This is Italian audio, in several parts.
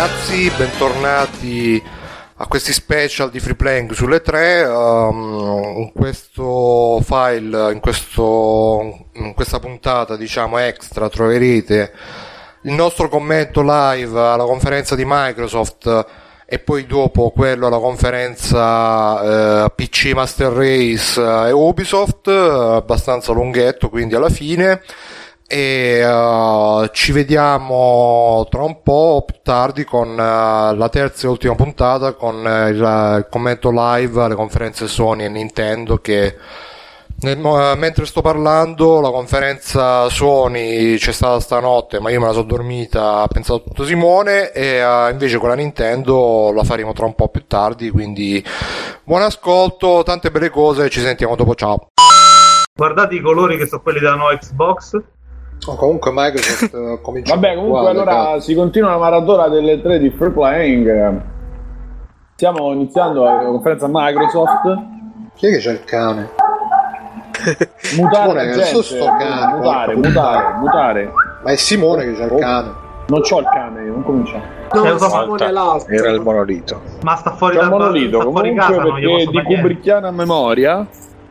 ragazzi, bentornati a questi special di Free Playing sulle 3. In questo file, in questa puntata, diciamo, extra, troverete il nostro commento live alla conferenza di Microsoft e poi dopo quello alla conferenza PC Master Race e Ubisoft, abbastanza lunghetto, quindi alla fine. E ci vediamo tra un po' più tardi con la terza e ultima puntata con il commento live alle conferenze Sony e Nintendo, che mentre sto parlando la conferenza Sony c'è stata stanotte, ma io me la sono dormita, ha pensato tutto Simone, e invece con la Nintendo la faremo tra un po' più tardi, quindi buon ascolto, tante belle cose, ci sentiamo dopo, ciao. Guardate i colori che sono quelli della nuova Xbox. Comunque Microsoft comincia. Vabbè, comunque allora si continua la maratona delle 3 di Free Playing. Stiamo iniziando la conferenza Microsoft. Chi è che c'è il cane? Mutare Simone, la gente. sto cane, Mutare. Ma è Simone che c'è il cane. Non c'ho il cane, io non cominciamo. No, Simone l'altro. Era il monolito. Ma sta fuori C'è dal il monolito, sta fuori comunque, casa, non gli perché posso di fare niente. Kubrickiana memoria.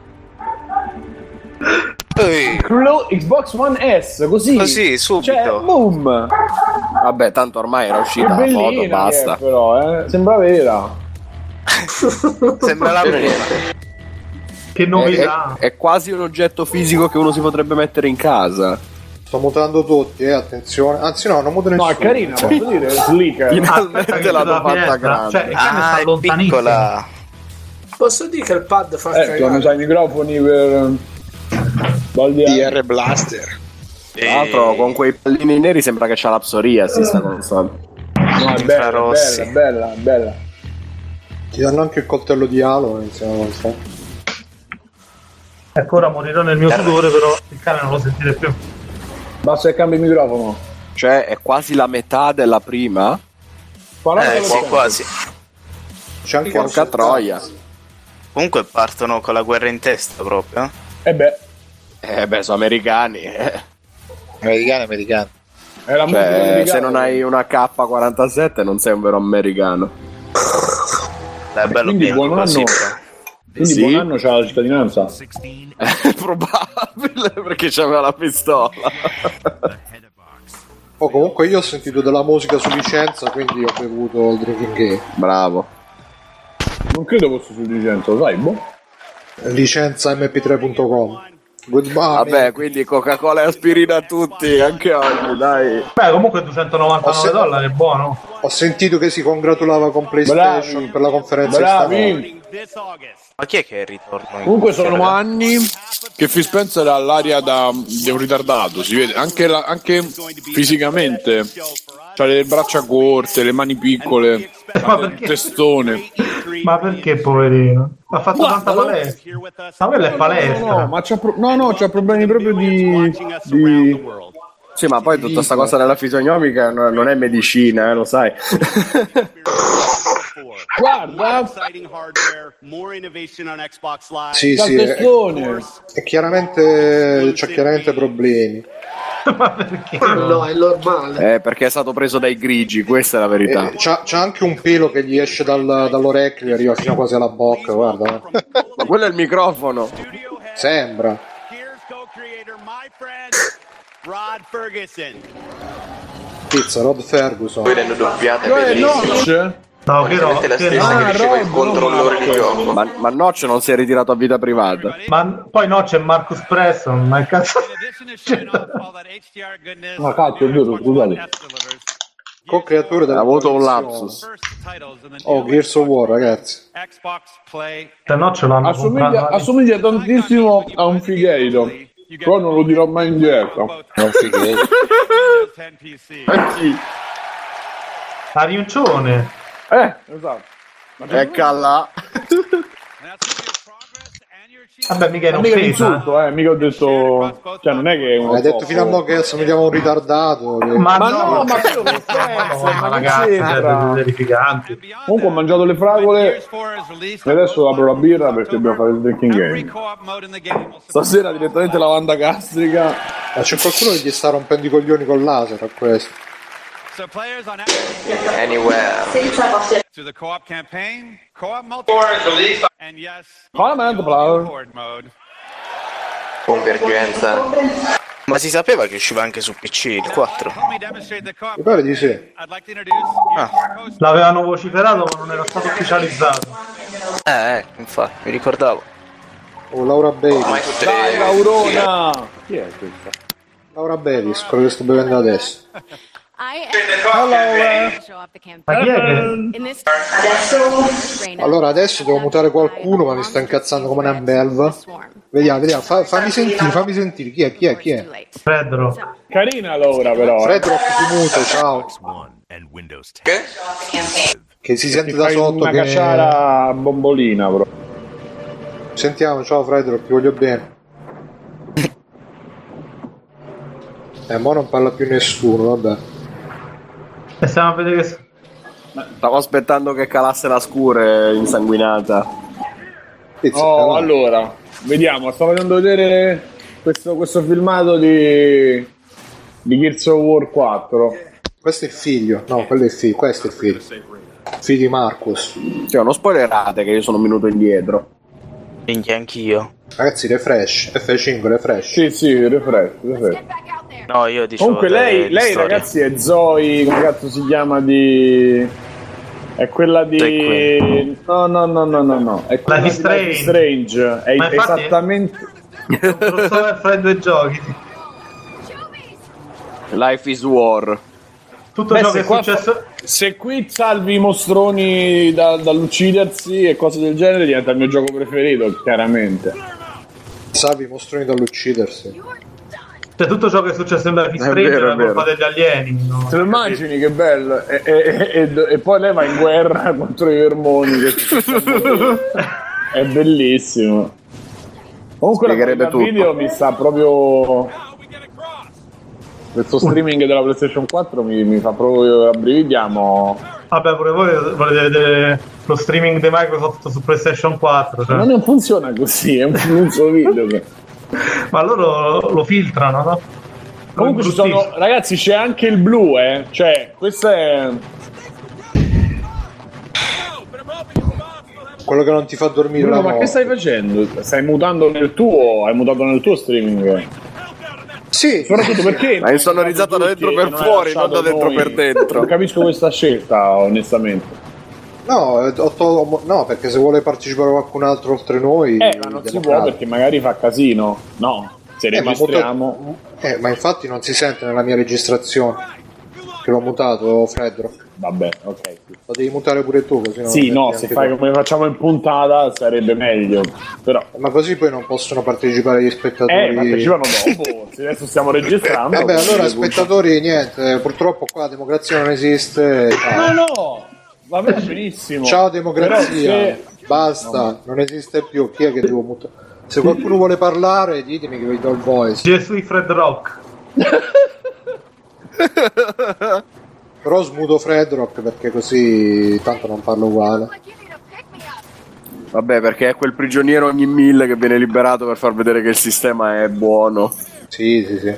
Xbox One S, così subito. Cioè, boom. Vabbè, tanto ormai era uscita Che la foto, bellina basta. che è, però, sembra vera. Sembra la vera. Che novità. È quasi un oggetto fisico che uno si potrebbe mettere in casa. Sto mutando tutti, attenzione. Anzi no, non muto nessuno. No, è carina, posso dire, slick. Finalmente l'hanno fatta grande. Cioè, il cane sta È lontanissimo. piccola. Posso dire che il pad fa Tu cagare? non sai i microfoni per DR Blaster. Tra l'altro con quei pallini neri sembra che c'ha la psoriasi sta console. No, è bella, Infrarossi. bella. Ti danno anche il coltello di alo insieme a questo. Ecco, ora morirò nel mio sudore, però il cane non lo sentire più. Basta che cambi il microfono. Cioè è quasi la metà della prima. Quasi. C'è anche Porca troia. Comunque partono con la guerra in testa proprio. Beh, Sono americani. Americani. è la musica Cioè, americana. se non hai una K47 non sei un vero americano. È bello Quindi pieno buon così. anno. Quindi Sì. buon anno c'ha la cittadinanza. È probabile perché c'aveva la pistola. Oh, comunque io ho sentito della musica su licenza, quindi ho bevuto il drinking game. Bravo. Non credo fosse su licenza, lo sai, boh. Licenza mp3.com. Goodbye. Vabbè, quindi Coca-Cola e aspirina a tutti, anche oggi, dai. Beh, comunque $299 è buono. Ho sentito che si congratulava con PlayStation Bravi. per la conferenza di stanotte. Bravi. Ma chi è che ritorna? Comunque sono anni che Phil Spencer ha l'aria di un ritardato, si vede, anche fisicamente. C'ha le braccia corte, le mani piccole, Ma perché? testone. Ma perché, poverino? Ha fatto tanta palestra. Ma quella è palestra. C'ha problemi proprio di... Sì, ma poi tutta sta cosa della fisionomica non è medicina, lo sai. Guarda, Sì, c'ha sì, il testone. è chiaramente c'ha chiaramente problemi. Ma perché? Ma no, è normale. Perché è stato preso dai grigi, questa è la verità. C'ha anche un pelo che gli esce dall'orecchio e arriva fino quasi alla bocca, guarda. Ma quello è il microfono. Sembra. Pizza, Rod Ferguson. Poi l'hanno doppiata Notch? No, che no. la stessa che diceva il controllore di gioco. Ma Notch non si è ritirato a vita privata. Ma poi no, c'è Marcus Preston, ma il cazzo. Ma cazzo, è vero, scusate. Co-creatore Ha della avuto un produzione. lapsus. Oh, Gears of War, ragazzi. Se no ce l'hanno comprato. Assomiglia tantissimo a un figheiro, però non lo dirò mai in diretta. È un fighetto. A Riuncione. Esatto. Ecca là. Vabbè, mica è Ma mica un un'offesa. insulto, mica ho detto... Cioè, non è che è un... Hai detto fino a mo' che assomigliamo a un ritardato. Ma no, ma quello non ma ragazzi, siete terrificanti. Comunque ho mangiato le fragole e adesso apro la birra perché dobbiamo fare il drinking game. Stasera direttamente lavanda gastrica. Ma c'è qualcuno che gli sta rompendo i coglioni col laser a questo. Anywhere. To the co-op campaign, co-op multiplayer, and yes, horde mode. Convergenza. Ma si sapeva che usciva anche su PC il 4? Mi pare di sì. L'avevano vociferato ma non era stato ufficializzato. Infatti, mi ricordavo. Oh, Laura Baby. Dai, Laurona! Chi è questa? Laura Baby, quello che sto bevendo adesso. Ma chi è che... Allora adesso devo mutare qualcuno, ma mi sta incazzando come una belva. Vediamo, fammi sentire. Chi è? Fredro. Carina Laura però. Fredro ti muto, ciao. Che si sente da sotto una che... cacciara bombolina, bro. Sentiamo, ciao Fredro, ti voglio bene. Mo non parla più nessuno, vabbè. E stiamo a vedere che... Stavo aspettando che calasse la scure insanguinata. Allora, vediamo, stavo facendo vedere questo filmato di Gears of War 4. Questo è il figlio, no, quello è il figlio, questo è il figlio. Figlio di Marcus. Cioè, non spoilerate che io sono un minuto indietro. Minchia, anch'io. Ragazzi, refresh, F5, refresh. Sì, refresh. No, io dicevo. Comunque lei ragazzi è Zoe, come cazzo si chiama è quella di... No. È quella Life di Life is Strange. È esattamente... È un crossover fra i due giochi. Life is War. Tutto ciò che è successo... Se qui salvi i mostroni dall'uccidersi e cose del genere, diventa il mio gioco preferito, chiaramente. Salvi i mostroni dall'uccidersi. Cioè tutto ciò che è successo in Life is Strange è colpa degli alieni, no? Te lo immagini che bello? E poi lei va in guerra contro i vermoni. È bellissimo. Comunque la video mi sta proprio... Questo streaming della PlayStation 4 mi fa proprio abbrividiamo. Vabbè, pure voi volete vedere lo streaming di Microsoft su PlayStation 4, cioè. Ma non funziona così, è un pezzo video. Ma loro lo filtrano, no? Comunque ci sono, ragazzi, c'è anche il blu, cioè questo è quello che non ti fa dormire. Bruno, la ma notte. che stai facendo? Stai mutando nel tuo? Hai mutato nel tuo streaming? Sì, soprattutto perché hai sonorizzato da dentro per fuori, non da dentro per dentro. Non capisco questa scelta, onestamente. No, perché se vuole partecipare qualcun altro oltre noi... ma non si può perché magari fa casino. No, se registriamo... ma infatti non si sente nella mia registrazione. Che l'ho mutato, Fredro. Vabbè, ok. Lo devi mutare pure tu, così non... Sì, no, se fai come facciamo in puntata sarebbe meglio. Però... Ma così poi non possono partecipare gli spettatori. Partecipano dopo, se adesso stiamo registrando. Vabbè, allora spettatori, niente, purtroppo qua la democrazia non esiste. No, va bene, benissimo. Ciao democrazia, basta, non esiste più. Chi è che devo mutare? Se qualcuno vuole parlare, ditemi che vi do il voice. Gesù Fred Rock. Però smuto Fredrock perché così tanto non parlo uguale. Vabbè, perché è quel prigioniero ogni 1000 che viene liberato per far vedere che il sistema è buono. Sì.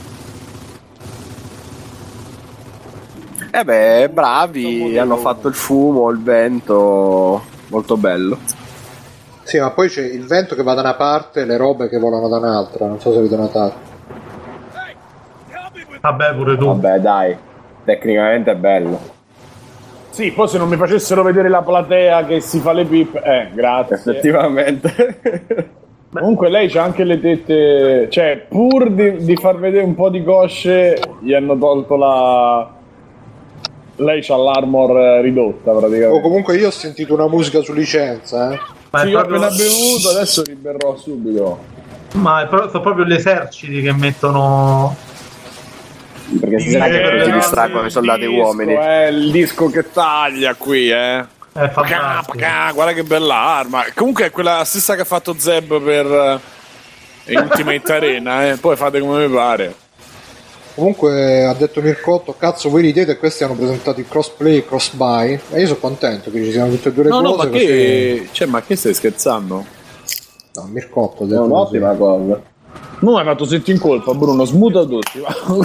Bravi, hanno fatto il fumo, il vento, molto bello. Sì, ma poi c'è il vento che va da una parte e le robe che volano da un'altra, non so se avete notato. Vabbè, pure tu. Vabbè, dai. Tecnicamente è bello. Sì, poi se non mi facessero vedere la platea che si fa le pippe, grazie. Effettivamente. Comunque lei c'ha anche le tette, cioè pur di far vedere un po' di cosce gli hanno tolto lei c'ha l'armor ridotta praticamente. Comunque io ho sentito una musica su licenza, Ma sì, io ho appena bevuto, adesso libererò subito. Ma sono proprio gli eserciti che mettono... Perché si sa che si distraggono i soldati uomini. Il disco che taglia qui, guarda che bella arma. Comunque è quella stessa che ha fatto Zeb per Ultimate Arena, poi fate come vi pare. Comunque ha detto Mircotto, cazzo voi ridete e questi hanno presentato il crossplay e crossbuy e io sono contento che ci siano tutte e due le cose. No, ma che... Cioè, ma che stai scherzando? No, Mircotto ha è detto un'ottima cosa. Non hai fatto sentire in colpa, Bruno, smuta tutti.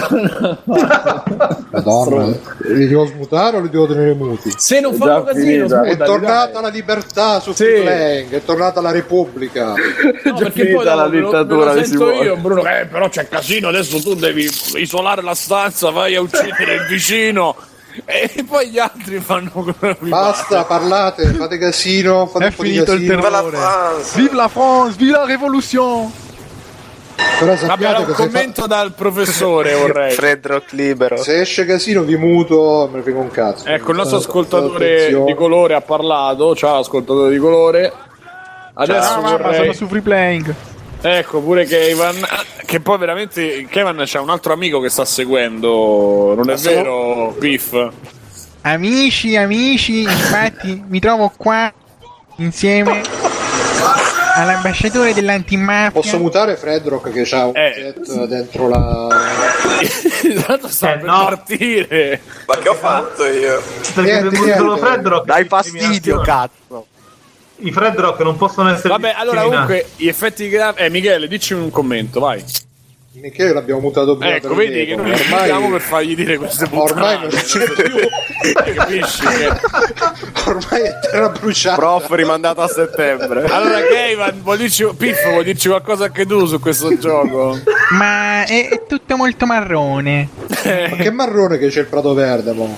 Madonna, li devo smutare o li devo tenere muti? Se non fanno casino, è tornata la libertà su Free Playing, è tornata la Repubblica. No, perché poi la dittatura me lo sento io, Bruno, però c'è casino, adesso tu devi isolare la stanza, vai a uccidere il vicino. E poi gli altri fanno come basta, parlate, fate casino, fate un po' di casino. È finito il terrore. Vive la France, vive la révolution. Però sappiate che un commento dal professore vorrei. Fredrock libero. Se esce casino vi muto, me ne frega un cazzo. Ecco, il nostro ascoltatore di colore ha parlato. Ciao ascoltatore di colore. Adesso ma sono su Free Playing. Ecco, pure Kevan, che poi veramente Kevan c'è un altro amico che sta seguendo, non è vero, Piff? Amici, infatti mi trovo qua insieme all'ambasciatore dell'antimafia. Posso mutare Fredrock che c'ha un set dentro la... Tanto sta per partire. Ma che ho fatto io? Fredrock, dai fastidio, cazzo. I Fredrock non possono essere... Vabbè, allora comunque gli effetti gravi... Michele, dici un commento, vai. Michele l'abbiamo mutato prima. Ecco, vedi che noi ormai per fargli dire queste puntate. Ormai non c'è più. Capisci che... Ormai è terra bruciata. Prof rimandato a settembre. Allora Kevin, Piff, vuoi dirci qualcosa anche tu su questo gioco? Ma è tutto molto marrone. Ma che marrone che c'è il prato verde, mo?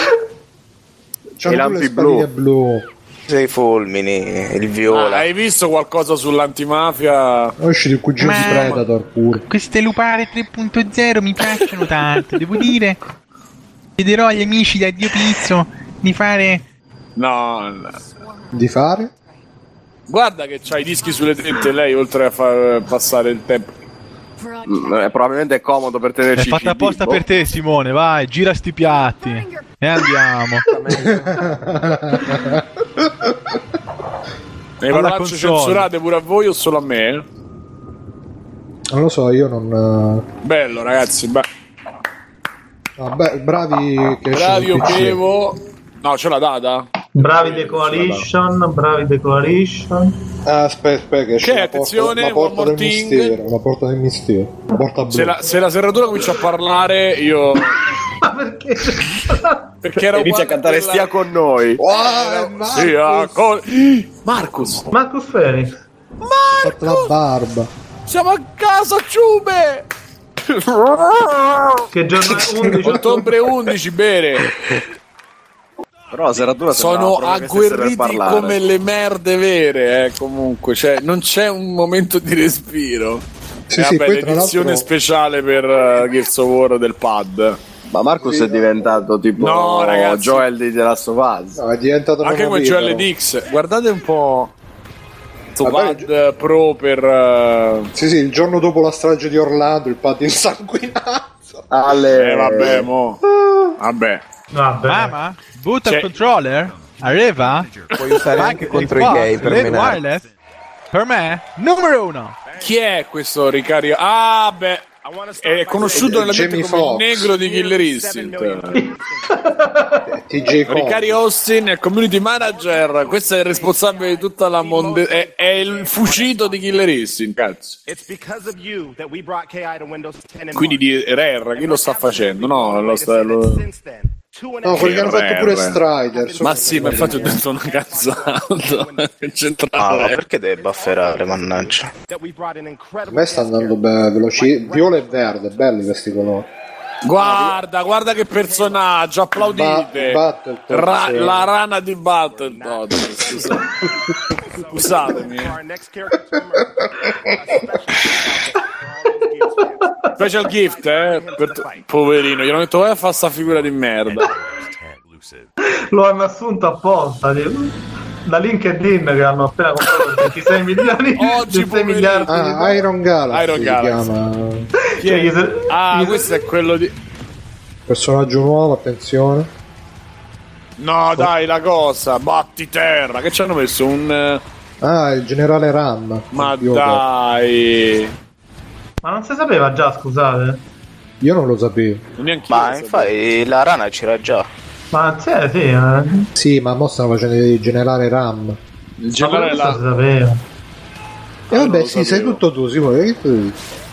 C'è i lampi blu. I fulmini, il viola. Hai visto qualcosa sull'antimafia? È uscito il cugino di Predator pure. Queste lupare 3.0 mi piacciono tanto, devo dire. Chiederò agli amici da Dio Pizzo di fare... No. Di fare? Guarda che c'ha i dischi sulle tette lei, oltre a far passare il tempo. Probabilmente è comodo per tenerci. È fatta apposta per te, Simone, vai, gira sti piatti e andiamo. Le parolacce censurate pure a voi o solo a me? Non lo so, io non... Bello ragazzi, Vabbè, bravi che bravi Opevo. No, c'è la data? Bravi The Coalition. Aspetta che attenzione, la porta del mistero. La porta del mistero. Porta se la serratura comincia a parlare, io... Ma perché? Perché era inizia a cantare quella... Stia con noi. Stia con... Marcus Phoenix. Fatto la barba. Siamo a casa, ciube. Che giorno è? 11 ottobre 11, bene. Però la serratura sono agguerriti come le merde vere, comunque, cioè non c'è un momento di respiro. Sì, vabbè, l'edizione speciale per Gears of War del pad. Ma Marcus è diventato tipo Joel di The Last of Us. No, è diventato anche come Joel Dix. Guardate un po' pad pro per sì, il giorno dopo la strage di Orlando, il pad insanguinato. Vabbè, mo. Vabbè. Mamma, butta il controller. Arriva. Puoi usare anche contro i gay per menare. Per me, numero 1. Chi è questo Ricario? Ah, beh, è conosciuto nella vita come il negro di Killer Instinct. Ricario Austin è il community manager. Questo è il responsabile di tutta la è il fucito di Killer Instinct, cazzo. Quindi di Rare, chi lo sta facendo? No, No, quelli che hanno fatto pure Strider. Ma sì, ma infatti ho detto una cazzata. Ma perché deve bufferare, mannaggia? A me sta andando veloci. Viola e verde, belli questi colori. Guarda che personaggio, applaudite. La rana di Battletoad. Scusatemi. Special gift, poverino, gli hanno detto vai a fare sta figura di merda. Lo hanno assunto apposta da LinkedIn che hanno appena comprato 26 milioni. Oggi 6 miliardi. Iron Galaxy. Questo è quello di personaggio nuovo, attenzione. No, dai, la cosa, batti terra, che ci hanno messo un il generale Ram. Ma dai. Ma non si sapeva già, scusate? Io non lo sapevo. Ma infatti la rana c'era già. Ma sì. Sì, ma mo stanno facendo il generale Ram. Il generale si sapeva. E vabbè, sì, sai tutto tu, Simone.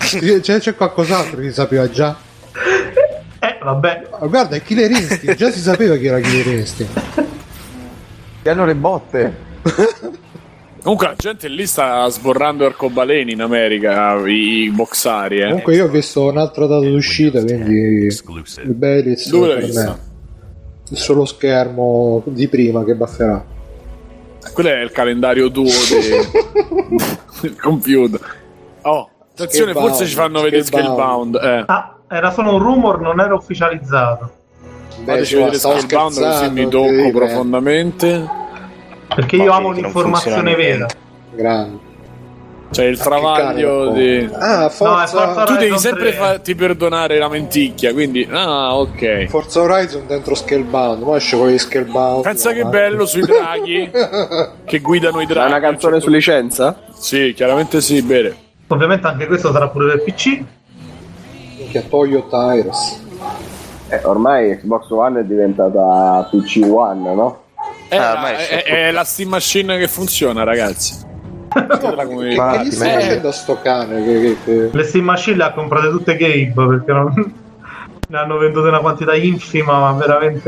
C'è qualcos'altro che si sapeva già. Vabbè. Guarda, è Killer Instinct, già si sapeva chi era Killer Instinct. Che hanno le botte. Comunque la gente lì sta sborrando arcobaleni in America, i boxari. Comunque io ho visto un'altra data d'uscita, quindi il Belliz per me è solo schermo di prima che bufferà. Quello è il calendario duo del computer. Oh, attenzione, forse ci fanno vedere Scalebound. Era solo un rumor, non era ufficializzato. Fateci vedere Scalebound così mi tocco profondamente. Perché io amo l'informazione vera. Grande. Cioè il travaglio di... Forza... tu devi sempre farti perdonare la menticchia, quindi... ok. Forza Horizon dentro Scalebound. Ma esce con gli Scalebound. Pensa che bello sui draghi che guidano i draghi. È una canzone su licenza? Sì, chiaramente sì, bene. Ovviamente anche questo sarà pure per PC. Che Toyo Tires. Ormai Xbox One è diventata PC One, no? È la Steam Machine che funziona, ragazzi. Ma gli stai facendo sto cane? Le Steam Machine le ha comprate tutte Gabe, perché ne hanno vendute una quantità infima, ma veramente...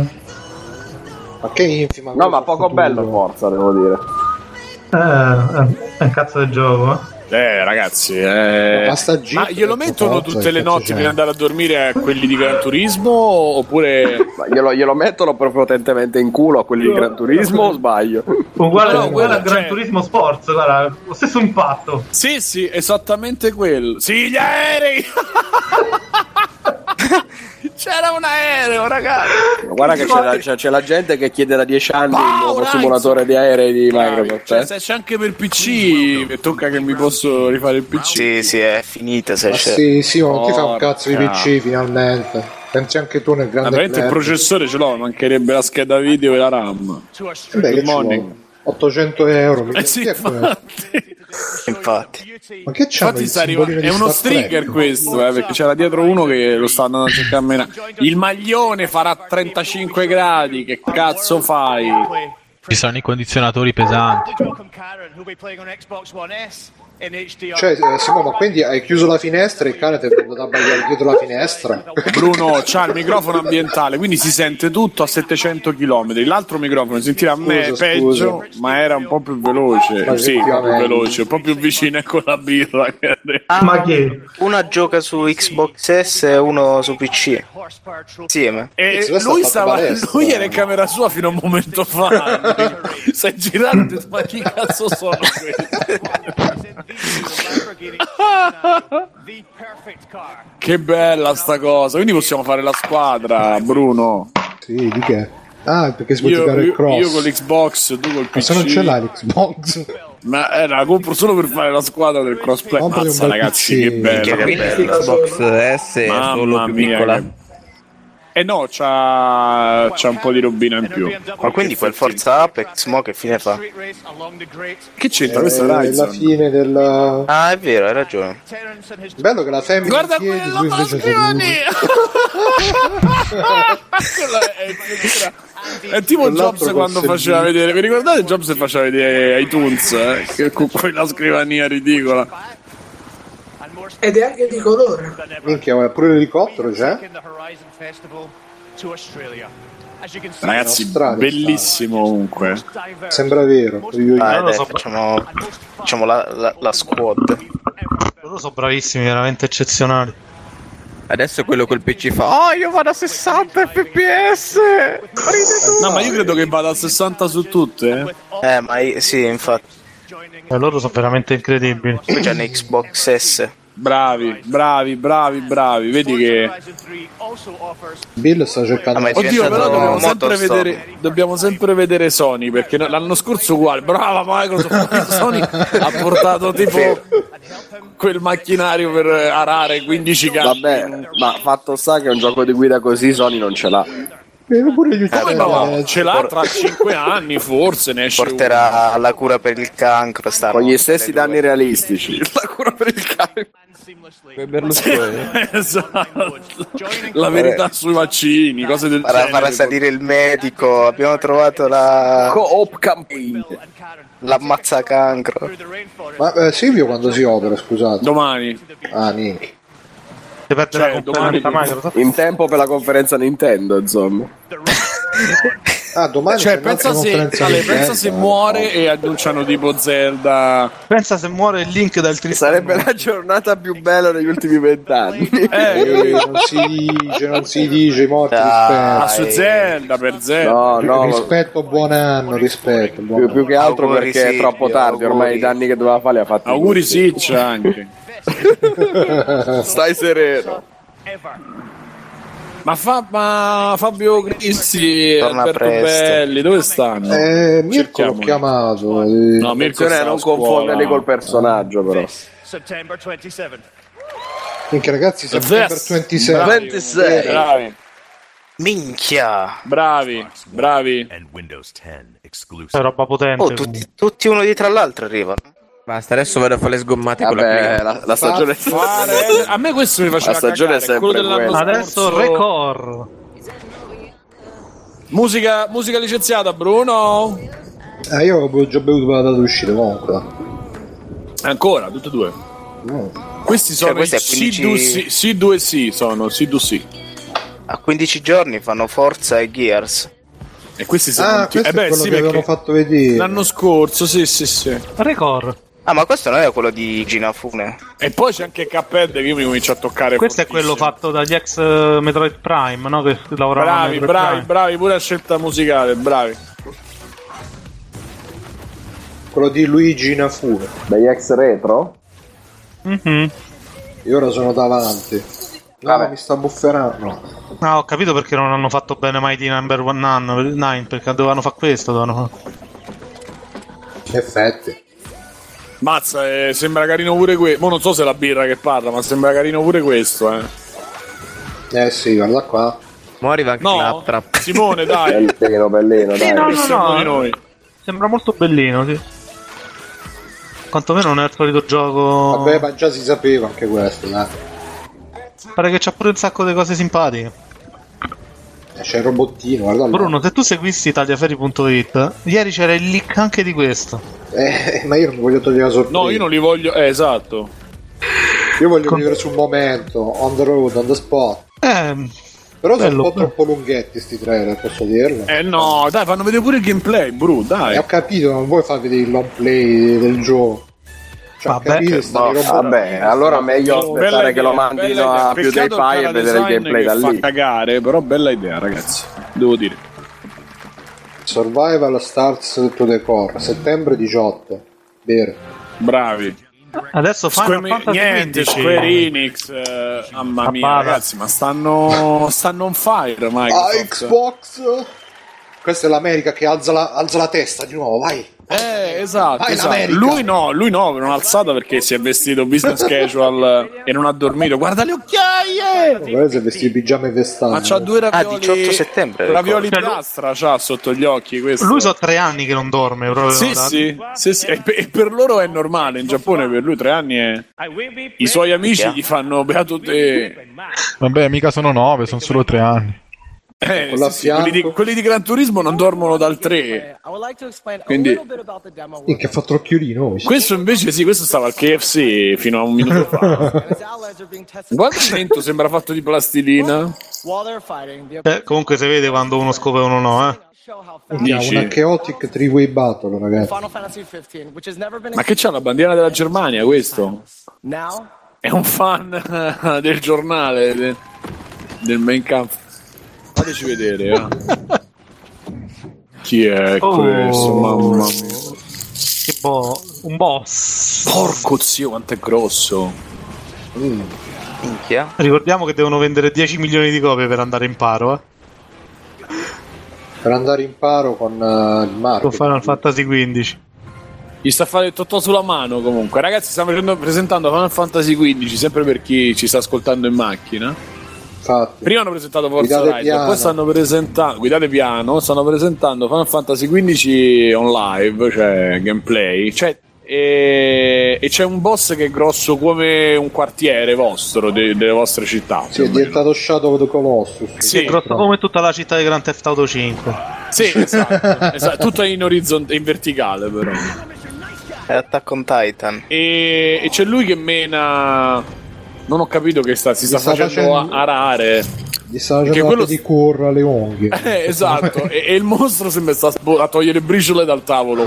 Ma che infima? No, ma poco bello Forza, devo dire. È un cazzo di gioco, ragazzi, ma glielo mettono tutte le notti prima di andare a dormire a quelli di Gran Turismo oppure glielo mettono prepotentemente in culo a quelli di Gran Turismo o sbaglio? Uguale a Gran Turismo Sports, guarda, lo stesso impatto. Sì, esattamente quello. Sì, gli aerei. C'era un aereo, ragazzi. Guarda che c'è la gente che chiede da 10 anni il nuovo simulatore di aerei di Microsoft. C'è anche per PC. Tocca che mi posso rifare il PC. Sì, è finita. Sì, ma non ti fa un cazzo di PC finalmente. Pensi anche tu nel grande il processore ce l'ho, mancherebbe la scheda video e la RAM. Beh, 800 euro. Infatti. Ma che c'è? È uno Striker questo, perché c'era dietro uno che lo sta andando a cercare a menare. Il maglione farà 35 gradi, che cazzo fai? Ci sono i condizionatori pesanti. Cioè, Simo, ma quindi hai chiuso la finestra e il cane ti è venuto a bagliare dietro la finestra? Bruno c'ha il microfono ambientale, quindi si sente tutto a 700 km. L'altro microfono si sentiva a me peggio, ma era un po' più veloce. Un po' più vicino con la birra. Ma che? Una gioca su Xbox S e uno su PC. Insieme. E lui era in camera sua fino a un momento fa. Sei girante, ma chi cazzo sono questi? Che bella sta cosa, quindi possiamo fare la squadra, Bruno. Sì, di che? Perché si può giocare il cross. Io con l'Xbox, tu col PC. Ma se non ce l'hai l'Xbox? Ma la compro solo per fare la squadra del crossplay. Mazza, ragazzi, PC. Che bella. Quindi l'Xbox S è solo più piccola. No, c'ha un po' di robina in più. Ma quindi quel Forza Apex mo che fine fa? Che c'entra? Questa è Horizon. La fine del... è vero, hai ragione. Bello che la femmina... Guarda quello, ma scrivani! È tipo Jobs quando faceva vedere... Vi ricordate Jobs faceva vedere iTunes? Con quella scrivania ridicola. Ed è anche di colore. Minchia, pure l'elicottero c'è? Ragazzi, bellissimo comunque. Sembra vero. Facciamo la squad. Loro sono bravissimi, veramente eccezionali. Adesso quello col PC fa io vado a 60 fps. No, ma io credo che vada a 60 su tutte. Sì, infatti. Loro sono veramente incredibili. Poi c'è un Xbox S. Bravi. Vedi che Bill sta cercando. Oddio, però dobbiamo sempre vedere Sony, perché l'anno scorso uguale. Brava Microsoft. Sony ha portato tipo quel macchinario per arare 15 campi. Vabbè, ma fatto sta che un gioco di guida così Sony non ce l'ha. ce l'ha tra 5 anni, forse ne esce porterà alla cura per il cancro. Con gli stessi danni realistici. La cura per il cancro. Esatto. La verità sui vaccini, cose del genere. Farà salire il medico. Abbiamo trovato la Co-op campaign. L'ammazza cancro. Ma Silvio quando si opera, scusate? Domani. Ah, niente. Domani in tempo per la conferenza Nintendo, insomma. Domani pensa se muore e annunciano tipo Zelda. Pensa se muore il Link dal Tristan. Sarebbe la giornata più bella degli ultimi 20 anni. Non si dice morti rispetto. Su Zelda, per Zelda. No, rispetto, buon anno, rispetto. Più che altro auguri, perché è troppo tardi, ormai i danni che doveva fare li ha fatti. Auguri Sitch anche. Stai sereno. Ma Fabio Cristi e Alberto Belli dove stanno? Mirko l'ho chiamato. No, Mirko non confonderli col personaggio, però. Minchia, ragazzi, September 27. Bravi. Minchia. Bravi. È roba potente. Tutti uno dietro all'altro arrivano. Basta, adesso vado a fare le sgommate con la stagione. A me questo mi faceva la stagione cagare, è sempre quella. Adesso record. Musica licenziata, Bruno. Io avevo già bevuto per la data d'uscita comunque. Ancora, tutte e due. Questi sono i C2C, sono C2C. A 15 giorni fanno Forza e Gears. E questi sono questo è quello che avevano fatto vedere l'anno scorso, sì. Record. Ma questo non è quello di Ginafune. E poi c'è anche Cuphead che io mi comincio a toccare. Questo è quello fatto dagli ex Metroid Prime, no? Che lavoravano bravi, pure la scelta musicale, bravi. Quello di Luigi Inafune. Dagli ex retro? Io ora sono davanti. No, mi sta bufferando. Ho capito perché non hanno fatto bene mai di Number 9, perché dovevano fare questo. In effetti. Mazza, sembra carino pure questo. Non so se è la birra che parla, ma sembra carino pure questo, sì, guarda qua. Mo arriva anche Claptrap. Simone, dai. Bellino, dai. No. Di noi. Sembra molto bellino, sì. Quantomeno non è il solito gioco. Vabbè, ma già si sapeva anche questo, dai. Pare che c'ha pure un sacco di cose simpatiche. C'è il robottino, guarda. Bruno, se tu seguissi tagliaferri.it, ieri c'era il leak anche di questo. Ma io non voglio togliere la sorpresa. No, io non li voglio. Esatto. Io voglio vivere sul momento, on the road, on the spot. Però sono un po' troppo lunghetti sti trailer, posso dirlo? No, dai, fanno vedere pure il gameplay, Bru, dai. Ho capito, non vuoi far vedere il long play del gioco. Vabbè, allora meglio aspettare che lo mandino a più dei file e vedere il gameplay da lì. Fa cagare, però bella idea, ragazzi. Devo dire. Survival starts to the core, settembre 18. Vero. Bravi. Adesso Final Fantasy Square Enix, mamma mia, ragazzi, ma stanno on fire, Xbox. Questa è l'America che alza la testa di nuovo, vai. Esatto. Lui no, non ha alzato perché si è vestito business casual e non ha dormito. Guarda le occhiaie! Guarda se vestito pigiama e vestaggi. Ma c'ha 2 ravioli. 18 settembre. Ravioli in lastra c'ha sotto gli occhi. Questo. Lui so 3 anni che non dorme. Proprio sì. E per loro è normale. In Giappone per lui 3 anni è. I suoi amici gli fanno beato te. Vabbè, mica sono 9, sono solo 3 anni. Quelli di Gran Turismo non dormono dal 3. Quindi che fa occhiolino. Questo invece questo stava al KFC fino a un minuto fa. Guarda dentro, sembra fatto di plastilina. Comunque si vede quando uno scopre e uno no, una chaotic 3-way battle, ragazzi. Ma che c'ha la bandiera della Germania questo? È un fan del giornale del Mein Kampf. Fateci vedere, Chi è questo? Mamma mia. Tipo un boss. Porco zio, quanto è grosso. Minchia. Ricordiamo che devono vendere 10 milioni di copie per andare in paro, Per andare in paro con il marketing. Con Final Fantasy XV. Gli sta a fare il totò sulla mano comunque. Ragazzi, stiamo presentando Final Fantasy XV, sempre per chi ci sta ascoltando in macchina. Infatti. Prima hanno presentato Forza Horizon, poi stanno presentando Final Fantasy XV on live, cioè gameplay, e c'è un boss che è grosso come un quartiere vostro, delle vostre città. Sì, è diventato Shadow of the Colossus. Sì, è grosso come tutta la città di Grand Theft Auto 5. Sì, esatto. Tutto in verticale però. È Attack on Titan. E c'è lui che mena. Non ho capito che si sta facendo arare. Gli sta facendo quello di corra alle unghie. Esatto. e il mostro sembra sta a togliere briciole dal tavolo.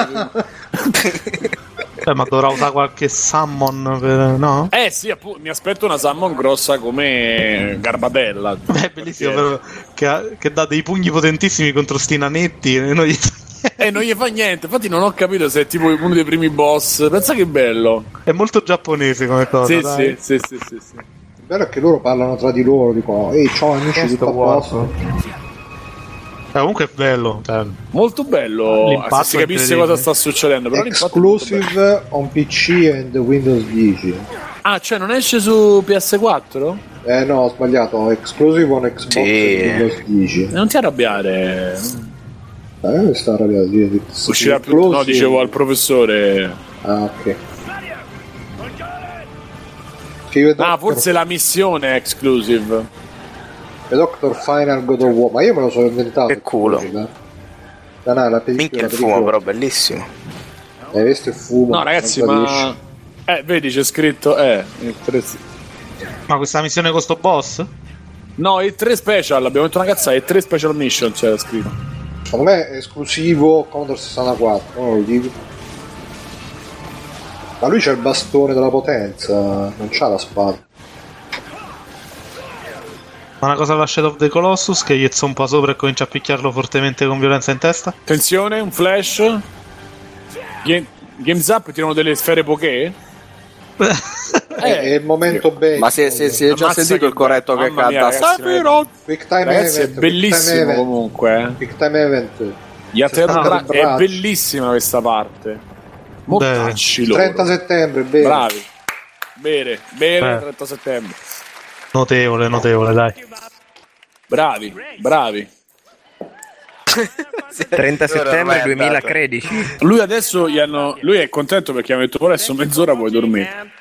Ma dovrà usare qualche summon no? Sì, mi aspetto una summon grossa come Garbatella. È bellissimo che dà dei pugni potentissimi contro sti nanetti e non gli fa niente. Infatti non ho capito se è tipo uno dei primi boss. Pensa che bello. È molto giapponese come cosa. Sì. Il bello è che loro parlano tra di loro, dicono ehi ciao amici, tutto a posto. Comunque è bello, molto bello. Se si capisse cosa sta succedendo. Però exclusive on PC and Windows 10. Cioè non esce su PS4? No, ho sbagliato. Exclusive on Xbox and Windows 10. Non ti arrabbiare. Sta arrabbiato. Uscirà più. No, dicevo al professore. Ok. Forse la missione è exclusive. The Doctor Final God of War, ma io me lo sono inventato. Che culo. Minchia il fumo, però bellissimo. Questo è fumo. No, ragazzi, ma vedi c'è scritto Ma questa missione con sto boss? No, il 3 special, abbiamo detto una cazzata, il 3 special mission c'era scritto. Secondo me è esclusivo Commodore 64, non lo dico. Ma lui c'ha il bastone della potenza, non c'ha la spada. Ma una cosa alla Shadow of the Colossus che gli zompa sopra e comincia a picchiarlo fortemente con violenza in testa? Attenzione, un flash. Games Up tirano delle sfere poké. È il momento bene. Ma si è già sentito il corretto che canta Quick Time ragazzi, Event, è bellissimo comunque. Quick Time Event. È bellissima questa parte. Mortacci loro. 30 settembre, bene. Bravi. Bene, 30 settembre. Notevole, dai. Bravi. 30 settembre 2013. Lui adesso lui è contento perché ha detto adesso mezz'ora puoi dormire.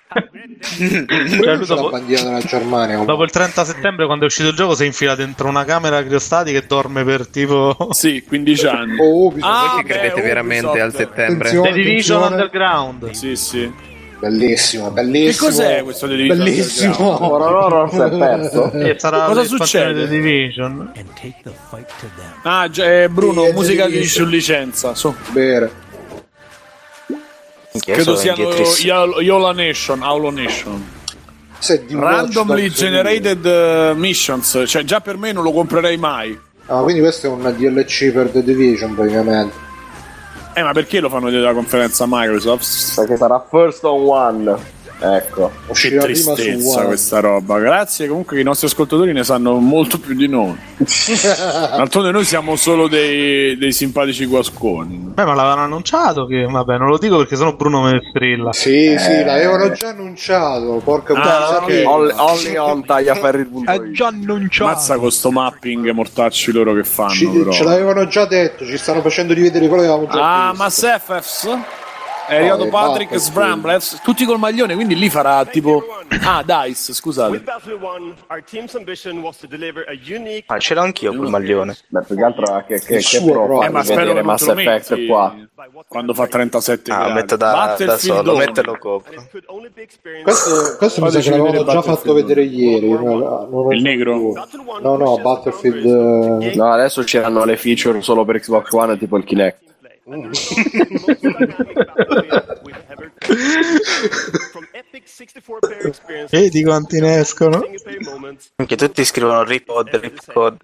La bandiera della Germania. Dopo il 30 settembre, quando è uscito il gioco, si infila dentro una camera criostatica e dorme per tipo 15 anni. Voi ci credete veramente al settembre? The Division Underground. Sì. Bellissimo. Che cos'è questo The Division? Bellissimo. Ora si è perso. Cosa succede? The Division. Bruno, musica su licenza. Bene. Credo siano Yola Nation, Aulo Nation. Randomly generated missions. Cioè già per me non lo comprerei mai. Quindi questo è un DLC per The Division praticamente. Ma perché lo fanno vedere la conferenza Microsoft? Perché sarà first on one. Ecco. Che tristezza questa roba. Grazie comunque che i nostri ascoltatori ne sanno molto più di noi. D'altronde noi siamo solo dei simpatici guasconi. Ma l'avevano annunciato che vabbè, non lo dico perché sennò Bruno me ne strilla. Sì, l'avevano già annunciato. Porca puttana che Only on tagliaferri. È già annunciato. Mazza con sto mapping mortacci loro che fanno. Ce l'avevano già detto, ci stanno facendo rivedere quello che avevamo già visto. Ma Sefefs? È arrivato Patrick Sbramblers, tutti col maglione, quindi lì farà tipo Dice, scusate. Ce l'ho anch'io col maglione. Più che altro che ma spero che Mass Effect qua quando fa 37 gradi. Metto da solo, metterlo copro. Questo mi sa che l'avevano già fatto vedere ieri. Il negro? No, Battlefield. No, adesso c'erano le feature solo per Xbox One, tipo il Kinect. Vedi quanti ne escono? Anche tutti scrivono rip code.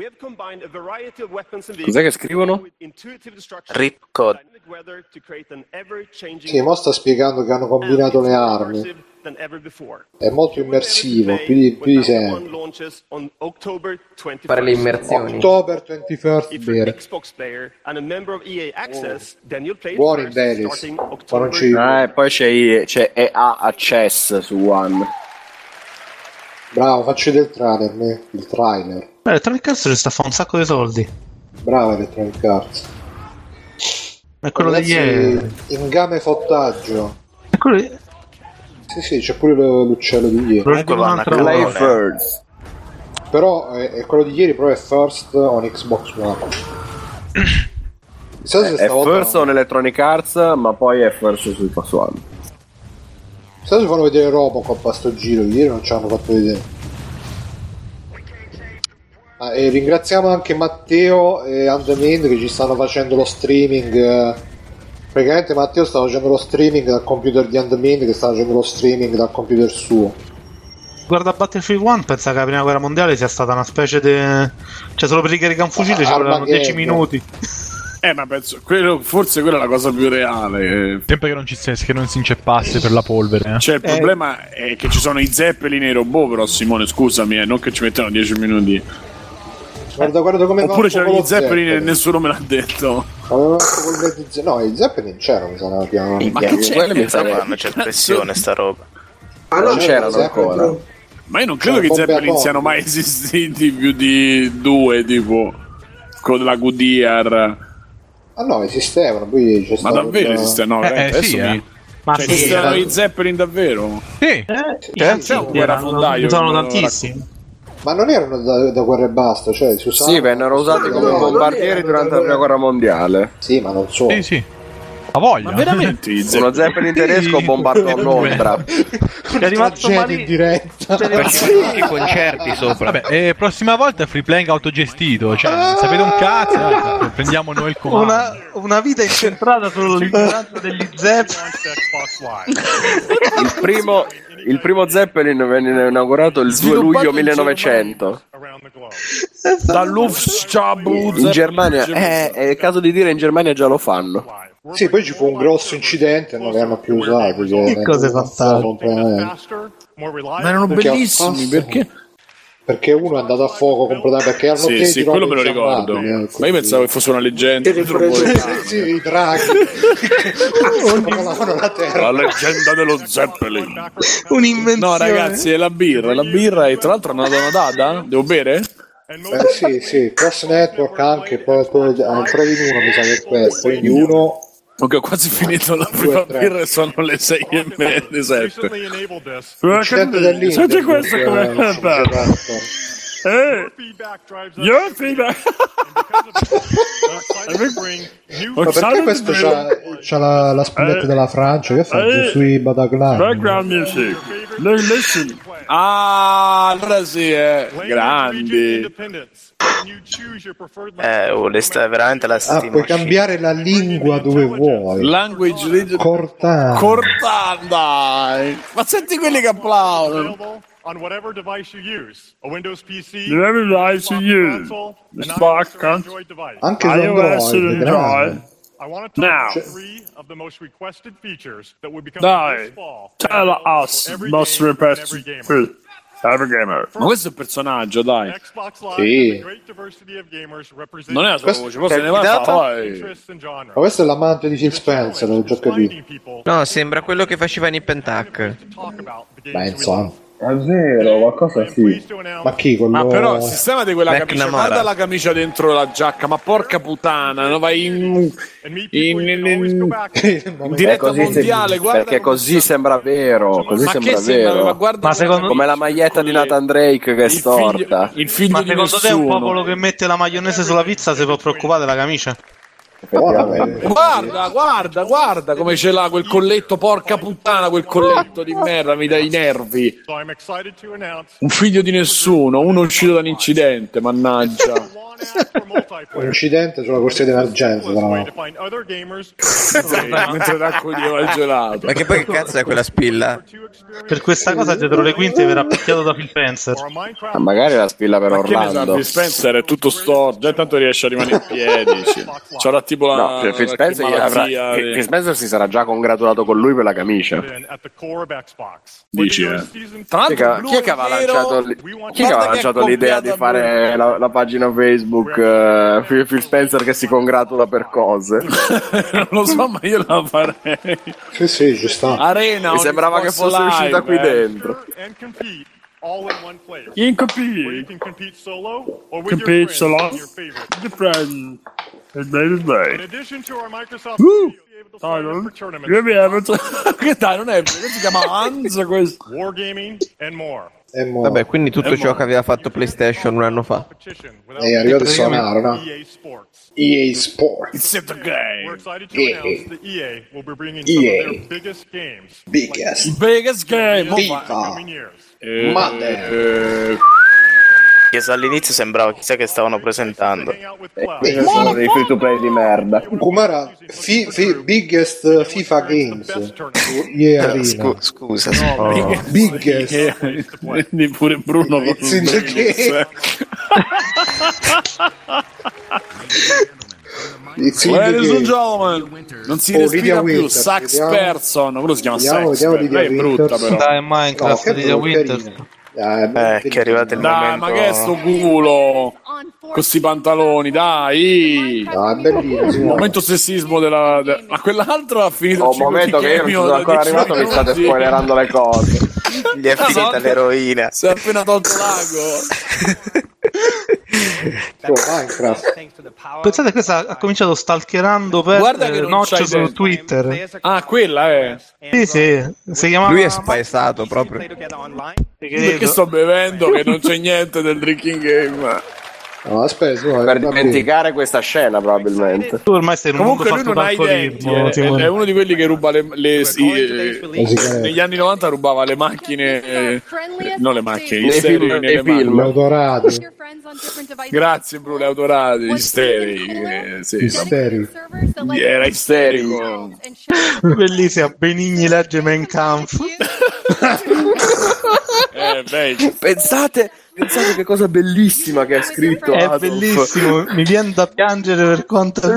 Cos'è che scrivono? Rip code. Sì, mo sta spiegando che hanno combinato le armi. È molto immersivo, più di sempre. Fare le immersioni. October 21st, bene. Buoni in Dennis. Poi c'è EA Access su One. Bravo, facci del trailer, il trailer. Electronic Arts ci sta a fare un sacco di soldi. Bravo Electronic Arts. È quello degli Ingame fottaggio. È quello di... Sì, c'è pure l'uccello di ieri. Play First. Però è quello di ieri, però è First on Xbox One. È First on Electronic Arts, ma poi è First su Xbox One. Se fanno vedere Robocop a sto giro, ieri non ci hanno fatto vedere. E ringraziamo anche Matteo e Andamind che ci stanno facendo lo streaming. Praticamente Matteo sta facendo lo streaming dal computer di Andamind, che sta facendo lo streaming dal computer suo. Guarda Battlefield 1, pensa che la prima guerra mondiale sia stata una specie di... cioè solo per ricaricare un fucile ci volevano 10 minuti. Ma penso, forse quella è la cosa più reale. Sempre che non si inceppasse per la polvere. Cioè, il problema è che ci sono i Zeppelin e i robot, però Simone, scusami, non che ci mettono 10 minuti. Guarda come oppure c'erano gli Zeppelin e nessuno me l'ha detto. No, i Zeppelin c'erano, mi sa piano. Ma che c'è? Mi sa che c'è pressione sta roba. Non c'erano ancora. Ma io non credo che i Zeppelin siano mai esistiti più di 2, tipo quello della Goodyear. Ah no, esistevano, poi c'è stato. Ma davvero esistevano? No, adesso sì, Ma esistevano i Zeppelin davvero? Sì. C'è un guerrafondaio. Sono tantissimi. Ma non erano da guerra e basta, cioè si usavano. Sì, vennero usati come bombardieri durante la prima guerra mondiale. Sì, ma non so. Sì. A voglia. Ma veramente? Uno Zeppelin tedesco bombardò Londra. È rimasto in diretta. I concerti sopra. Vabbè, prossima volta free playing autogestito, cioè non sapete un cazzo, prendiamo noi il comando. Una vita incentrata sull'ignoranza degli Zeppelin. Il primo Zeppelin venne inaugurato il 2 luglio 1900 da Lufthansa in Germania. È il caso di dire, in Germania già lo fanno. Sì, poi ci fu un grosso incidente e non li hanno più usati. Che cose fantastiche. Ma erano bellissimi, perché uno è andato a fuoco completamente, perché erano sì, quello me lo ricordo. Ma io pensavo che fosse una leggenda. Sì, i draghi la terra. La leggenda dello Zeppelin. Un'invenzione. No ragazzi, è la birra e tra l'altro hanno dato una data. Devo bere? Sì, Cross Network anche, poi ancora di uno mi sa che è questo, quindi uno. Ok, ho quasi finito la prima birra e sono le 6:30, le 7. Senti questo come è andato? Your feedback. Ma perché questo c'ha la spilletta della Francia? Che fa sui Bataclan? Background music. Listen. Allora sì, grandi. Questa è veramente la Steam puoi cambiare la lingua dove vuoi. Language Cortana, dai. Ma senti quelli che applaudono. On whatever device you use, a Windows PC, whatever device you use, Android device. Anche iOS and Android. I want to talk about 3 of the most requested features that would become this fall. Tell us most requested features. Every gamer. Ma questo è un personaggio, dai. Sì. Non è la sua voce, poi se ne va poi. Ma questo è l'amante di Phil Spencer, l'ho già capito. No, sembra quello che faceva Nip and Tuck. Beh, insomma. È vero, qualcosa sì. Ma chi? Quello... Ma però il sistema di quella camicia, guarda la camicia dentro la giacca, ma porca puttana, no, vai in diretta mondiale, guarda. Perché così sembra vero, così sembra vero. Ma guarda, come la maglietta di Nathan Drake che è storta. Il figlio ma di secondo te un popolo che mette la maionese sulla pizza si può preoccupare della camicia? Guarda come ce l'ha quel colletto, porca puttana, quel colletto di merda, mi dai i nervi. Un figlio di nessuno, uno uscito da un incidente, mannaggia. Un incidente sulla corsia di emergenza mentre raccoglieva il gelato. Ma che poi che cazzo è quella spilla? Per questa cosa dietro le quinte verrà picchiato da Phil Spencer. Magari la spilla per Orlando. Phil Spencer è tutto storto, già intanto riesce a rimanere in piedi. C'era tipo la Phil Spencer si sarà già congratulato con lui per la camicia. Dici, Tra l'altro, chi è che aveva lanciato l'idea di fare la pagina Facebook Phil Spencer che si congratula per cose? Non lo so, ma io la farei. Sì, ci sta. Arena, mi sembrava che fosse uscita qui dentro. In compete. Compete solo. Different. In addition to our Microsoft che dai, non è vero, si chiama Hans questo. Wargaming and more. Vabbè, quindi tutto ciò che aveva fatto PlayStation un anno fa. È arrivato a suonare, no? EA Sports. It's the game. We're excited to announce that EA will be bringing some of their biggest games. Biggest game. FIFA. Che all'inizio sembrava chissà che stavano presentando. Sono dei free to play di merda. Com'era? Biggest FIFA Games. EA Arena. Scusa. Biggest. Quindi pure Bruno con Ladies and gentlemen, non si respira più. Sax Person, quello si chiama Sax. È brutta però. Dai, Minecraft di Winter. Che è arrivato il momento. Ma che è sto culo con questi pantaloni, dai. No, è bellino. Il momento sessismo della ma quell'altro ha finito il momento che io non sono ancora arrivato, mi state spoilerando le cose. Gli è finita l'eroina. Si è appena tolto l'ago. Minecraft. Pensate che questa ha cominciato stalkerando per Notch su Twitter. Ah, quella è. Sì, si chiamava. Lui è spaesato proprio. Perché sto bevendo che non c'è niente del drinking game. No, aspetta, per dimenticare questa scena probabilmente. Tu ormai sei in un comunque lui non ha i denti, è uno di quelli che ruba negli anni 90 rubava le macchine, non le macchine, gli sterei nelle film, autorati. Grazie Bruno, le autorati, gli sterei, sì, era isterico. Bellissima, Benigni legge Mein Kampf. Pensate che cosa bellissima che ha scritto. È bellissimo, mi viene da piangere per quanto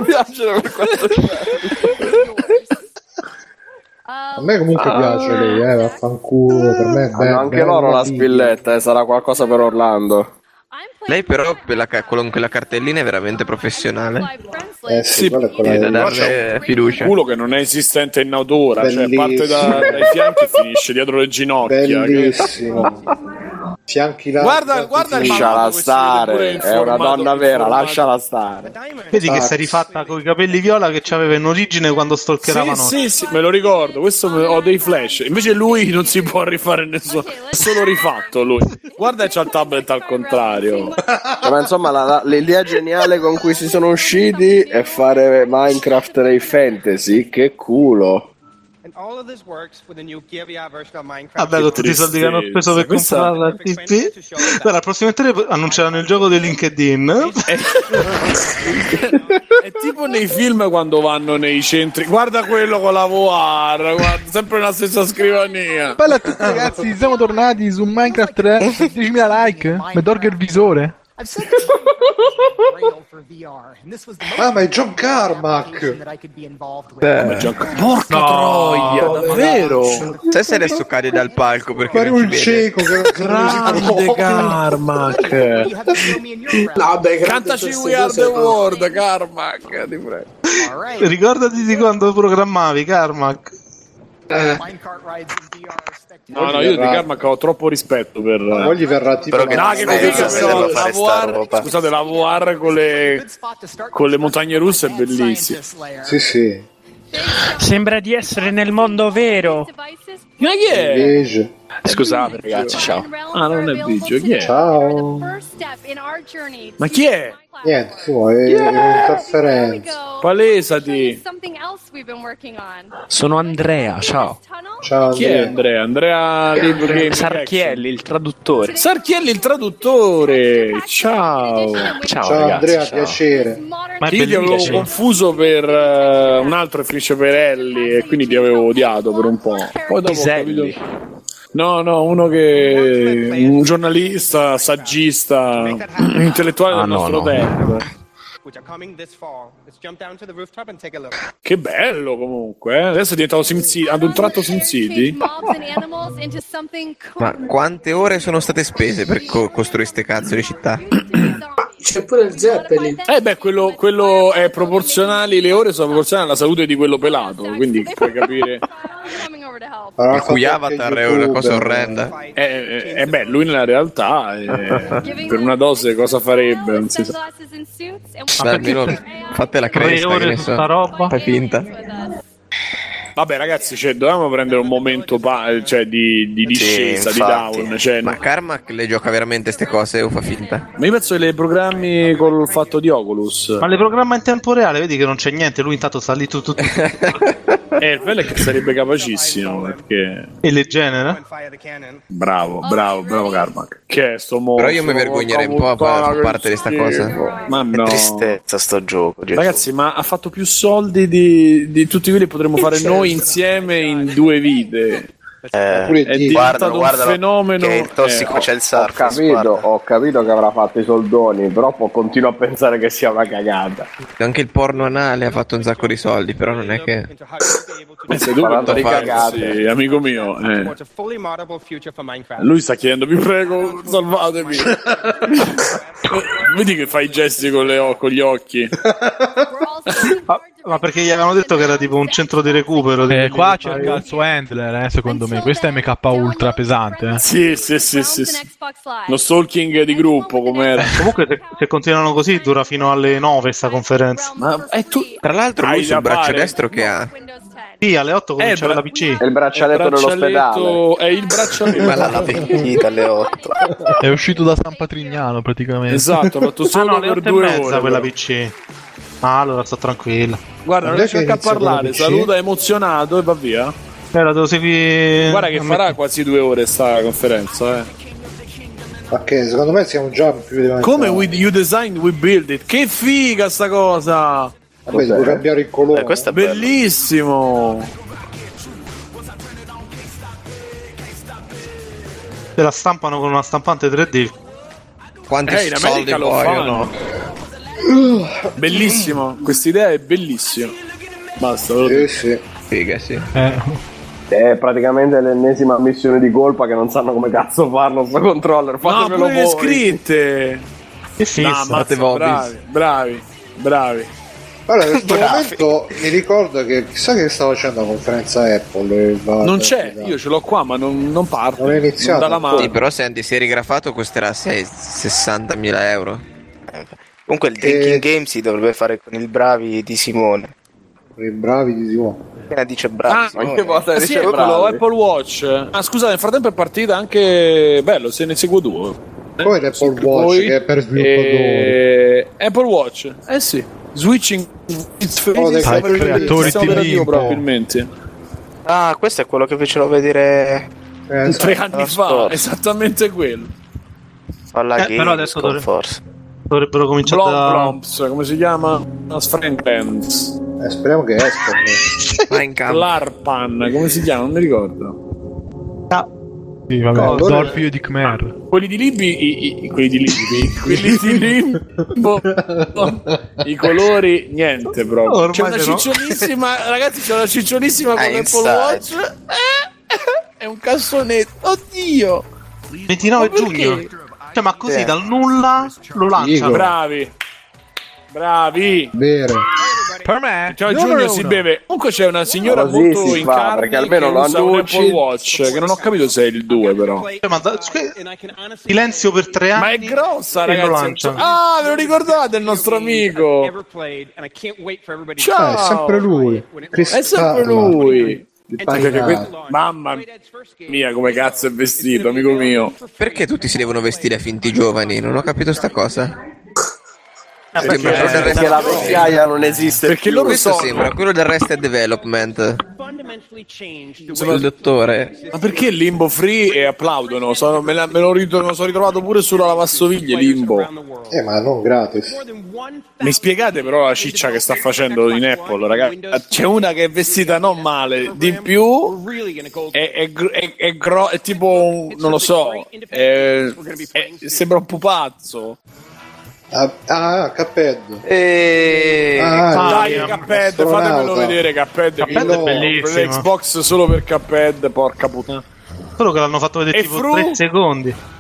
a me comunque piace lei, vaffanculo, per me è bello. Anche loro la spilletta, sarà qualcosa per Orlando. Lei però con quella cartellina è veramente professionale. Sì, da dare fiducia. Un culo che non è esistente in natura, cioè parte dai fianchi e finisce dietro le ginocchia. Bellissimo. Fianchi là. Guarda lasciala stare, è una donna vera, lasciala stare. Vedi che si è rifatta con i capelli viola che c'aveva in origine quando stalkeravano. Sì, me lo ricordo, questo ho dei flash. Invece lui non si può rifare nessuno, è solo rifatto lui. Guarda che c'ha il tablet al contrario. Ma insomma l'idea geniale con cui si sono usciti è fare Minecraft nei fantasy, che culo. Vabbè, con tutti i soldi che hanno speso per comprare la TP. Guarda, prossimamente annunceranno il gioco di LinkedIn. È tipo nei film quando vanno nei centri. Guarda quello con la VR, guarda, sempre nella stessa scrivania. Bella a tutti ragazzi, siamo tornati su Minecraft 3. 10.000 like, mi tolgo il visore. Ma è John Carmack. Porca troia, davvero? Sai se adesso cade dal palco perché pare un cieco grande Carmack. Cantaci We Are The World, Carmack, ti prego. Ricordati di quando programmavi, Carmack. No, io di Carmack ho troppo rispetto per. Poi gli verrà tipo la VR, scusate, la VR con le montagne russe è bellissima. Sì. Sembra di essere nel mondo vero. Ma chi è? Scusate ragazzi, ciao. Ah, non è Biggio, chi è? Ciao. Ma chi è? Niente, è un'interferenza. Palesati. Sono Andrea, ciao. Ciao, chi è Andrea? Andrea Sarchielli, il traduttore. Sarchielli, il traduttore. Ciao ragazzi, Andrea, ciao. piacere. Ma io ti avevo confuso per un altro che finisce per Ellie e quindi ti avevo odiato per un po'. Poi dopo ho capito. No, uno che un giornalista, saggista, intellettuale del nostro tempo. Che bello comunque, Adesso è diventato SimCity, ad un tratto SimCity. Ma quante ore sono state spese per costruire ste cazzo di città? C'è pure il Zeppelin. Quello è proporzionale, le ore sono proporzionali alla salute di quello pelato, quindi puoi capire. Per cui Avatar è una cosa orrenda. Lui nella realtà per una dose cosa farebbe? Non si sa. Almeno fate la cresta, che ne so. Roba. Fai finta. Vabbè ragazzi, dovevamo prendere un momento di discesa, di down. Ma Carmack le gioca veramente ste cose o fa finta? Ma io penso che le programmi col fatto di Oculus. Ma le programma in tempo reale, vedi che non c'è niente, lui intanto sta lì tutto. Il bello è che sarebbe capacissimo, perché... E le genera? Bravo Carmack. Che è sto Però io mi vergognerei un po' a far parte di sta cosa. Ma no. Che tristezza sto gioco, Gesù. Ragazzi, ma ha fatto più soldi di tutti quelli che potremmo fare noi insieme in 2 vite. È diventato un fenomeno. Che il tossico c'è il surf. Ho capito che avrà fatto i soldoni, però continuo a pensare che sia una cagata. Anche il porno anale ha fatto un sacco di soldi, però non è che sei tu di cagate, amico mio. Lui sta chiedendo, vi prego, salvatemi. Vedi che fai i gesti con gli occhi. Ma perché gli avevano detto che era tipo un centro di recupero? Qua c'è il cazzo handler, secondo me. Questo è MK ultra pesante. Sì. Lo stalking di gruppo, com'era. Comunque, se continuano così, dura fino alle 9 sta conferenza. Ma è tu. Tra l'altro, lui sul braccio destro che ha. Sì, alle 8 comincia la PC. È il braccialetto dell'ospedale. È il braccialetto. Ma la vita alle 8. È uscito da San Patrignano praticamente. Esatto, ha fatto solo per 2 ore quella PC. Allora sto tranquillo. Guarda, non riesce a parlare, saluta emozionato e va via. La devo seguire. Guarda che farà quasi 2 ore sta conferenza, Ok, secondo me siamo già più di come you design, we build it. Che figa sta cosa! Vabbè, devo cambiare il colore. Questo è bellissimo. Se la stampano con una stampante 3D. Quanti soldi lo fanno? Bellissimo, quest'idea è bellissima. Basta. Sì. Figa, sì. È praticamente l'ennesima missione di colpa che non sanno come cazzo farlo sto controller. Fatemelo voi. Le scritte. Che fissa. Bravi. Allora, in questo momento mi ricordo che chissà che stava facendo la conferenza Apple. Non c'è, io ce l'ho qua, ma non parte. Non è iniziato. Dalla mano. Sì, però senti, se è rigrafato costerà 60.000 euro. Comunque il Drinking Game si dovrebbe fare con il Bravi di Simone. Con i Bravi di Simone. Appena dice Bravi. Ma che volta dice quello Apple Watch. Scusate, nel frattempo è partita anche bello, se ne seguo 2. Poi l'Apple Watch che è per sviluppatori. Apple Watch. Sì. Switching creatori TV probabilmente. Questo è quello che fecero vedere 3 anni fa, esattamente quello. Però adesso dovrebbero cominciare Blomps, come si chiama? Franklands. Speriamo che esca. L'Arpan, come si chiama? Non mi ricordo. Sì, vabbè, Dorfio di Khmer. Quelli di Libby, quelli di Limbo, i colori, niente proprio. Ormai c'è una ciccionissima, ragazzi, c'è una ciccionissima con l'Apple Watch. È un cassonetto, oddio. 29 giugno. Cioè, ma così dal nulla lo lanciano. Bravi. Vero. Per me. Ciao, giugno si beve. Comunque c'è una signora molto in carne perché almeno lo usa un Apple Watch che non ho capito se è il 2 però. Silenzio per 3 anni. Ma è grossa, ragazzi. Ve lo ricordate il nostro amico? Ciao. È sempre lui. È sempre lui. Mamma mia, come cazzo è vestito, amico mio. Perché tutti si devono vestire finti giovani? Non ho capito sta cosa. Perché la vecchiaia non esiste. Perché loro sembra quello del Arrested Development. Sono il dottore. Ma perché Limbo Free e applaudono? Me lo sono ritrovato pure sulla lavastoviglie Limbo. Ma non gratis. Mi spiegate però la ciccia che sta facendo in Apple, ragazzi? C'è una che è vestita non male, di più è tipo non lo so, sembra un pupazzo. Cuphead. Dai, Cuphead, fatemelo vedere. Cuphead è bellissimo. Xbox solo per Cuphead, porca puttana. Quello che l'hanno fatto vedere tipo 3 secondi.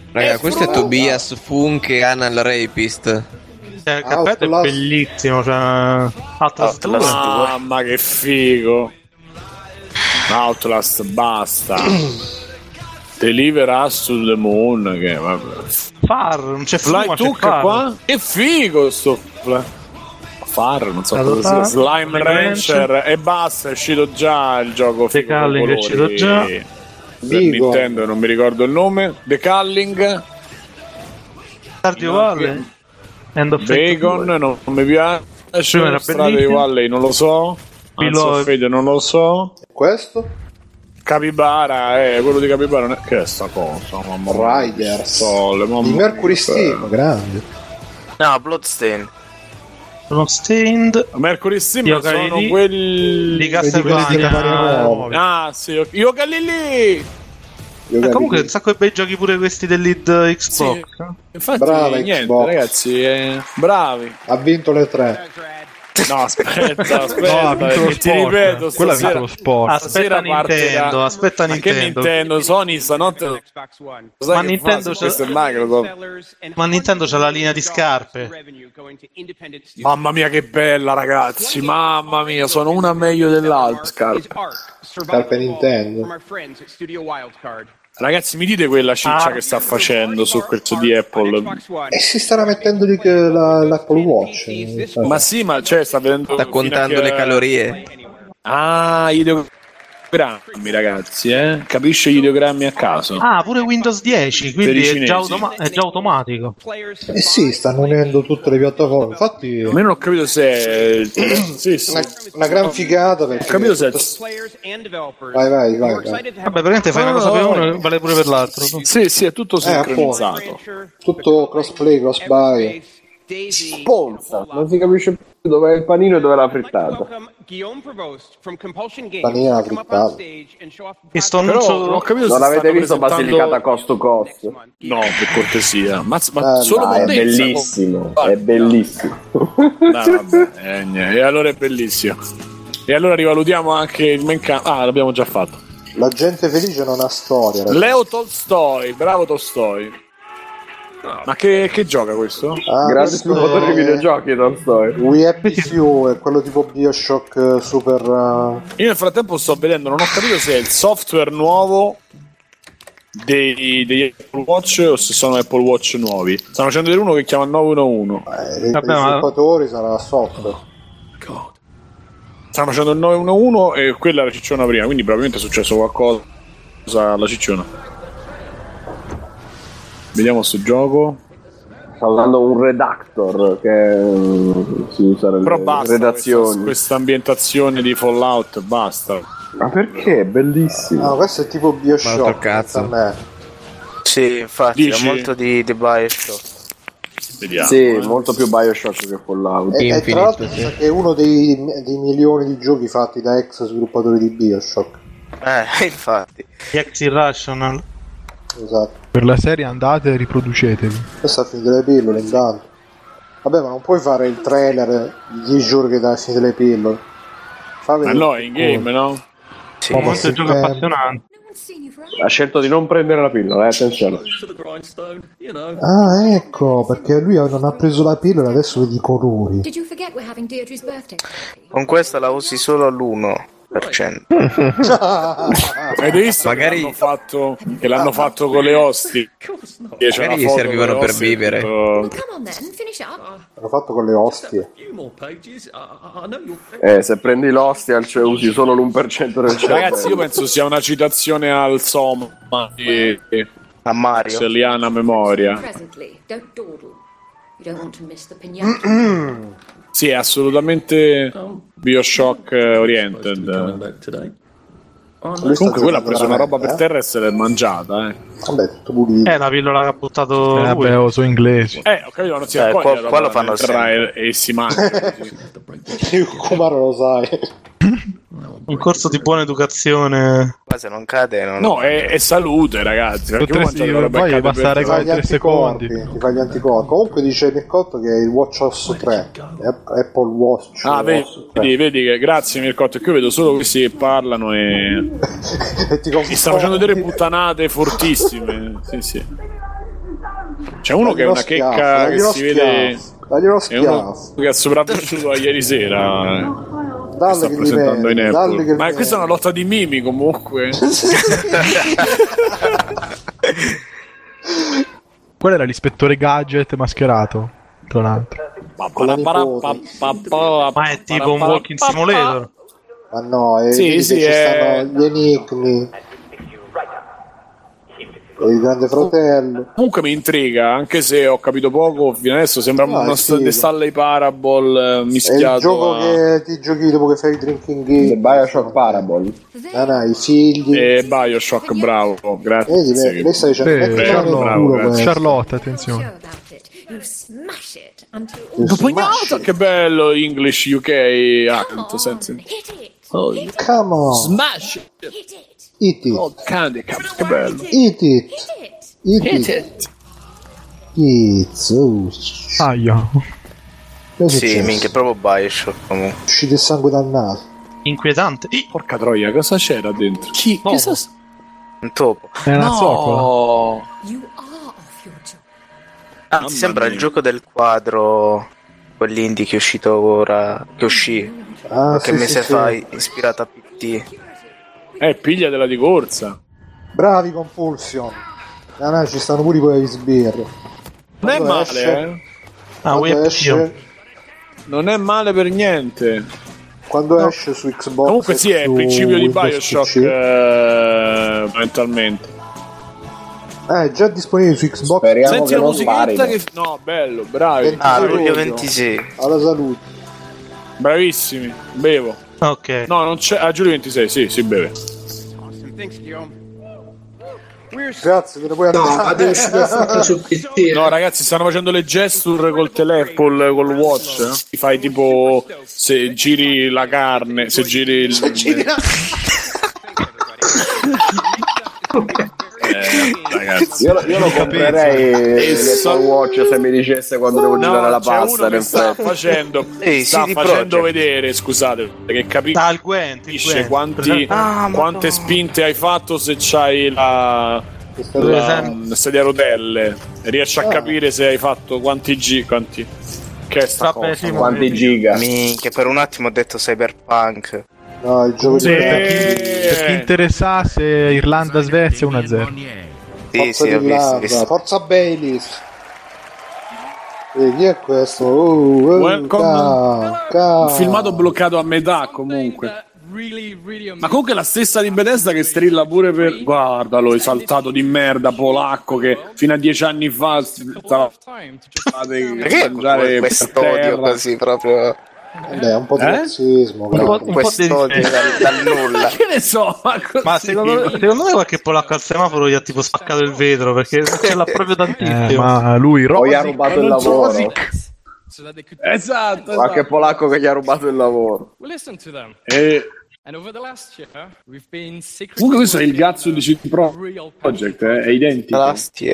Raga, questo è Tobias Funk e Anal Rapist. Il cappello è bellissimo, cioè mamma che figo. Outlast, basta. Deliver Us to the Moon, che vabbè. Far, non c'è Fly Tuck qua? Che figo sto Far, non so cosa sia. Slime Rancher e basta, è uscito già il gioco. The Culling è uscito già. Per Nintendo, non mi ricordo il nome. The Culling. Stardew Valley. Bacon, non mi piace. Stardew Valley, non lo so. Fede, non lo so. Questo? Capybara, quello di Capybara. Che è sta cosa? Mamma Riders. Di Mercury Steam, grande. No, Bloodstained. Mercury Steam sono quelli di Castlevania. Ah, sì, io Galilei. Comunque un sacco di bei giochi pure questi dell'id Xbox. Sì. Infatti, brava niente, Xbox. Ragazzi, bravi. Ha vinto le 3. No, aspetta, ti ripeto, quello ha vinto lo sport. Aspetta Nintendo, Che Nintendo, Sony stanotte. Ma Nintendo c'ha la linea di scarpe. Mamma mia che bella, ragazzi, mamma mia, sono una meglio dell'altra. Scarpe Nintendo. Ragazzi, mi dite quella ciccia che sta facendo su questo di Apple? E si starà mettendo lì l'Apple Watch. Ma sì, ma cioè sta contando le calorie. Ah, ideogrammi, ragazzi, capisce gli ideogrammi a caso. Ah, pure Windows 10, quindi è già automatico. Eh sì, stanno unendo tutte le piattaforme. Infatti, a me non ho capito se sì. Una gran figata, perché ho capito se vai. Vabbè, praticamente fai una cosa per uno e vale pure per l'altro. Sì, è tutto sincronizzato. Tutto crossplay, cross-buy. Sponza, non si capisce più dove è il panino e dove è la frittata. Panino la frittata. Non ho capito non avete visto Basilicata cost to cost? No, per cortesia. Ma solo è bellissimo, è bellissimo. E allora è bellissimo. E allora rivalutiamo anche il main l'abbiamo già fatto. La gente felice non ha storia. Ragazzi. Leo Tolstoi, bravo Tolstoi. Ma che gioca questo? Grande sviluppatore di videogiochi, Tolstoi. We Happy Few è quello tipo BioShock super. Io nel frattempo sto vedendo, non ho capito se è il software nuovo degli Apple Watch o se sono Apple Watch nuovi. Stanno facendo uno che chiama 911. I sviluppatori sarà software. Stanno facendo il 911 e quella era la cicciona prima, quindi probabilmente è successo qualcosa alla cicciona. Vediamo sto gioco. Sta usando un redactor che si usa nelle redazioni. Questa ambientazione di Fallout, basta. Ma perché? È bellissimo. No, questo è tipo BioShock. Cazzo. Sì, infatti, è molto di BioShock. Vediamo. Sì, molto più BioShock che Fallout. E tra l'altro è uno dei milioni di giochi fatti da ex sviluppatori di BioShock. Infatti. Ex Irrational. Esatto. Per la serie andate e riproducetevi. Questo ha finito le pillole intanto. Vabbè, ma non puoi fare il trailer 10 giorni che dai finito le pillole. Ma no, è in game, no? Sì, molto gioco appassionante. Ha scelto di non prendere la pillola, attenzione. Ah, ecco, perché lui non ha preso la pillola, adesso vedi i colori. Con questa la usi solo all'1%. Hai visto magari che l'hanno fatto con le ostie, magari gli servivano per vivere. L'hanno fatto con le ostie. Se prendi l'ostia usi solo l'1% del cervello. Ragazzi, io penso sia una citazione al Soma a Mario Celiana memoria. Sì, è assolutamente BioShock oriented. Comunque quella ha preso una roba per terra e se l'è mangiata, Vabbè, tutto pulito. La pillola che ha buttato vabbè, sono inglesi. Ho capito, non si accoglie qua lo fanno e si mangia. Come lo sai? Un corso di buona educazione. Ma se non cade no, è salute, ragazzi. Poi bastare con 3 secondi. Ti fai gli anticorpi. Comunque dice Mircotto che è il WatchOS 3 Apple Watch. Vedi che grazie Mircotto, che io vedo solo questi che parlano e mi stanno facendo delle puttanate fortissime. Sì. C'è uno che è una checca che si vede. È uno che è sopravvissuto a ieri sera. Sta presentando in Apple. Ma questa è una lotta di mimi comunque. Quello era l'ispettore Gadget mascherato, tra l'altro. Ma è tipo un walking simulator. Ma no, sì, ci stanno gli enigmi. Il Grande Fratello. Comunque mi intriga, anche se ho capito poco fino adesso. Sembra uno Stanley Parable mischiato. È il gioco che ti giochi dopo che fai il drinking game. Bioshock Parable. I figli. Bioshock, bravo, grazie. Lei sta dicendo Charlotte, attenzione. Che bello English UK accent. Oh, come on. Smash it. Eat it. Oh, Candy Cups, che bello. Eat it. Aia. Sì, minchia, proprio Bioshock comunque. Uscite il sangue dal naso. Inquietante. Porca troia, cosa c'era dentro? Chi? Un topo. È una zoccola. Anzi, sembra il gioco del quadro, quell'indie che è uscito ora, che uscì qualche mese fa, ispirato a PT. Pigliatela di corsa. Bravi Compulsion. Ci stanno pure poi gli sbirri. Non è male, non è male per niente. Quando esce su Xbox. Comunque sì, è il principio di Bioshock mentalmente. È già disponibile su Xbox. Speriamo. Senti la musichetta che... No, bello, bravi. Luglio 26. Alla salute. Bravissimi, bevo. Ok. No, non c'è. A giugno 26, sì, si beve. Grazie, te ne puoi andare. No, ragazzi, stanno facendo le gesture col telefono, col watch. Ti fai tipo se giri la carne, se giri il. Ragazzi, io lo comprerei l'Apple Watch se mi dicesse quando devo girare la pasta. Uno sta facendo vedere, scusate, che capisce quante spinte hai fatto se c'hai la sedia a rotelle, riesci a capire se hai fatto quanti che è sta cosa, quanti giga. Minchia, per un attimo ho detto Cyberpunk. No, il gioco per chi interessasse, Irlanda-Svezia 1-0. Sì, ho visto. Forza Baileys. Chi è questo? Un filmato bloccato a metà comunque. Ma comunque è la stessa di Bethesda che strilla pure per... Guardalo, esaltato di merda polacco che fino a 10 anni fa stava... Perché quest'odio così proprio... È un po' di razzismo, un po' dal nulla. Che ne so, ma secondo me qualche polacco al semaforo gli ha tipo spaccato il vetro perché ce l'ha proprio tantissimo. Ma lui gli ha rubato il lavoro. Esatto. Qualche polacco che gli ha rubato il lavoro. Comunque questo è il cazzo di CD Projekt, è identico.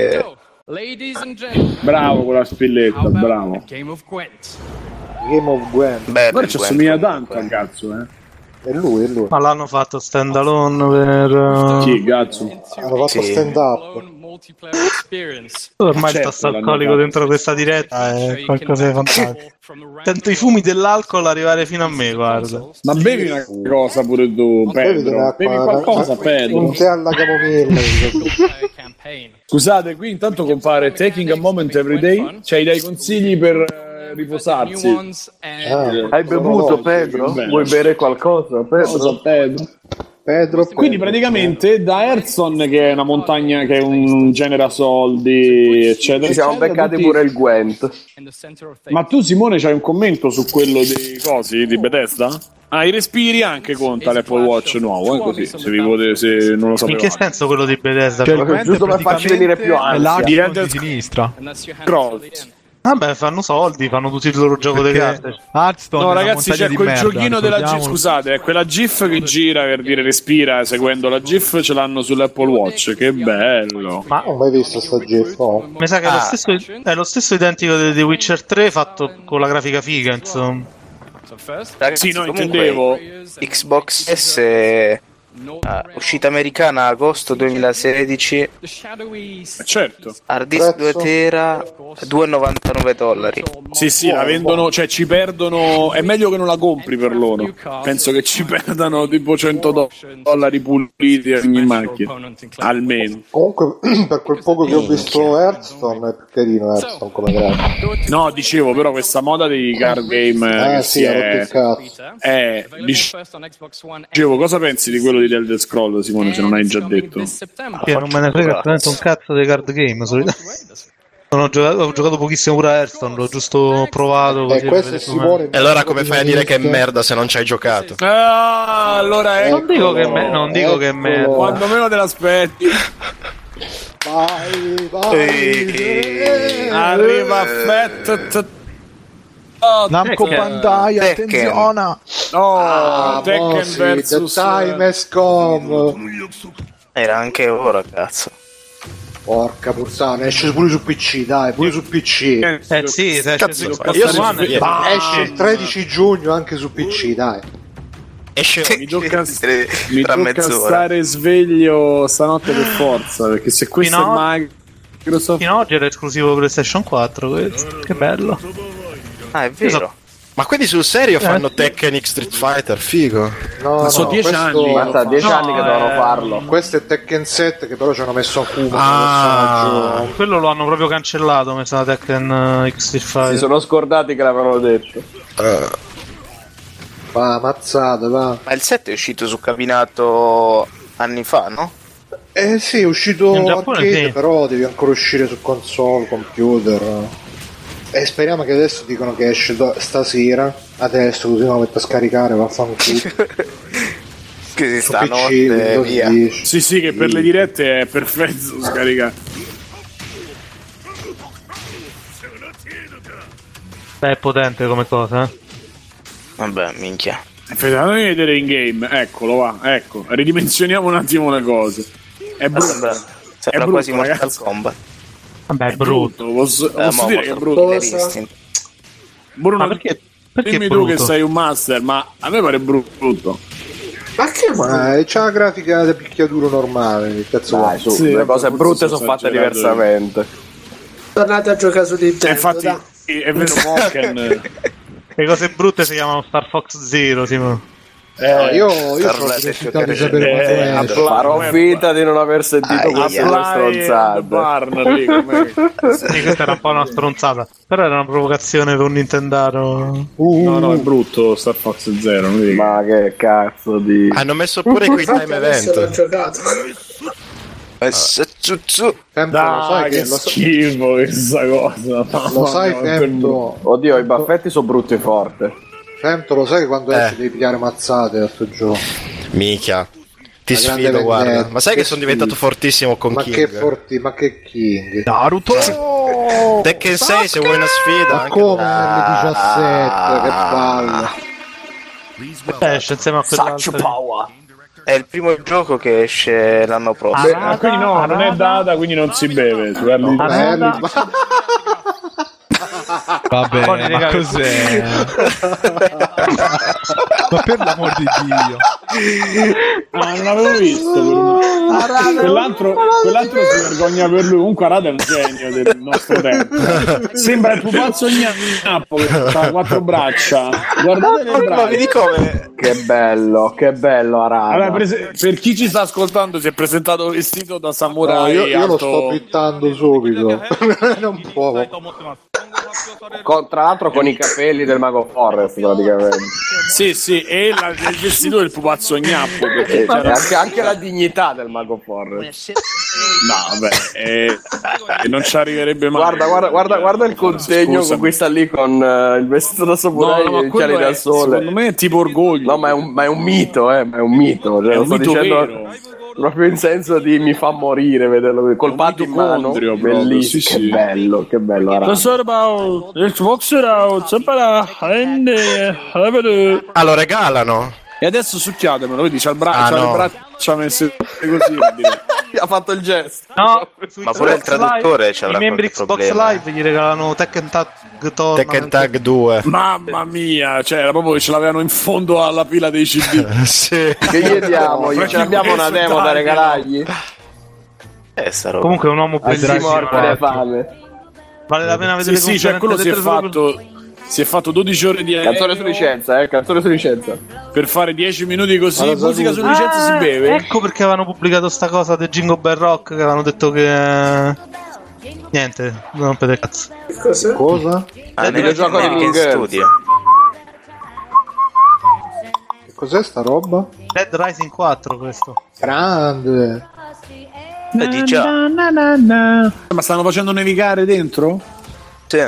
Bravo con la spilletta, bravo. Game of Gwen. Guarda, ci assomiglia tanto al cazzo, È lui. Ma l'hanno fatto stand alone per... Chi, cazzo? Hanno fatto stand up. Ormai il tasto alcolico dentro questa diretta è qualcosa di fantastico. Sento i fumi dell'alcol arrivare fino a me, guarda. Ma bevi una cosa pure tu, Pedro. Bevi qualcosa, Pedro. Un tè alla camomilla. Scusate, qui intanto compare Taking a Moment Every Day. C'hai dei consigli per riposarsi. Hai bevuto, Pedro? Vuoi bere qualcosa, Pedro? Quindi praticamente da Herzon, che è una montagna che è un genera soldi, eccetera, ci siamo beccati pure il Gwent. Ma tu, Simone, c'hai un commento su quello dei cosi di Bethesda? I respiri anche conta l'Apple Watch nuovo, così, se non lo sapevate. In che senso quello di Bethesda? Giusto per farci venire più ansia. Di sinistra. Vabbè, fanno soldi, fanno tutti il loro gioco di carte. Hearthstone, no, ragazzi, c'è quel giochino della GIF. Scusate, è quella GIF che gira per dire respira. Seguendo la GIF ce l'hanno sull'Apple Watch. Che bello! Ma non ho mai visto sta GIF. Mi sa che è lo stesso identico di The Witcher 3 fatto con la grafica figa, insomma. Ragazzi, sì, no, intendevo Xbox S Uscita americana agosto 2016. Certo. Hard disk 2 tera, $2,99. Sì, la vendono, cioè ci perdono. È meglio che non la compri per loro. Penso che ci perdano tipo $100 puliti ogni macchina. Almeno. Comunque, per quel poco che ho visto Hearthstone, è più carino Hearthstone come grafico. No, dicevo, però questa moda dei card game dicevo, cosa pensi di quello di Elder Scroll, Simone, se non hai già detto? Che non me ne frega assolutamente un cazzo dei card game. Ho giocato pochissimo pure a Hearthstone, l'ho giusto provato così. E allora come fai a dire che è merda se non ci hai giocato? Allora non dico che è merda. Quando meno te l'aspetti. Vai. Arriva Fett. Namco Bandai, attenzione! Tekken versus The Time has come. Era anche ora, cazzo. Porca puttana, esce pure su PC, dai, pure su PC. Sì, esce su esce il 13 giugno anche su PC, dai. Mi tocca stare sveglio stanotte per forza, perché se questo è Microsoft. Fino ad oggi era esclusivo PlayStation 4, questo. Che bello. Ah, è vero. Ma quindi sul serio fanno Tekken X Street Fighter? Figo. No, sono 10 anni. Guarda, 10 anni che devono farlo. Questo è Tekken 7 che però ci hanno messo Akuma. Quello lo hanno proprio cancellato, messo da Tekken X Street Fighter. Si sono scordati che l'avevano detto. Va, mazzata, va. Ma il 7 è uscito su cabinato anni fa, no? Sì, è uscito in Giappone, arcade, sì. però devi ancora uscire su console, computer. E speriamo che adesso dicono che esce stasera. Adesso così lo metto a scaricare, vaffanculo. Che su stanotte via. Sì, che per le dirette è perfetto scaricare. È potente come cosa, Vabbè, minchia. Fammi vedere in game, eccolo, va, ecco. Ridimensioniamo un attimo le cose. È brutto. Sembra quasi Mortal Kombat. Vabbè, è brutto. Posso dire che è brutto. Bruno, ma perché dimmi tu che sei un master, ma a me pare brutto. Ma che c'ha la grafica da picchiaduro normale, che cazzo dai, su, sì, le cose brutte sono fatte diversamente. Tornate a giocare su Nintendo. Infatti è vero, Mokken. Le cose brutte si chiamano Star Fox Zero, Simo. Io ho curiosità di sapere quanto è. Farò finta di non aver sentito queste stronzate. Sì, questa era un po' una stronzata, però era una provocazione per un Nintendaro. No, è brutto Star Fox Zero. Ma che cazzo di... Hanno messo pure quei time event. L'ho giocato. Dai, che schifo questa cosa. Lo sai, Femto? Oddio, i baffetti sono brutti e forti. Femto, lo sai che quando esce devi pigliare mazzate a sto gioco? Mica. Ti sfido, guarda. Ma sai che sono diventato fortissimo con King? Ma che King? Naruto! Tekken 6 se vuoi una sfida. Ma come nel 17? Che palle. Esce insieme a quell'altro. È il primo gioco che esce l'anno prossimo. Quindi no, non è data, quindi non si beve. Vabbè, ma cos'è? Ma per l'amor di Dio, non l'avevo visto. Quell'altro si vergogna per lui. Comunque Arada è un genio del nostro tempo. Sembra il pupazzo gnappo che ha 4 braccia. Guardate le braccia. Vedi come? Che bello Arada. Allora, per chi ci sta ascoltando, si è presentato vestito da samurai. Io lo sto twittando subito. Non può. Tra l'altro con i capelli del Mago Forest praticamente. Sì, e il vestito del pupazzo gnappo, anche la dignità del Mago Forest. No, vabbè, non ci arriverebbe mai. Guarda il consegno con cui sta lì con il vestito da samurai e gli occhiali da sole. Secondo me è tipo orgoglio. No, ma è un mito, cioè, è un mito vero. Proprio in senso di mi fa morire vederlo col pad in mano, bellissimo. Sì. Che bello lo regalano e adesso succhiatemelo, vedi, c'ha le braccia messe così. ha fatto il gesto. No, ma pure il traduttore ci avrà i membri qualche Xbox problema. Live gli regalano Tekken Tag Tekken Tag 2. Mamma mia, cioè era proprio che ce l'avevano in fondo alla pila dei CD. Sì. Che gli diamo? Ce abbiamo una demo da regalargli? Sta roba. Comunque è un uomo bellissimo. Vale la pena vedere sì, cioè quello si è fatto 12 ore di canzone su licenza, canzone su licenza. Per fare 10 minuti così, musica su licenza si beve. Ecco perché avevano pubblicato sta cosa del Jingle Bell Rock, che avevano detto che niente, non rompete cazzo. Cosa? Il videogioco di in studio. Che cos'è sta roba? Dead Rising 4 questo. Grande. Di già. Ma stanno facendo nevicare dentro? Sì.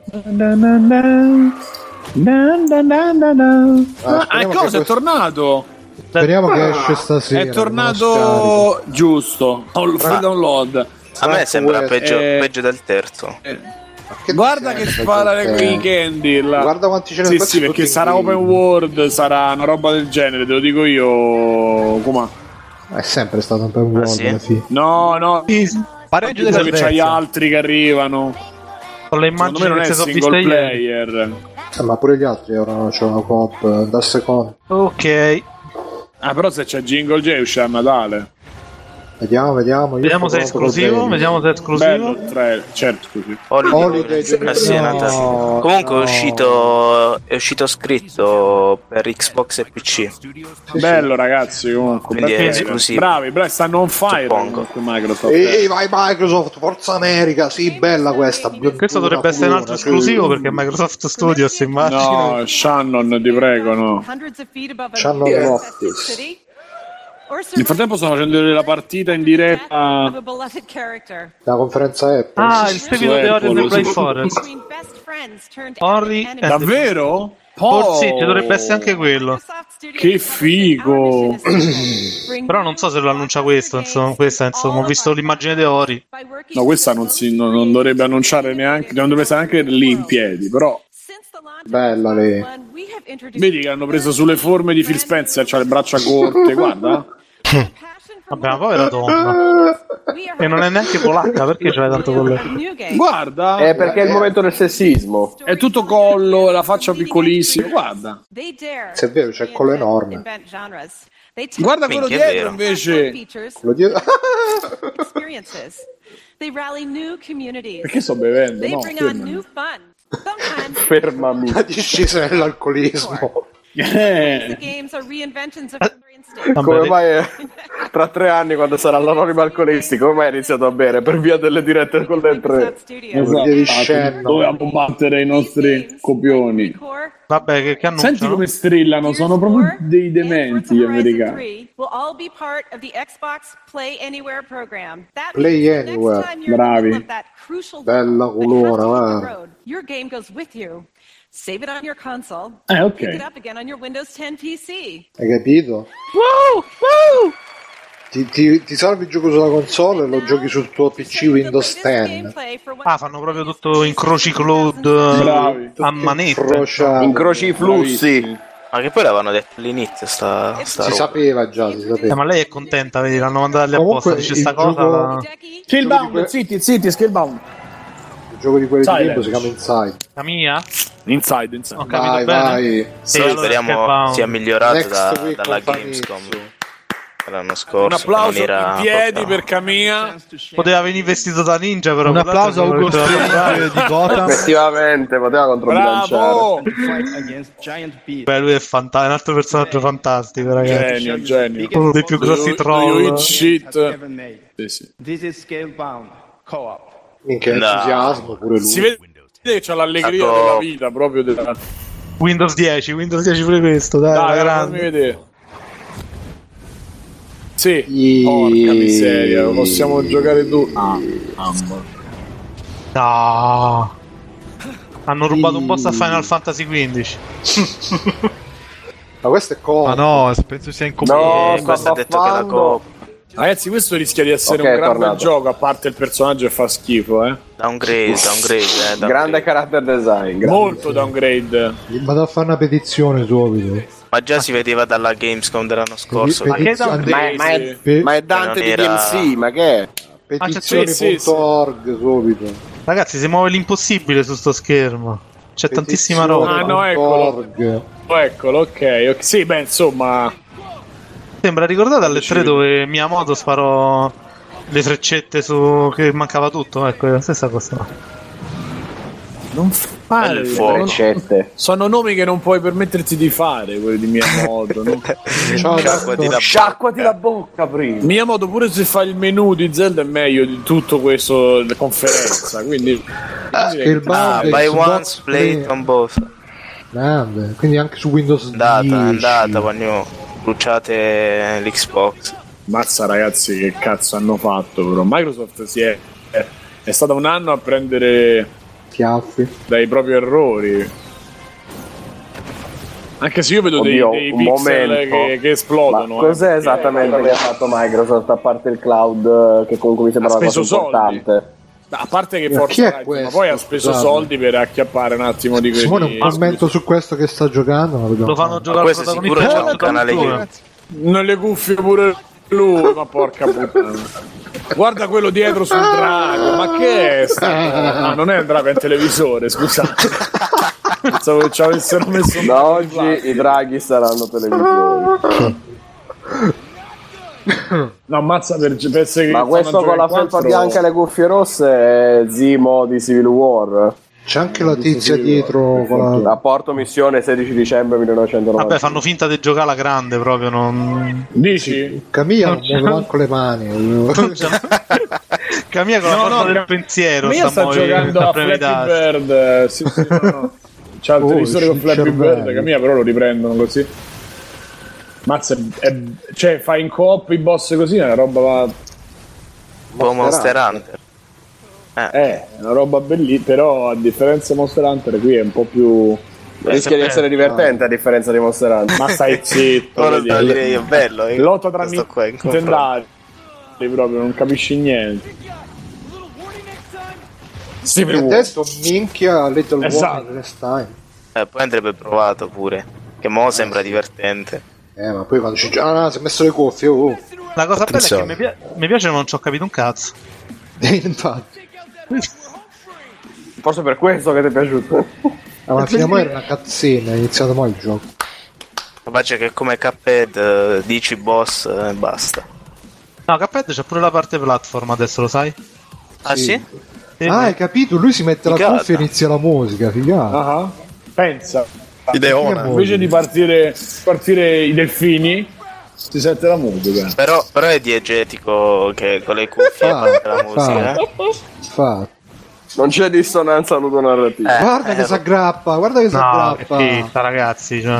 Cosa è tornato? Speriamo che esce stasera. È tornato giusto. Free download. A me sembra peggio del terzo. Guarda che spara i candy là. Guarda quanti ce ne sono. Sì, perché sarà open world, sarà una roba del genere, te lo dico io. Com'è? È sempre stato un po' un world, sì. No. Pareggio della che c'hai altri che arrivano. Con le immagini non è single player. Ma pure gli altri ora c'è una coop dal secondo. Ok. Però se c'è Jingle J uscì a Natale. Vediamo se è esclusivo. Bello il trailer, certo esclusivo. Holiday no. Comunque è uscito scritto per Xbox e PC. Bello ragazzi, comunque. Quindi è esclusivo. Bravi, stanno on fire comunque Microsoft. Vai Microsoft, Forza America, sì, bella questa. Questo dovrebbe essere un altro esclusivo perché è Microsoft Studios, immagino. No, Shannon, ti prego, no. Shannon Loftus. Nel frattempo sto facendo la partita in diretta. La conferenza Apple. Il seguito di Ori and the Blind Forest. Ori davvero? Sì, ci dovrebbe essere anche quello. Che figo. Però non so se lo annuncia questo, insomma, ho visto l'immagine di Ori. No, questa non dovrebbe annunciare neanche, non dovrebbe essere neanche lì in piedi, però bella lei. Vedi che hanno preso sulle forme di Phil Spencer, c'ha le braccia corte, guarda. Vabbè, ma poi era donna. E non è neanche polacca, perché ce l'hai tanto con lei? Guarda. È perché è il momento del sessismo. È tutto collo, la faccia piccolissima, guarda. Se è vero, c'è il collo enorme. Guarda quello dietro invece. Quello dietro. Perché sto bevendo? No, fermami. La discesa nell'alcolismo. Come mai tra 3 anni, quando sarà l'anonimo alcolistico, come mai ha iniziato a bere? Per via delle dirette con le 3. Esatto. Dovevamo battere i nostri copioni. Vabbè, che senti come strillano, sono proprio dei dementi gli americani. Play Anywhere. Bravi. Bella colora, guarda. Save it on your console. Ok. Pick it up again on your Windows 10 PC. Hai capito? Ti salvi il gioco sulla console e lo giochi sul tuo PC Windows 10. Fanno proprio tutto incroci cloud a manetta. Incroci i flussi. Ma che poi l'avevano detto all'inizio sta si sapeva già, si sapeva. Ma lei è contenta, vedi, l'hanno mandata lì apposta, dice sta cosa. Scalebound, zitti, Scalebound. Il gioco di quelli di tempo si chiama Inside. La mia? Inside. Ho capito bene. Sì, speriamo sia migliorato dalla Gamescom l'anno scorso. Un applauso in piedi per Camilla. Poteva venire vestito da ninja, però. Un applauso a Ugo String di Gotham. Effettivamente poteva controbilanciare. Beh, lui è un altro personaggio fantastico, ragazzi. Genio. Uno dei più grossi troll. Sì. This is Scalebound Co-op. Minchia, entusiasmo pure lui. Si vede che c'ha l'allegria della vita, proprio della... Windows 10 pure questo, dai fammi vedere. Sì, porca miseria, possiamo giocare tu. No. Hanno rubato un boss a Final Fantasy XV. Ma questo è coop. Ma no, penso sia in questo ha detto che è la coop. Ragazzi, questo rischia di essere un gran bel gioco, a parte il personaggio che fa schifo, Downgrade. Grande character design. Molto downgrade. Vado a fare una petizione subito. Ma già si vedeva dalla Gamescom dell'anno scorso. Ma è Dante di DMC, ma che è? Petizioni.org subito. Ragazzi, si muove l'impossibile su sto schermo. C'è tantissima roba. Ah no, eccolo, ok. Sì, beh, insomma, sembra, ricordate alle 3 dove Miyamoto sparò le freccette su che mancava tutto, ecco, è la stessa cosa. Non fare freccette. Sono nomi che non puoi permetterti di fare, quelli di Miyamoto. Sciacquati la bocca prima. Miyamoto, pure se fa il menu di Zelda, è meglio di tutto questo, la conferenza. Quindi by once play on both. Grande. Quindi anche su Windows 10. È andata quando bruciate l'Xbox. Mazza, ragazzi, che cazzo hanno fatto, però Microsoft è stata un anno a prendere schiaffi dai propri errori. Anche se io vedo dei pixel che esplodono. Ma cos'è esattamente che ha fatto Microsoft, a parte il cloud, che comunque mi sembra una cosa importante? A parte che Forza Horizon, ma poi ha speso soldi per acchiappare un attimo di quelli. Simone, un commento su questo che sta giocando? Lo fanno giocare questo sicuro c'è un canale nelle cuffie pure lui, ma porca puttana. Guarda quello dietro sul drago, ma che è stato? Non è un drago, è un televisore, scusate. Pensavo che ci avessero messo da oggi i draghi saranno televisori. No, ammazza per che ma questo con la felpa bianca e le cuffie rosse è Zimo di Civil War. C'è anche la tizia dietro con la... Rapporto missione 16 dicembre 1990. Vabbè, fanno finta di giocare alla grande proprio, non... Dici? Camilla non muove manco le mani. Camilla con la forza del pensiero sta giocando a Flappy Bird. Sì, no. C'ha il televisore con Flappy Bird. Camilla però lo riprendono così. Mazza, cioè fai in coop i boss così, è una roba Monster Hunter. È una roba bellissima, però a differenza di Monster Hunter qui è un po' più... rischia di essere divertente a differenza di Monster Hunter. Ma stai zitto. Ora direi è bello. Lotta tra Nintendari, proprio non capisci niente. Sì, adesso minchia Little One poi andrebbe provato pure, che mo sembra divertente. Ma poi quando ci si è messo le cuffie. La cosa bella è che mi piace, non ci ho capito un cazzo. Infatti. Forse per questo che ti è piaciuto. Ma fino a era una cazzina, è iniziato mai il gioco. Capace che come Cuphead dici boss e basta. No, Cuphead c'è pure la parte platform adesso, lo sai? Ah sì? Hai capito? Lui si mette la cuffia e inizia la musica, figata. Pensa. Ideona. Invece di partire i delfini, si sente la musica. Però è diegetico che con le cuffie parte la musica. Non c'è dissonanza ludonarrativa. Guarda che si aggrappa, Fitta, ragazzi, cioè.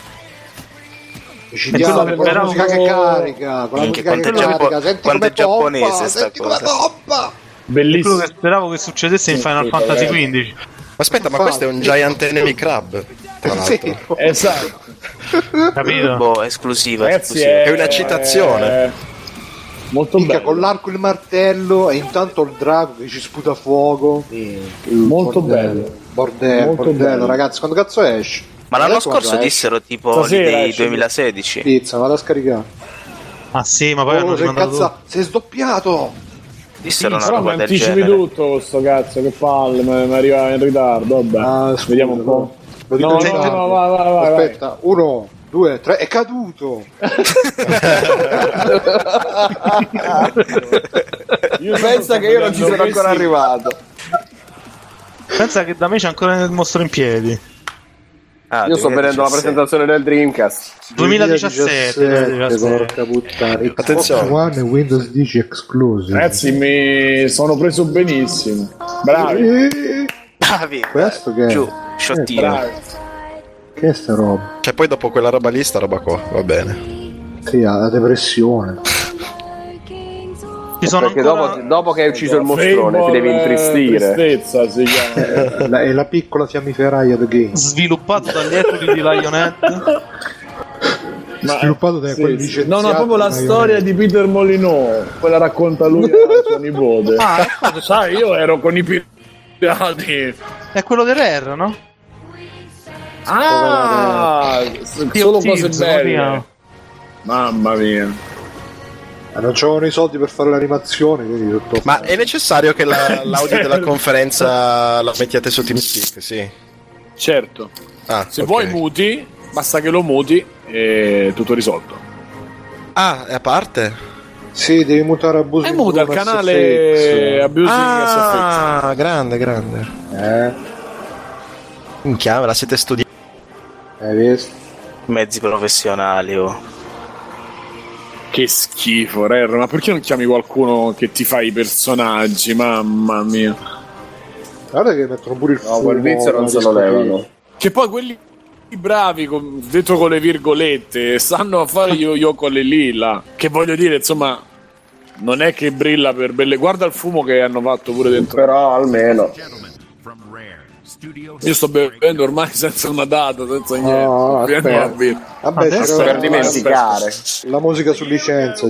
Con la musica che carica, con la musica che carica, senti quanto è giapponese sta cosa. Bellissimo. Quello che speravo che succedesse in Final Fantasy XV. Aspetta, ma questo è un Giant Enemy Crab. Sì, esatto. Capito? Esclusiva. Ragazzi, è una citazione. Molto bello. Con l'arco e il martello e intanto il drago che ci sputa fuoco. Molto bello. Bordello, ragazzi, quando cazzo esce? Ma l'anno scorso dissero tipo di 2016. Pizza, vado a scaricare. Ah sì, ma poi hanno mandato... sei sdoppiato. Dissero una però roba mi del anticipi genere. tutto sto cazzo, che palle, mi arriva in ritardo, vabbè. Vediamo un po'. No, vai. Aspetta, 1, 2, 3, è caduto. Pensa che io non ci sono ancora arrivato. Pensa che da me c'è ancora il mostro in piedi. Io sto vedendo la presentazione del Dreamcast 2017. Porca puttana. Attenzione, One e Windows 10 exclusive. Ragazzi, mi sono preso benissimo. Bravi. Questo che è? Giù, sciottino. Che è sta roba? Cioè poi dopo quella roba lì, sta roba qua, va bene. Sì, ha la depressione. Perché dopo che hai ucciso il mostrone ti devi intristire. Tristezza si chiama. È la piccola fiammiferaia The Game. Sviluppato dagli equity di Lionhead. sviluppato da quelli licenziati. No, proprio la storia di Peter Molyneux, quella racconta lui a suo nipote. Sai, io ero con i pirati. È quello di Rare, no? Solo cose belle. Mamma mia. Non c'erano i soldi per fare l'animazione, quindi tutto. Ma è necessario che l'audio della conferenza la mettiate su TeamSpeak? Sì. Certo. Se vuoi muti, basta che lo muti e tutto risolto. È a parte? Sì, devi mutare Abusing. Muta il canale Abusing SFX. Grande. Minchia, ve la siete studiati. Hai visto? Mezzi professionali, Che schifo, Rare, ma perché non chiami qualcuno che ti fa i personaggi? Mamma mia. Guarda che mettono pure il fumo. Quel vizio non se lo levano. Che poi quelli bravi, detto con le virgolette, sanno a fare io con le lilla. Che voglio dire, insomma, non è che brilla per belle. Guarda il fumo che hanno fatto pure dentro. Però almeno. Io sto bevendo ormai senza una data, senza niente. Vabbè, per dimenticare. La musica su licenza,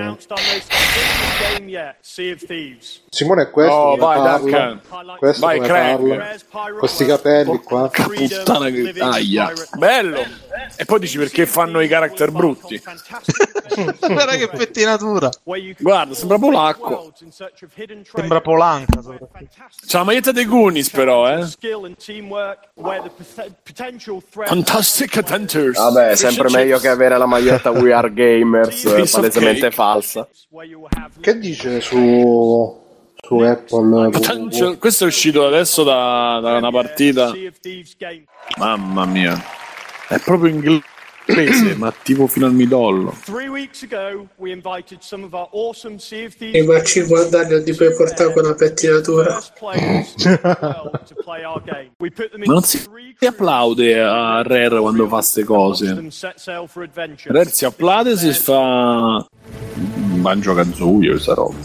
Simone è questo. Oh, vai, questo vai, parla. Questi capelli qua. Puttana che aia. Bello. E poi dici perché fanno i character brutti. Guarda che pettinatura. Guarda, sembra polacco. Sembra polanca. C'ha la maglietta dei Goonies però, Fantastic Adventures. Vabbè, sempre meglio che avere la maglietta We Are Gamers palesemente falsa. Che dice su Apple? Questo è uscito adesso da una partita. Mamma mia. È proprio inglese, ma tipo fino al midollo. 3 weeks ago we invited some of our awesome Sea of Thieves. Ma 50 anni ti puoi portare con una pettinatura. Ma non si applaude a Rare quando fa ste cose. Rare si applaude se fa Banjo-Kazooie questa roba.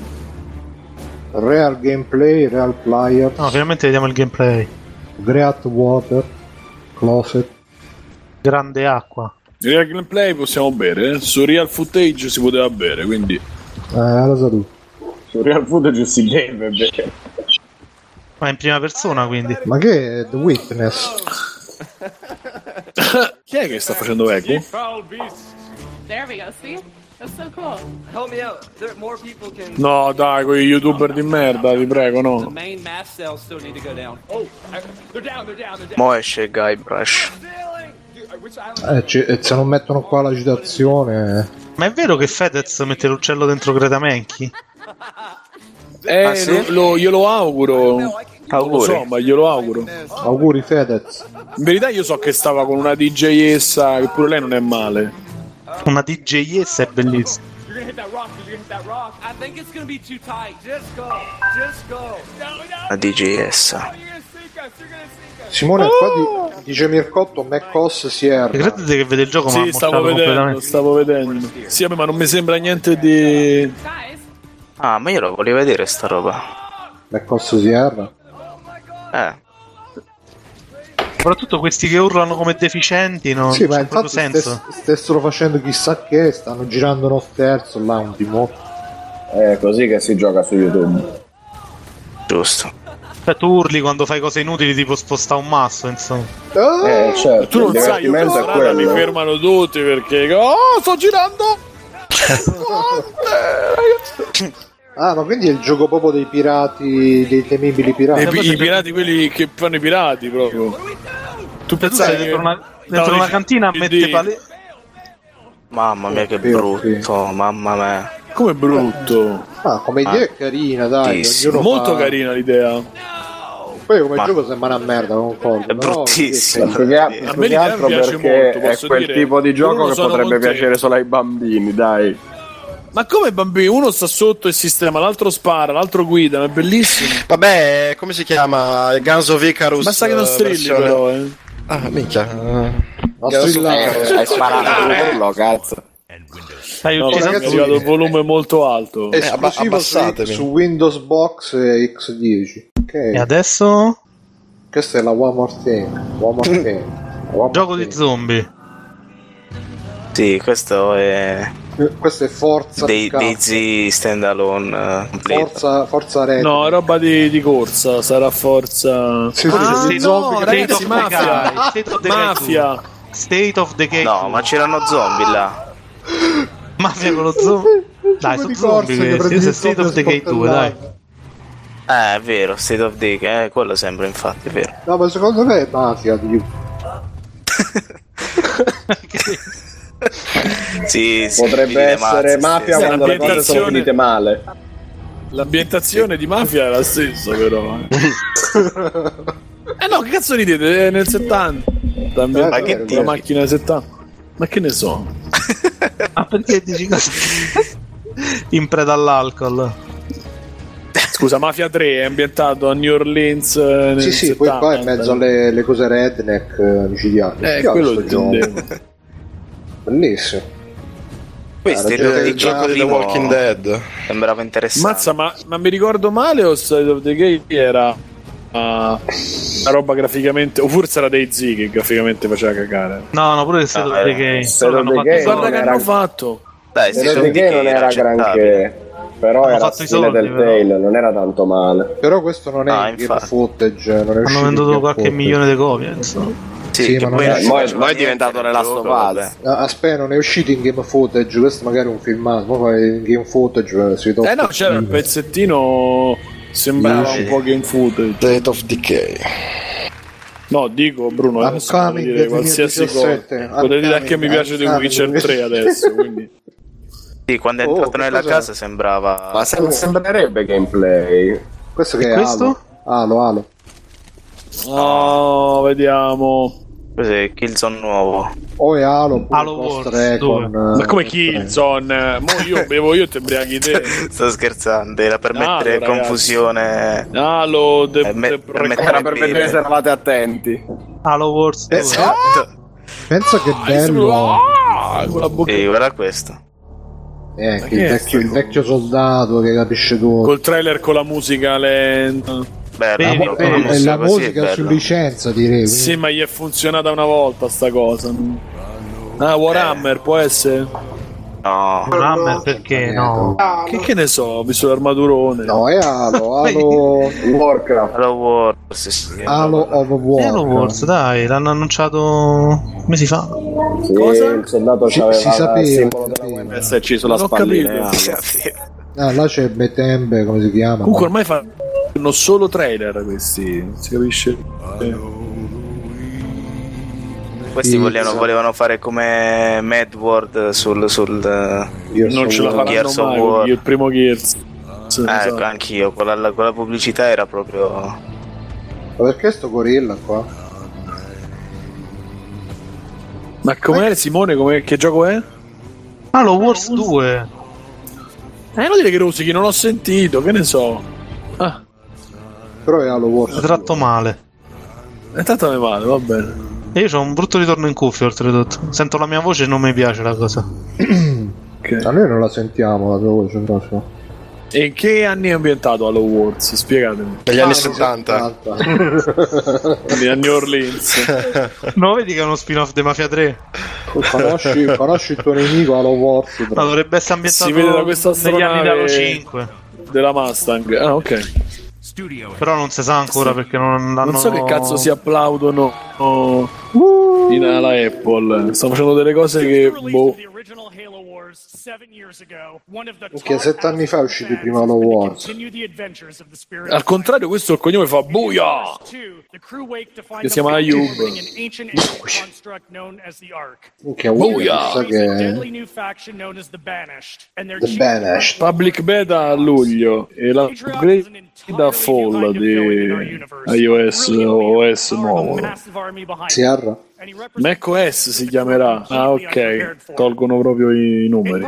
Real gameplay, real player. No, finalmente vediamo il gameplay. Great water, closet. Grande acqua. Il real gameplay possiamo bere, su real footage si poteva bere, quindi lo so tu. Su real footage si deve bere. Ma in prima persona, quindi. Ma che è The Witness? Chi è che sta facendo eco? There we go, see? That's so cool. Help me out. There more people can. No, dai, quei youtuber di merda, vi prego, no. The main mass cells still need to go down. Oh, they're down. Mo esce Guybrush. Se non mettono qua la citazione. Ma è vero che Fedez mette l'uccello dentro Greta Menchi? Sì? Glielo auguro. Non lo so, ma glielo auguro. Auguri Fedez. In verità io so che stava con una DJessa, che pure lei non è male. Una DJessa è bellissima. La DJessa. Simone, qua dice Mircotto MacOS Sierra. Credete che vede il gioco? Sì, stavo vedendo. Sì, ma non mi sembra niente di... Ma io lo volevo vedere sta roba. MacOS Sierra? Soprattutto questi che urlano come deficienti, no? Sì, ma infatti stessero facendo chissà che, stanno girando uno sterzo là, un timone. È così che si gioca su YouTube. Giusto. Tu urli quando fai cose inutili, tipo spostare un masso, insomma. Certo, tu non sai, io mi fermano tutti perché sto girando. Ma quindi è il gioco proprio dei pirati, dei temibili pirati. I pirati, quelli che fanno i pirati proprio. Tu pensavi dentro una cantina mette palette. Mamma mia, che brutto, mamma mia. Come brutto? Come idea è carina, dai. Molto carina l'idea. Poi come gioco sembra una merda, concordo. È bruttissimo. Più che altro perché è quel tipo di gioco che potrebbe piacere solo ai bambini, dai. Ma come bambini? Uno sta sotto il sistema, l'altro spara, l'altro guida, è bellissimo. Vabbè, come si chiama? Guns of Icarus. Basta che non strilli però, minchia. Hai sparato, cazzo. No, è arrivato il volume molto alto. È esclusivo su Windows Box e X10. Okay. E adesso? Questa è la One More Thing. Gioco di zombie. Sì, questo è Forza DayZ standalone. Forza Red. No, roba di corsa, sarà Forza. Ragazzi, Mafia. State of Decay. No, ma c'erano zombie là. Mafia con lo zombie. Dai, sono zombie questi. State of Decay 2, dai. È vero, State of Decay, quello sembra, infatti, è vero. No, ma secondo me è Mafia. Sì, potrebbe essere Mafia quando le cose sono finite male. L'ambientazione di Mafia è la stessa, però. No, che cazzo ridete? È nel 70. Ma che la macchina 70. Ma che ne so? Ma perché dici così? In preda all'alcol. Scusa, Mafia 3 è ambientato a New Orleans nel 70. Poi qua in mezzo alle cose redneck micidiali. Quello intendevo. Bellissimo. Questo è il gioco di The Walking Dead. Sembrava interessante. Mazza, ma mi ricordo male o State of Decay era una roba graficamente, o forse era DayZ che graficamente faceva cagare? No, pure State of Decay. Guarda che hanno fatto. Dai, State of Decay non era granché, però era stile del Tale, non era tanto male. Però questo non è game footage, non è hanno venduto qualche milione di copie, insomma. Sì, ma poi è diventato The Last of Us. Aspetta, non è uscito in game footage, questo magari è un filmato, poi in game footage si tocca. No, c'era il pezzettino, sembrava un po' game footage. State of Decay. No, dico Bruno, adesso devo dire qualsiasi cosa. Potete dire che mi piace The Witcher 3 adesso, quindi. Sì, quando è entrato nella casa sembrava. Ma sembrerebbe gameplay. Questo che è questo? Halo. Oh, vediamo. Cos'è? Killzone nuovo. O è Halo Wars 3 con. Ma come Killzone? Mo io bevo, io te embriaghi te. Sto scherzando, era per mettere confusione. Halo era per vedere se eravate attenti. Halo Wars 2. Esatto. Pensa che bello. E guarda questo. Il vecchio soldato che capisce tutto. Col trailer con la musica lenta. Bello, la musica su licenza, direi. Sì, ma gli è funzionata una volta sta cosa. Warhammer può essere? No. Warhammer perché no? Che ne so, ho visto l'armaturone. No, è Halo Warcraft. Halo Wars, sì. Halo of War. Halo Wars, dai, l'hanno annunciato mesi fa. Sì, cosa? Il soldato si sapeva il simbolo della USC sulla spallina. Là c'è Betembe, come si chiama? Comunque ormai fanno solo trailer questi, si capisce? Questi volevano fare come Mad World sul non ce la faranno Gears mai, of War. Il primo Gears. Esatto. Anch'io, quella pubblicità era proprio. Ma perché sto gorilla qua? Ma com'è Simone? Che gioco è? Halo Wars 2. Non dire che rosichi, non ho sentito, che ne so. Però è Halo Wars. È tratto male. È tratto male, va bene. E io ho un brutto ritorno in cuffia, oltretutto. Sento la mia voce e non mi piace la cosa. Okay. A noi non la sentiamo la tua voce proprio. E in che anni è ambientato Halo Wars? Spiegatemi. Negli anni 70. A New Orleans. No, vedi che è uno spin-off di Mafia 3. Conosci il tuo nemico Halo Wars. Ma dovrebbe essere ambientato si vede da questa negli anni Halo 5 della Mustang. Ah, ok. Però non si sa ancora perché non l'hanno. Non so che cazzo si applaudono alla Apple. Stanno facendo delle cose che Perché 7 anni fa è uscito il primo Halo Wars. Al contrario, questo il cognome fa Buia, che si chiama Ayub. Buia. The Banished. Public beta a luglio e la da fall di iOS OS nuovo. Sierra? macOS si chiamerà. Ah, ok, tolgono proprio i numeri.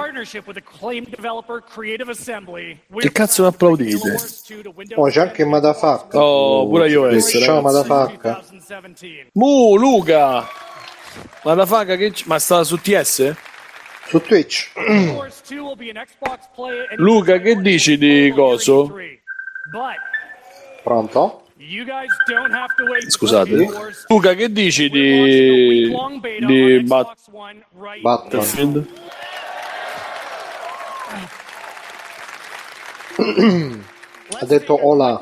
Che cazzo mi applaudite? Oh, c'è anche Madafacca. Oh, pure iOS. Ciao Madafacca. Luca Madafacca, ma sta su TS? Su Twitch. Luca, che dici di coso? Pronto? Scusate. Luca, che dici di Battlefield? Ha detto hola.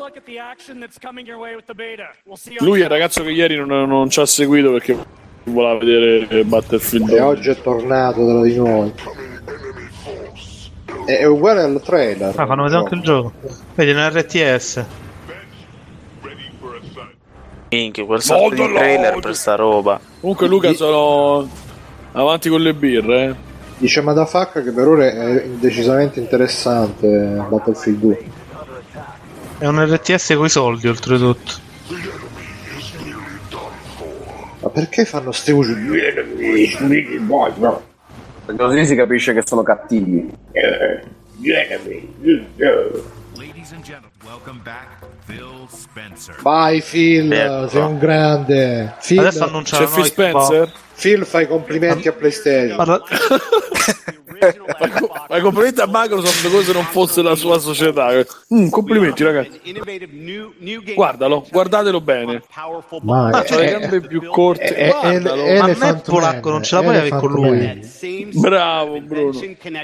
Lui è il ragazzo che ieri non ci ha seguito perché voleva vedere Battlefield. E oggi è tornato tra di noi. È uguale al trailer. Fanno vedere anche il gioco. Vedi, un RTS. Minchia, quel salto di trailer per sta roba. Comunque Luca sono avanti con le birre. Dice Madafacca che per ora è decisamente interessante Battlefield 2. È un RTS coi soldi oltretutto. Ma perché fanno ste voci? Perché così si capisce che sono cattivi. Vai Phil, sei un grande. Phil, adesso annunciano Phil Spencer. Phil, fai complimenti a PlayStation. Ma complimenti a Microsoft come se non fosse la sua società. Complimenti ragazzi. Guardatelo bene. Ma c'ha le gambe più corte. Ma non è polacco, non ce la puoi avere con lui. Bravo Bruno.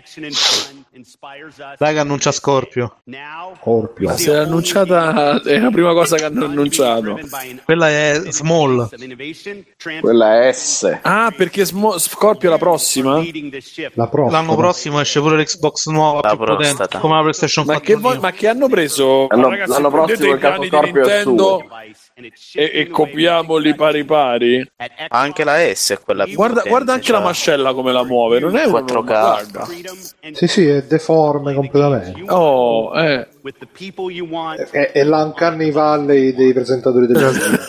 Raga, annuncia Scorpio. Si è annunciata, è la prima cosa che hanno annunciato. Quella è Small. Quella è S. Ah, perché Scorpio è la prossima? L'anno prossimo esce pure l'Xbox nuova più potente, come la PlayStation 4. Ma che hanno preso? Ragazzi, l'anno prossimo il capo Scorpio è suo. E copiamoli pari. Anche la S è quella più guarda potente, anche la mascella come la muove, non è 4K. Sì, è deforme completamente. È l'Uncanny Valley dei presentatori televisivi.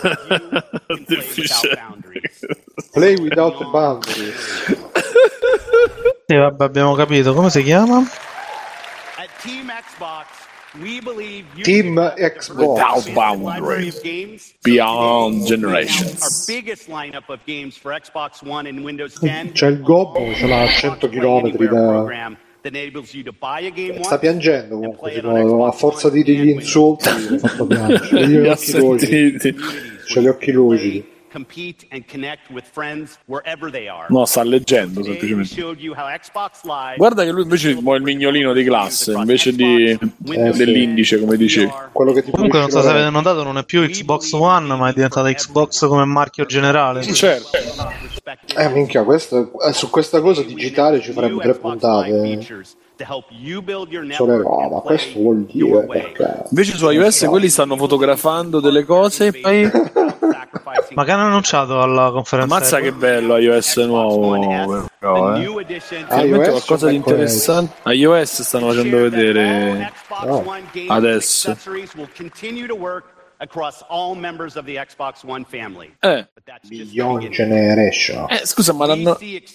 Play without boundaries. Sì, vabbè, abbiamo capito. Come si chiama? Team Xbox Without Boundaries Beyond Generations. C'è il Gobbo, ce l'ha a 100 km da... Sta piangendo comunque, a forza di dirgli insulti l'ho fatto piangere. C'ha gli occhi lucidi. No, sta leggendo semplicemente. Guarda che lui invece muove il mignolino di classe invece dell'indice, come dicevi. Quello che ti comunque non so se avete notato, non è più Xbox One, ma è diventata Xbox come marchio generale. Certo. Minchia, su questa cosa digitale ci farebbe 3 puntate. Ma questo vuol dire perché? Invece su iOS quelli stanno fotografando delle cose e poi ma che hanno annunciato alla conferenza? Ammazza che bello iOS nuovo, però, finalmente qualcosa di interessante. iOS stanno facendo vedere adesso. Across all members of the Xbox One family. Beyond Generation. Scusa, ma l'hanno...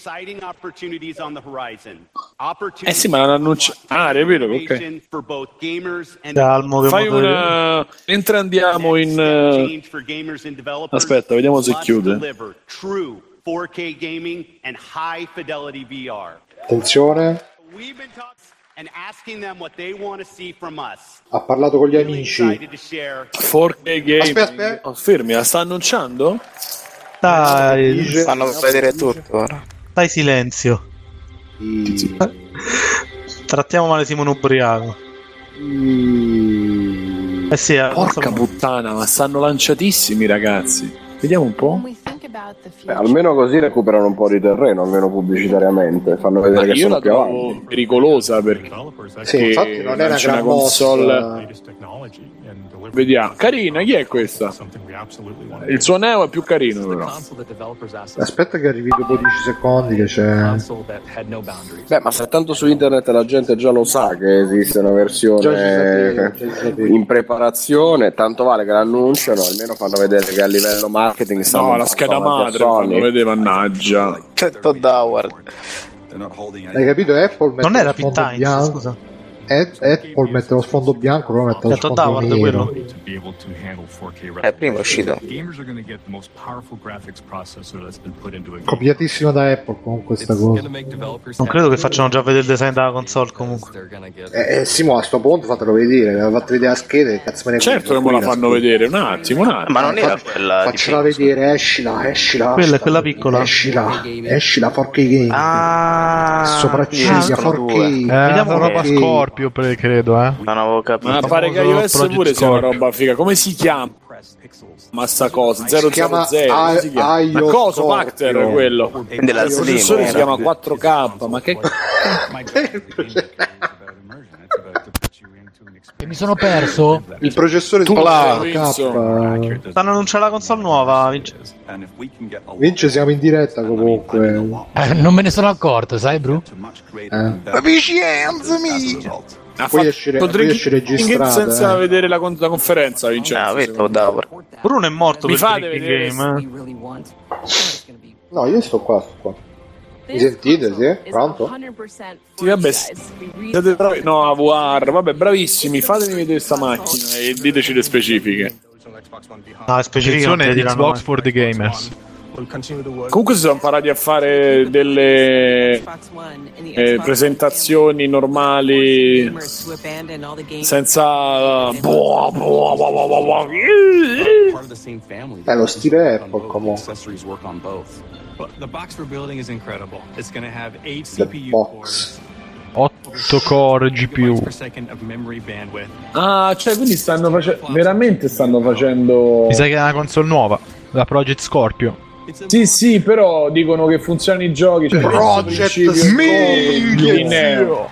sì, ma l'hanno annunciato. Ah, capito, ok. Calmo, fai una... Mentre andiamo in... Aspetta, vediamo se chiude. 4K gaming and high fidelity VR. Attenzione. Ha parlato con gli amici. 4K Game. Aspetta. Fermi, la sta annunciando? Dai, fanno vedere tutto ora. Dai, silenzio. Trattiamo male Simone ubriaco. Sì, porca puttana, ma stanno lanciatissimi, ragazzi. Vediamo un po'. Almeno così recuperano un po' di terreno, almeno pubblicitariamente. Fanno vedere che sono più avanti. Io la trovo pericolosa perché infatti non è una gran console. Vediamo, carina, chi è questa? Il suo Neo è più carino però. Aspetta che arrivi dopo 10 secondi che c'è. Beh, ma se tanto su internet la gente già lo sa che esiste una versione in preparazione, tanto vale che l'annunciano, almeno fanno vedere che a livello marketing stanno. No, la scheda madre fanno vedere, mannaggia. Todd Howard. Hai capito Apple? Non era Pit Hines, scusa. Apple mette lo sfondo bianco, però mette lo sfondo nero. Prima è uscito. Copiatissima da Apple comunque questa cosa. Non credo che facciano già vedere il design della console comunque. Simo, a sto punto fatelo vedere, mi aveva fatto vedere la scheda, che cazzo me ne certo che me la fanno vedere, un attimo. Ma non era quella. Faccela vedere, escila. Quella è quella piccola. Escila 4K game. Sopracciglia 4K. Vediamo roba Scorpio, credo, Non avevo capito. Ma pare che iOS pure sia una roba figa. Come si chiama? Ma sta cosa 000 ma cosa Pacter quello? Quindi la il processore si chiama 4K, ma che E mi sono perso il processore di Stanno annunciando la console nuova, Vince, siamo in diretta comunque. Non me ne sono accorto, sai Bru? Puoi essere registrata senza vedere la conferenza, Vincenzo. Bruno è morto. Mi per fate vedere game. No, io sto qua. Mi sentite? Sì? Pronto? Sì, vabbè, siete bravi. No, AVR, vabbè, bravissimi. Fatemi vedere sta macchina e diteci le specifiche. No, le specifiche non di Xbox for the Gamers. Comunque si sono imparati a fare delle presentazioni normali senza lo stile Apple comunque. The box we're building is incredible. It's going to have 8 The CPU box. cores, 8 core GPU. Ah, cioè quindi veramente stanno facendo. Mi sa che è una console nuova, la Project Scorpio. Sì, però dicono che funzionano i giochi. Cioè Project Scorpio.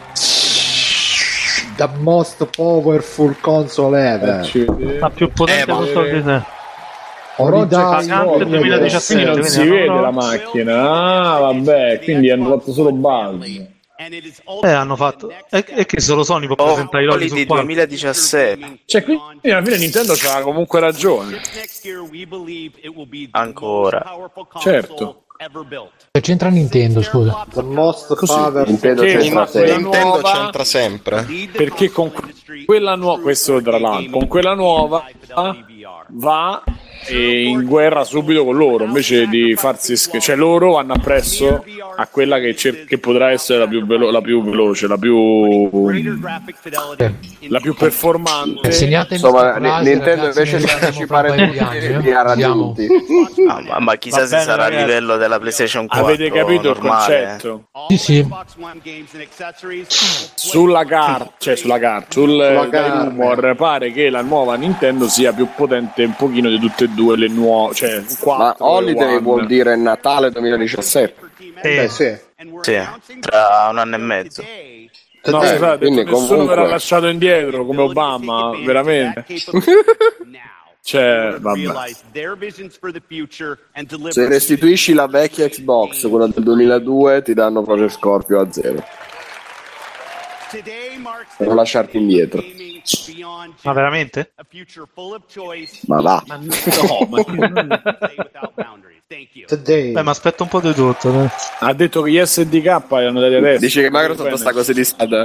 The most powerful console ever. La più potente console di te. Project 2017 non si vede la macchina. Ah, vabbè, quindi hanno fatto solo bug. Hanno fatto. E che solo Sony può presentare i loghi sul 2017. Cioè, quindi alla fine Nintendo c'ha comunque ragione. Ancora. Certo. Che c'entra Nintendo, scusa? The most powerful Nintendo c'entra sempre. Perché con quella nuova, questo tra l'altro, con quella nuova va in guerra subito con loro, invece di farsi cioè loro vanno appresso a quella che potrà essere la più veloce, la più performante. Insomma, Nintendo invece di anticipare di raggiunti. Ma chissà se sarà a livello della PlayStation 4. Avete capito normale. Il concetto? Sì. Sulla carta, sul rumor pare che la nuova Nintendo sia più potente un pochino di tutte e due le nuove, cioè 4. Ma Holiday vuol dire Natale 2017. Sì. Tra un anno e mezzo. No, scusate, nessuno verrà lasciato indietro come Obama, veramente. Cioè, vabbè. Se restituisci la vecchia Xbox, quella del 2002, ti danno Project Scorpio a 0. Per non lasciarti indietro. Ma veramente? Ma va. Ma aspetta un po' di tutto. Dai. Ha detto che gli SDK erano dati adesso. Dice che Microsoft sta così di strada.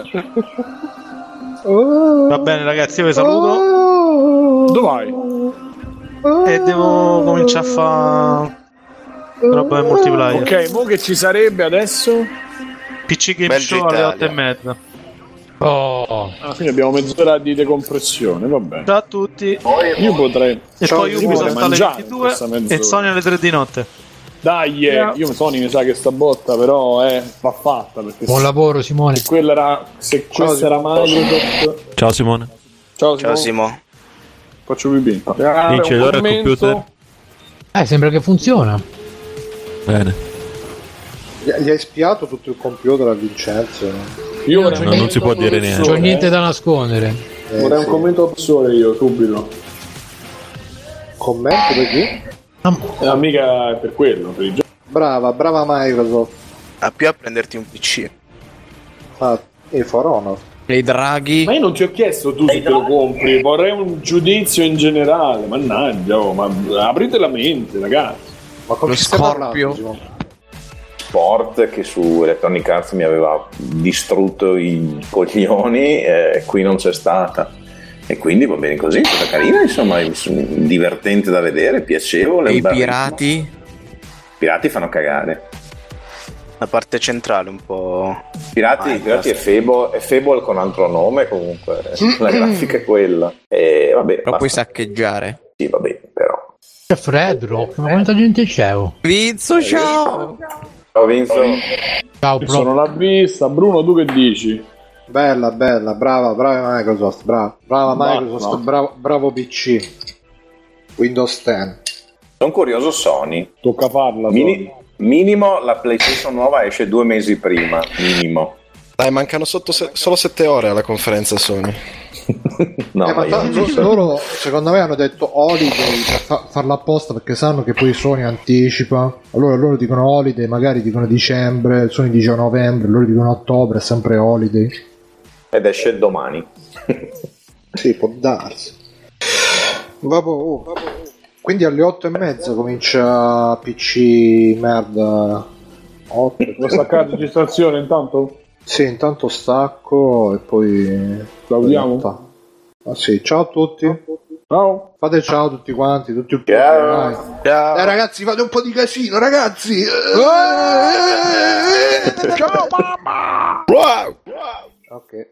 Va bene ragazzi, io vi saluto. Dove vai? E devo cominciare a fare roba in multiplayer. Ok, mo che ci sarebbe adesso? PC Game Show alle 8:30. Alla fine abbiamo mezz'ora di decompressione, vabbè. Ciao a tutti. Io potrei. E poi Ubisoft alle 22 e Sony alle 3 di notte. Dai, io Sony mi sa che sta botta però va fatta perché buon lavoro Simone. Se questa era Microsoft. Ciao Simone. Ciao Simone. Faccio pipì. Dice allora il computer. Sembra che funziona. Bene. Gli hai spiato tutto il computer a Vincenzo? Io non si può dire niente. Non c'ho niente da nascondere. Vorrei un commento professore io subito. Commento per chi? Mica per quello, per i giochi. Brava Microsoft. A più a prenderti un PC. E For Honor. E i draghi. Ma io non ti ho chiesto tu se te lo compri, vorrei un giudizio in generale. Mannaggia, ma aprite la mente, ragazzi. Ma come lo Scorpio. Sport, che su Electronic Arts mi aveva distrutto i coglioni, qui non c'è stata, e quindi va bene così, è stata carina, insomma, divertente da vedere, piacevole. E i pirati? Pirati fanno cagare. La parte centrale un po'. Pirati è Fable con altro nome, comunque la grafica è quella. E vabbè, però puoi saccheggiare. Sì, vabbè, però. C'è Fredro, ma quanta gente c'è? Vinzo, ciao! Ciao Vinzo. Ciao, non l'ha vista. Bruno, tu che dici? Bella, brava Microsoft, brava Microsoft, bravo PC. Windows 10. Sono curioso Sony. Tocca farla. Minimo la PlayStation nuova esce 2 mesi prima, minimo. Dai, mancano solo 7 ore alla conferenza Sony. No, ma loro secondo me hanno detto holiday per farla apposta, perché sanno che poi Sony anticipa. Allora loro dicono holiday, magari dicono dicembre, Sony dice novembre, loro dicono ottobre, è sempre holiday. Ed esce domani. Sì, può darsi. Vabbè. Quindi alle 8:30 comincia PC merda. 8. Vuoi staccare la registrazione intanto? Sì, intanto stacco e poi salutiamo. Ah, sì, ciao a tutti. Ciao. Fate ciao a tutti quanti, tutti ciao. Dai ragazzi, fate un po' di casino, ragazzi. Ciao mamma. Ok.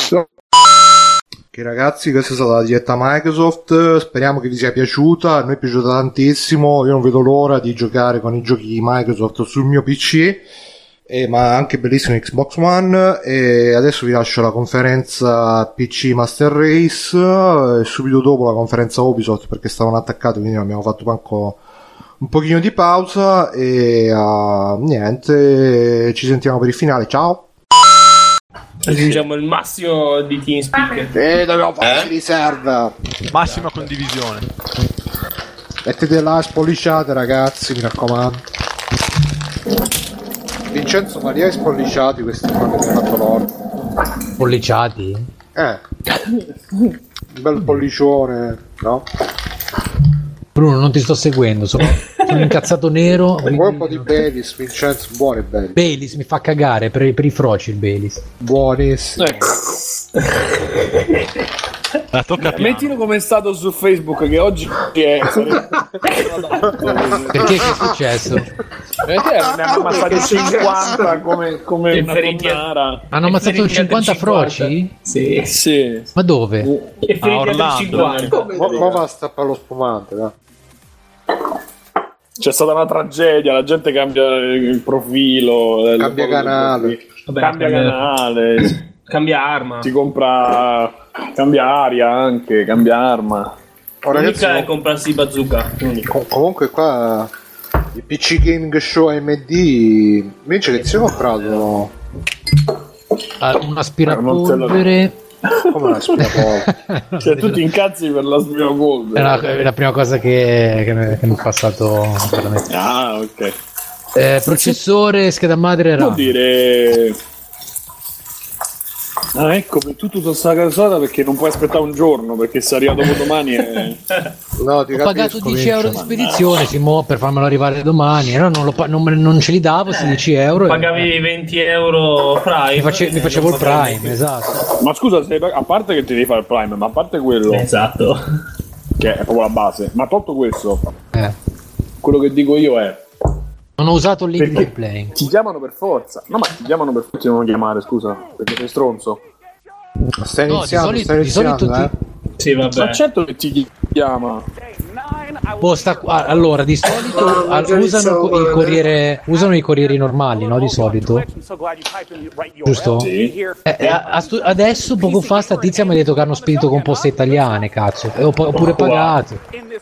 Ok ragazzi, questa è stata la diretta Microsoft, speriamo che vi sia piaciuta, a noi è piaciuta tantissimo, io non vedo l'ora di giocare con i giochi di Microsoft sul mio PC, ma anche bellissimo Xbox One. E adesso vi lascio la conferenza PC Master Race e subito dopo la conferenza Ubisoft, perché stavano attaccati, quindi abbiamo fatto manco un pochino di pausa e niente, ci sentiamo per il finale, ciao. Raggiungiamo il massimo di TeamSpeak. Dobbiamo fare riserva. Massima condivisione. Mettete là, spolliciate ragazzi, mi raccomando. Vincenzo, ma li hai spolliciati questi qua che mi ha fatto loro? Spolliciati? Un bel pollicione, no? Bruno, non ti sto seguendo, sono incazzato nero. Vuoi un po' di Baileys, Vincenzo? Buoni Baileys. Baileys mi fa cagare per i froci il Baileys. Buonissimo. Mettilo come è stato su Facebook, che oggi è. Perché che è successo? Ne hanno ammazzato 50 come una tonnara. Hanno ammazzato 50 froci? Sì. Ma dove? A Orlando. Ma va a stappare lo spumante, va. C'è stata una tragedia, la gente cambia il profilo, cambia canale. Cambia arma. Si compra, cambia aria anche, cambia arma. L'unica è comprarsi bazooka. Comunque qua il PC Gaming Show AMD invece che si è comprato un aspirapolvere. Come un aspirapolvere? Cioè tutti incazzi per l'aspirapolvere. È la prima cosa che mi è passato. Ah, ok. Processore, scheda madre, RAM. Vuol dire. Ah, ecco, tutto su sta casata, perché non puoi aspettare un giorno, perché se arriva dopo domani è... No, ho pagato 10 euro di spedizione, Simo, per farmelo arrivare domani. No, non ce li davo, 16 euro. Pagavi 20 euro Prime. Mi facevo il Prime, esatto. Ma scusa, a parte che ti devi fare il Prime, ma a parte quello... Esatto. Che è proprio la base. Ma tolto questo, quello che dico io è... Non ho usato il link di Play. Ti chiamano per forza. No, ma ti chiamano per forza, non chiamare, scusa, perché sei stronzo. Stai iniziando, di solito Sì, vabbè. Ma certo che ti chiama. Allora, di solito usano i corrieri normali, no? Di solito. Giusto? Sì. Adesso, poco fa, sta tizia mi ha detto che hanno spedito con poste italiane, cazzo. E ho pure pagato.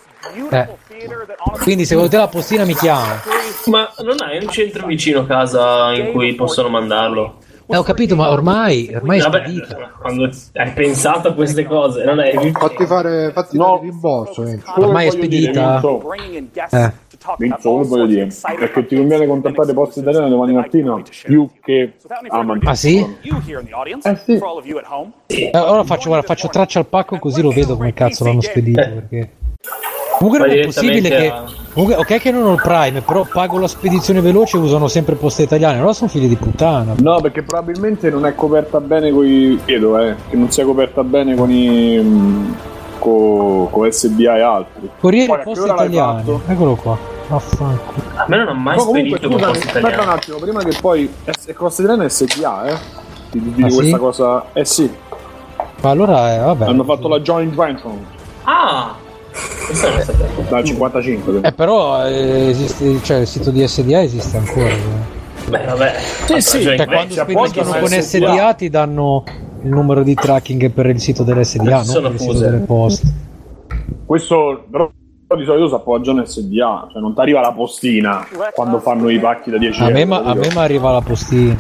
Quindi secondo te la postina mi chiama? Ma non hai un centro vicino a casa in cui possono mandarlo? Ho capito, ma ormai è spedito. Quando hai pensato a queste cose, non è... Fatti fare il rimborso. Ormai è spedita. Vinzo, voglio dire, perché ti conviene contattare poste italiane domani mattina più che Ah sì? Sì. Allora faccio traccia al pacco, così lo vedo come cazzo l'hanno spedito, perché Comunque non è possibile che... Comunque, ok che non ho il Prime, però pago la spedizione veloce e usano sempre poste italiane, allora sono figli di puttana. No, perché probabilmente non è coperta bene con i... Credo, che non sia coperta bene con i... con SDA e altri. Corriere poste italiane, eccolo qua. Affanculo. A me non ho mai spedito con poste italiane. Aspetta un attimo, prima che poi... Coste italiane è SDA, di questa sì? cosa... sì. Ma allora, vabbè. Hanno fatto la joint venture. Ah! Dal 55. Però esiste, cioè il sito di SDA esiste ancora. Beh, vabbè. Sì, cioè, quando spediscono con SDA ti danno il numero di tracking per il sito dell'SDA, non per il sito delle poste. Questo però di solito si appoggiano SDA, cioè non ti arriva la postina quando fanno i pacchi da 10 euro. A me mi arriva la postina.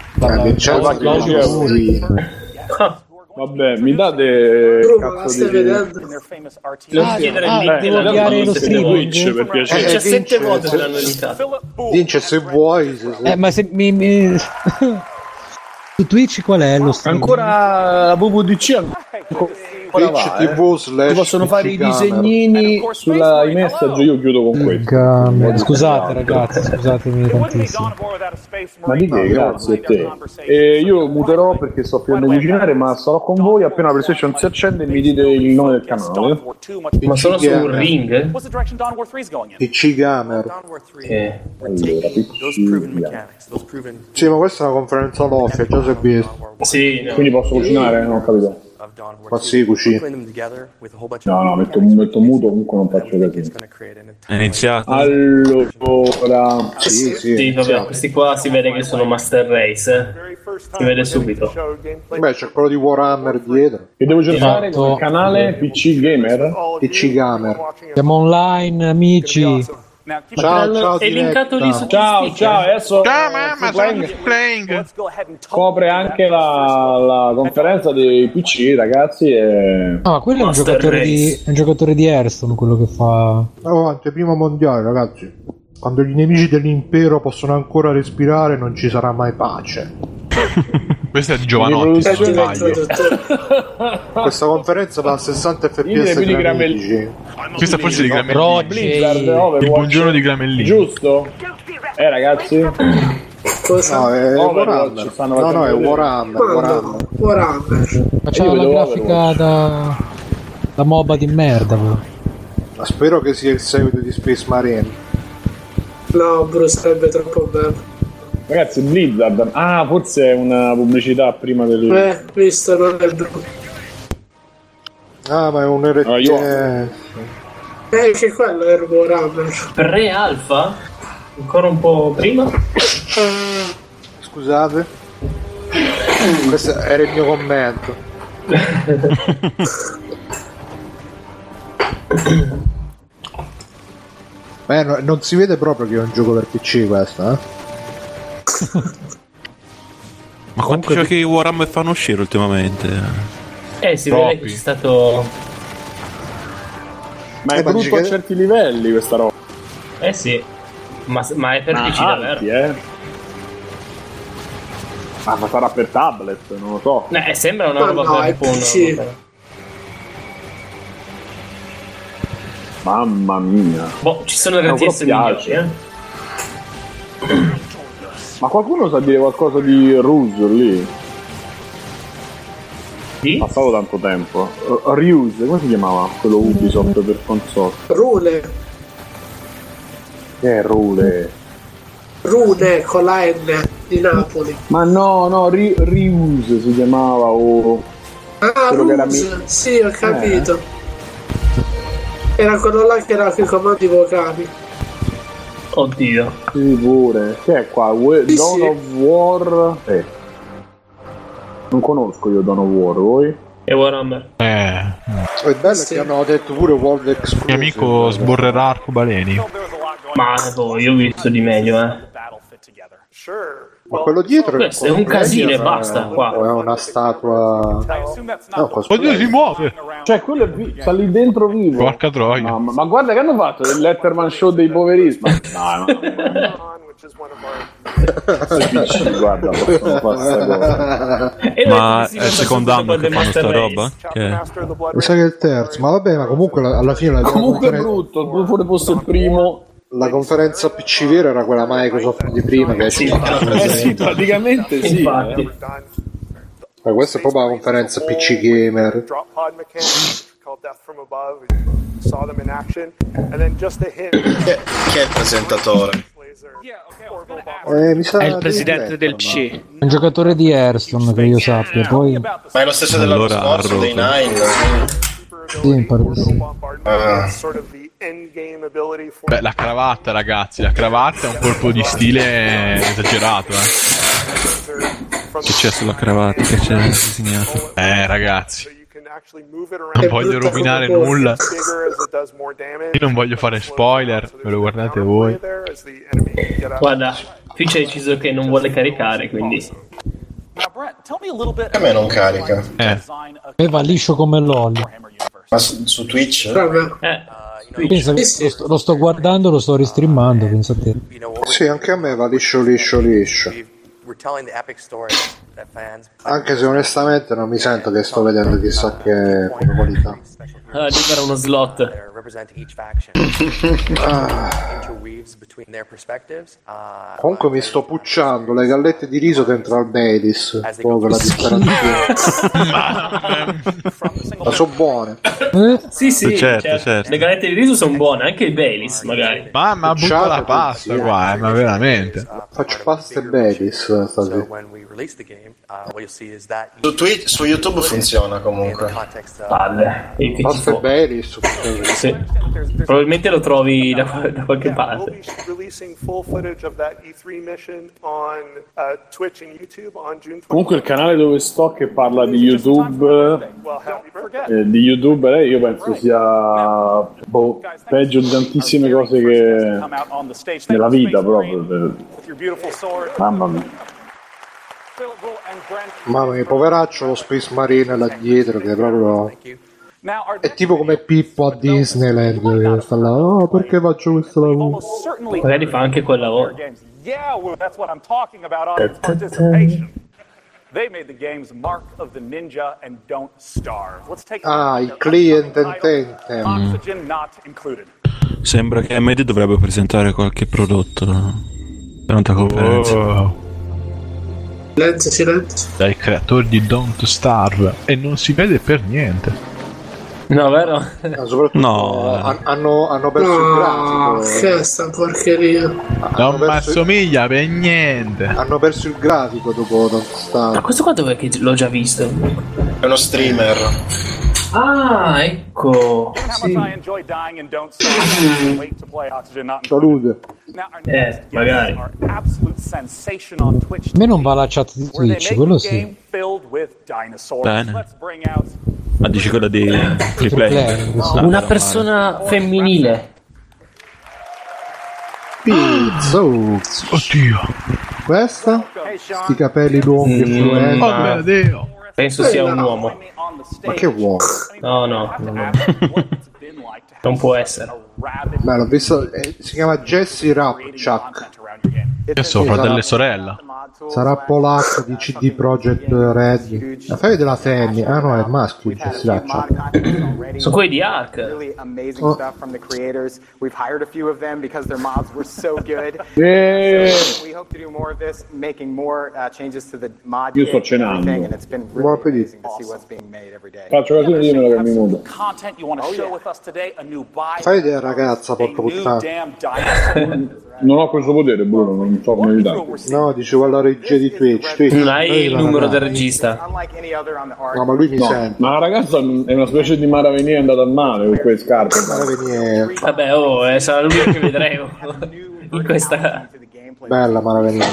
Vabbè, mi date cazzo di... devo avviare lo streaming Twitch per piacere. 17 volte l'hanno editato. Vince se vuoi. Ma se mi... Su Twitch qual è lo streaming? Ancora la WWDC Twitch TV / ti possono fare i disegnini sulla i messaggi, io chiudo con questo. Scusate ragazzi, scusatemi tantissimo. Ma di che, grazie a te. E io muterò perché sto finendo di cucinare, ma sarò con voi appena la PlayStation si accende e mi dite il nome del canale. Ma sono su un ring? PC Gamer. Allora, sì, ma questa è una conferenza Lofia, già si è visto. Sì, quindi posso cucinare? Non ho capito. Ma sì, cucina. No, metto muto, comunque non faccio casino. È iniziato. Allora, sì, vabbè, questi qua si vede che sono Master Race, si vede subito. Beh, c'è quello di Warhammer dietro. E devo cercare il canale PC Gamer. PC Gamer. Siamo online, amici. Ciao, è linkato lì su ciao, adesso ciao mamma, sono playing. Copre anche la conferenza dei PC, ragazzi. E... Ah, quello è un giocatore di Hearthstone, quello che fa. Oh, anteprima mondiale, ragazzi. Quando gli nemici dell'impero possono ancora respirare, non ci sarà mai pace. Questa è di Giovanotti, se non sbaglio. Questa conferenza va a 60 fps. Questa forse è di Gramellini. Il buongiorno di Gramellini. Giusto? Ragazzi? No, è Warhammer. No, è Warhammer. Facciamo la grafica da MOBA di merda. Ma spero che sia il seguito di Space Marine. No, Bruce, sarebbe troppo bello. Ragazzi, Blizzard. Ah, forse è una pubblicità prima del... visto, non è brutto. Ah, ma è un RT. Che quello è Warhammer. Pre-alfa? Ancora un po' prima? Scusate. Questo era il mio commento. Beh, non si vede proprio che è un gioco per PC questo, Ma quanti giochi di Warhammer fanno uscire ultimamente? Si vede che c'è stato... Ma è brutto a certi livelli questa roba. Sì, ma è per PC davvero. Ma sarà per tablet, non lo so. Sembra una roba per PC. Mamma mia. Ci sono RTS migliori, Ma qualcuno sa dire qualcosa di Ruse lì? Sì? Passato tanto tempo. Ruse, come si chiamava? Quello Ubisoft per console. Rune. Che è Rune? Rune con la N di Napoli. Ma no, Riuse si chiamava Ruse, sì, ho capito. Era quello là che era con i comandi vocali. Oddio. Sì, pure. Che è qua? Dawn of War. Non conosco io Dawn of War, voi? E Warhammer. È bello che hanno detto pure World Exclusive. Mio amico sborrerà arcobaleni. Ma io ho visto di meglio, Ma quello dietro questo è un casino e basta qua. È una statua. Oddio, si muove. Cioè quello sta lì dentro vivo. Porca troia. Ma guarda che hanno fatto il Letterman Show dei poverissimi. No. Guarda, possono fare ma è il secondo anno che fanno sta roba? Mi sa che è il terzo, ma vabbè, ma comunque alla fine comunque è brutto, pure fosse il primo. La conferenza PC vera era quella Microsoft di prima che sì, praticamente sì. Infatti. Ma questa è proprio la conferenza PC Gamer. Chi è il presentatore? Mi sa è il presidente del C. Un giocatore di Hearthstone che io sappia. Poi... Ma è lo stesso dell'anno scorso, dei Nine? Sì, in parte sì. Beh, la cravatta, ragazzi, la cravatta è un colpo di stile esagerato, Che c'è sulla cravatta? Che c'è disegnato? Ragazzi, non voglio rovinare nulla. Io non voglio fare spoiler, ve lo guardate voi. Guarda, Twitch ha deciso che non vuole caricare, quindi A me non carica. E va liscio come LOL. Ma su Twitch? Pensa che lo sto guardando, lo sto restreamando, pensa a te. Sì, anche a me va liscio. Anche se onestamente non mi sento che sto vedendo chissà che qualità. Libera uno slot. Comunque mi sto pucciando le gallette di riso dentro al Baileys, proprio la disperazione. Ma sono buone. Sì, certo. Le gallette di riso sono buone, anche il Baileys magari. Ma butta la pasta qua, ma veramente. Faccio pasta e Baileys stasera. Su Twitch, su YouTube funziona comunque. Palle. Pasta e Baileys. Sì. Probabilmente lo trovi da qualche parte. Comunque il canale dove sto che parla di YouTube io penso sia peggio di tantissime cose che nella vita proprio. Mamma mia, poveraccio lo Space Marine là dietro che proprio è tipo come Pippo a Disneyland che sta là, perché faccio questo lavoro? Magari fa anche quel lavoro. Il client and Sembra che AMD dovrebbe presentare qualche prodotto durante la conferenza. Silenzio. Dai creatori di Don't Starve e non si vede per niente. No, vero? No, hanno perso il grafico. Che è sta porcheria? Non mi assomiglia per niente. Hanno perso il grafico dopo Don't Starve. Ma questo qua dov'è che l'ho già visto? È uno streamer. Ah, ecco. Sì. Salute. Magari. A me non va la chat di Twitch, quello sì. Bene. Ma dici quella di Free Play? Una persona femminile. Pizzo. Oddio. Questa? Sti capelli lunghi influenti. Oh mio Dio. Penso sia un uomo. Ma che uomo? No. Non può essere. Beh, l'ho visto. Si chiama Jesse Rapchak. Che so, fratello e sorella. Sarà polacco di CD Projekt Red. La fai della femmina. Ah no, è maschio Jesse Rapchak. Sono quelli di Ark. Io sto cenando. Buon appetito. Faccio casino di me che mi mudo. Fai idea ragazza, porca puttana. Non ho questo potere, Bruno, non so come aiutare. No, dicevo alla regia di Twitch. Non hai il numero del regista. No, ma lui mi sente. Ma la ragazza è una specie di Mara Venier andata a male con quelle scarpe. Vabbè, sarà l'unico che vedremo in questa. Bella Mara Venier.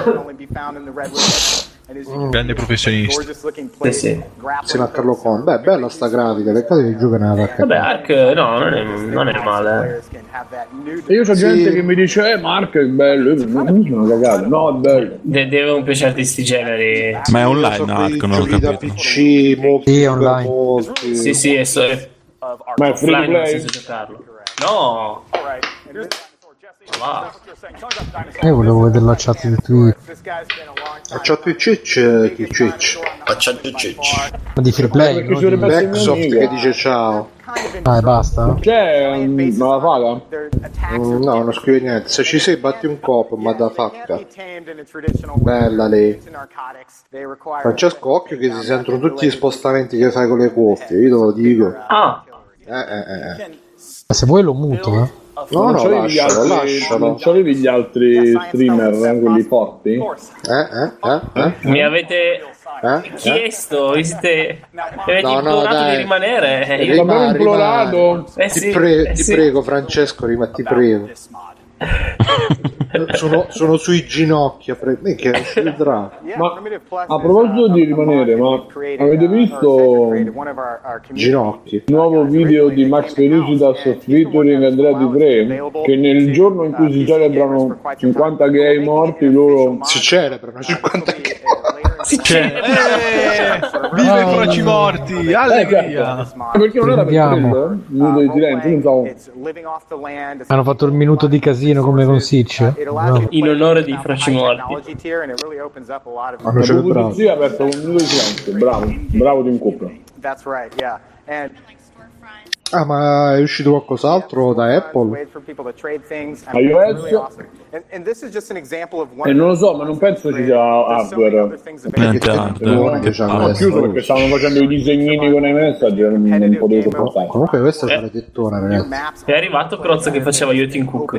Grande professionista. Sì. Sì, ma Carlo Con. Beh, bella sta grafica, peccato che gioca nella Vabbè, Ark no, non è male. E io c'ho gente che mi dice ma Ark è bello, io sono cagato. No, è bello. Devono piacerti sti generi. Ma è online Ark, non ho capito. Da PC, molti online. Sì, ma è free to play? Giocarlo. No. Io volevo vedere la chat di Twitch. La chat di Twitch. Ma di free play, no? Di Microsoft che dice ciao. Ah, e basta? C'è una paga? No, non scrive niente. Se ci sei batti un copo, ma da facca. Bella lei. Francesco, occhio che si sentono tutti gli spostamenti che fai con le cuffie, io te lo dico. Ma se vuoi lo muto, No, lascialo. Non c'avevi gli altri streamer, quelli forti? Mi avete chiesto, mi avete implorato di rimanere. Io l'abbiamo implorato. Ti prego, Francesco, ti prego. Sono sui ginocchia, che vedrà. Ma a proposito di rimanere, ma avete visto ginocchi? Il nuovo video di Max Felicitas featuring Andrea Di Pre, che nel giorno in cui si celebrano 50 gay morti, loro si celebrano 50 gay. Viva i froci morti, allegria! Perché non era per quello? Il minuto di silenzio, hanno fatto il minuto di casino come con Sitch, no? In onore di froci morti. Hanno celebrato. Sì, ha aperto un minuto di silenzio, bravo Tim Cook. Ah, ma è uscito qualcos'altro da Apple? iOS? Non lo so, ma non penso ci sia hardware. Hanno chiuso perché stavano facendo i disegnini con i messaggi e non potevo sopportare. Comunque questa è la tettona, ragazzi. È arrivato Croz che faceva io Tim Cook.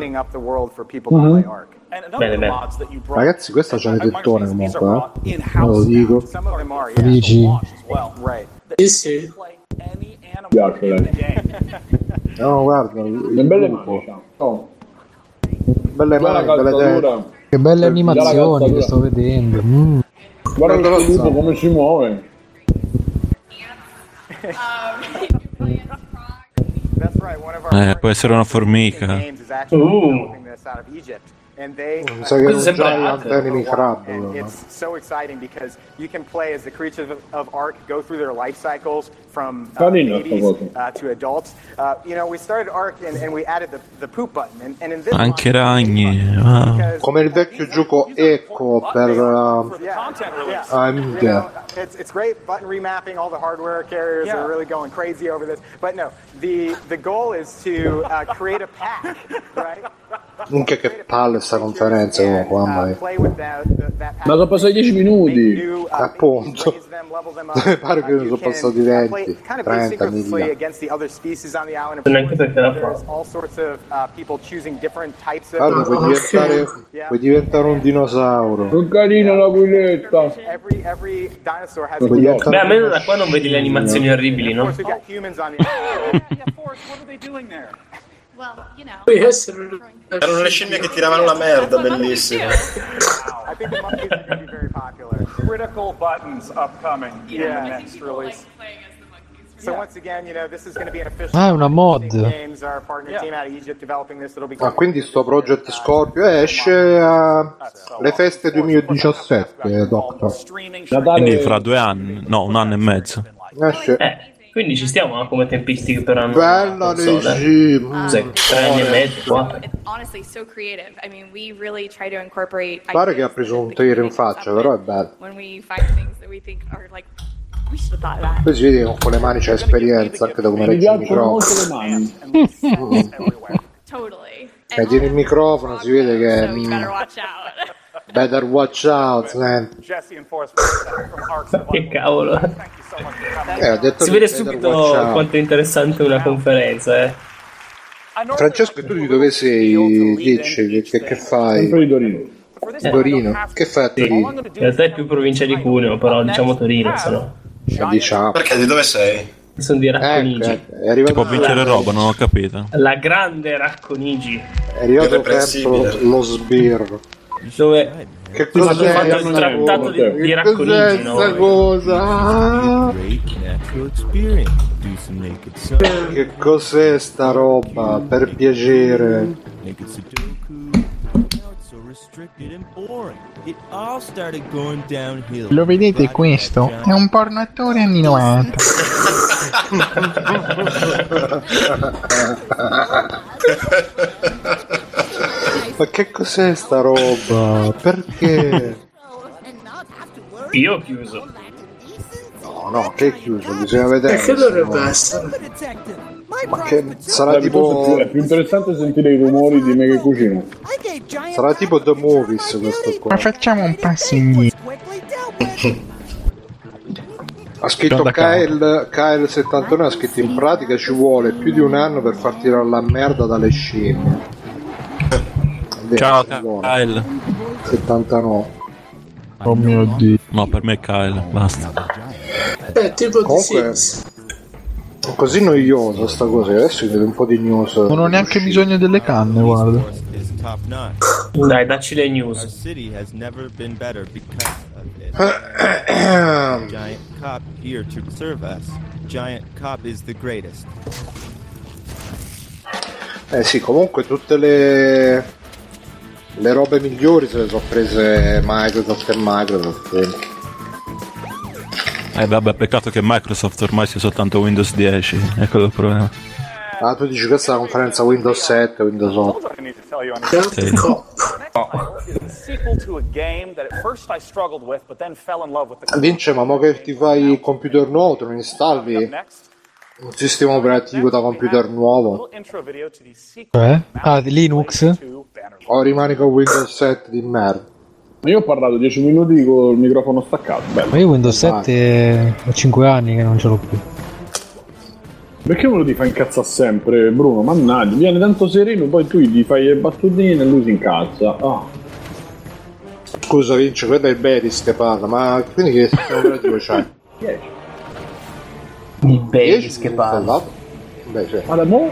Bene. Ragazzi, questa c'ha le tettone comunque, non lo dico. Dici? Sì. No, guarda, belle mani. Belle mani, che belle animazioni che sto vedendo. Guarda il lupo come si muove. Può essere una formica. So che non già Enemy Crab. It's so exciting because you can play as the creatures of Ark go through their life cycles from babies to adults. We started Ark and we added the poop button. And in this anche ragni. Come il vecchio gioco Echo per Amiga. It's great button remapping. All the hardware carriers are really going crazy over this. But no, the goal is to create a pack, right? Minchia che palle sta conferenza comunque, mamma mia. Ma sono passati 10 minuti. Appunto. Mi pare che ne sono passati 20, 30 miglia. Neanche perché la fa. Guarda, puoi diventare un dinosauro. Che carina l'aquiletta. Beh, almeno da qua non vedi le animazioni orribili, no? Erano le scimmie che tiravano la merda, bellissime. Critical buttons upcoming in the next release. So once again, this is going to be an official. Ah, è una mod. Games, our partner team out of Egypt developing this. It'll be. Quindi sto Project Scorpio esce alle feste 2017, Doctor. Quindi fra 2 anni, no, 1 anno e mezzo. Esce. Quindi ci stiamo come tempistiche per anno. Bella regime. 3 anni e mezzo, 4. Pare che ha preso un tiro in faccia, però è bello. Poi si vede che con le mani c'è esperienza anche da come regge il microfono. E tiene il microfono, si vede che better watch out, man. Che cavolo. Ho detto si vede subito quanto è interessante una conferenza, Francesco, tu di dove sei? Dici che fai? Sempre di Torino. Torino? Che fai a Torino? In realtà è più provincia di Cuneo, però diciamo Torino, se no. Diciamo. Perché di dove sei? Sono di Racconigi. Ti può vincere roba, non ho capito. La grande Racconigi. È arrivato verso lo sbirro. Dove che cos'è fatto il trattato di Racconigi, no? Questa cosa? Che cos'è sta roba? Per piacere. Lo vedete questo? È un porno attore anni 90. Ma che cos'è sta roba? Perché? Io ho chiuso. No, che è chiuso, bisogna vedere. Perché dovrebbe essere? Ma che sarà tipo... È più interessante sentire i rumori di me che cucino. Sarà tipo The Movies questo qua. Ma facciamo un passo indietro. Ha scritto Kyle79, ha scritto: in pratica ci vuole più di un anno per far tirare la merda dalle scimmie. Ciao Kyle. 79. Oh mio Dio. No, per me è Kyle, basta. Tipo comunque, così noiosa sta cosa, adesso vedo un po' di news. Non ho neanche bisogno delle canne, guarda. Dai, dacci le news. Giant cop here to serve us. Giant cop is the greatest. Sì, comunque tutte le robe migliori se le sono prese Microsoft e Microsoft. Vabbè, peccato che Microsoft ormai sia soltanto Windows 10, è quello il problema. Ah, tu dici questa è la conferenza Windows 7, Windows 8. Sì. Vince, ma mo che ti fai il computer nuovo, tu non installi un sistema operativo da computer nuovo? Linux? O rimani con Windows 7 di merda? Io ho parlato 10 minuti con il microfono staccato. Bello. Ma io Windows 7 ho 5 anni che non ce l'ho più. Perché me lo ti fa incazzare sempre, Bruno? Mannaggia, viene tanto sereno, poi tu gli fai le battutine e lui si incazza. Scusa Vince, quello è il Beris che parla, ma quindi che sistema operativo c'hai? 10. Il Beris che parla. Beh, cioè. Ma mo?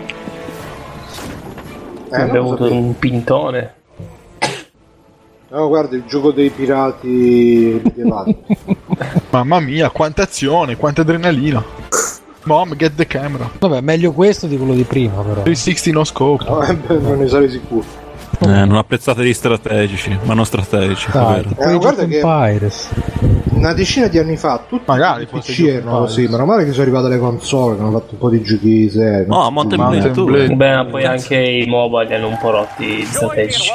Ho bevuto un pintone. No, guarda, il gioco dei pirati medievali. Mamma mia, quanta azione, quanta adrenalina. Mom, get the camera. Vabbè, meglio questo di quello di prima, però. 360 no scope. Non ne sarei sicuro. Non apprezzate gli strategici, ma non strategici. Guarda che una decina di anni fa tutti i PC erano così, meno male che sono arrivate le console che hanno fatto un po' di giochi seri. No, Mountain Blade. Beh, poi anche i mobile hanno un po' rotti gli strategici.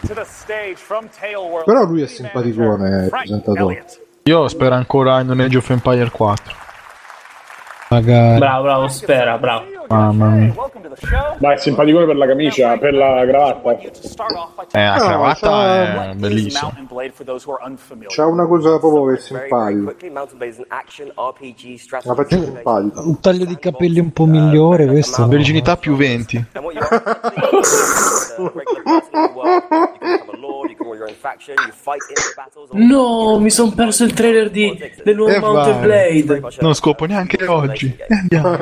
Però lui è simpaticone, il presentatore. Io spero ancora in Age of Empire 4. Magari. Bravo, spera, bravo. Mamma mia. Dai, simpaticone per la camicia, per la cravatta. La cravatta è bellissima. C'ha una cosa proprio che è simpatica. La faccia simpatica. Un taglio di capelli un po' migliore questo. Virginità più 20. No, mi son perso il trailer del nuovo Mountain Blade. Non scopo neanche oggi. Andiamo.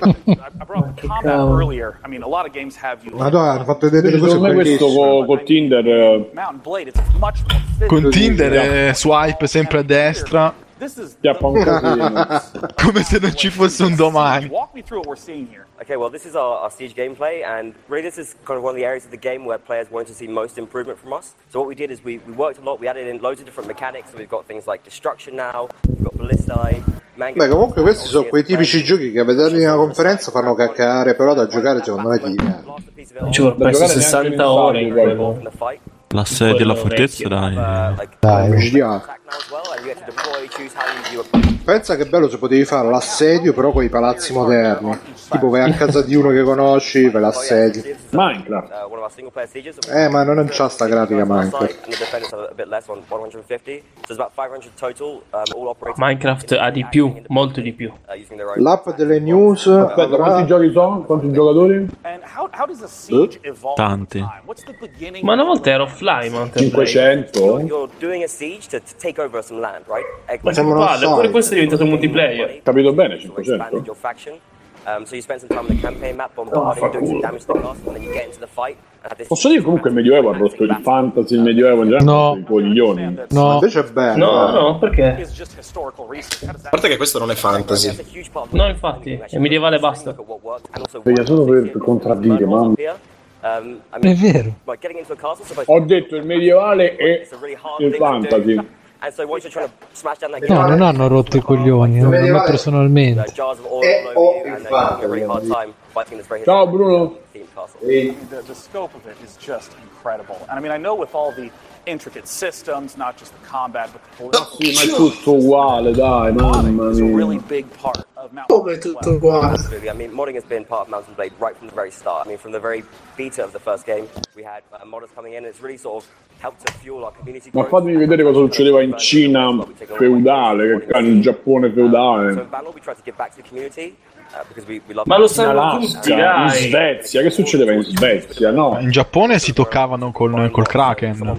Madonna, hanno fatto vedere le cose questo con Tinder. Con Tinder swipe sempre a destra. Come se non ci fosse un domani. Okay, well, this is our Siege gameplay, and really this is kind of one of the areas of the game where players want to see most improvement from us. So what we did is we worked a lot, we added in loads of different mechanics, so we've got things like Destruction now, we've got Ballistae, Beh, comunque questi sono quei tipici giochi che a vederli in una conferenza fanno cacare, però da giocare secondo me ti divertono. Ci ho preso 60 ore in quello. L'assedio della fortezza, dai. Pensa che bello se potevi fare l'assedio però con i palazzi moderni. Tipo vai a casa di uno che conosci, fai l'assedio. Minecraft. Ma non c'ha sta grafica Minecraft. Minecraft ha di più, molto di più. L'app delle news. Aspetta, quanti giochi sono? Quanti giocatori? Tanti. Ma una volta ero offline, 500. Ma che palle, pure questo è diventato multiplayer. Capito bene, 500. So you spend some time on the campaign map bombarding, doing some damage to the castle, and then you get into the fight. Posso dire comunque il Medioevo ha rotto il fantasy, il Medioevo in generale, i coglioni. No, invece è bello. No, perché? A parte che questo non è fantasy. No, infatti, è medievale e basta. Vedi, solo per contraddire, mamma. È vero. Ho detto il medievale e il fantasy. No, non hanno rotto i coglioni, a me personalmente. fighting this very Ciao Bruno. themed castle. The scope of it is just incredible. And I mean, I know with all the intricate systems, not just the combat, but the political. Sì, ma è tutto uguale, dai, mamma mia. It's a really big part of Mountain Blade. Absolutely. I mean, modding has been part of Mountain Blade right from the very start. I mean, from the very beta of the first game, we had modders coming in, and it's really sort of helped to fuel our community. Ma fatemi vedere cosa succedeva in Cina feudale, che in Giappone feudale. So in Bannerlord we tried to give back to the community. Ma lo sanno tutti, dai. In Svezia, che succedeva in Svezia? No, in Giappone si toccavano col Kraken.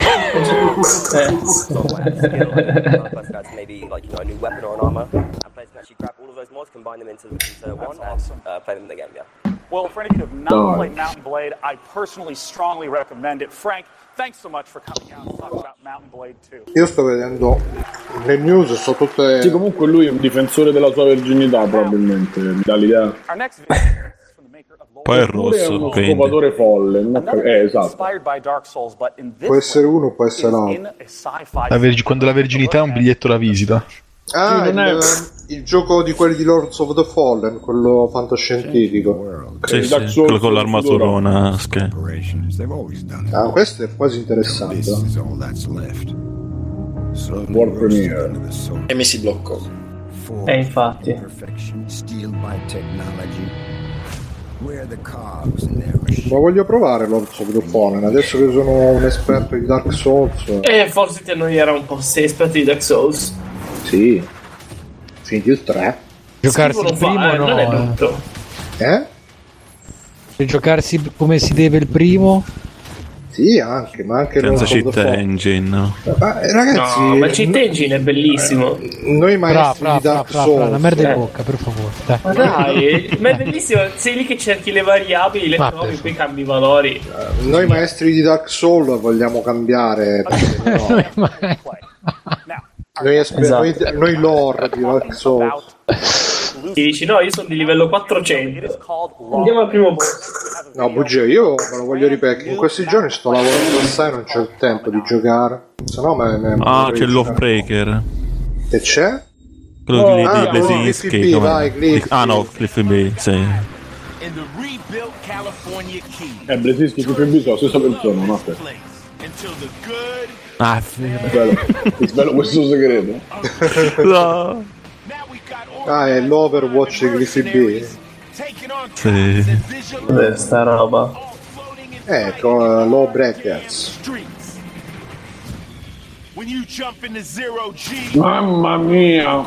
Maybe like a new weapon or an armor, and players can actually grab all of those mods, combine them into one, and play them in the game. Yeah. Well, for any of you who have not played Mountain Blade, I personally strongly recommend it. Frank, thanks so much for coming out and talking about Mountain Blade 2. Io sto vedendo le news, sono tutte. Sì, comunque lui è un difensore della sua virginità, probabilmente, mi dà l'idea. Poi è rosso, è uno scovatore folle. Esatto. Può essere uno, può essere l'altro. Quando la virginità è un biglietto da visita. Ah, il gioco di quelli di Lords of the Fallen, quello fantascientifico. Sì, quello con l'armaturona. Ah, questo è quasi interessante. World Premiere. E mi si bloccò. Infatti. Ma voglio provare Lords of the Fallen adesso che sono un esperto di Dark Souls. Forse ti annoierà un po', sei esperto di Dark Souls. Sì, finiti il 3. Giocarsi il primo no, non è brutto. Per giocarsi come si deve il primo. Sì, anche, ma anche senza cheat engine, no? Ragazzi, no, ma il cheat engine è bellissimo. Noi maestri di Dark Souls, una merda in bocca, per favore. Ma dai, ma è bellissimo. Sei lì che cerchi le variabili, le trovi, poi cambi i valori. Noi maestri di Dark Souls vogliamo cambiare. Noi lore di Dark Souls. Ti dici no, io sono di livello 400. Andiamo al primo boss. No, bugia, io me lo voglio ripetere. In questi giorni sto lavorando assai, non c'è il tempo di giocare. Se no c'è l'Offbreaker. Che c'è? Quello di Blazinski. Ah no, Cliff B, sì. Blazinski Cliff B sono la stessa persona, no? Ah, bello questo segreto. No. Ah, è l'Overwatch di Cliffy B. Sì. Sta roba. Ecco, Low Breakers. Mamma mia.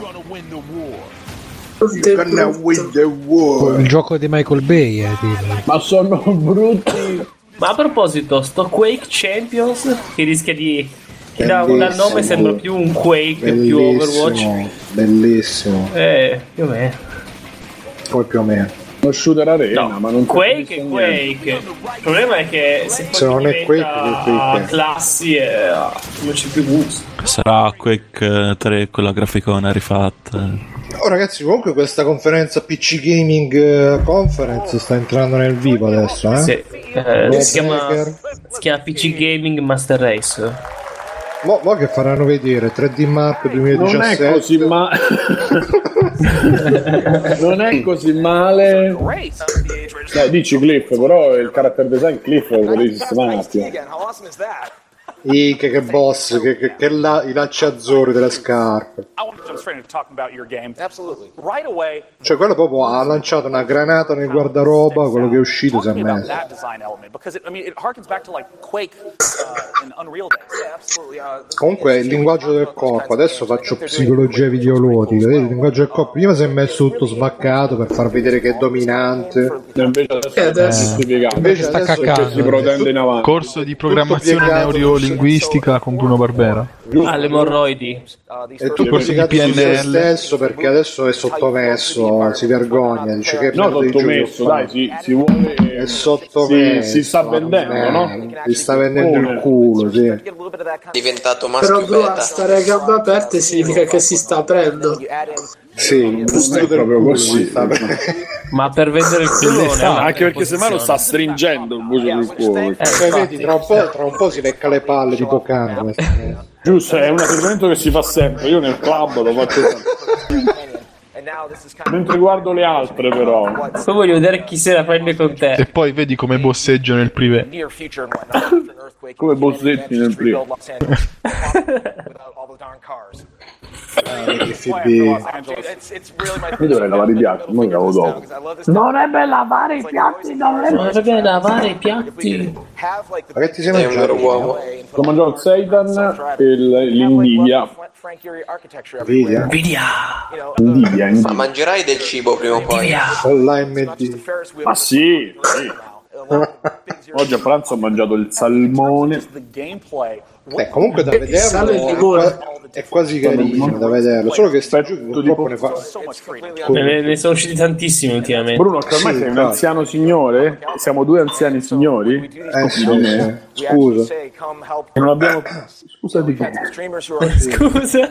Il gioco di Michael Bay, ma sono brutti. Ma a proposito, sto Quake Champions che rischia di da nome sembra più un Quake, più Overwatch. Bellissimo. Più o meno. Poi più o meno. Lo shooter arena, no, ma non Quake è Quake. Il problema è che se non è Quake, classi non c'è più gusto. Sarà Quake 3 con la graficona rifatta. Oh ragazzi, comunque questa conferenza PC Gaming Conference sta entrando nel vivo adesso, eh? Sì. Si chiama PC Gaming Master Race. Mo che faranno vedere 3D Mark 2017. Non è così male. Non è così male. Dici Cliff, però il character design Cliff lo devi sistemare un attimo. Che boss, che i lacci azzurri delle scarpe. Cioè quello proprio ha lanciato una granata nel guardaroba, quello che è uscito si è messo. Comunque il linguaggio del corpo, adesso faccio psicologia videoludica, il linguaggio del corpo prima si è messo tutto smaccato per far vedere che è dominante, adesso si protende in avanti. Corso di programmazione neurolinguistica con Bruno Barbera. Le emorroidi. E tu pubblicato su se stesso perché adesso è sottomesso, si vergogna, dice che no, sottomesso, dai, si vuole, è sottomesso, si sta vendendo, no? Si sta vendendo il culo, sì. È diventato maschio. Però a stare a gambe aperte significa che si sta aprendo. Sì, è proprio così. Ma per vendere il culo anche perché semmai lo sta stringendo il buco del culo. Vedi, tra un po' si lecca le palle tipo cane. Giusto, è un atteggiamento che si fa sempre. Io nel club lo faccio sempre. Mentre guardo le altre, però. Poi voglio vedere chi se la prende con te. E poi vedi come bosseggio nel privé. Come bossetti nel privé. Io dovrei lavare i piatti, poi cavo dopo. Non è bello lavare i piatti, non è bello lavare i piatti. Ma che ti sei mangiato, uomo? Ho mangiato il seitan e l'Nvidia. Nvidia. Ma mangerai del cibo prima o poi? Con l'AMD. Ma sì. Oggi a pranzo ho mangiato il salmone. Comunque da vederlo è quasi carino da vederlo, solo che sta giù purtroppo ne fa. Ne sono usciti tantissimi ultimamente. Bruno, che ormai sei un anziano signore? Siamo due anziani signori? Scusa. Non abbiamo. Scusa di che? Scusa.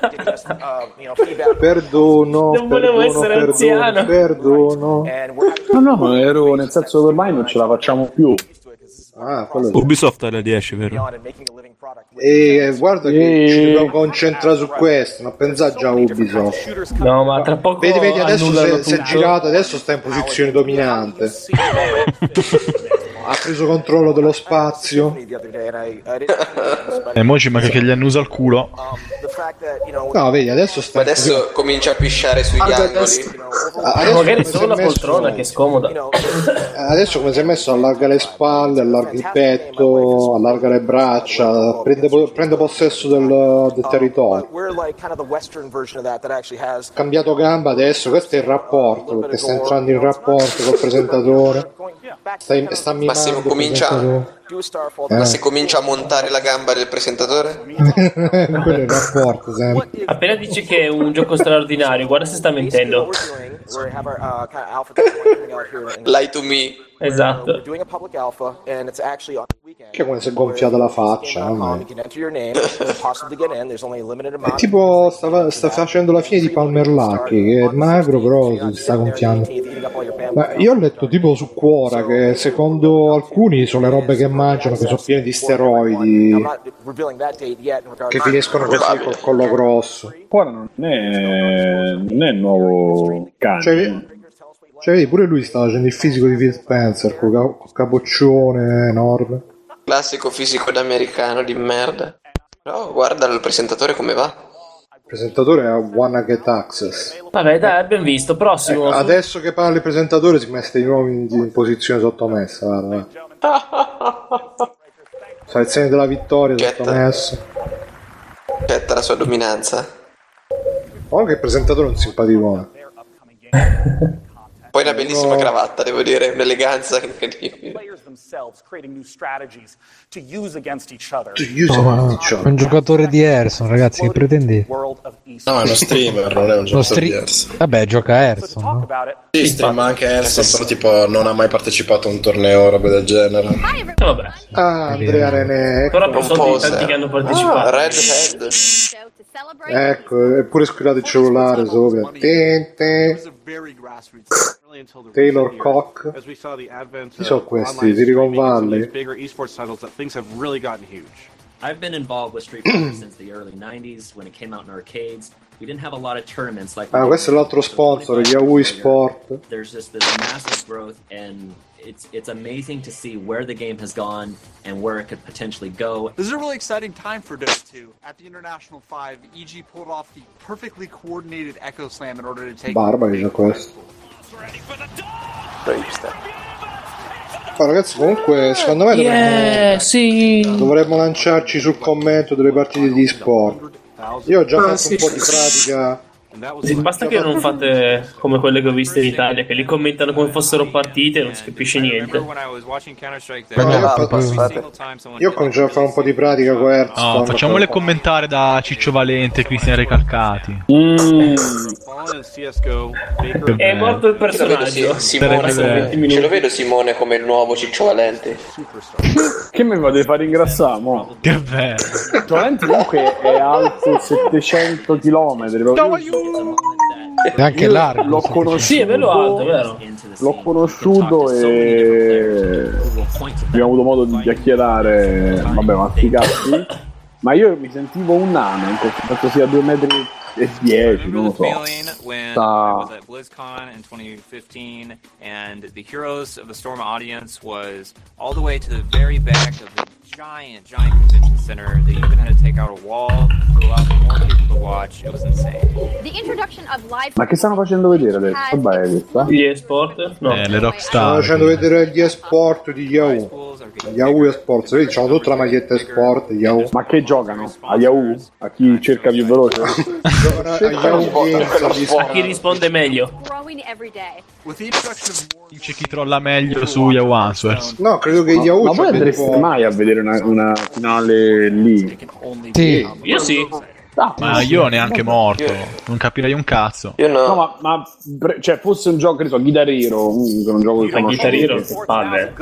Perdono. Non volevo essere anziano. Perdono. No, ma ero nel senso che ormai non ce la facciamo più. Ubisoft è alle 10, vero? E guarda che ci dobbiamo concentrare su questo, non pensare già a Ubisoft. No, ma tra poco vedi adesso si è girato, adesso sta in posizione dominante. Ha preso controllo dello spazio. E mo ci manca che gli hanno usato il culo. No, vedi, adesso comincia a pisciare sugli angoli. Magari solo la poltrona che è scomoda. Adesso come si è messo, allarga le spalle, allarga il petto, allarga le braccia, prende possesso del territorio. Cambiato gamba adesso, questo è il rapporto, perché sta entrando in rapporto col presentatore. Sta Ma se comincia a montare la gamba del presentatore? Quello è il rapporto sempre. Appena dice che è un gioco straordinario, guarda se sta mentendo. Lie to me. Esatto. Che come si è gonfiata la faccia. È tipo sta facendo la fine di Palmer Lucky, che è magro però si sta gonfiando. Ma io ho letto tipo su Quora che secondo alcuni sono le robe che mangiano che sono piene di steroidi, che finiscono così col collo grosso. Quora non è nuovo cane. Cioè vedi, pure lui sta facendo il fisico di Phil Spencer col capoccione enorme. Classico fisico d'americano di merda. Però guarda il presentatore come va. Il presentatore è Wanna Get Access. Vabbè dai, ben visto, prossimo. Adesso che parla il presentatore si mette di nuovo in posizione sottomessa, guarda. Fa il segno della vittoria sottomesso. Aspetta la sua dominanza. Oh, che il presentatore è un simpaticone. Poi una bellissima cravatta, devo dire, un'eleganza incredibile. Un giocatore di Hearthstone, ragazzi, che pretendi? No, è uno streamer, non è un giocatore di Hearthstone. Vabbè, gioca a Hearthstone, no? Sì, streama anche Hearthstone, però tipo non ha mai partecipato a un torneo o roba del genere. Vabbè. Andrea René. Però per soldi tanti che hanno partecipato. Redhead. Ecco, è pure squillato il cellulare sopra. Taylor Koch. Chi sono questi? Silicon Valley. I've been involved with Street Fighter since the early 90s when it came out in arcades. We didn't have a lot of tournaments like questo è l'altro sponsor, Yahoo Sport. There's just this massive growth and it's amazing to see where the game has gone and where it could potentially go. This is a really exciting time for Dota 2. At the International 5, EG pulled off the perfectly coordinated Echo Slam in order to take Barbari da questo. Oh, ragazzi, comunque secondo me dovremmo lanciarci sul commento delle partite di sport. Io ho già fatto un po' di pratica. Sì, basta che non fate come quelle che ho visto in Italia, che li commentano come fossero partite e non si capisce niente. Io ho cominciato a fare un po' di pratica con Hearthstone. No, facciamole commentare da Ciccio Valente e Cristian Recalcati. È morto il personaggio. Ce lo vedo Simone come il nuovo Ciccio Valente. Che mi vado a fare ingrassare, mo? Che bello. Ciccio Valente comunque è alto 700 km. È anche largo. L'ho conosciuto. Sì, è bello alto, vero? L'ho conosciuuto e abbiamo avuto modo di chiacchierare. Vabbè, ma sti cazzi. Ma io mi sentivo un nano, in confronto sia 2 metri e 10, non lo so. When I was at BlizzCon in 2015, and the Heroes of the Storm audience was all the way to the very back of the giant convention center. They even had to take out a wall to allow for more people to watch. It was insane. The introduction of live. Ma che stanno facendo vedere adesso? Vabbè, questa. Gli esport? No. Le Rockstar. Stanno facendo vedere gli esport di Yahoo. Yahoo Esports, vedi, c'hanno tutta la maglietta esport Yahoo. Ma che giocano? A Yahoo? A chi cerca più veloce? A Yahoo Games, a chi risponde meglio. C'è chi trolla meglio su Yahoo Answers. No, credo che Yahoo. Ma voi andreste mai a vedere una finale lì? Sì, io sì. Ma io neanche morto, non capirei un cazzo. Io no, ma cioè fosse un gioco, che ne so, Guitar Hero, un gioco che Guitar Hero che palle.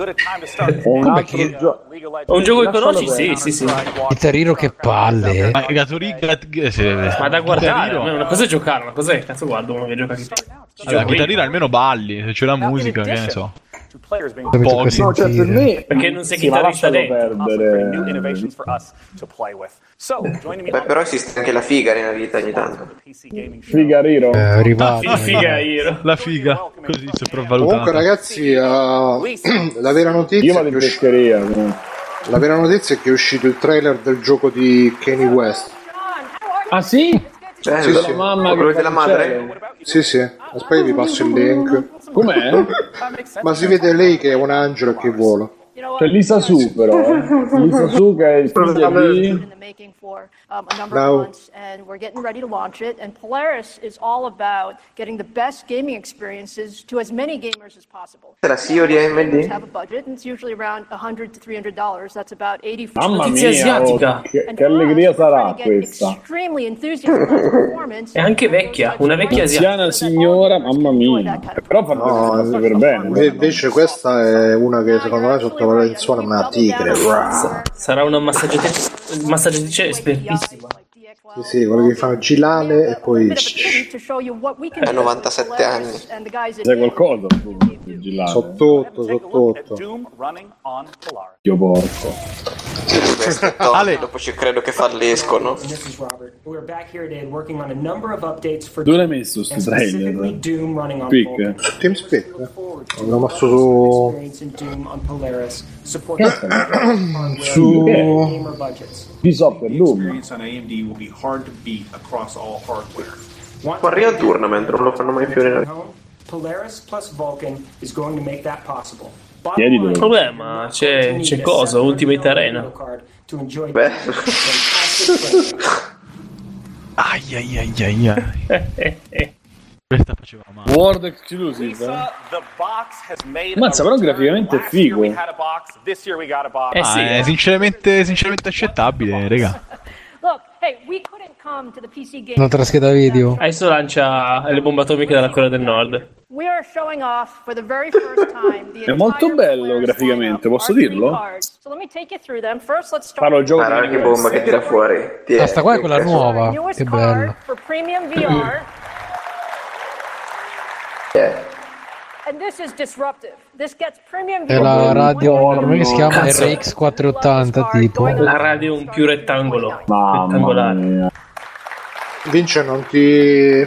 Un gioco che conosci? Sì. Guitar Hero che palle. Ma da guardare, una cosa è giocare, una cosa è cazzo guardo uno che gioca allora, Guitar Hero almeno balli, se c'è la musica, che ne so. Pochi. No, cioè per me perché non sei chitarrista dentro. Però esiste anche la figa nella vita ogni tanto. Figa Hero. La figa, così sopravvalutata. Comunque ragazzi, la vera notizia. Io vado in pescheria. La vera notizia è che è uscito il trailer del gioco di Kanye West. Ah sì? Sì, della mamma, quello della madre? Sì. Aspetta, vi passo il link. Com'è? Ma si vede lei che è un angelo che vola. Cioè Lisa Su però, Lisa Su che è il figlio di... a number of months, and we're getting ready to launch it. And Polaris is all about getting the best gaming experiences to as many gamers as possible. La CEO di AMD have a budget, and it's usually around $100 to $300. That's about 80. Mamma mia, che allegria sarà questa! Extremely enthusiastic performance. È anche vecchia, una vecchia anziana signora, mamma mia. Però fa per bene. Invece questa è una che secondo me sottovaluta una tigre. Sarà una massaggiatrice espertissima. Sì, quello che fa Gilale e poi ha 97 anni. Sai qualcosa? Sotto. Io porco. Ale, dopo ci credo che fallescono. Dove l'hai messo sti trailer? Speak? TeamSpeak? L'ho messo su Ubisoft per Doom. Unreal Tournament non lo fanno mai più nella... Polaris plus Vulcan is going to make that possible. Il problema c'è cosa? Ultimate Arena. Beh. Ai. Questa faceva male. World Exclusive. Mazza, però graficamente è figo. Sì, è sinceramente accettabile, raga. Un'altra scheda video. Adesso lancia le bombe atomiche dalla Corea del Nord. È molto bello graficamente, posso dirlo? Farò il gioco che bomba che tira fuori. Basta, qua è quella nuova. Che bello. È la radio, come si chiama? RX 480 tipo. La radio un più rettangolare. Vince, non ti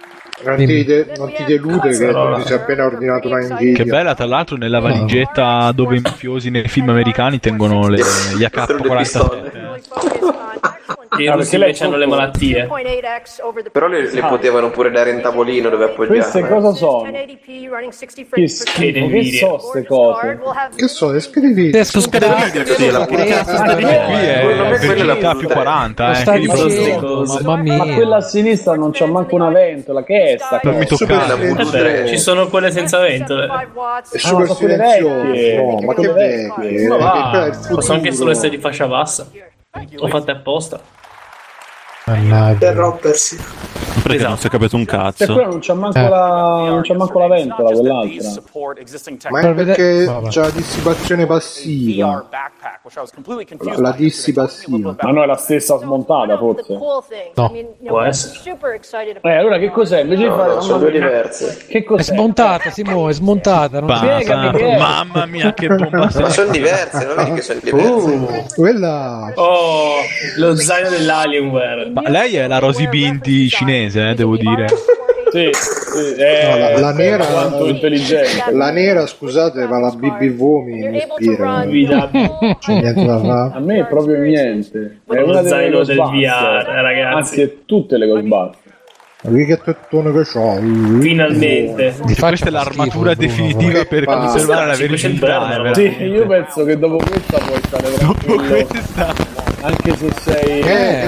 delude che non ti sia appena ordinato una Nvidia. Che bella, tra l'altro, nella valigetta dove i mafiosi nei film americani tengono gli AK-47. I russi invece hanno le malattie. Però le potevano pure dare in tavolino dove appoggiare. Queste cosa sono? Che schifo, che so ste cose? Che sono le schede video? Schede video, sì, la qui è velocità più 40, mamma mia. Ma quella a sinistra non c'ha manco una ventola, che è sta? Non mi toccare. Ci sono quelle senza ventole. È super silenzioso. No, ma che vecchie. Possono anche solo essere di fascia bassa. Ho fatte apposta. Per rompersi. Perché non si è capito un cazzo. E quella non c'ha manco la ventola, quell'altra. Ma è perché c'è la dissipazione passiva. La dissi passiva. Ma no, è la stessa smontata, forse. No. Può essere. Allora che cos'è? Invece di fare sono due diverse. Che cos'è? È smontata, Simo, è smontata. Non Spiegami che è. Mamma mia, che bomba! Ma sono diverse, non vedi che sono diverse? Quella. Oh, lo zaino dell'Alienware. Ma lei è la Rosy Binti cinese, devo dire. Sì, no, la nera, quanto intelligente. La nera, scusate, ma la BBV mi ispira. C'è niente da fare. A me proprio niente. È una lo zaino del VR, ragazzi. Anzi, è tutte le Ghostbusters. Ma che tettone che c'ho? Finalmente. Questa è l'armatura definitiva per conservare la verità. Sì, io penso che dopo questa puoi stare tranquillo. Anche se sei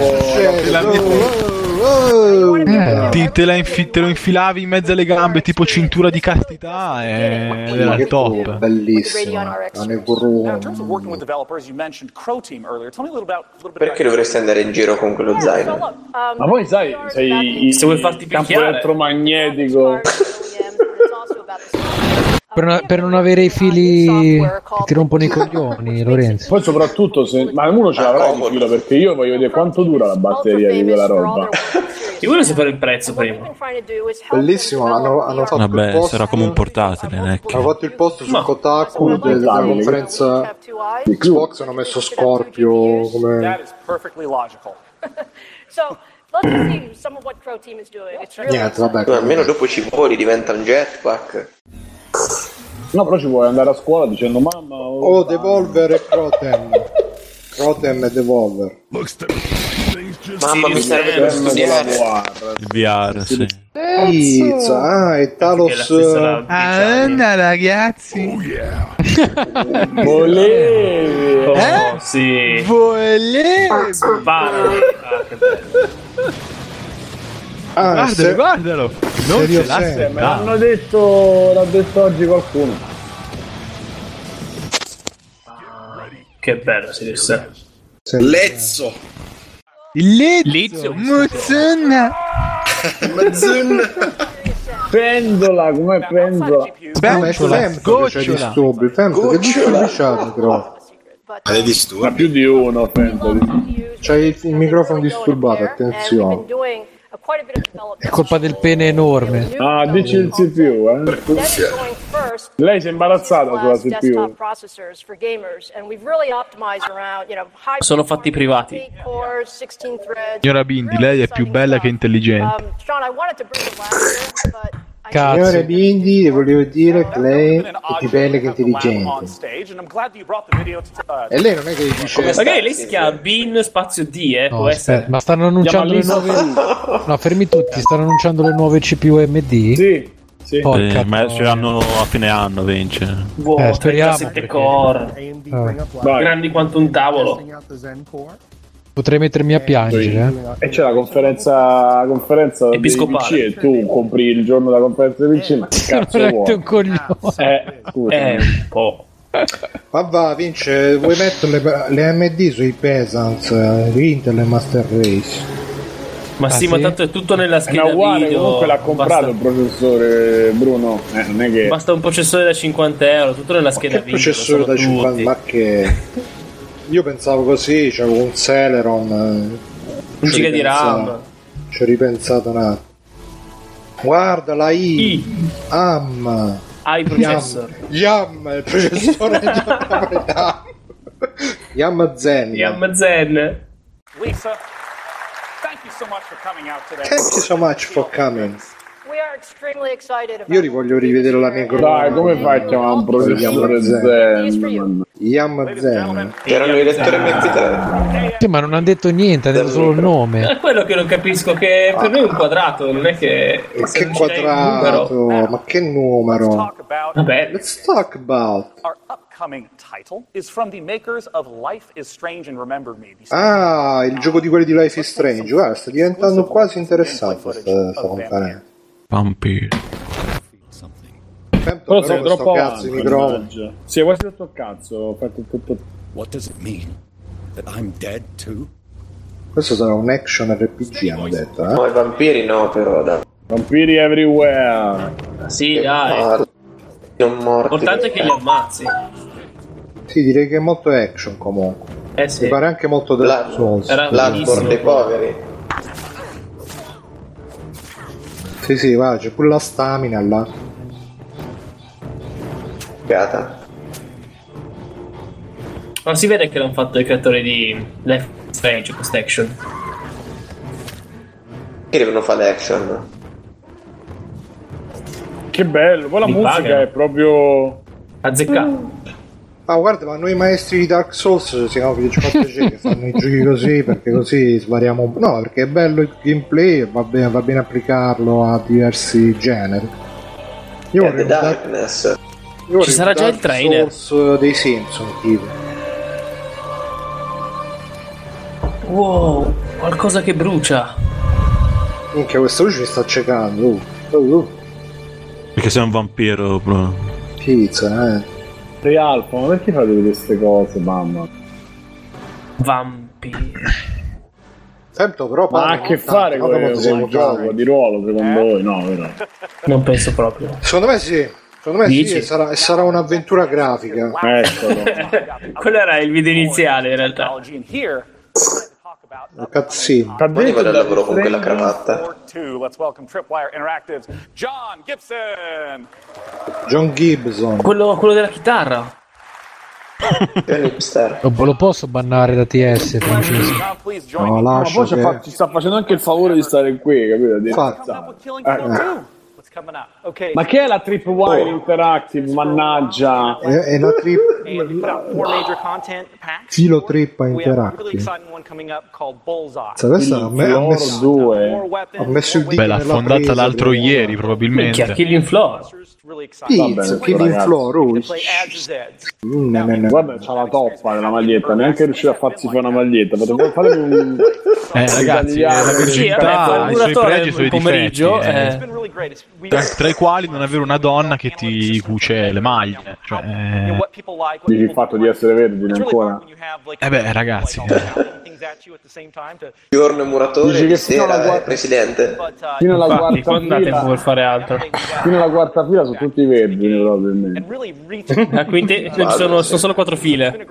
te lo infilavi in mezzo alle gambe tipo cintura di castità e era il top. Bellissimo. Perché dovresti andare in giro con quello zaino? Ma poi sai, sei se vuoi farti campo picchiare elettromagnetico. Per non avere i fili che ti rompono i coglioni, Lorenzo. Poi soprattutto ma uno ce l'avrà il filo, perché io voglio vedere quanto dura la batteria di quella roba. Io voglio sapere il prezzo prima. Bellissimo, hanno fatto il Vabbè, post. sarà come un portatile, Hanno fatto il post su Kotaku della conferenza di Xbox, hanno messo Scorpio come... Niente, vabbè. Almeno dopo ci voli, diventa un jetpack. No, però ci vuoi andare a scuola dicendo mamma Devolver e Crotem e Devolver. Mamma, mi serve per studiare. Il VR, sì. Pizza, e Talos. Anna, ragazzi. Volevi. Sì. Volevi. Che bello. Guardalo. Non ce l'ha me l'hanno detto, l'ha detto oggi qualcuno. Che bello, Sirius. Lezzo. Lizzo. Muzzunna. Pendola, com'è pendola? C'è disturbi. Che disturbi c'ha però? Ma più di uno, pendola. C'hai il microfono disturbato, attenzione. È colpa del pene enorme. Ah, dici il CPU, Lei si è imbarazzata sulla CPU. Sono fatti privati. Signora Bindi, lei è più bella che intelligente. Signore Bindi, volevo dire che lei è più bella che intelligente. E lei non è che dice... Magari lei si chiama Bean spazio D, no, aspetta, ma stanno annunciando le nuove... No, fermi tutti, stanno annunciando le nuove CPU AMD? Sì. Ma ce l'hanno a fine anno, vince. Speriamo. 7 core. Grandi quanto un tavolo. Potrei mettermi a piangere. E c'è la conferenza dei PC e tu compri il giorno della conferenza dei PC, ma che cazzo vuoi? Un coglione. Un po'. Ma va, Vince, vuoi mettere le AMD sui Peasants, Intel e Master Race? Ma sì, ma tanto è tutto nella scheda uguale, video. Comunque l'ha comprato il processore, Bruno. Non è che... Basta un processore da 50 euro, tutto nella scheda video. Processore da 50, ma che... Io pensavo così, c'avevo un Celeron. Un giga di RAM. Ci ho ripensato un attimo. Guarda la I. AM. I processor. YAM, il processore YAM Zen. YAM Zen. Lisa, thank you so much for coming out today. Thank you so much for coming. Io voglio rivedere la mia Dai, come fai a chiamare un processore Zen? YAM Zen. C'erano i lettori MP3. Sì, ma non hanno detto niente, ha detto solo il nome. È quello che non capisco, che per noi è un quadrato, non è che... Ma che quadrato? Ma che numero? Vabbè. Let's talk about. Our upcoming title is from the makers of Life is Strange and Remember Me. Ah, il gioco di quelli di Life is Strange. Guarda, sta diventando quasi interessante questa conferenza. Vampiro. Però sei troppo cazzo di microfono. Sì, è quasi tutto il cazzo. What does it mean? That I'm dead too? Questo sarà un action RPG, hanno detto, No, i vampiri no, però dai. Vampiri everywhere. Sì, dai. Non morti. L'importante è che li ammazzi. Sì, direi che è molto action comunque. Sì. Mi pare anche molto Dark Souls. L'hardcore dei poveri. Sì, va, c'è pure la stamina là. Gata. Ma si vede che l'hanno fatto i creatori di Life is Strange questa action. Che devono fare l'action? Che bello, poi la musica pagano. È proprio azzeccata. Ma guarda, ma noi maestri di Dark Souls siamo ci fa piacere che fanno i giochi così, perché così svariamo un po'. No, perché è bello il gameplay e va bene applicarlo a diversi generi. Io vorrei Darkness. Ci sarà già il trainer Souls dei Simpson, tipo. Wow, qualcosa che brucia. Minchia, questa luce mi sta accecando. Perché sei un vampiro, bro. Pizza, Rialfa, ma perché fate queste cose, mamma? Vampiro. Sento, però ma ha a che fare con il gioco di ruolo, secondo voi? No, vero? Non penso proprio. Secondo me sì. Secondo me sì, e sarà un'avventura grafica. Quello era il video iniziale, in realtà. Cazzino. Poi vado al lavoro con quella cravatta. John Gibson. Quello della chitarra. Lo posso bannare da TS, Francesco? No, ma poi ci sta facendo anche il favore di stare qui, capito? Ma che è la Tripwire Interactive? Mannaggia, è la filo trippa Interactive. Questa ha messo il dito. Beh, l'ha fondata l'altro ieri, probabilmente. Killing Floor. Pizza, Killing Floor. Guarda, c'ha la toppa nella maglietta, neanche riuscito a farsi fare una maglietta. Fatemi un ragazzi, la virginità, i suoi pregi e i suoi difetti. Tra i quali non avere una donna che ti cuce le maglie. Il fatto di essere vergine ancora. Beh, ragazzi. Giorno muratore, di sera presidente. Fino alla quarta fila per fare altro. Fino alla quarta fila sono tutti vergini, probabilmente. La quinta sono solo 4 file.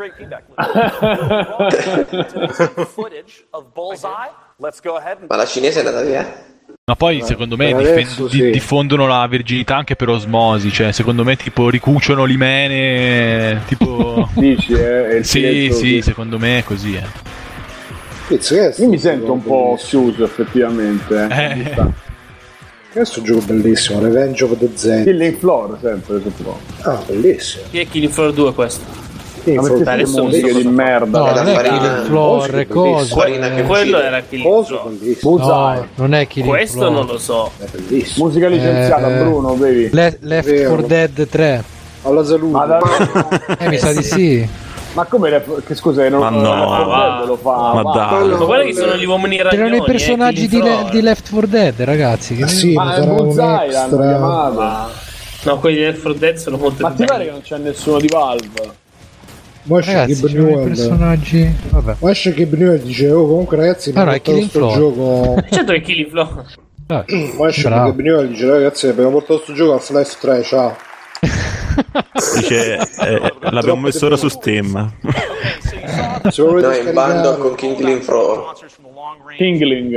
Ma la cinese è andata via? Ma poi secondo me diffondono la virginità anche per osmosi, cioè secondo me tipo ricuciono l'imene, tipo... Dici, sì, secondo me è così, Io mi sento un po' chiuso effettivamente. Questo è un gioco bellissimo, Revenge of the Zen. Killing Floor sempre. Bellissimo. Chi è Killing Floor 2 questo? Ma perché siamo di merda? No, non è Killing Floor, è cosa? Quello era Killing Floor. No, non è Killing Questo Floor. non lo so. È bellissimo. Musica licenziata, Bruno, bevi. Left 4 Dead 3. Alla salute. Mi sa di sì. Ma come che scusa, non lo fa? Ma dai. Ma guarda che sono gli uomini ragnoni. Erano i personaggi di Left 4 Dead, ragazzi. Che sì, ma sarà un extra. No, quelli di Left 4 Dead sono molto. Ma ti pare che non c'è nessuno di Valve? Ragazzi, i personaggi. Vabbè. Ma esce che Newell dice: oh, comunque, ragazzi, è Killing Floor. Gioco. Certo che è Killing Floor. Ma esce che Newell dice: ragazzi, abbiamo portato questo gioco a Half-Life 3. Ciao. Dice, l'abbiamo messo ora su Steam. No, in bando con Killing Floor. Kingling.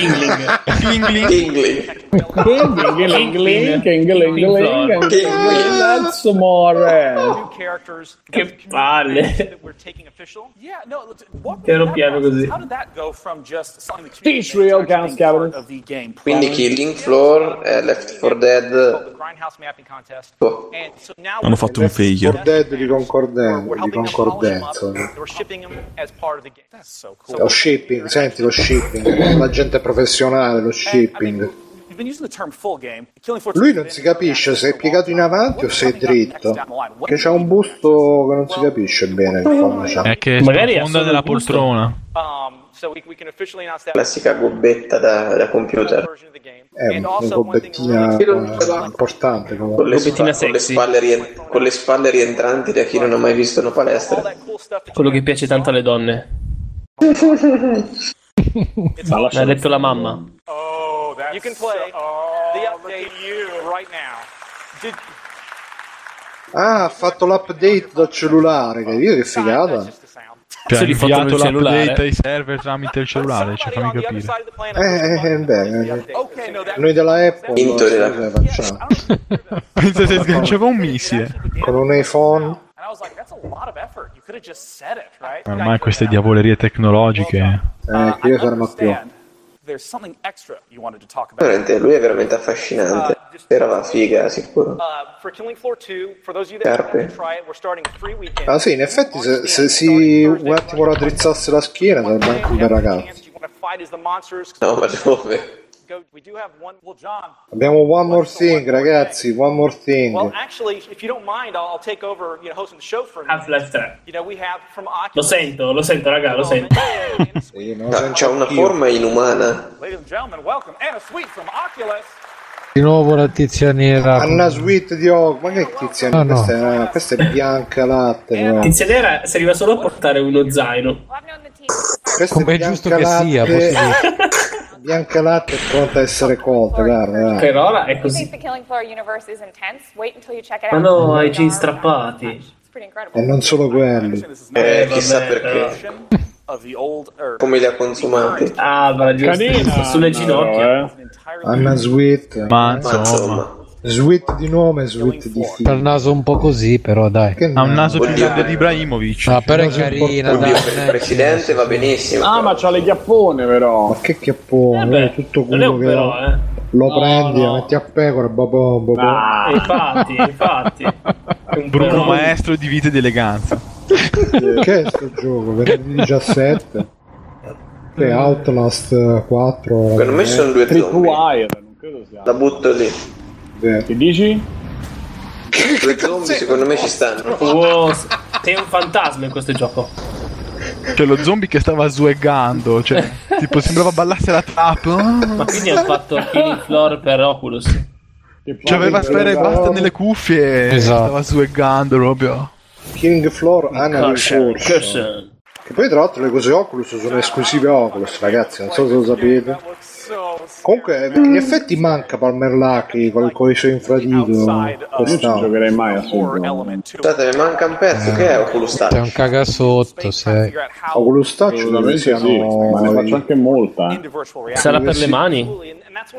That's more. Che palle. Piano piano così. Israel Guns Cavern. Quindi Killing Floor e Left 4 Dead. Hanno fatto un failure. Dead di concordenza. Lo shipping, senti lo shipping, la gente professionale, lo shipping. Lui non si capisce se è piegato in avanti o se è dritto, che c'ha un busto che non si capisce bene. È che sprofonda nella poltrona. Classica gobbetta da computer. È una gobbettina importante con le spalle rientranti da chi non ha mai visto una palestra. Quello che piace tanto alle donne. L'ha detto la mamma. You can play the update right now. Ah, ha fatto l'update dal cellulare, capito che figata? Cioè, ha inviato l'update ai server tramite il cellulare, cioè fammi capire. Beh, noi della Apple facciamo. Pensa se sganciava un missile. Con un iPhone. Ormai queste diavolerie tecnologiche. Io saremo più. Veramente, lui è veramente affascinante. Era la figa, sicuro. Carpe. Ah sì, in effetti se si un attimo raddrizzasse la schiena sarebbe anche un bel ragazzo. No, ma dove? Abbiamo one more thing, ragazzi, one more thing. Half-Life 3. Lo sento, raga, lo sento. C'ha una forma inumana. Di nuovo la tizia nera. Anna Sweet di Oak, ma che tizia nera? No. Questa è bianca latte. Tizia nera serviva solo a portare uno zaino. Come è giusto che sia, posso dire. Bianca latte è pronta a essere colta, guarda. Per ora è così. Ma no, hai i jeans strappati. E non solo quelli. Chissà perché. Come li ha consumati. Ah, ma giusto, sulle ginocchia. Anna Sweet. Ma insomma. Sweet di nome, Sweet di film. Ha il naso un po' così, però dai. Ha un naso più grande di Ibrahimovic. Ah, però è carina, dai. Il presidente va benissimo. Ah, ma c'ha le chiappone, però. Ma che chiappone? Tutto quello che però, lo prendi, lo metti a pecora, Infatti. Bruno maestro di vita ed eleganza. Che è sto gioco? Venerdì 17? Che è Outlast 4? Secondo me sono due zombie. La butto lì. Che dici? Due zombie secondo me ci stanno. Wow, sei un fantasma in questo gioco. Cioè lo zombie che stava swaggando, cioè tipo sembrava ballasse la trap. Ma quindi hanno fatto Killing Floor per Oculus. Cioè aveva sfera e basta nelle cuffie e stava swaggando proprio. Killing Floor Anna Force. Che poi tra l'altro le cose Oculus sono esclusive Oculus, ragazzi, non so se lo sapete. Comunque in effetti manca Palmer Lucky con i suoi infradito. Non ci giocherei mai assolutamente. Scusate, manca un pezzo, che è Oculus Touch? C'è un cagasotto, sei. Oculus Touch assolutamente sì, ma ne faccio anche molta. Sarà per le mani?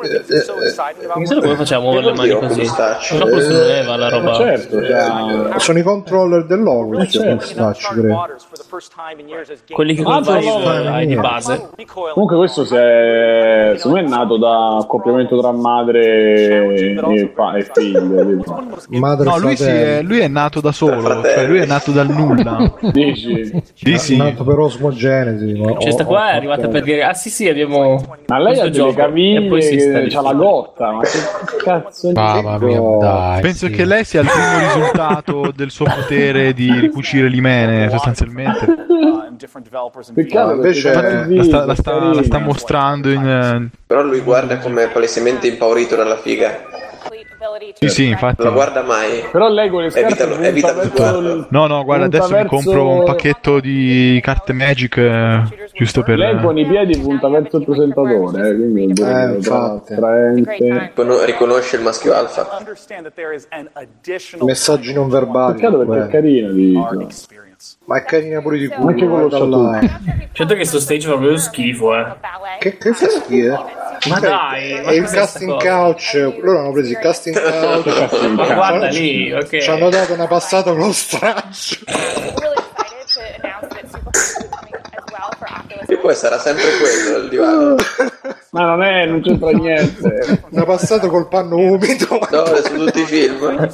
Mi sa come facciamo a muovere le mani così? Però si leva la roba. Certo, sono i controller dell'Oculus Oculus Touch, credo. Quelli che hai di base. Comunque questo secondo me è nato da accoppiamento tra madre e figlio. No, lui è nato da solo, cioè lui è nato dal nulla. Dici? Sì. È nato per osmogenesi. Cioè sta qua è arrivata per dire sì abbiamo. Ma lei ha delle caviglie, c'ha la gotta, ma che cazzo è? Mamma mia, dai. Penso che lei sia il primo risultato del suo potere di ricucire l'imene, sostanzialmente. Peccato, invece la sta mostrando in. Però lui guarda come palesemente impaurito dalla figa. Sì, infatti. Non la guarda mai. Però lei con le scarpe evita lo sguardo. No, guarda, adesso mi compro un pacchetto di carte Magic giusto per. Lei con i piedi punta verso il presentatore, quindi infatti. Riconosce il maschio alfa. Messaggi non verbali. Peccato perché è carino di ma è carina pure di culo. Anche con lo statuto. Certo che sto stage fa proprio schifo, Che fa schifo? Ma dai, è il casting couch. Loro hanno preso il casting couch. Ma guarda lì, ok. Ci hanno dato una passata con lo straccio. E poi sarà sempre quello il divano. Ma non c'entra niente. Una passata col panno umido. No, su tutti i film.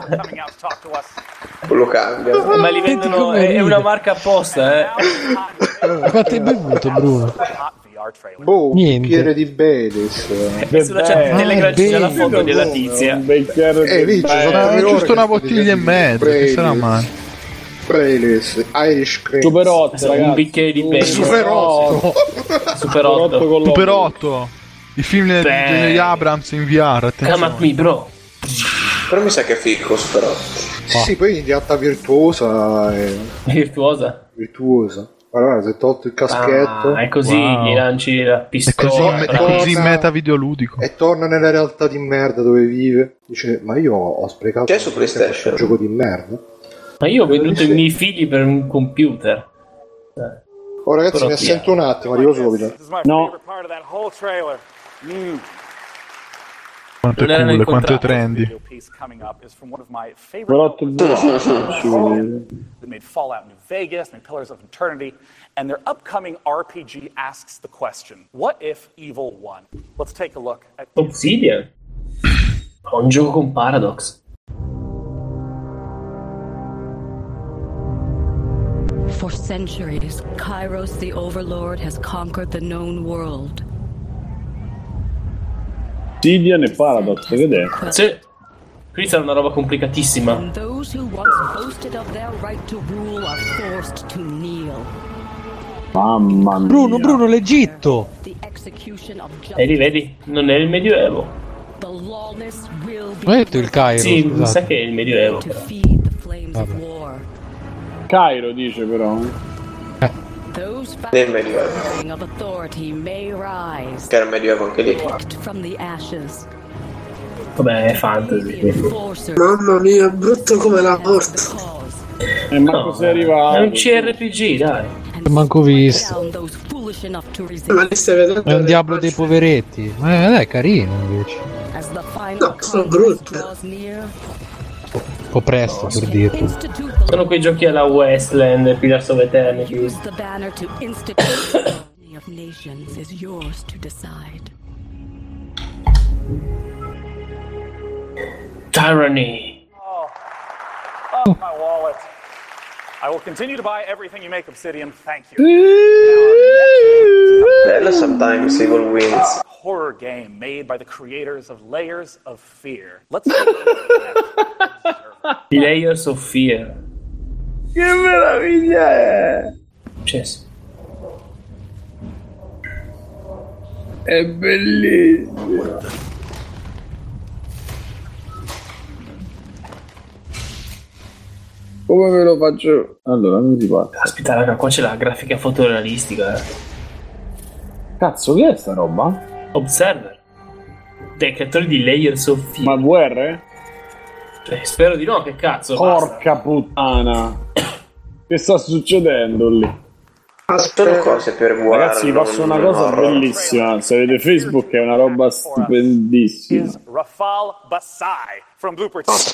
Lo cambia. Ma li vendono, è una marca apposta, Quanto hai bevuto, Bruno? Un bicchiere di Baileys. Sulla chat Telegram c'è la foto della tizia. Lì c'è giusto una bottiglia e mezzo. Che sarà mai? Baileys, Irish Cream. Super 8, ragazzi. Un bicchiere di Baileys. Super 8. Super 8. Super 8. Il film di Abrams in VR. Come at me, bro. Però mi sa che è fico Super 8. Sì, poi in realtà virtuosa. Virtuosa? Virtuosa. Guarda, si è tolto il caschetto. E così gli lanci la pistola. È così meta videoludico. E torna nella realtà di merda dove vive. Dice, ma io ho sprecato C'è su PlayStation un gioco di merda. Ma io ho venduto i miei figli per un computer. Oh ragazzi, Però mi assento un attimo, arrivo subito. No. Quanto è cool, quanto è trendy. Però They made Fallout New Vegas, they made Pillars of Eternity, and their upcoming RPG asks the question, what if evil won? Let's take a look at Obsidian? Un gioco con Paradox. For centuries, Kairos the Overlord has conquered the known world. Obsidian e Paradox, vedete? Sì. Questa è una roba complicatissima. And those who once boasted of their right to rule are forced to kneel. Mamma mia. Bruno, l'Egitto! Vedi, non è il Medioevo. Ho detto il Cairo. Sì, mi scusate. sa che è il Medioevo. Cairo dice però. Nel Medioevo. Che era il Medioevo anche lì. Vabbè, è fantasy. Mamma mia, brutto come la morte. Manco sei arrivato. È un CRPG, dai. Manco visto. Ma li stai vedendo? È un diavolo dei poveretti. Dai, è carino invece. No, sono brutti. Un po' presto per dirlo. Sono quei giochi alla Westland, Pillars of Eternity. The banner to institute the of nations is yours to decide. Tyranny. Oh, my wallet. I will continue to buy everything you make, Obsidian. Thank you. Bello sometimes evil wins. Horror game made by the creators of Layers of Fear. Let's Layers of Fear. Che meraviglia è! Successo. È bellissimo. Come ve lo faccio? Allora, non si parte. Aspetta, raga, qua c'è la grafica fotorealistica. Cazzo, che è sta roba? Observer. Dei creatori di Layers of Fear. Ma VR? Spero di no, che cazzo. Porca puttana. Che sta succedendo lì? Sono cose per VR. Ragazzi, vi passo una cosa bellissima. Se avete Facebook è una roba stupendissima. Rafal Basai from Blooper Team.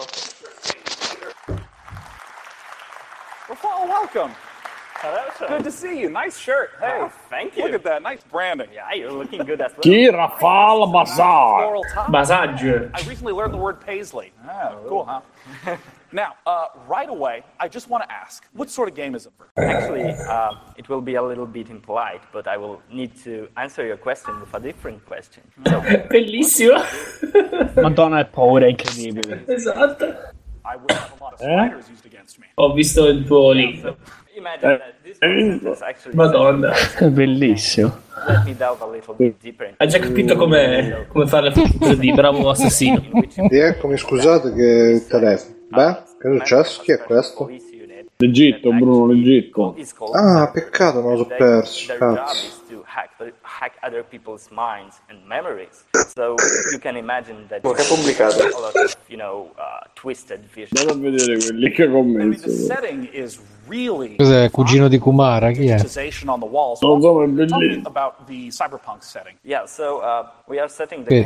Rafal, welcome. Good to see you. Nice shirt. Hey, thank you. Look at that. Nice branding. Yeah, you're looking good as well. Chi? Rafal Basai. Floral top. Basage. I recently learned the word paisley. Cool, huh? Now, right away, I just want to ask, what sort of game is it? Actually, it will be a little bit impolite, but I will need to answer your question with a different question. So, bellissimo. Madonna, è paura incredibile. Esatto. I would have a lot of spiders used against me. Ho visto il tuo link. imagine that this process is actually... Madonna, è bellissimo. Let me delve a little bit deeper. Hai già capito come fare le foto di bravo assassino. Eccomi, scusate che telefono. Beh, che è successo? Chi è questo? L'Egitto, Bruno, l'Egitto. Ah, peccato, me lo so perso. Cazzo. Hack other people's minds and memories. So you can imagine that che complicato. a lot of, twisted vision. Vado a vedere quelli che ho commesso. Cos'è, cugino di Kumara? Chi è? Non so, ma è bellissimo. About the cyberpunk setting. Yeah, so we are setting the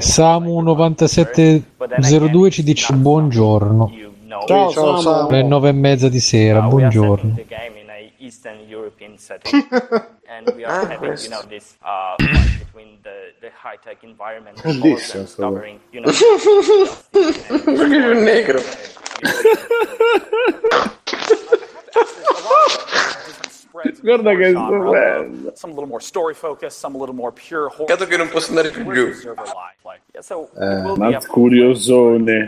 Samu9702 ci dice buongiorno. Ciao, Samu. Le 9:30 di sera, buongiorno. the game in a Eastern European setting, and we are having, this fight between the high-tech environment and discovering, Perché è un negro? Guarda che stupendo. Some a little more story focused, some a little more pure horror. Peccato che non posso andare più giù. Ma curiosone.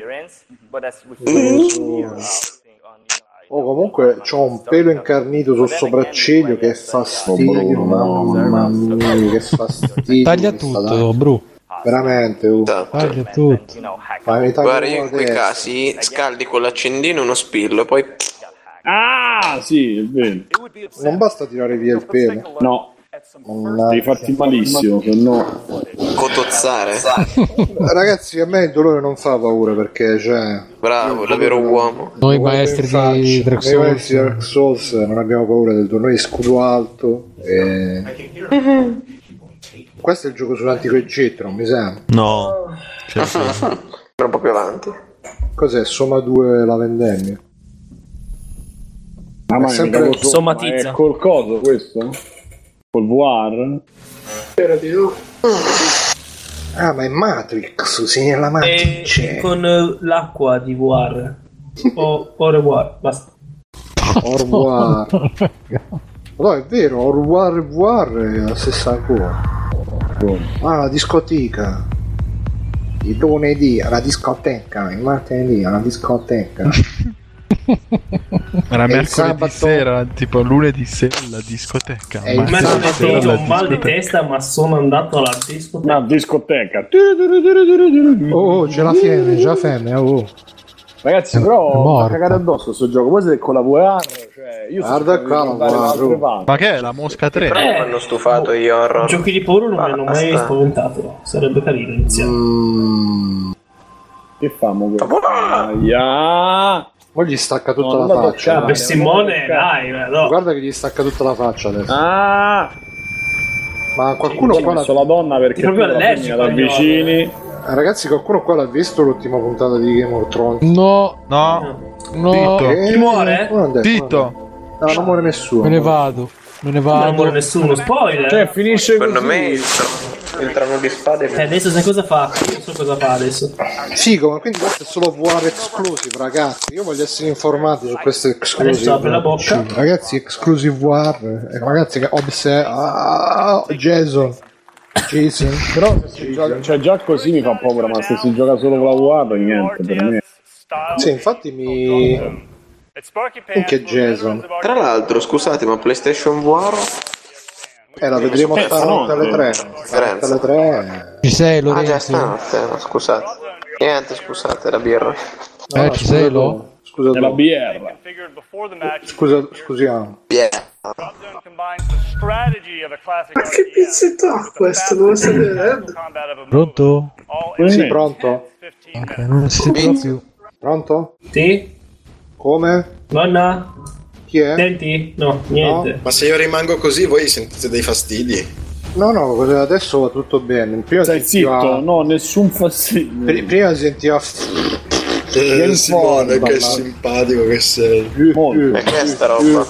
Oh, comunque c'ho un pelo incarnito sul sopracciglio che fastidio, mamma mia, che fastidio. Taglia tutto, Bru. Veramente, taglia tutto. Guarda, io in quei casi scaldi con l'accendino uno spillo, poi Ah, sì, è vero. Non basta tirare via il pene. No. Devi farti malissimo, se no. Cotozzare. Ragazzi, a me il dolore non fa paura perché bravo, davvero uomo. Noi maestri di Dark Souls. Noi maestri di Dark Souls non abbiamo paura del dolore. Noi scudo alto questo è il gioco sull'antico Egitto, non mi sembra? No. Un po' più avanti. Cos'è? Soma 2 la vendemmia? Ma è sempre somatizza. È col coso questo? Col VR? Spero di no. Ah, ma è Matrix, sì, è la Matrix. E con l'acqua di VR. Au revoir, basta. Au revoir. No, è vero, au revoir e VR è la stessa cosa. Ah, la discoteca. Il lunedì alla discoteca, il martedì alla discoteca. Era mercoledì sera, tipo lunedì sera alla discoteca. Il mercoledì ho un mal di testa, ma sono andato alla discoteca. No, discoteca. Oh, c'è la femmina, oh. Ragazzi, però fa cagare addosso questo gioco. Poi se con la VR, cioè io guarda qua, ma che è la Mosca 3? Mi hanno stufato gli horror. Giochi di paura non mi hanno mai spaventato. Sarebbe carino iniziare. Che famo questo? Poi gli stacca tutta la faccia. Per Simone, dai, no. Guarda che gli stacca tutta la faccia adesso. Ma qualcuno qua la donna perché proprio allergico da vicini. Ragazzi, qualcuno qua l'ha visto l'ultima puntata di Game of Thrones? No. Chi muore? Zitto. No, non muore nessuno. Me ne vado. Non muore nessuno, spoiler. Cioè, finisce Secondo così. me il trano di spade. Adesso sai cosa fa? Io so cosa fa adesso. Sì, quindi questo è solo VR exclusive, ragazzi. Io voglio essere informato su questo exclusive. Adesso apre la bocca. Ragazzi, exclusive VR. Ragazzi, che Jason. Però cioè, già così mi fa paura, ma se si gioca solo con la VR, niente per me. Sì, infatti che Jason. Tra l'altro, scusate, ma PlayStation VR? La vedremo stanotte alle 3. Alle 3. Ci sei, Lorenzo? Ah, già stanotte, no, scusate. Niente, scusate, la birra. Ci sei, Lo? Scusa, la birra. Scusiamo. Ma che pizzetto ha questo? Dove stai vedendo? Pronto? Sì, pronto? Ok, non si sente più. Pronto? Sì? Come? Nonna? Chi è? Senti? No, niente. No? Ma se io rimango così voi sentite dei fastidi? No, adesso va tutto bene. Prima stai zitto, no, nessun fastidio. Prima si sentiva Simone, che simpatico che sei. E che è sta roba?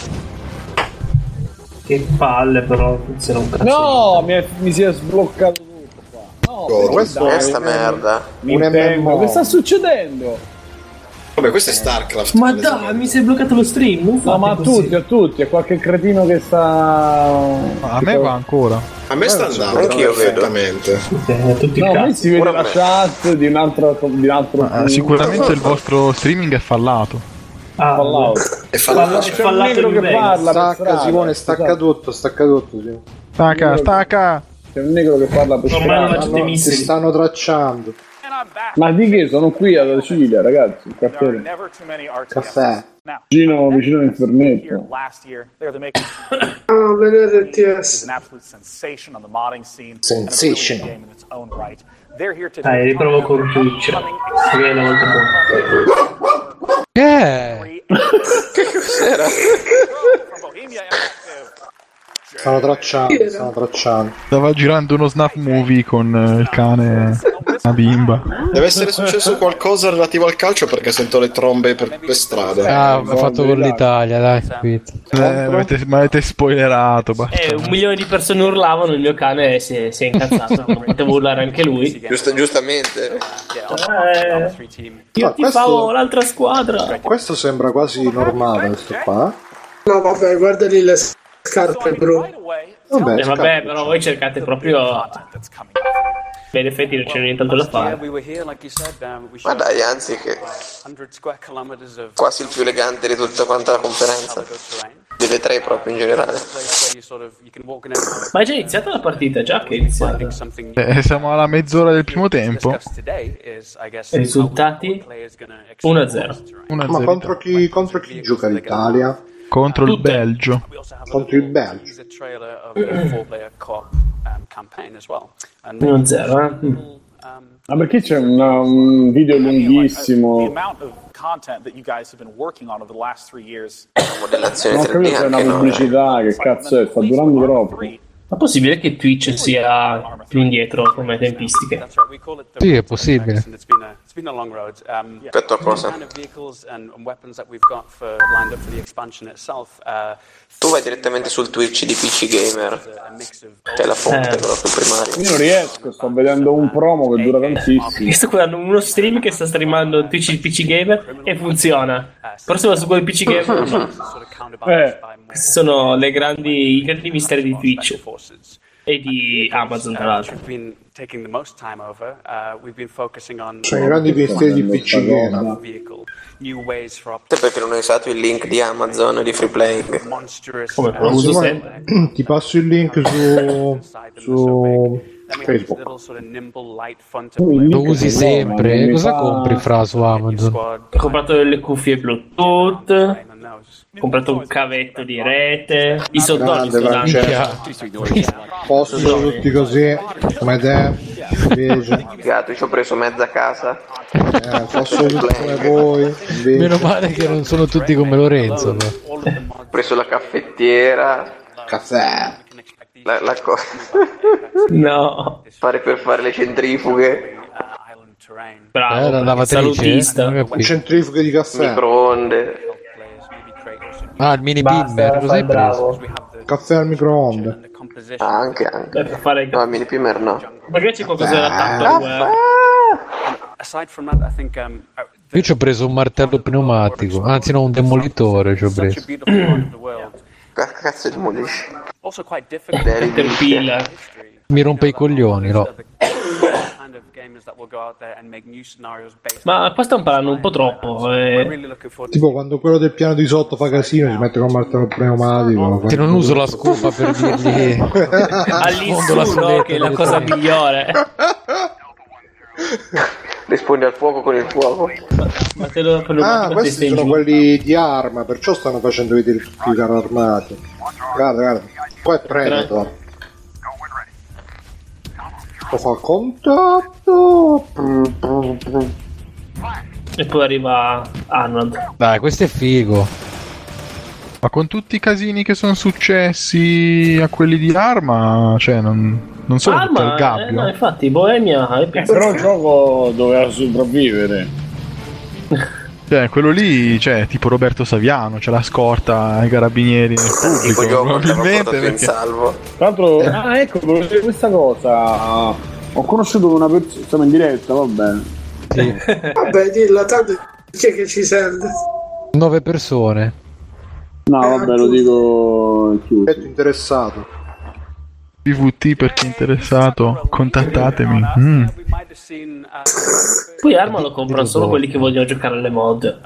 Che palle, però funziona un cazzo. No, mi si è sbloccato tutto qua. No, questa è sta merda. Che sta succedendo? Vabbè, questo è StarCraft. Ma dai, mi si è bloccato lo stream. No, ma a tutti, è qualche cretino che sta. A me va ancora. A me sta andando perfettamente. No, a me si vede la chat di un altro. Sicuramente il vostro streaming è fallato. È fallato. C'è un negro che parla. Stacca, Simone, stacca tutto. Stacca. C'è un negro che parla per strada. Si stanno tracciando. Ma di che? Sono qui ad Acilia, ragazzi. Caffè. Vicino all'infernetto. Vedete TS. Sensation. Dai, riprovo con Twitch. Che è una volta buona. Che cos'era? Stanno tracciando. Stava girando uno snap movie con il cane, una bimba. Deve essere successo qualcosa relativo al calcio perché sento le trombe per strade. Ho fatto con l'Italia, dai. Avete spoilerato. 1 milione di persone urlavano, il mio cane si è incazzato. Devo urlare anche lui. Giustamente. Io tifavo l'altra squadra. Questo sembra quasi normale, questo qua. No, vabbè, guarda lì le scarpe, bro. Vabbè, però voi cercate proprio. Beh, in effetti non c'è nient'altro da fare. Ma dai, anzi che quasi il più elegante di tutta quanta la conferenza, delle tre proprio in generale. Ma è già iniziata la partita, già che è iniziata. Siamo alla mezz'ora del primo tempo. Risultati 1-0. Ma contro chi gioca l'Italia? Contro il Belgio. Contro il Belgio. 1-0, Ma perché c'è un video lunghissimo? Content that you guys have been working on over the last 3 years. Non ho capito se è una pubblicità, che cazzo è? Sta durando troppo. Ma è possibile che Twitch sia più indietro come tempistiche? Sì, è possibile. Rispetto a cosa? Tu vai direttamente sul Twitch di PC Gamer, che è la fonte proprio primaria. Io non riesco, sto vedendo un promo che dura tantissimo. Io sto guardando uno stream che sta streamando Twitch di PC Gamer e funziona. Però se va su quello di PC Gamer no. Questi sono i grandi misteri di Twitch e di Amazon, tra l'altro. Sono i grandi misteri di PC Gamer. Te perché non hai usato il link di Amazon di Free Playing? Come lo uso sempre? Ti passo il link su Facebook. Lo usi sempre? Cosa compri fra su Amazon? Ho comprato delle cuffie Bluetooth, ho comprato un cavetto di rete, i sottoni Posso tutti così come te invece. Gatto, ci ho preso mezza casa. Posso tutti come voi invece. Meno male che non sono tutti come Lorenzo. Ho preso la caffettiera, caffè, la cosa. No, per fare le centrifughe. Bravo, la lavatrice, centrifughe di caffè, microonde. Ah, il mini Pimmer, cos'hai preso? Caffè al microonde. Anche. Per fare no, il mini Pimmer no. Magari c'è qualcosa da tanto. Io ci ho preso un martello pneumatico, anzi no, un demolitore ci ho preso. Cazzo demolisci? Caterpillar. Mi rompe i coglioni, no? Ma qua stanno parlando un po' troppo. Tipo quando quello del piano di sotto fa casino, ci mette con un martello pneumatico. Che non uso la scopa per dirgli all'insulo, che è la cosa migliore. Rispondi al fuoco con il fuoco. Ma te lo questi sono quelli di arma, perciò stanno facendo vedere tutti i carri armati. Guarda, qua è Predator. Lo fa contatto. E poi arriva Arnold. Dai, questo è figo. Ma con tutti i casini che sono successi a quelli di Arma, cioè non sono tutti al gabbio. No, infatti Bohemia però il gioco doveva sopravvivere. Cioè, quello lì, cioè, tipo Roberto Saviano, c'è la scorta ai carabinieri nel pubblico, probabilmente perché... salvo. Tra l'altro, ecco, volevo dire questa cosa. Ho conosciuto una persona, siamo in diretta, va bene. Sì. Vabbè, dillo, tanto chi è che ci sente? 9 persone. No, vabbè, lo dico chiuso. Interessato. PVT per chi è interessato, contattatemi. Poi Arma lo comprano solo quelli che vogliono giocare alle mod.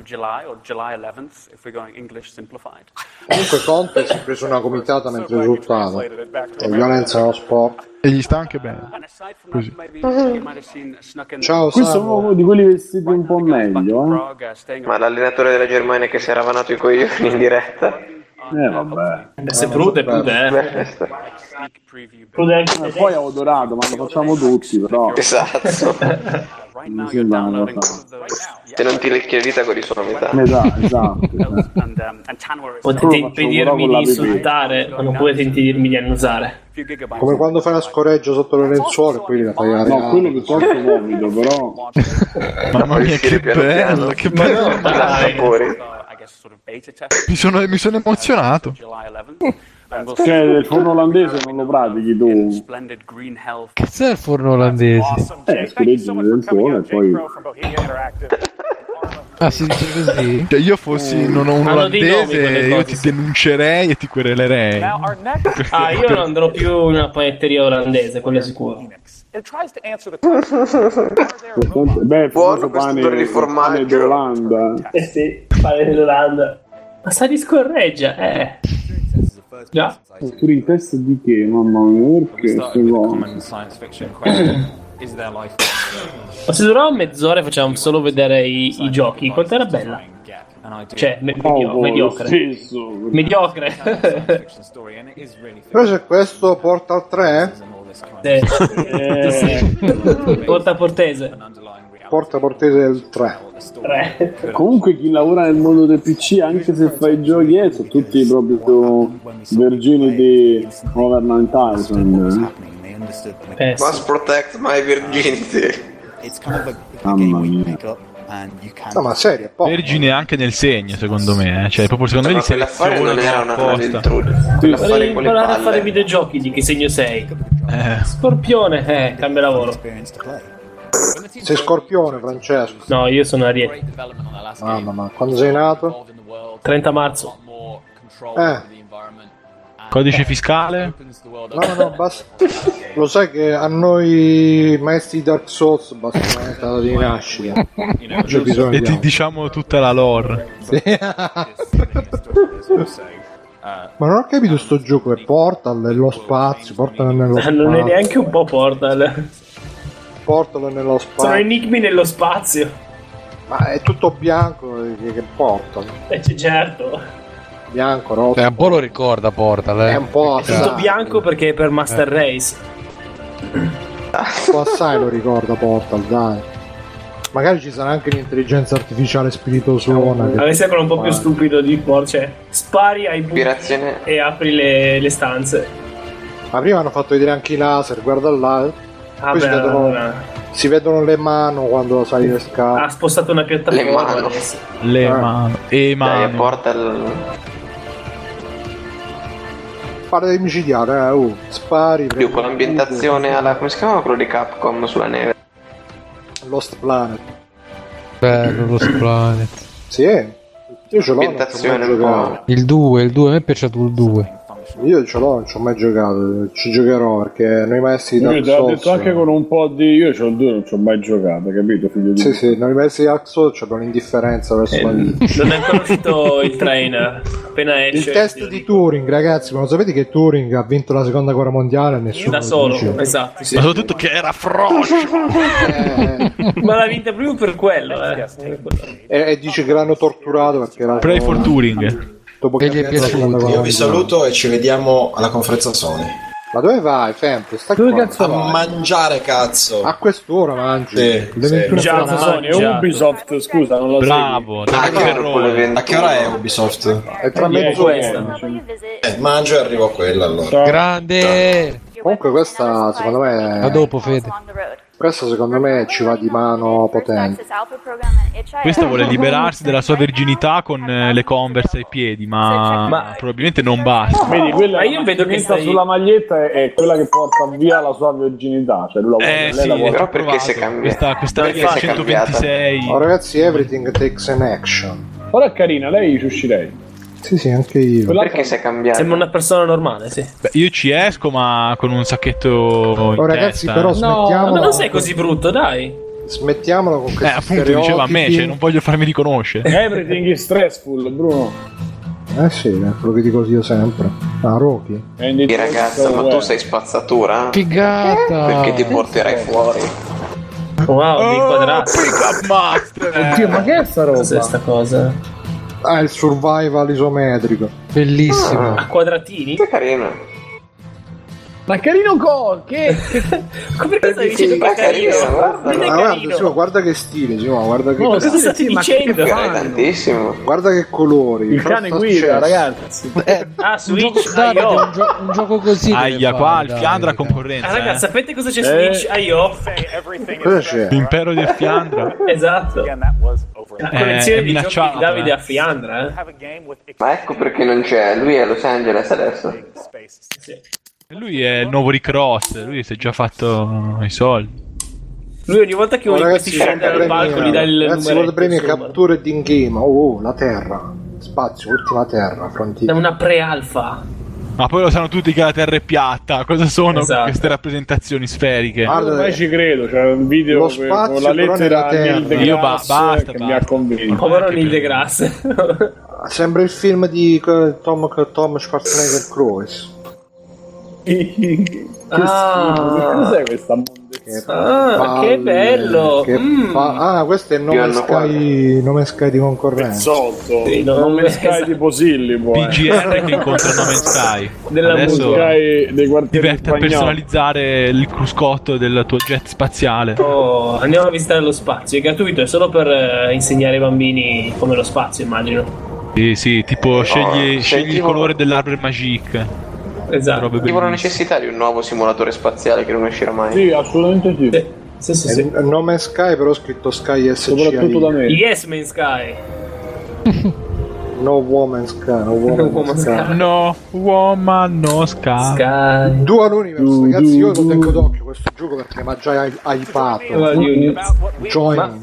Comunque Conte si è preso una gomitata mentre risultava. E violenza nello sport. E gli sta anche bene. Così. Ciao, questo è uno di quelli vestiti un po' meglio, Ma l'allenatore della Germania che si era vanato i coglioni in diretta. Vabbè. Se Prude. Poi ho odorato, ma lo facciamo tutti, però. Esatto. Se non ti lecchi le dita con risolvità. Esatto. Potete impedirmi di insultare, ma non potete impedirmi di annusare. Come quando fai una scoreggia sotto le lenzuole e poi la fai aria. No, quello che sotto vomito, però. Mamma mia, che bello, che bello. Mi sono emozionato. Cioè, il forno olandese non lo pratichi tu? Che c'è il forno olandese? Scureggi nel lenzuolo e poi... Ah, si dice così? Cioè, io fossi un olandese, io ti denuncerei e ti querelerei. Io non andrò più in una panetteria olandese, quello è sicuro. Beh, buono questo torre di formaggio d'Olanda. Sì, pane dell'Olanda. Ma sa di scorreggia, Già. Tu in testa di che, mamma mia, perché Ma se durava mezz'ora e facevamo solo vedere i giochi, quanto era bella? Cioè, mediocre. Mediocre. Però c'è questo Portal 3? Sì. Porta Portese del 3. Comunque chi lavora nel mondo del PC, anche se fa i giochi, sono tutti proprio vergini di Overland Tyson. Must protect my virginity. Mamma mia. No, ma serio, Vergine anche nel segno, secondo me. Cioè, proprio secondo me li selezionano non era una Vorrei imparare a fare videogiochi. Di che segno sei? Scorpione, cambia lavoro. Sei Scorpione, Francesco? No, io sono Ariete. Ma quando sei nato? 30 marzo. Codice fiscale? No, basta. Lo sai che a noi maestri Dark Souls basta una data di nascita. E ti diciamo tutta la lore. Sì. Ma non ho capito sto gioco, è Portal nello spazio, Portal nello spazio. Non è neanche un po' Portal. Portal nello spazio. Sono enigmi nello spazio. Ma è tutto bianco che Portal. Certo. Bianco, rosso. Un po' lo ricorda Portal, È un po' assai. È tutto bianco perché è per Master Race. Un po' assai lo ricorda Portal, dai. Magari ci sarà anche l'intelligenza artificiale spiritosuona. A me sembra un po' più stupido di Portal. Cioè, spari ai buchi e apri le stanze. Ma prima hanno fatto vedere anche i laser, guarda là. Poi si vedono le mani quando sali le scale. Ha spostato una piattaforma adesso. Le mani. Portal. Spara di micidiale, spari. Più con l'ambientazione alla, come si chiama quello di Capcom sulla neve? Lost Planet. Bello Lost Planet. Sì, io ce l'ho. L'ambientazione un po'. Il 2, a me è piaciuto il 2. Io ce l'ho, non ci ho mai giocato, ci giocherò perché noi maestri di Dark Souls. Io ho detto anche con un po' di. Io c'ho il 2, non ci ho mai giocato, capito? Figlio di. Sì, noi maestri di Dark Souls abbiamo l'indifferenza verso la vita. Non è ancora uscito il trainer. Appena esce. Il test di Turing, ragazzi, ma lo sapete che Turing ha vinto la seconda guerra mondiale? Nessuno da solo, dice. Esatto. Sì. Ma soprattutto che era Frosh. Ma l'ha vinta proprio per quello, E dice che l'hanno torturato perché era. Pray for Turing. Dopo che Io vi saluto e ci vediamo alla conferenza Sony. Ma dove vai, Femp? A mangiare, cazzo. A quest'ora mangi. Sony, è Ubisoft, scusa, non lo so. Bravo. A che ora è Ubisoft? È tra mezz'ora. Mangio e arrivo a quella allora. Grande. Comunque questa secondo me. A dopo, Fede. Questa secondo me ci va di mano potente. Questa vuole liberarsi della sua verginità con le Converse ai piedi, ma probabilmente non basta. Vedi, quella io vedo che sta sulla maglietta è quella che porta via la sua verginità. Cioè lui la vuole, però perché si è cambiata? Questa 126. Oh, ragazzi, everything takes an action. Ora è carina, lei ci uscirei. Sì, anche io. Perché si è cambiato? Sembra una persona normale, sì. Beh, io ci esco, ma con un sacchetto in ragazzi, testa. però smettiamolo. Ma non sei così brutto, dai. Smettiamolo con questi appunto diceva a me, cioè non voglio farmi riconoscere. Everything is stressful, Bruno. Sì, è quello che dico io sempre. Rocky. Ragazza, ma tu sei spazzatura? Figata. Perché ti porterai fuori? Wow, dei quadrati. Pick up master. Oddio, ma che è sta roba? Cos'è sta cosa? Il survival isometrico. Bellissimo. A quadratini? Che carino. Ma carino che? Come stai dicendo che è carino? Guarda che stile, guarda che cosa stai dicendo? Tantissimo. Guarda che colori. Il cane guida, ragazzi. Switch, un gioco così. Aia, qua il Fiandra concorrenza. Ragazzi, sapete cosa c'è Switch? Cosa c'è? L'impero del Fiandra. Esatto. La collezione di giochi di Davide a Fiandra. Ma ecco perché non c'è. Lui è a Los Angeles adesso. Sì. Lui è il nuovo Rick Ross, lui si è già fatto i soldi. Lui ogni volta che ragazzi, si scende dal palco gli dà il ragazzi, numero. premi capture in game. Oh, la Terra. Spazio, ultima Terra, frontiera. È una pre-alfa. Ma poi lo sanno tutti che la Terra è piatta. Cosa sono Esatto. queste rappresentazioni sferiche? Ormai ci credo, c'è un video lo spazio, con la lettera Neil deGrasse basta, che mi ha convinto. Povero Neil deGrasse. Sembra il film di Tom Schwarzenegger Cruise. Cos'è questa che bello! Questo è nome Sky di concorrenza. Sì, nome Sky di Posillipo. PGR che incontra Nome Sky. Adesso diverti a personalizzare il cruscotto del tuo jet spaziale. Oh, andiamo a visitare lo spazio. È gratuito, è solo per insegnare ai bambini come lo spazio, immagino. Sì, tipo scegli il colore dell'Arbre Magique. Esatto. Tipo la necessità di un nuovo simulatore spaziale che non uscirà mai. Sì, assolutamente sì. Sì. È nome Sky, però scritto Sky SCI. Soprattutto da me. Yes Man Sky. No Woman Sky. No Woman, no Sky. Dual Universe, ragazzi, io lo tengo d'occhio questo gioco perché mi ha già hypato. Join.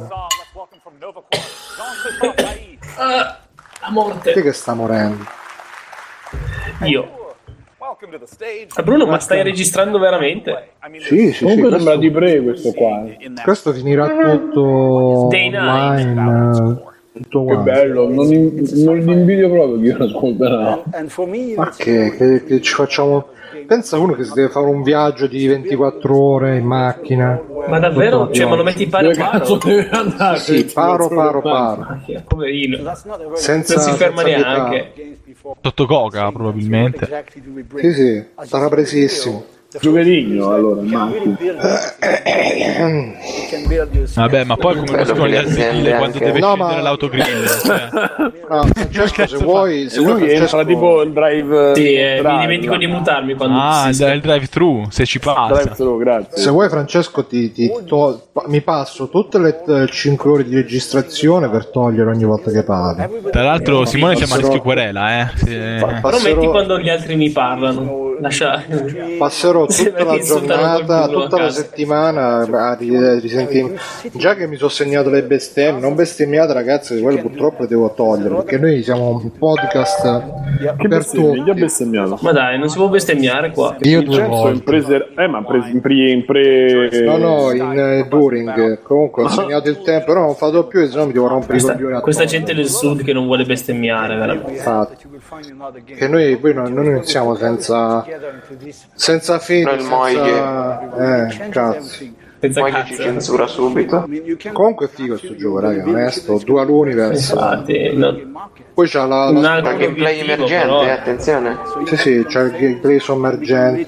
La morte. Chi che sta morendo? Io. Bruno, ma stai registrando veramente? Sì. Comunque sembra di pre questo qua. Questo finirà tutto online. Tutto che bello, non invidio proprio che io lo ascolterò. Ma che ci facciamo? Pensa uno che si deve fare un viaggio di 24 ore in macchina. Ma davvero? Cioè, ma lo metti paro? Deve andare? Sì, paro. Poverino. Senza, non si ferma neanche. Sotto coca, probabilmente. Sì, sarà presissimo. Giovedino, allora, vabbè, ma poi come lo scuola gli aziende quando deve scendere l'autogrill? Francesco, se vuoi, lui entra tipo il drive. Sì, mi dimentico di mutarmi quando il drive-thru, se ci passa. Grazie. Se vuoi, Francesco, mi passo tutte le 5 ore di registrazione per togliere ogni volta che parli. Tra l'altro, Simone c'è a rischio querela, Però metti quando gli altri mi parlano. Passerò tutta la giornata, tutta la settimana a risentire. Già che mi sono segnato le bestemmie, non bestemmiate ragazzi, quelle purtroppo le devo togliere perché noi siamo un podcast per tutti. Ma dai, non si può bestemmiare qua. Io due volte. In During. Comunque ho segnato il tempo, però non fatto più, se no mi devo rompere i coglioni. Questa gente del sud che non vuole bestemmiare, veramente. Infatti. Che noi poi non iniziamo senza fine, cazzo. Poi ci censura subito. Comunque è figo sto gioco, raga, onesto. Dual Universe. Poi c'ha la gameplay emergente, attenzione. Sì, c'ha il gameplay sommergente.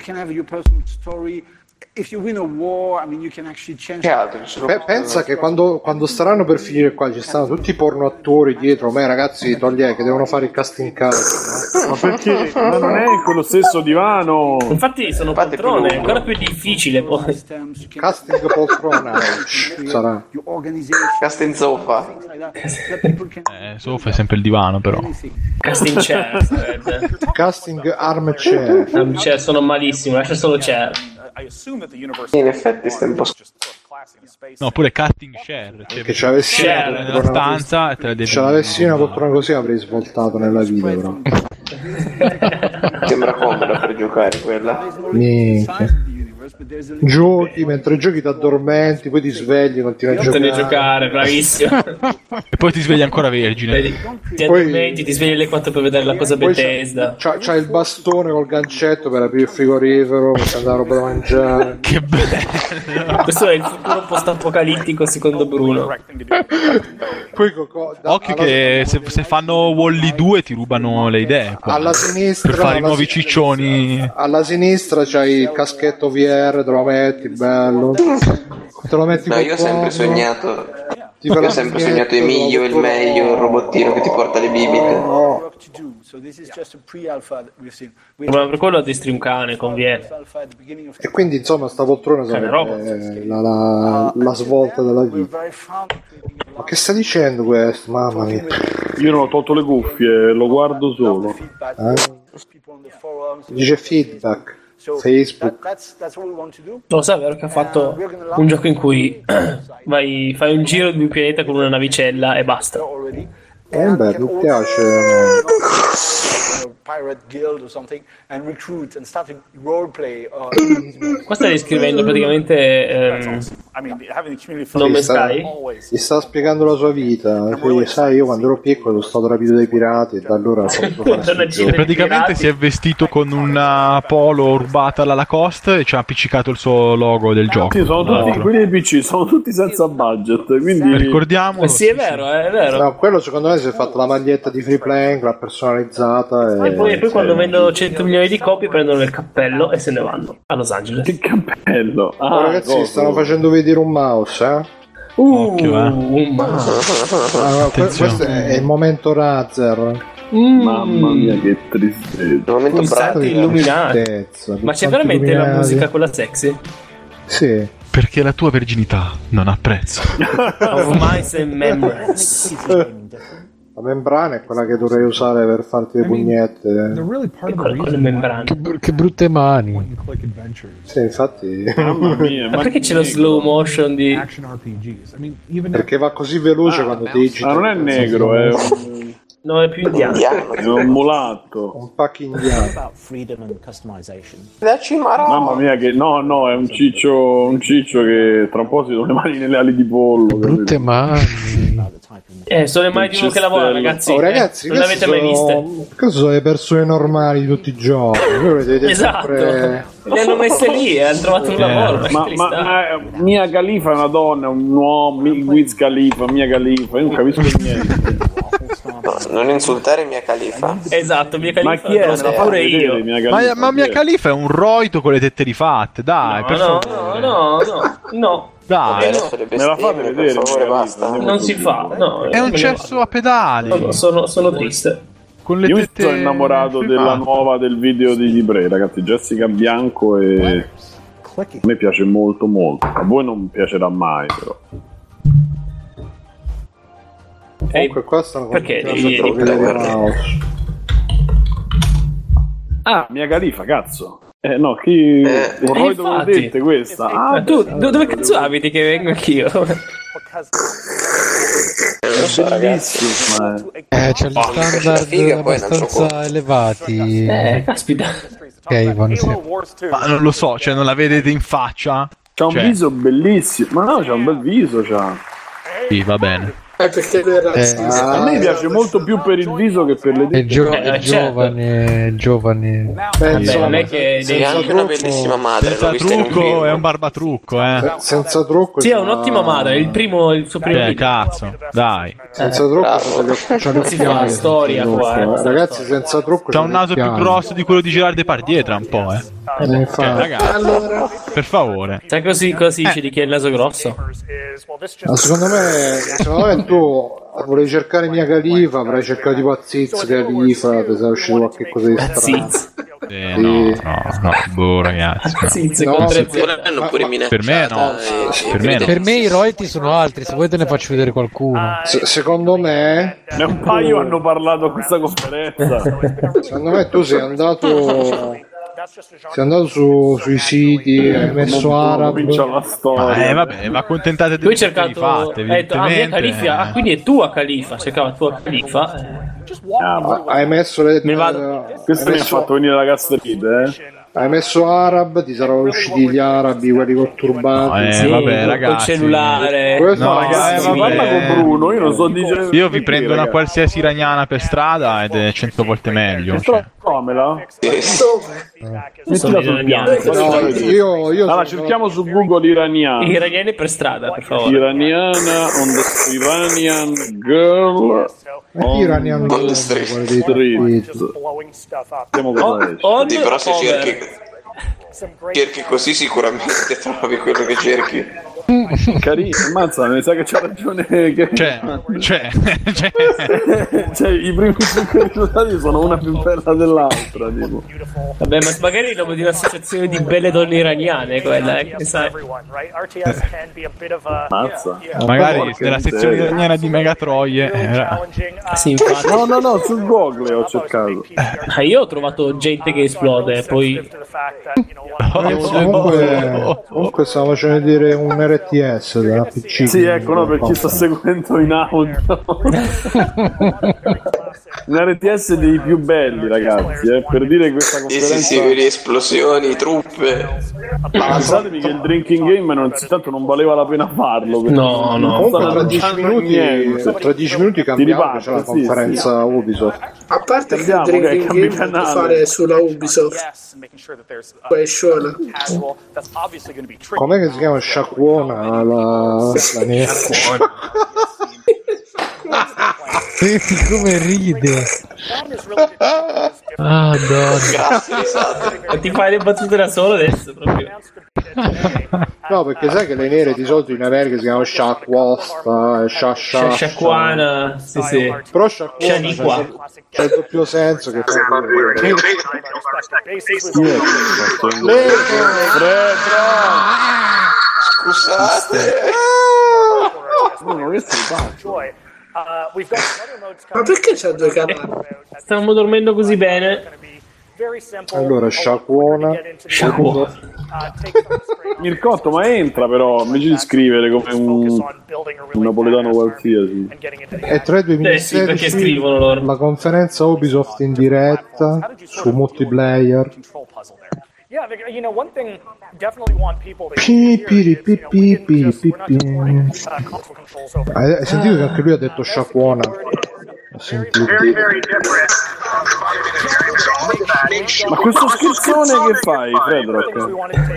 Pensa che quando staranno per finire qua ci stanno tutti i porno attori dietro me, ragazzi, che devono fare il casting couch. Ma perché? Ma non è quello stesso divano. Infatti sono poltrone, è ancora più difficile poi. Casting poltrona sarà. Casting sofa. Sofa è sempre il divano, però. Casting chair. Casting armchair. Armchair sono malissimo, lascia solo chair. In effetti sta un po'. No, pure cutting share. Che ce l'avessi nella stanza e te la devi. Ce l'avessi una poltrona così avrei svoltato nella vita, però. Sembra comoda per giocare quella. Minchia. Giochi, mentre giochi ti addormenti, poi ti svegli, continui a giocare, bravissimo. E poi ti svegli ancora vergine. Ti addormenti, ti svegli alle 4 per vedere la cosa Bethesda. C'ha il bastone col gancetto per aprire il frigorifero, per andare roba da mangiare. Che bello. Questo è il futuro post-apocalittico secondo Bruno. Poi occhio che se fanno Wall-E 2 ti rubano le idee qua. Alla sinistra per fare i nuovi ciccioni. Alla sinistra c'hai il caschetto VR, te lo metti bello, te lo metti. No, io ho sempre sognato Emilio il meglio, il robottino che ti porta le bibite. Ma per quello addestri un cane, conviene. E quindi insomma sta poltrona sarebbe la svolta della vita. Ma che sta dicendo questo? Mamma mia. Io non ho tolto le cuffie, lo guardo solo. Dice feedback. Facebook. Lo sai, vero che ha fatto un gioco in cui fai un giro di un pianeta con una navicella e basta. Beh, mi piace. Pirate guild or something and recruit and start to roleplay. Qua stai descrivendo praticamente No Man's Sky. Gli sta spiegando la sua vita. Sai, io quando ero piccolo sono stato rapito dai pirati e da allora praticamente si è vestito con una polo rubata alla Lacoste e ci ha appiccicato il suo logo del gioco. Sì, sono tutti quelli dei PC, sono tutti senza budget, quindi ricordiamo. Sì, è vero, è vero. No, quello secondo me si è fatto la maglietta di Free Playing, l'ha personalizzata e poi quando vendono 100 milioni di copie prendono il cappello e se ne vanno a Los Angeles. Che cappello! Ragazzi, stanno facendo vedere un mouse, un mouse. Questo è il momento Razer. Mamma mia, che tristezza! Pulsanti illuminati. Ma c'è veramente la musica quella sexy? Sì. Perché la tua virginità non ha prezzo. Of mice and membranes. La membrana è quella che dovrei usare per farti le pugnette. Con le membrane. Che brutte mani. Sì, infatti. Mamma mia, ma perché c'è lo slow motion di. Perché va così veloce quando ti dici. Ma non è negro, è No, è più indiano. È un mulatto. Un pack indiano. Mamma mia, che no, è un ciccio che tra un po' si sono le mani nelle ali di pollo. Brutte mani. Sono le mani di uno che lavora, ragazzi. Oh, ragazzi, non le avete mai viste. Queste sono le persone normali di tutti i giorni. Esatto. Le hanno messe lì e hanno trovato un lavoro. Ma Mia Khalifa è una donna, un uomo, Wiz Khalifa, Mia Khalifa, io non capisco niente. No, non insultare Mia Khalifa. Esatto, Mia Khalifa. Ma chi è? Pure io. Ma Mia Khalifa è un roito con le tette rifatte, dai. No. Dai, me la fate vedere, per favore, basta. Non si fa, no. È un cesso a pedali. Sono triste. Con le io tette sono innamorato della nuova del video di Libre, ragazzi. Jessica Bianco e a me piace molto molto. A voi non piacerà mai, però. Comunque qua stanno perché Mia Khalifa, cazzo. No, chi vorrei dove vedete questa? Tu dove cazzo abiti che vengo anch'io? Bellissimo. C'è gli standard abbastanza elevati. Caspita. Ma non lo so, cioè non la vedete in faccia? C'ha un viso bellissimo. Ma no, c'ha un bel viso, c'ha. Sì, va bene. Perché lui è razzista. A me piace molto più per il viso che per le tette. È giovane. Non è che è anche una bellissima madre. Senza trucco, è un barbatrucco, senza trucco. Sì, è un'ottima madre. Il suo primo video. Cazzo, dai. Senza trucco. Si fa una storia qua. Ragazzi, senza trucco. C'ha un naso più grosso di quello di Gerard Depardieu tra un po', ragazzi, allora, per favore. Sai così dici di chi è il naso grosso? Secondo me tu volevi cercare Mia Khalifa, avrai cercato tipo Aziz Khalifa, ti sarà uscito qualche cosa di strano. No, ragazzi. Per me no. Per me i royalty sono altri, se vuoi te ne faccio vedere qualcuno. Secondo me un paio hanno parlato a questa conferenza. Secondo me tu sei andato sui siti, hai messo arabo. Vabbè, ma accontentate tu hai cercato fatte, Mia Khalifa, quindi è tua Khalifa, cercava tua Khalifa. Hai messo le questo mi ha fatto venire la gastrite, Hai messo arab, ti saranno usciti gli arabi, quelli col turbante. Vabbè, ragazzi. Col cellulare. Ragazzi, ma parla con Bruno, io non sto dicendo. Io vi prendo una qualsiasi iraniana per strada ed è 100 volte meglio. Fammela. Sono iraniane. Allora, cerchiamo su Google iraniana. Iraniane per strada, per favore. Iraniana on the Iranian girl. Iranian on the street. Però se cerchi così sicuramente trovi quello che cerchi. Carino, ammazza, mi sa che c'ha ragione. Che... Cioè, i primi 5 risultati sono una più bella dell'altra. Tipo. Vabbè, ma magari è il nome di un'associazione di belle donne iraniane, quella, che sai. Mazza. Magari nella sezione iraniana di Megatroie. Sì, infatti. No, sul Google ho cercato. Io ho trovato gente che esplode, poi. Comunque stavo facendo vedere un RTS della PC. Sì, ecco, no, per chi sta seguendo in audio. Un RTS dei più belli, ragazzi, per dire questa conferenza. Sì, per esplosioni, truppe. Ma pensatemi che il drinking game tanto non valeva la pena farlo. No. Comunque tra 10 minuti cambiamo, c'è la conferenza Ubisoft. A parte che il drinking game può fare sulla Ubisoft. Com'è che si chiama? Sciacquona la nera. Senti come ride. Ah, donna. Ti fai le battute da solo adesso proprio. No, perché sai che le nere di solito in America si chiamano sciacquosta, sciacquana, sì. Però sciacquona c'è il doppio senso che fa scusate. Ma perché c'ha due canali? Stavamo dormendo così bene. Allora, sciacquona. Mircotto, ma entra però, invece di scrivere come un napoletano qualsiasi. È 3-2016, sì, perché scrivono loro. La conferenza Ubisoft in diretta su multiplayer. Hai sentito che anche lui ha detto sciacquona? Ho sentito. Ma questo scherzone che fai, Fredrock?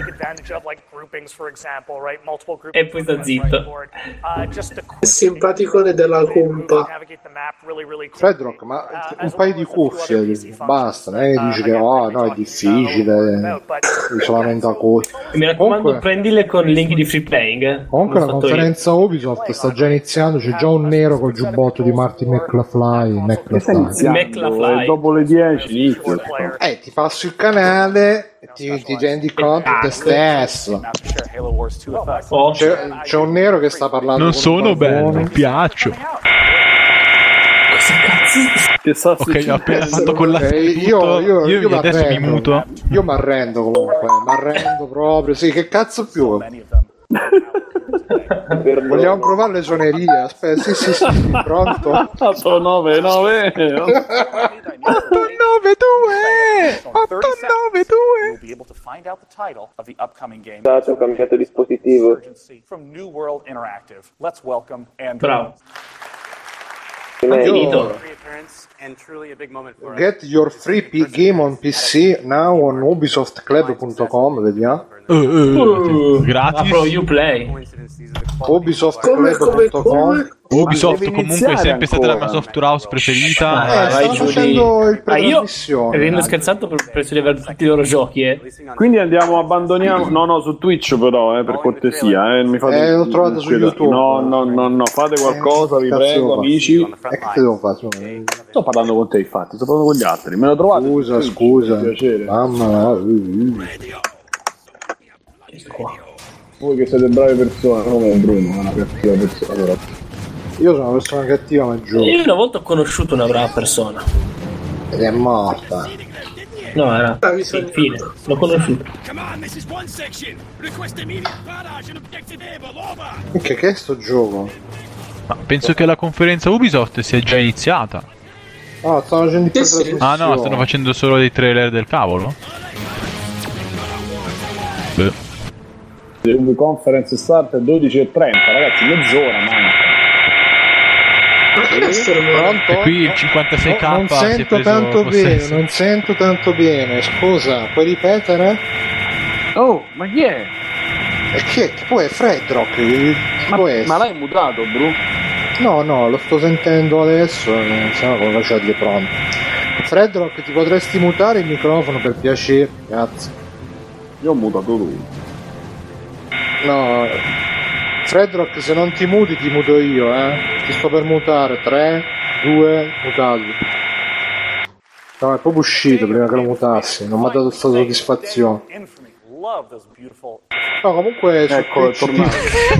E poi sta zitto. È simpaticone della cumpa. Fredrock, ma un paio di cuffie basta, non è che dici che no, è difficile, solamente a così. Mi raccomando, prendile con link di free playing. Comunque la conferenza Ubisoft sta già iniziando, c'è già un nero col giubbotto di Martin McFly. Dopo le 10 inizia. Ti passo il canale e ti rendi conto te stesso. C'è un nero che sta parlando. Non sono bello, mi piaccio. Ok, ho appena fatto con la io adesso mi muto. Io mi arrendo comunque, mi arrendo proprio. Sì, che cazzo più? Vogliamo provare le suonerie? Aspetta, sì, pronto? 892 Ho cambiato dispositivo. Bravo. Get your free game on PC now on ubisoftclub.com, vediamo. Gratis. Pro Uplay. Ubisoftclub.com. Ubisoft comunque è sempre stata la mia software house preferita. Sto facendo il io avendo scherzato penso di avere tutti i loro giochi. Quindi abbandoniamo. No, su Twitch però, per cortesia, mi fate. L'ho trovato su YouTube. No, fate qualcosa, vi prego, amici. E che devo fare? Sto parlando con te, infatti, sto parlando con gli altri. Me lo trovate? Scusa. Piacere. Mamma. Voi che siete brave persone, come Bruno, è una cattiva persona. Io sono una persona cattiva, ma giuro. Io una volta ho conosciuto una brava persona. Ed è morta. No, era fine. L'ho conosciuto. Che è sto gioco? Ma penso che la conferenza Ubisoft sia già iniziata. Stanno facendo Ah no, stanno facendo solo dei trailer del cavolo? Le conference start 12:30, ragazzi, mezz'ora manca. E qui il 56k non sento tanto bene, scusa, puoi ripetere? Oh, ma chi è? E chi è? Poi è Fredrock. Ma l'hai mutato, Bru? No, lo sto sentendo adesso, non so come faccio a dire pronto. Fredrock, ti potresti mutare il microfono per piacere? Grazie. Io ho mutato lui. No, Fredrock, se non ti muti ti muto io, ti sto per mutare. 3, 2, mutati. No, è proprio uscito prima che lo mutassi, non mi ha dato questa soddisfazione. No, comunque ecco, è tornato.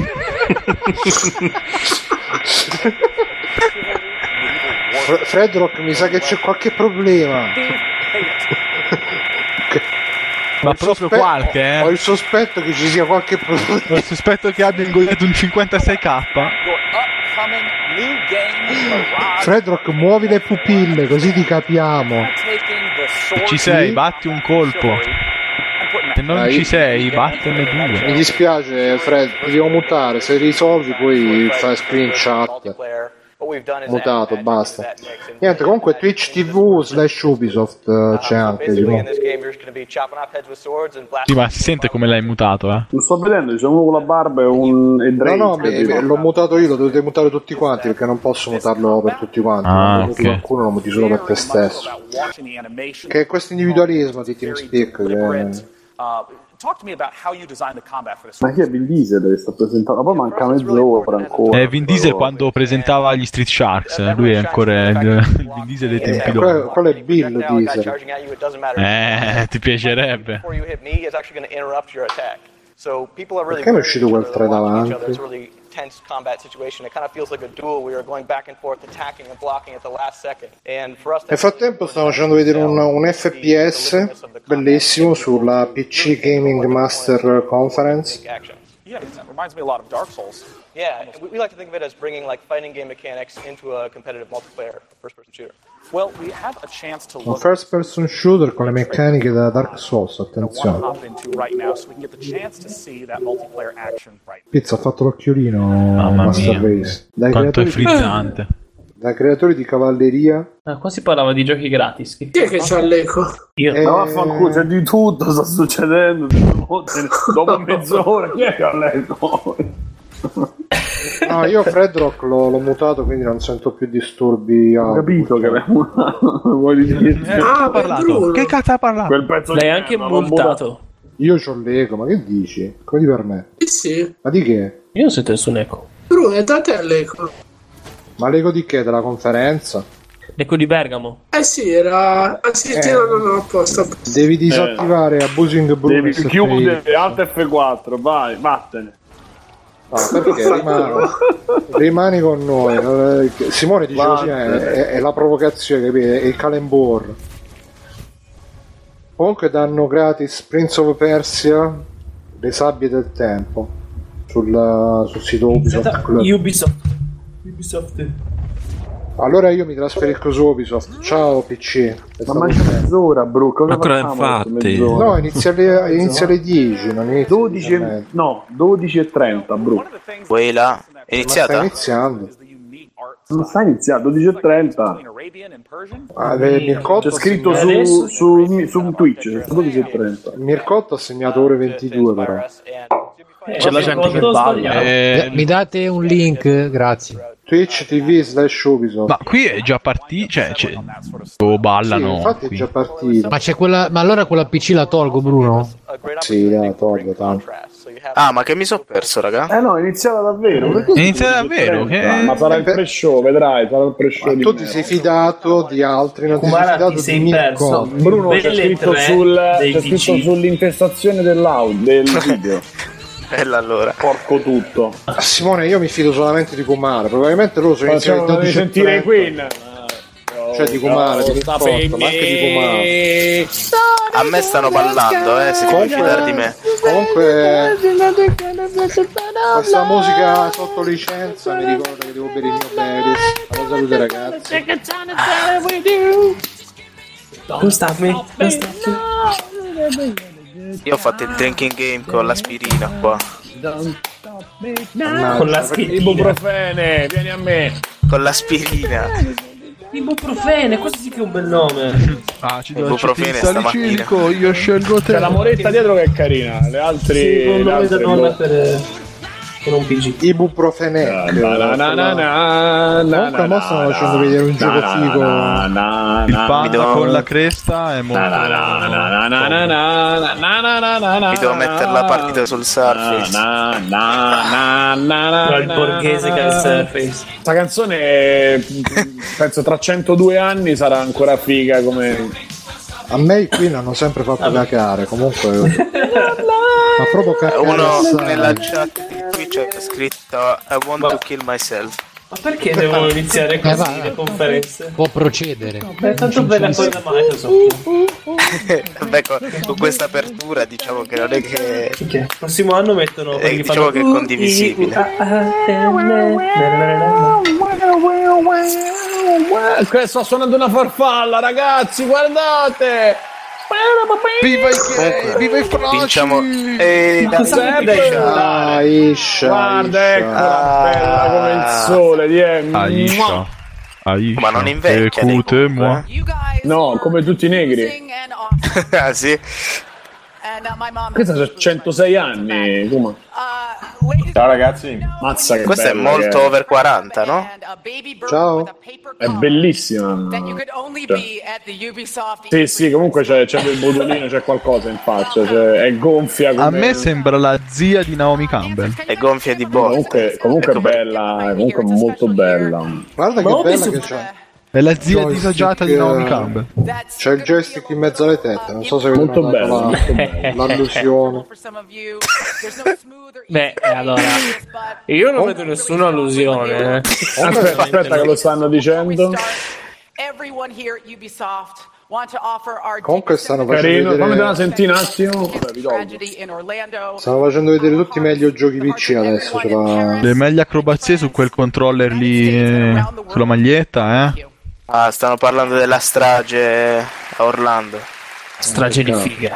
Fredrock, mi sa che c'è qualche problema. Ma proprio qualche, Ho il sospetto che ci sia qualche problema. Ho il sospetto che abbia ingoiato un 56k. Fredrock, muovi le pupille così ti capiamo. Se ci sei, batti un colpo. Se non ci sei, battene due. Mi dispiace, Fred, ti devo mutare. Se risolvi poi fai screenshot. Mutato, basta. Niente, comunque Twitch TV / Ubisoft c'è anche. Sì, ma si sente come l'hai mutato, Non sto vedendo, c'è uno con la barba e Drake. No, l'ho mutato io, lo dovete mutare tutti quanti perché non posso mutarlo per tutti quanti. Okay. Qualcuno lo muti solo per te stesso. Che è questo individualismo di TeamSpeak Talk to me about how you designed the combat for this. Ma chi è Vin Diesel che sta presentando? Poi manca mezz'ora ancora. Vin Diesel quando presentava gli Street Sharks. Lui è ancora il Vin Diesel dei tempi d'oro. Quello è Bill Diesel. Ti piacerebbe. Perché mi è uscito quel 3 davanti? Tense combat situation. It kind of feels like a duel. We are going back and forth, attacking and blocking at the last second. And for us. Nel frattempo stanno facendo vedere un FPS bellissimo sulla PC Gaming Master Conference. Yeah, it reminds me a lot of Dark Souls. Yeah, we like to think of it as bringing like fighting game mechanics into a competitive multiplayer first-person shooter. Well, we have a chance to un first person shooter con le meccaniche da Dark Souls, attenzione. Pizza ha fatto l'occhiolino a Master Race. Quanto è frizzante. Dai creatori di cavalleria. Qua si parlava di giochi gratis. Chi è che c'ha l'eco? Io. No, vaffanculo, c'è di tutto, sta succedendo. Dopo mezz'ora, chi è che ha l'eco? No, io Fredrock l'ho mutato, quindi non sento più disturbi. Ho capito che vuoi dire. Ha parlato. Che cazzo ha parlato? Quel pezzo l'hai anche multato. Io c'ho l'eco, ma che dici? Come per me? Sì. Ma di che? Io non sento nessun eco. Bruno, è da te l'eco. Ma l'eco di che? Della conferenza? L'eco di Bergamo. Sì, era. Sì, no, apposta. Devi disattivare Abusing Bruno. Devi chiudere Alt F4, vai, vattene. No, perché rimani con noi. Simone dice così, è la provocazione, capito? È il calembour. Comunque danno gratis Prince of Persia, Le sabbie del tempo sul sito Ubisoft. Allora io mi trasferisco su Ubisoft. Ciao PC. Ma manca mezz'ora, bro. Ancora infatti. No, inizia alle 10, non inizia 12:30, bro. Vuoi là? È iniziata? Sta iniziando. Non sta iniziando, 12:30. Mircotto c'è scritto su Twitch, 12:30. Mircotto ha segnato ore 22 però. C'è la gente che balla. Mi date un link, grazie. Twitch TV / Ubisoft. Ma qui è già partito, cioè ballano. Sì, infatti è già partito. Ma c'è quella, ma allora quella PC la tolgo, Bruno? Sì, la tolgo tanto. Ah, ma che mi sono perso, raga? No, è iniziata davvero. È iniziata davvero? Ma sarà il pre-show, vedrai, sarà il pre-show. Ma tu ti sei fidato di altri, non ti sei fidato di Mirko. Bruno, c'è scritto sull'intestazione del video. Bella allora. Porco tutto. Simone, io mi fido solamente di Kumar. Probabilmente loro sono iniziati a sentire Queen. Cioè di Kumar, di ma anche di Kumar. A me stanno ballando, se ti puoi fidare di me. Comunque questa musica sotto licenza mi ricorda che devo bere il mio Beris. Alla salute ragazzi. Don't stop me. Io ho fatto il drinking game con l'aspirina qua. Con l'aspirina. Ibuprofene, vieni a me. Con l'aspirina. Ibuprofene, questo sì che è un bel nome. Ci do salicilico, io scelgo te. C'è la moretta dietro che è carina, le altre. Sì, che non PG. Ibuprofene. Comunque mo stanno facendo vedere un gioco figo. Il panda con la cresta è molto... Mi devo mettere la partita sul Surface. Il borghese che ha il Surface. Questa canzone penso tra 102 anni sarà ancora figa come... A me qui hanno sempre fatto cacare, comunque. Ma proprio cacare. Uno nella chat di Twitch ha scritto I want to kill myself. Ma perché devono iniziare così le conferenze? Può procedere. Beh, tanto bene ancora da Microsoft. Beh, con questa apertura diciamo che non è che... Il prossimo anno mettono... diciamo che è condivisibile. Sto suonando una farfalla, ragazzi, guardate! Viva i gay, viva i frocici! Vinciamo. Guarda, eccola, bella come il sole, Aisha. Ma non invecchia. Écoutez-moi. No, come tutti i negri. Ah, sì? Questa c'ha 106 anni, come? Ciao ragazzi. Mazza che questa bella, è molto over 40, no? Ciao. È bellissima. Sì, sì, comunque c'è del bodolino, c'è qualcosa in faccia, è gonfia come... A me sembra la zia di Naomi Campbell. È gonfia di botte. Comunque è bella, comunque è molto bella. Guarda che bella che c'è. È la zia disagiata di Naomi Campbell. C'è il joystick in mezzo alle tette, non so se molto bello, l'allusione. Beh, allora io non vedo nessuna allusione. Aspetta che lo stanno dicendo. Comunque stanno facendo Carino, vedere... senti un attimo. Stanno facendo vedere tutti i meglio giochi PC adesso. Le meglio acrobazie su quel controller lì sulla maglietta, Ah, stanno parlando della strage a Orlando. Strage di figa.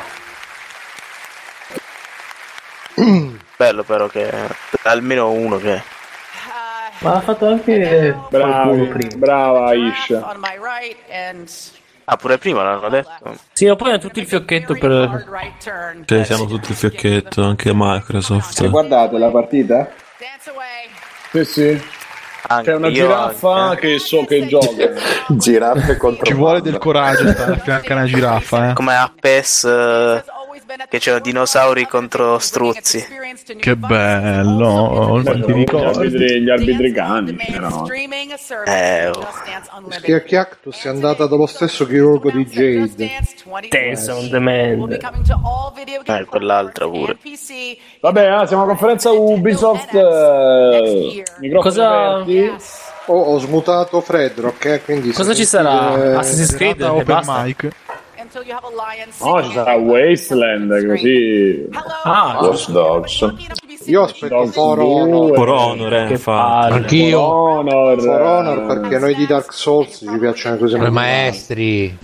Bello però che almeno uno che... Ma ha fatto anche qualcuno prima. Brava Aisha. Ah, pure prima l'hanno detto. Sì, ma poi hanno tutto il fiocchetto per... Cioè, siamo tutti il fiocchetto, anche Microsoft. E guardate la partita? Sì, sì. C'è una giraffa che gioca. Giraffe contro... Ci vuole del coraggio stare a fianco a una giraffa, Come a PES che c'erano dinosauri contro struzzi. Che bello, ti ricordi? Gli arbitri cani. No. Schiacchiactus è andata dallo stesso chirurgo di Jade. Dance on Demand. Quell'altra pure. Vabbè, siamo a conferenza Ubisoft. Cosa... Ho smutato Fred, ok? Quindi cosa ci sarà? Assassin's Creed e basta. Mike. No, ci sarà Wasteland, così. Watch Dogs. Io aspetto For Honor. For Honor, infatti. Anch'io. For Honor perché noi di Dark Souls ci piacciono così. I maestri.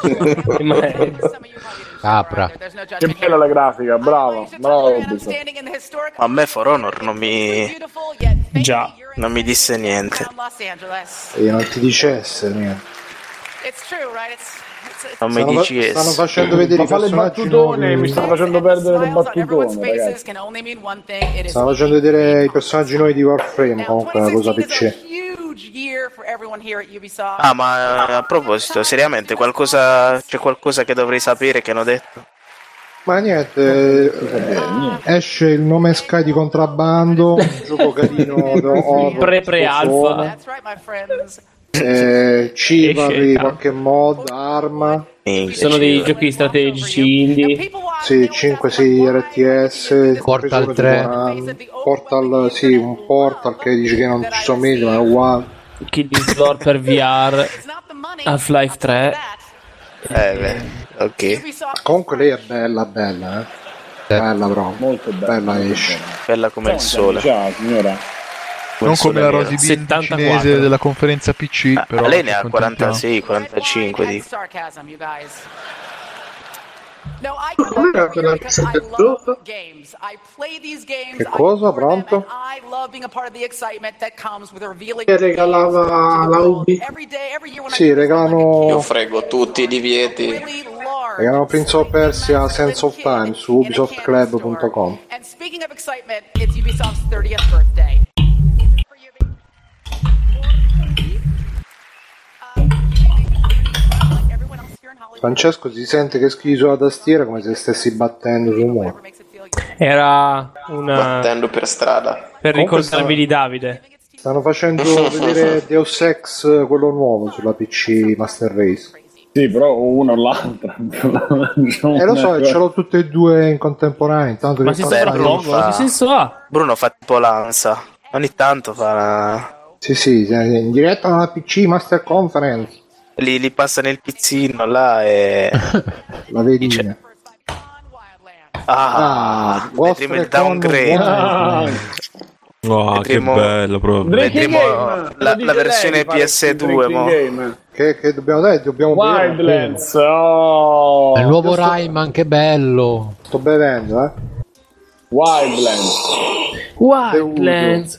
Capra. Che bella la grafica, bravo. A me For Honor non mi disse niente. E non ti dicesse niente. Non mi dici stanno facendo vedere i personaggi nuovi. Mi stanno facendo perdere le battutone, ragazzi. Stanno facendo vedere i personaggi nuovi di Warframe, comunque è una cosa PC. Ah, ma a proposito, seriamente c'è qualcosa che dovrei sapere che hanno detto? Ma niente, esce il nome Sky di Contrabbando, un gioco carino pre-alfa. Chivalry, qualche mod, Arma. Sono dei giochi strategici indie. Sì, 5-6 RTS. Portal 3. Portal, sì, un Portal che dice che non ci somiglia, ma è uguale. Killing Floor per VR. Half-Life 3. Ok. Comunque lei è bella, bella, bella proprio. Molto bella. Esce. Bella come il sole. Ciao, signora. Non come la Rosy Bean cinese della conferenza PC, però lei ne ha 46, 45 di. Che cosa, pronto? Che regalava la Ubi? Sì, regalano. Io frego tutti i divieti. Regalano Prince of Persia Sense of Time su ubisoftclub.com. speaking of excitement, it's Ubisoft's 30th birthday. Francesco, si sente che scrivi sulla tastiera come se stessi battendo sul muro. Era una... battendo per strada. Per ricordarvi di Davide. Stanno facendo vedere Deus Ex, quello nuovo, sulla PC Master Race. Sì, però uno o l'altro. Lo so, ce l'ho tutte e due in contemporanea. Intanto ma che si sta poco? Che senso ha? Bruno fa tipo l'ansa. Ogni tanto fa... Sì, in diretta alla PC Master Conference. Li passano il pizzino là e... la vedina. vedremo il downgrade. Oh, che bello proprio. Vedremo la versione PS2 mo. Che dobbiamo dare? Dobbiamo Wildlands. Il nuovo Rayman, che bello. Sto bevendo, Wildlands.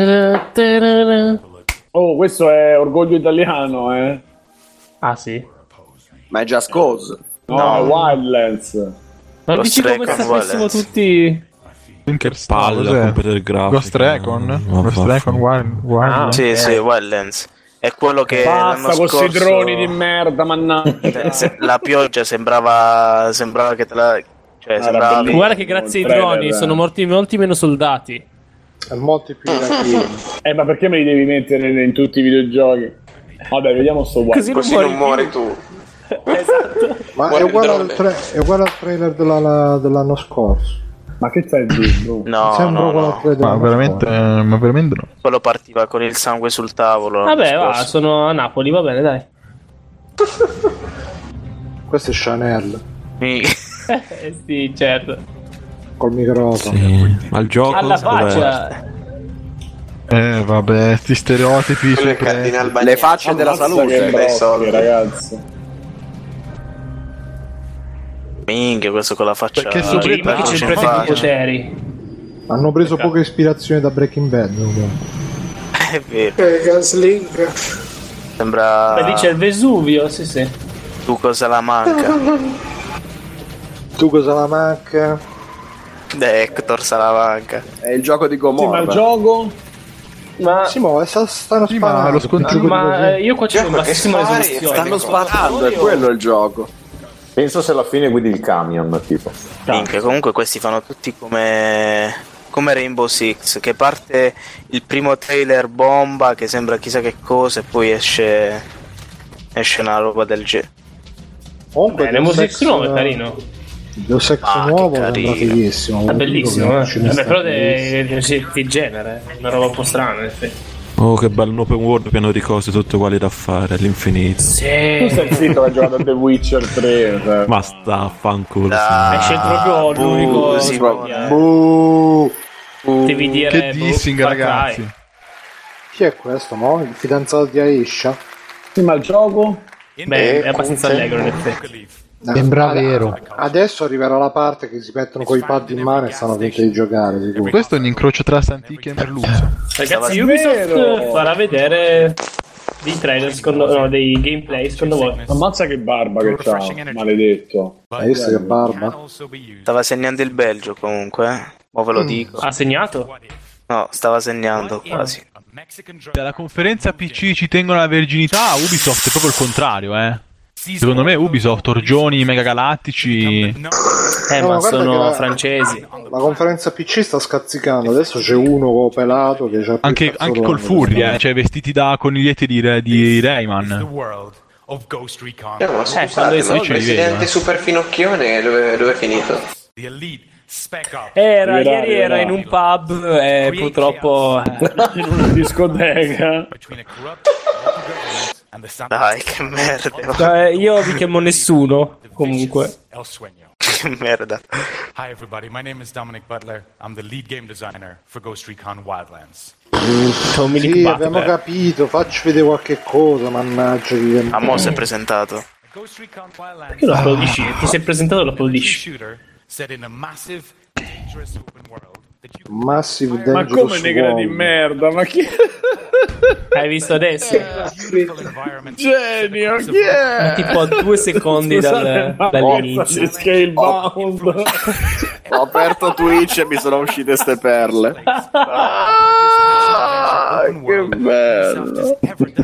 Oh, questo è orgoglio italiano, Ah sì? Ma è Just Cause. No, Wildlands. Ma dici come se sapessimo tutti... Che palle computer grafico. Ghost Recon? Ghost Recon Wildlands. Sì, Wildlands. È quello che basta con scorso... questi droni di merda, mannaggia. La pioggia sembrava che te la... Cioè, sembrava... Guarda che grazie ai droni sono morti molti meno soldati. Molti più negativi. Ma perché me li devi mettere in tutti i videogiochi? Vabbè, vediamo sto Così non muori tu. Esatto. Ma è uguale al trailer dell'anno scorso. Ma che stai dicendo? No. Ma veramente no. Quello partiva con il sangue sul tavolo. Vabbè, sono a Napoli, va bene, dai. Questo è Chanel. Sì, certo. Col microfono. Sì. Ma il gioco alla faccia. Vabbè, sti stereotipi. Le facce della salute, dai soldi, ragazzi. Minchia, questo con la faccia. Perché che c'è il prezzo di poteri. Hanno preso poca ispirazione da Breaking Bad. È vero. Gunslinger. Sembra... Beh, dice il Vesuvio, sì. Tuco Salamanca. Hector Salamanca. È il gioco di Gomorra. Sì, ma il gioco... stanno sparando. Ma io qua c'è un bassissimo risoluzione. Stanno sparando, è quello il gioco. Penso se alla fine guidi il camion, tipo. Minchia, comunque questi fanno tutti come Rainbow Six, che parte il primo trailer bomba che sembra chissà che cosa e poi esce una roba del genere. Rainbow Six nuovo è carino. Deus Ex nuovo è fighissimo. È bellissimo, però di genere, è una roba un po' strana in effetti. Oh, che bello, un open world pieno di cose tutte uguali da fare all'infinito. Sì. Tu sei zitto che hai giocato a The Witcher 3. Cioè. Ma sta a fanculo. È scelto proprio l'unico. Devi dire. Che dissing, ragazzi. Chi è questo? Il fidanzato di Aisha? Sì, ma il gioco? Beh, è abbastanza allegro in effetti. Sembra vero. Adesso arriverà la parte che si mettono coi pad in mano e stanno finendo di giocare. Sicuro. Questo è un incrocio tra Santiche e Merluzzo. Ragazzi, Ubisoft farà vedere dei trailer, dei gameplay, secondo voi. Ammazza che barba che c'ha, maledetto. Hai visto che barba? Stava segnando il Belgio comunque, mo ve lo dico. Ha segnato? No, stava segnando quasi. Dalla conferenza PC ci tengono la verginità, Ubisoft è proprio il contrario, Secondo me Ubisoft, orgioni megagalattici. Ma sono francesi. La conferenza PC sta scazzicando. Adesso c'è uno pelato che c'ha anche col Fury, cioè vestiti da coniglietti di Rayman. Ma scusate, il presidente super finocchione dove è finito? Ieri era in un pub e purtroppo in una discoteca. Dai, che merda. Io vi chiamo nessuno, comunque. Che merda. Hi everybody, my name is Dominic Butler. I'm the lead game designer for Ghost Recon Wildlands. Sì, abbiamo capito, facci vedere qualche cosa, mannaggia. A mo' si è presentato. Perché lo applaudisci? Ti sei presentato e lo applaudisci? Massive ma Dangerous come negra di merda, ma chi hai visto adesso? Genio, chi è? Tipo a 2 secondi dall'inizio. Scalebound. Ho aperto Twitch e mi sono uscite ste perle. Che bello.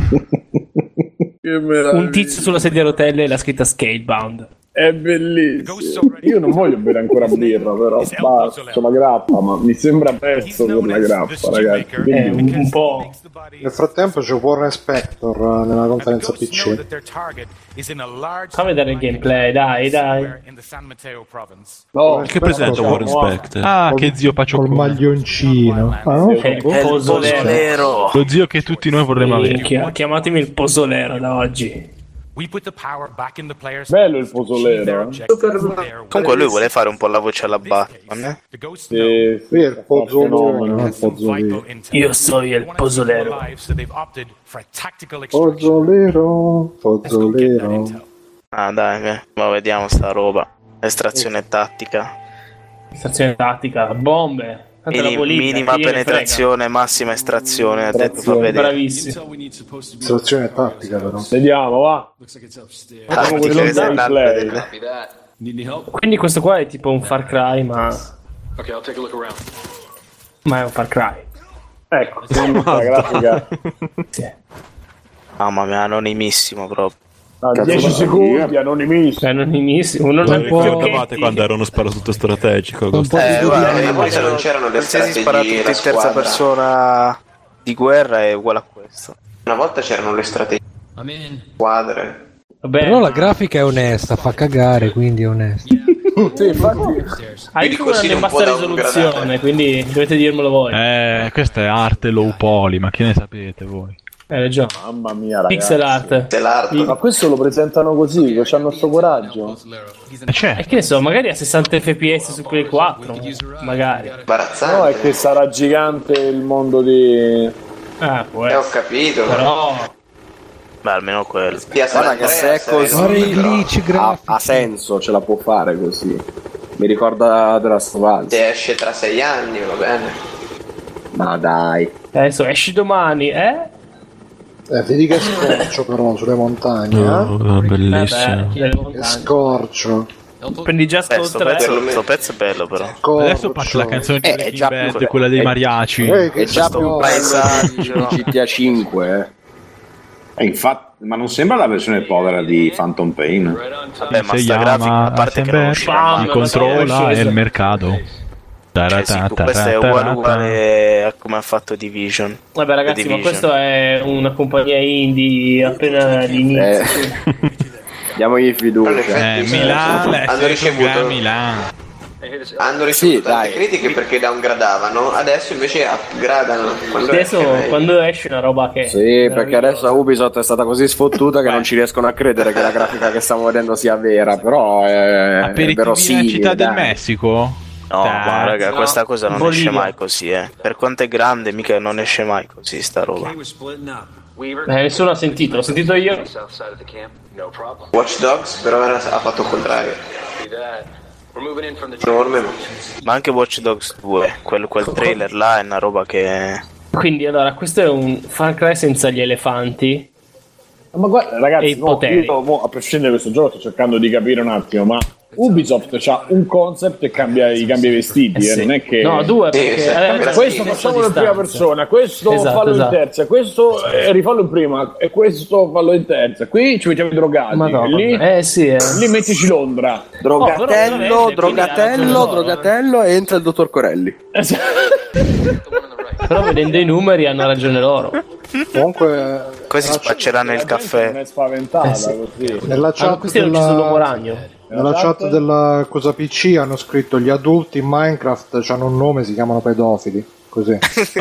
Un tizio sulla sedia a rotelle e la scritta Scalebound. È bellissimo. Io non voglio bere ancora birra, però c'ho la grappa, ma mi sembra presto per la grappa, ragazzi. Un po'. Nel frattempo c'è Warren Spector nella conferenza PC. Fammi vedere il gameplay, dai. No, che presenta Warren Spector? Ah, che zio Paciocco. Col maglioncino. È il posolero. Lo zio che tutti noi vorremmo avere. Chiamatemi il posolero da oggi. Bello il posolero. Comunque lui vuole fare un po' la voce alla Batman. Sì, il posolero. Io sono il posolero. Posolero. Ah dai, ma vediamo sta roba. Estrazione tattica. Estrazione tattica, bombe. Minima penetrazione, massima estrazione. Ha detto, fa vedere. Bravissimo. Situazione tattica, però. Vediamo, va. Quindi questo qua è tipo un Far Cry, ma è un Far Cry. Ecco, la grafica. Sì. Mamma mia, anonimissimo proprio. 10 secondi, anonimissimo. Non vi ricordavate quando era uno sparatutto strategico? Guarda, poi se non c'erano le strategie, sparatutto in terza persona di guerra è uguale a questo. Una volta c'erano le strategie, squadre. Vabbè, però la grafica è onesta, fa cagare, quindi è onesta. Sì, infatti. Hai una bassa risoluzione, quindi dovete dirmelo voi. Questa è arte low poly, ma che ne sapete voi? Già. Mamma mia, ragazzi. Pixel art. Ma questo lo presentano così, c'hanno sto coraggio. E che ne so, magari a 60 fps su Play 4. Magari. No, è che sarà gigante il mondo di... può essere. Ho capito. Però... Beh, almeno quello. Guarda che se è così ha senso, ce la può fare così. Mi ricorda The Last of Us. Se esce tra 6 anni, va bene. Ma dai. Adesso esci domani, Vedi che scorcio però sulle montagne. Bellissimo. Che scorcio. Prendi già questo pezzo è bello però. Adesso parte la canzone di Breaking Bad, quella dei mariachi. È già più paesaggio di GTA 5. Infatti, ma non sembra la versione povera di Phantom Pain. Vabbè, ma sta grafica, a parte che non li controlla e il mercato. Questo è uguale a come ha fatto Division. Vabbè ragazzi, ma questo è una compagnia indie appena all'inizio. Diamogli fiducia. Hanno ricevuto tante critiche perché downgradavano, adesso invece upgradano. Quando esce una roba che... Sì, perché adesso Ubisoft è stata così sfottuta che non ci riescono a credere che la grafica che stiamo vedendo sia vera, però è verosimile. Città del Messico? No, ma raga, questa cosa non esce mai così, Per quanto è grande, mica non esce mai così sta roba. Nessuno ha sentito, l'ho sentito io. Watch Dogs però ha fatto il contrario. Ma anche Watch Dogs 2, quel trailer là è una roba che... Quindi allora, questo è un Far Cry senza gli elefanti. Ma guarda, ragazzi, e i poteri. Io, a prescindere da questo gioco, sto cercando di capire un attimo, ma Ubisoft c'ha un concept e cambia i vestiti, sì. Non è che... No, due, perché questo facciamolo in prima persona, questo fallo in terza, questo rifallo in prima e questo fallo in terza. Qui ci mettiamo i drogati, lì mettici Londra. Drogatello e entra il dottor Corelli. Però vedendo i numeri hanno ragione loro. Comunque questi spacceranno il caffè. Non è spaventata così. Nella chat nella chat della cosa PC hanno scritto: gli adulti in Minecraft hanno un nome, si chiamano pedofili. Così.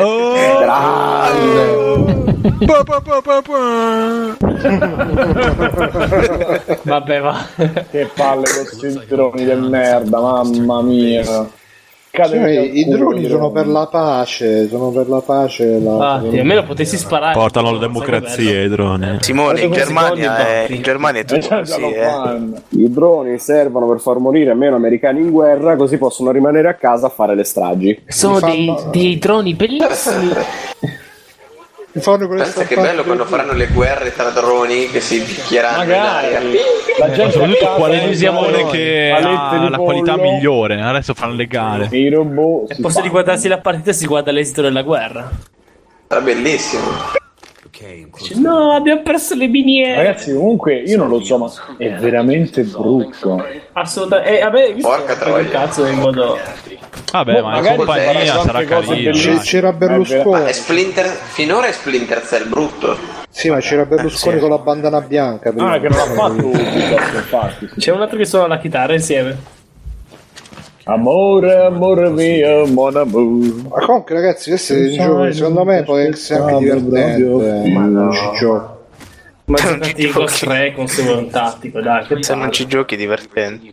Vabbè, va. Che palle questi droni di merda, mamma mia. I droni sono per la pace, almeno potessi sparare. Portano la democrazia i droni. Simone, in Germania è tutto così, I droni servono per far morire meno americani in guerra, così possono rimanere a casa a fare le stragi. Sono dei droni bellissimi. Pensa che bello quando faranno le guerre tra droni che si picchieranno in aria. La gente soprattutto quale Simone che ha la qualità migliore. Adesso fanno le gare. I robot. E posto di guardarsi la partita si guarda l'esito della guerra. Sarà bellissimo. Dice, no, abbiamo perso le miniere. Ragazzi, comunque io non lo so, ma è veramente brutto. Assolutamente. Vabbè, porca troia. Cazzo in modo. Vabbè, ma in compagnia sarà carino. C'era Berlusconi. Ma finora è Splinter Cell brutto. Sì, ma c'era Berlusconi con la bandana bianca. Che non l'ha fatto. C'è un altro che suona la chitarra insieme. Amore mio, mon amour. Ma comunque ragazzi, questo è il gioco, secondo me può essere anche divertente. Ma non ci gioco. Ma giocati con 3 con seguito tattico, dai. Se non ci giochi divertenti.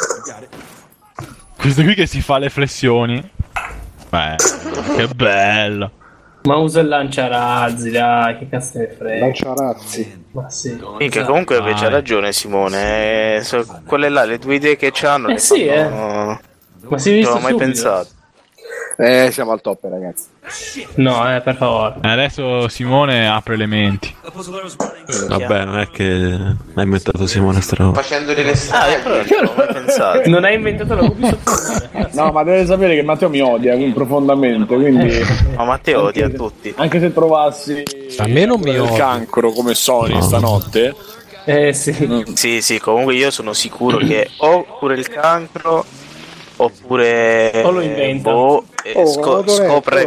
Questo qui che si fa le flessioni. Beh, che bello. Ma usa il lanciarazzi, dai, che cazzo ne frega. Lanciarazzi. Ma sì. Minchia, comunque c'ha ragione Simone. Quelle là, le tue idee che c'hanno. Sì, Ma si è visto non ho mai subito. pensato. Siamo al top, ragazzi. No, per favore. Adesso Simone apre le menti. Vabbè, non è che ha inventato Simone sta roba. Facendo delle strade. Non ho mai pensato. Non hai inventato la Ubisoft. No, ma deve sapere che Matteo mi odia profondamente, quindi. Ma Matteo odia tutti. Anche se trovassi a me non mi il odia. cancro come Sony stanotte. Sì. Sì, comunque io sono sicuro che o pure il cancro oppure o lo inventa scopre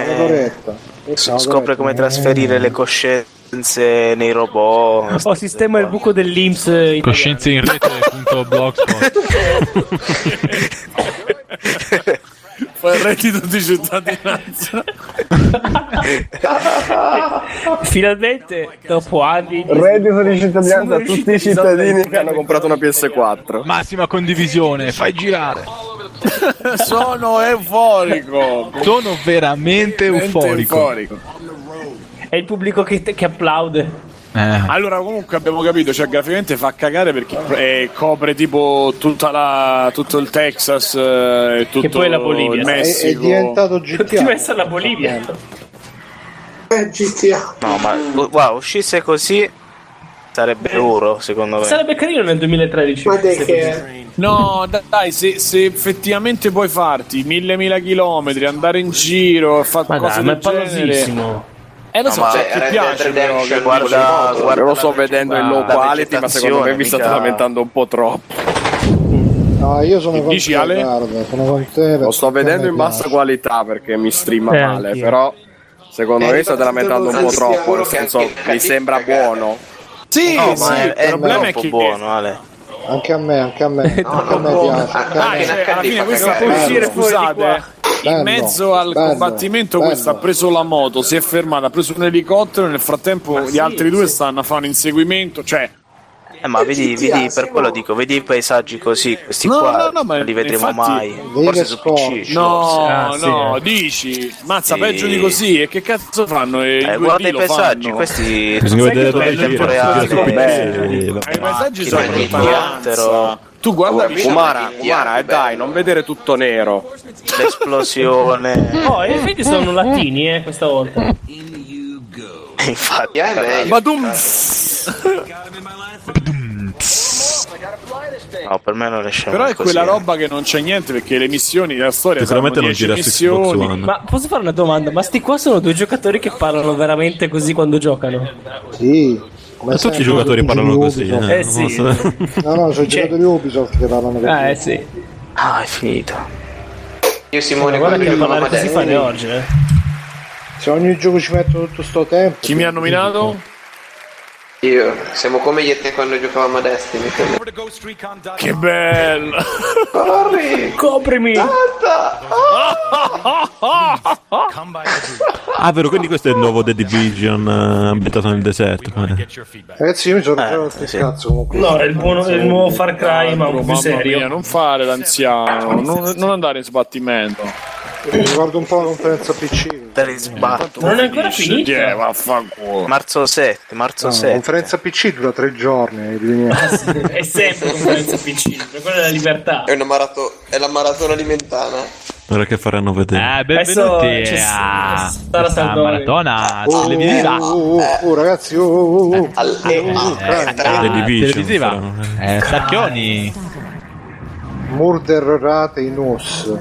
come trasferire le coscienze nei robot. O sistema il buco dell'Inps. Coscienze in rete.blogspot. Poi il reddito di cittadinanza. Finalmente dopo anni reddito di cittadinanza a tutti i cittadini che hanno comprato una PS4. Massima condivisione, fai girare. Sono euforico. Sono veramente euforico. È il pubblico che applaude. Allora comunque abbiamo capito, cioè graficamente fa cagare perché copre tipo tutto il Texas e tutto che poi la Bolivia il Messico. È diventato GTA. Ti messa la Bolivia. GTA. No, ma wow, uscisse così sarebbe duro, secondo me. Sarebbe carino nel 2013. No, dai, se effettivamente puoi farti 1000 chilometri, andare in giro, fare cose del genere. Lo so, ti piace però, guarda, io lo sto vedendo in low quality, ma secondo me vi state lamentando un po' troppo. No, io sono con te, Ale? guarda, sono con te. Lo sto vedendo in bassa qualità perché mi streama male, però secondo me state lamentando un po' troppo, nel senso mi sembra buono. Sì, no, sì, ma è il problema è troppo che buono, Ale. Anche a me. A me piace. Alla fine questa può uscire, scusate. In mezzo al combattimento questa ha preso la moto, si è fermata, ha preso un elicottero e nel frattempo gli altri due stanno a fare un inseguimento, cioè ma vedi, per quello dico, vedi i paesaggi così, questi qua non li vedremo mai. Forse su PC. No, dici, mazza, peggio di così, e che cazzo fanno? Guarda i paesaggi, questi bisogna vedere in tempo reale. I paesaggi sono elicottero. Tu guarda Umara, dai, non vedere tutto nero. L'esplosione. Oh, in effetti sono latini, questa volta. Infatti, no, per me non esce. Però è così, quella roba che non c'è niente, perché le missioni della storia sicuramente sono non gira 10 su Xbox missioni. One. Ma posso fare una domanda? Ma sti qua sono due giocatori che parlano veramente così quando giocano? Sì. Ma tutti i giocatori parlano così. Sì. No, sono i giocatori Ubisoft che parlano così. Sì. È finito. Io Simone, guarda che quando parlare così fa oggi, Se ogni gioco ci metto tutto sto tempo. Chi mi ha nominato? Io, siamo come io e te quando giocavamo a Destiny. Che bello! Corri! Coprimi! Vero, quindi questo è il nuovo The Division ambientato nel deserto. Ragazzi, io mi sono giocato che cazzo comunque. No, è il nuovo Far Cry, ma un po' più serio. Mia, non fare l'anziano, non andare in sbattimento. Ricordo un po' la conferenza PC. Non è ancora finita. Vaffanculo. Marzo 7. La conferenza PC dura 3 giorni. È sempre conferenza PC, per quella è la libertà. È la maratona alimentana. Ora che faranno vedere. Benvenuti a questa maratona televisiva. Ragazzi, televisiva. Stacchioni. Murder Rate in Us.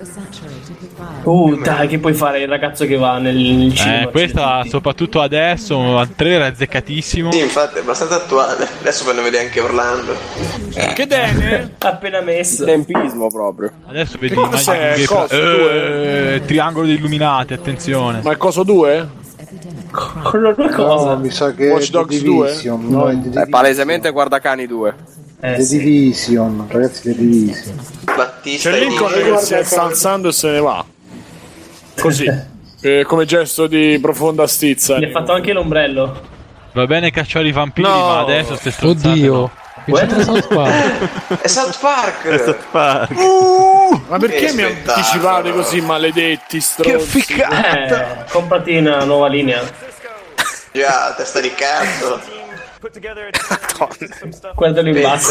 Dai, che puoi fare il ragazzo che va nel cinema? Questa soprattutto adesso, un trailer azzeccatissimo. Sì, infatti è abbastanza attuale. Adesso fanno vedere anche Orlando. Che bene? Appena messo. Tempismo proprio. Adesso vedi immagini triangolo di illuminati, attenzione. Ma è coso 2? No, mi sa che Watch Dogs 2? No, è palesemente Guardacani 2. The Division, ragazzi, The Division. Battista C'è Lincoln che si sta alzando e se ne va. Così. Come gesto di profonda stizza. Mi ha fatto anche l'ombrello. Va bene cacciare i vampiri, ma adesso stai strozzando. Oddio. È South Park. È South Park. È South Park. Ma perché mi anticipate così, maledetti stronzi? Che ficcata. Comprati una nuova linea. Già, testa di cazzo. Guardalo in basso.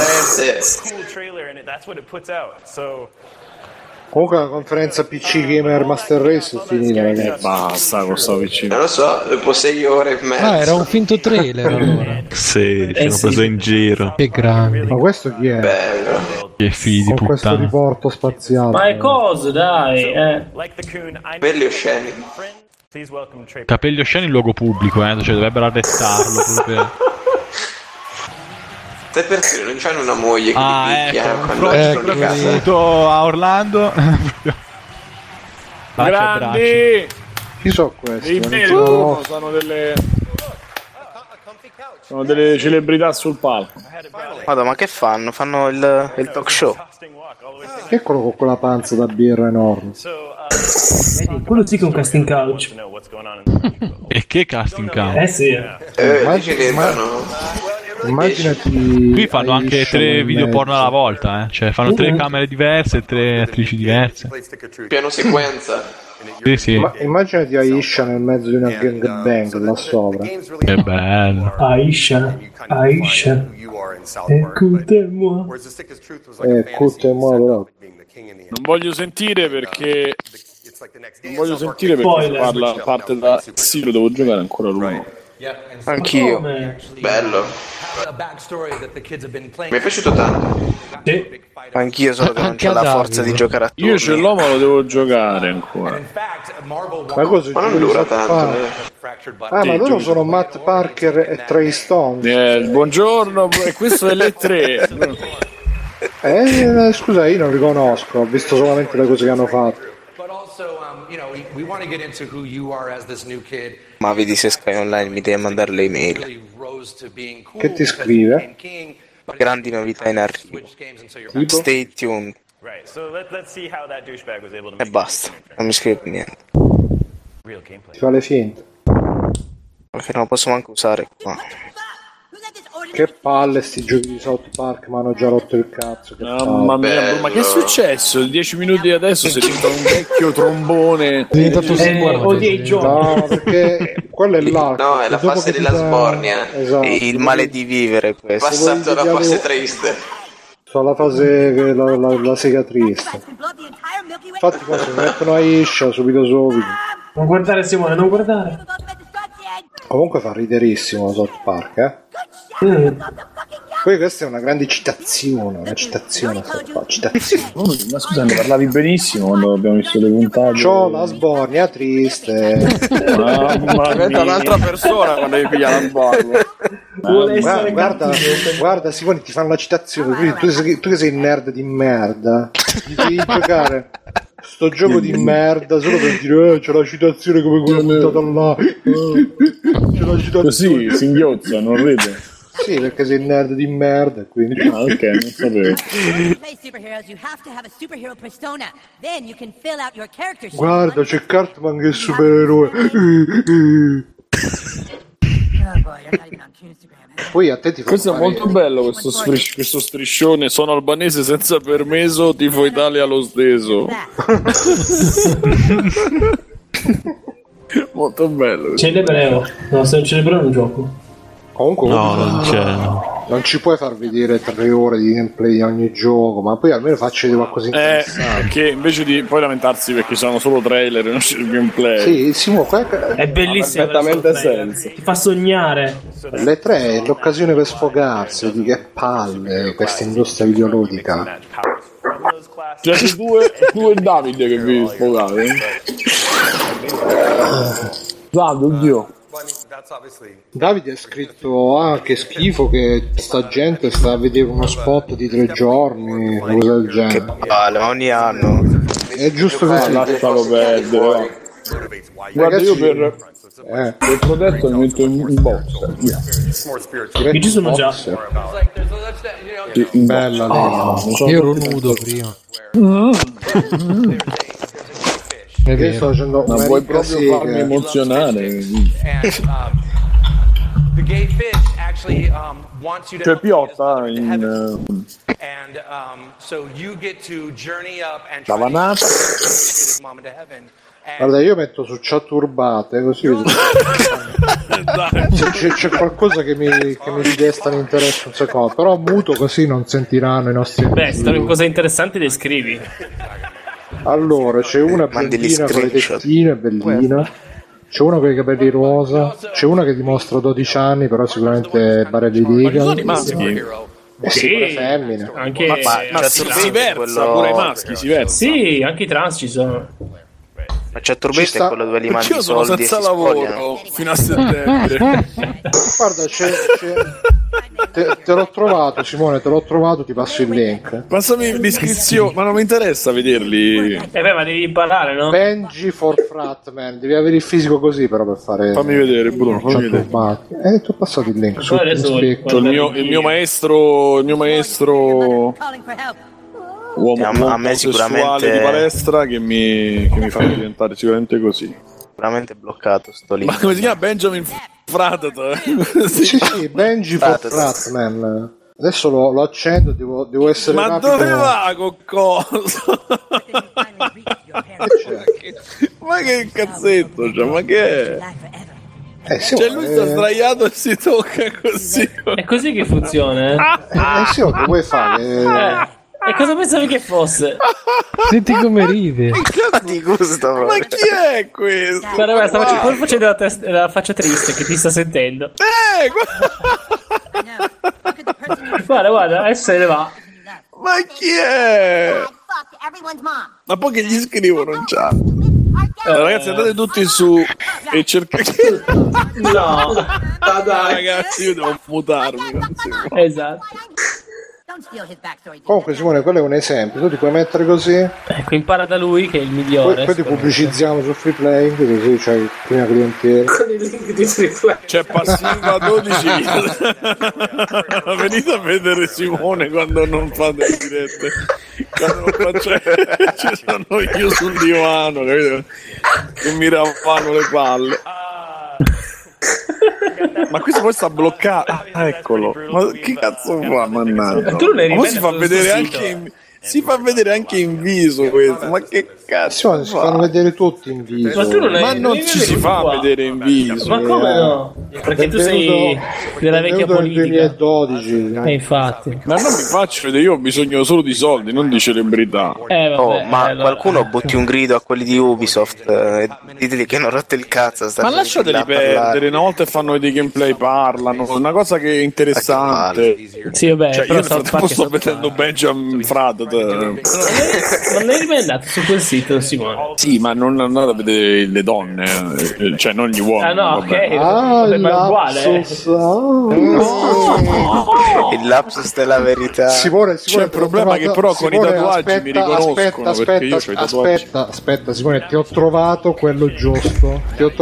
Comunque la conferenza PC Gamer Master Race è finita, ragazzi. Basta con sto PC. Non lo so, dopo 6 ore e mezza. Era un finto trailer allora. Sì, ci hanno preso in giro. Che grande. Ma questo chi è? Bello. Che figli di Con questo puttana. riporto spaziale. Ma è cosa, dai, Belli osceni. Capelli osceni in luogo pubblico, cioè dovrebbero arrestarlo proprio. Te perché non c'hanno una moglie che li picchia quando Ecco, escono di casa? venuto a Orlando. Grandi! Chi so questi? Sono delle celebrità sul palco. Madonna, ma che fanno? Fanno il talk show. Che è quello con quella panza da birra enorme? Quello sì che è un casting couch. E che casting couch? Sì. Dice che fanno... Immaginati. Qui fanno anche 3 video porno alla volta, cioè fanno 3 camere diverse, 3 attrici diverse. Piano sequenza. Sì. Immaginati Aisha nel mezzo di una gangbang là sopra. Che bello. Aisha. Écoutez-moi. Écoutez-moi, però. Non voglio sentire perché parte da sì, lo devo giocare ancora l'uno. Anch'io. Bello. Mi è piaciuto tanto. Anch'io, solo che non c'ho la forza di giocare a turni. Io ce l'ho, ma lo devo giocare ancora. Ma non dura tanto. Ma loro sono Matt Parker e Trey Stone. Buongiorno, e questo è l'E3. Scusa, io non li conosco, ho visto solamente le cose che hanno fatto. Ma vedi se Sky Online mi deve mandare le email. Che ti scrive? Grandi novità in arrivo. Tipo? Stay tuned. E basta, non mi scrive più niente. Ti fa le finte. Perché non lo posso manco usare qua. Che palle sti giochi di South Park, mi hanno già rotto il cazzo. Mamma mia, ma che è successo? 10 minuti adesso sei diventato un vecchio trombone. È diventato No, perché quello è là. No, è la fase della sbornia. Esatto. Il male di vivere questo. Passato alla fase triste. Sono la fase la sega triste. Infatti qua si mettono a Isha subito. Non guardare Simone, non guardare. Comunque fa riderissimo South Park, Poi questa è una grande citazione, una citazione. Ma scusa, ne parlavi benissimo quando abbiamo visto le puntate. C'ho la sbornia triste. Diventa un'altra persona quando mi piglia la sbornia. Guarda Simone, ti fanno la citazione. Quindi tu che sei il nerd di merda, devi giocare sto gioco di merda solo per dire c'è la citazione come quella buttata là. C'è la citazione. Così singhiozza, non ride. Sì, perché sei il nerd di merda, quindi. Ok, non sapevo. Guarda, c'è Cartman che è il supereroe. Poi a te ti fa questo è molto bello, questo striscione. Sono albanese senza permesso, tifo Italia lo steso. Molto bello. Celebreo. No, se non celebreo non gioco. Comunque no, non c'è. Non ci puoi far vedere 3 ore di gameplay ogni gioco, ma poi almeno facci vedere qualcosa di interessante. Che invece di poi lamentarsi perché sono solo trailer e non c'è il gameplay. Sì, Simo, è bellissimo. Perfettamente senso. Ti fa sognare. Le 3 è l'occasione per sfogarsi di che palle questa industria videoludica. C'è due Davide che vi sfogate. Oddio. Davide ha scritto che schifo che sta gente sta a vedere uno spot di 3 giorni, una cosa del genere. Che palle, ma ogni anno è giusto così. Lascialo perdere. Guarda, io per protetto mi metto in box. Io ci sono già. Bella io ero nudo prima. Io sto facendo ma vuoi proprio farmi emozionare? C'è Piotta in Davanata. Guarda, io metto su chat turbate così c'è qualcosa che mi ridesta l'interesse un secondo, però muto così non sentiranno i nostri cosa interessante descrivi. Allora, c'è una biondina con le tettine, bellina. C'è una con i capelli rosa. C'è una che dimostra 12 anni, però sicuramente è barelli legal. Maschi. Sì, pure femmine. Anche si versa pure i maschi, si versa. Sì, anche i trans ci sono. Ma c'è Turbetta è quello dove li mandi i soldi e si lavoro fino a settembre. Guarda, te l'ho trovato, Simone, ti passo il link. Passami l'iscrizione, ma non mi interessa vederli. Ma devi imparare, no? Benji for Fratman, devi avere il fisico così però per fare. Fammi vedere, Bruno. Ti ho passato il link su il mio maestro uomo a me sicuramente di palestra che mi fa diventare sicuramente così. Sicuramente bloccato sto link. Ma come si chiama? Benjamin Fratat? Sì, Benji for Fratman. Adesso lo accendo, devo essere ma rapido. Dove va con cosa? Ma che cazzetto, cioè, ma che è? Cioè lui sta sdraiato e si tocca così. È così che funziona, sì, che vuoi fare? E cosa pensavi che fosse? Senti come ride. Di gusto, ma chi è questo? Guarda, sta facendo la faccia triste che ti sta sentendo. Guarda, adesso se ne va. Ma chi è? Ma poi che gli scrivo non c'ha. Ragazzi, andate tutti su e cercate. No, dai, ragazzi, io devo mutarmi. Esatto. Comunque, Simone, quello è un esempio. Tu ti puoi mettere così. Ecco, impara da lui che è il migliore. Poi ti pubblicizziamo su Free Playing, così c'hai prima clientela. Con il link di Free Play. C'è passiva 12. Venite a vedere Simone quando non fate le dirette. Quando non faccio, ci sono io sul divano, capito? Che mi raffano le palle. Ma questo poi sta bloccato. Eccolo. Ma che cazzo fa, mannaggia? Ma si fa vedere anche si fa vedere anche in viso questo. Ma che cazzo? Si fanno vedere tutti in viso. Ma non ci si fa vedere in viso. Ma come no? Perché tu sei della vecchia politica. 2012. Infatti. Ma non mi faccio vedere, io ho bisogno solo di soldi, non di celebrità. Vabbè, ma qualcuno butti un grido a quelli di Ubisoft e ditegli che non rotte il cazzo. Ma lasciateli perdere, una volta che fanno vedere gameplay parlano, una cosa che è interessante. Sì, vabbè, cioè, io nel frattempo sto vedendo Benjamin Fratat. Ma non eri mai andato su quel sito, Simone? Sì, ma non andate a vedere le donne, cioè non gli uomini. Ah no, vabbè. ok, vabbè, ma è uguale. Il lapsus della verità. Simone, c'è il problema che però con i tatuaggi mi riconoscono perché io ho i tatuaggi. Aspetta, Simone, ti ho trovato quello giusto.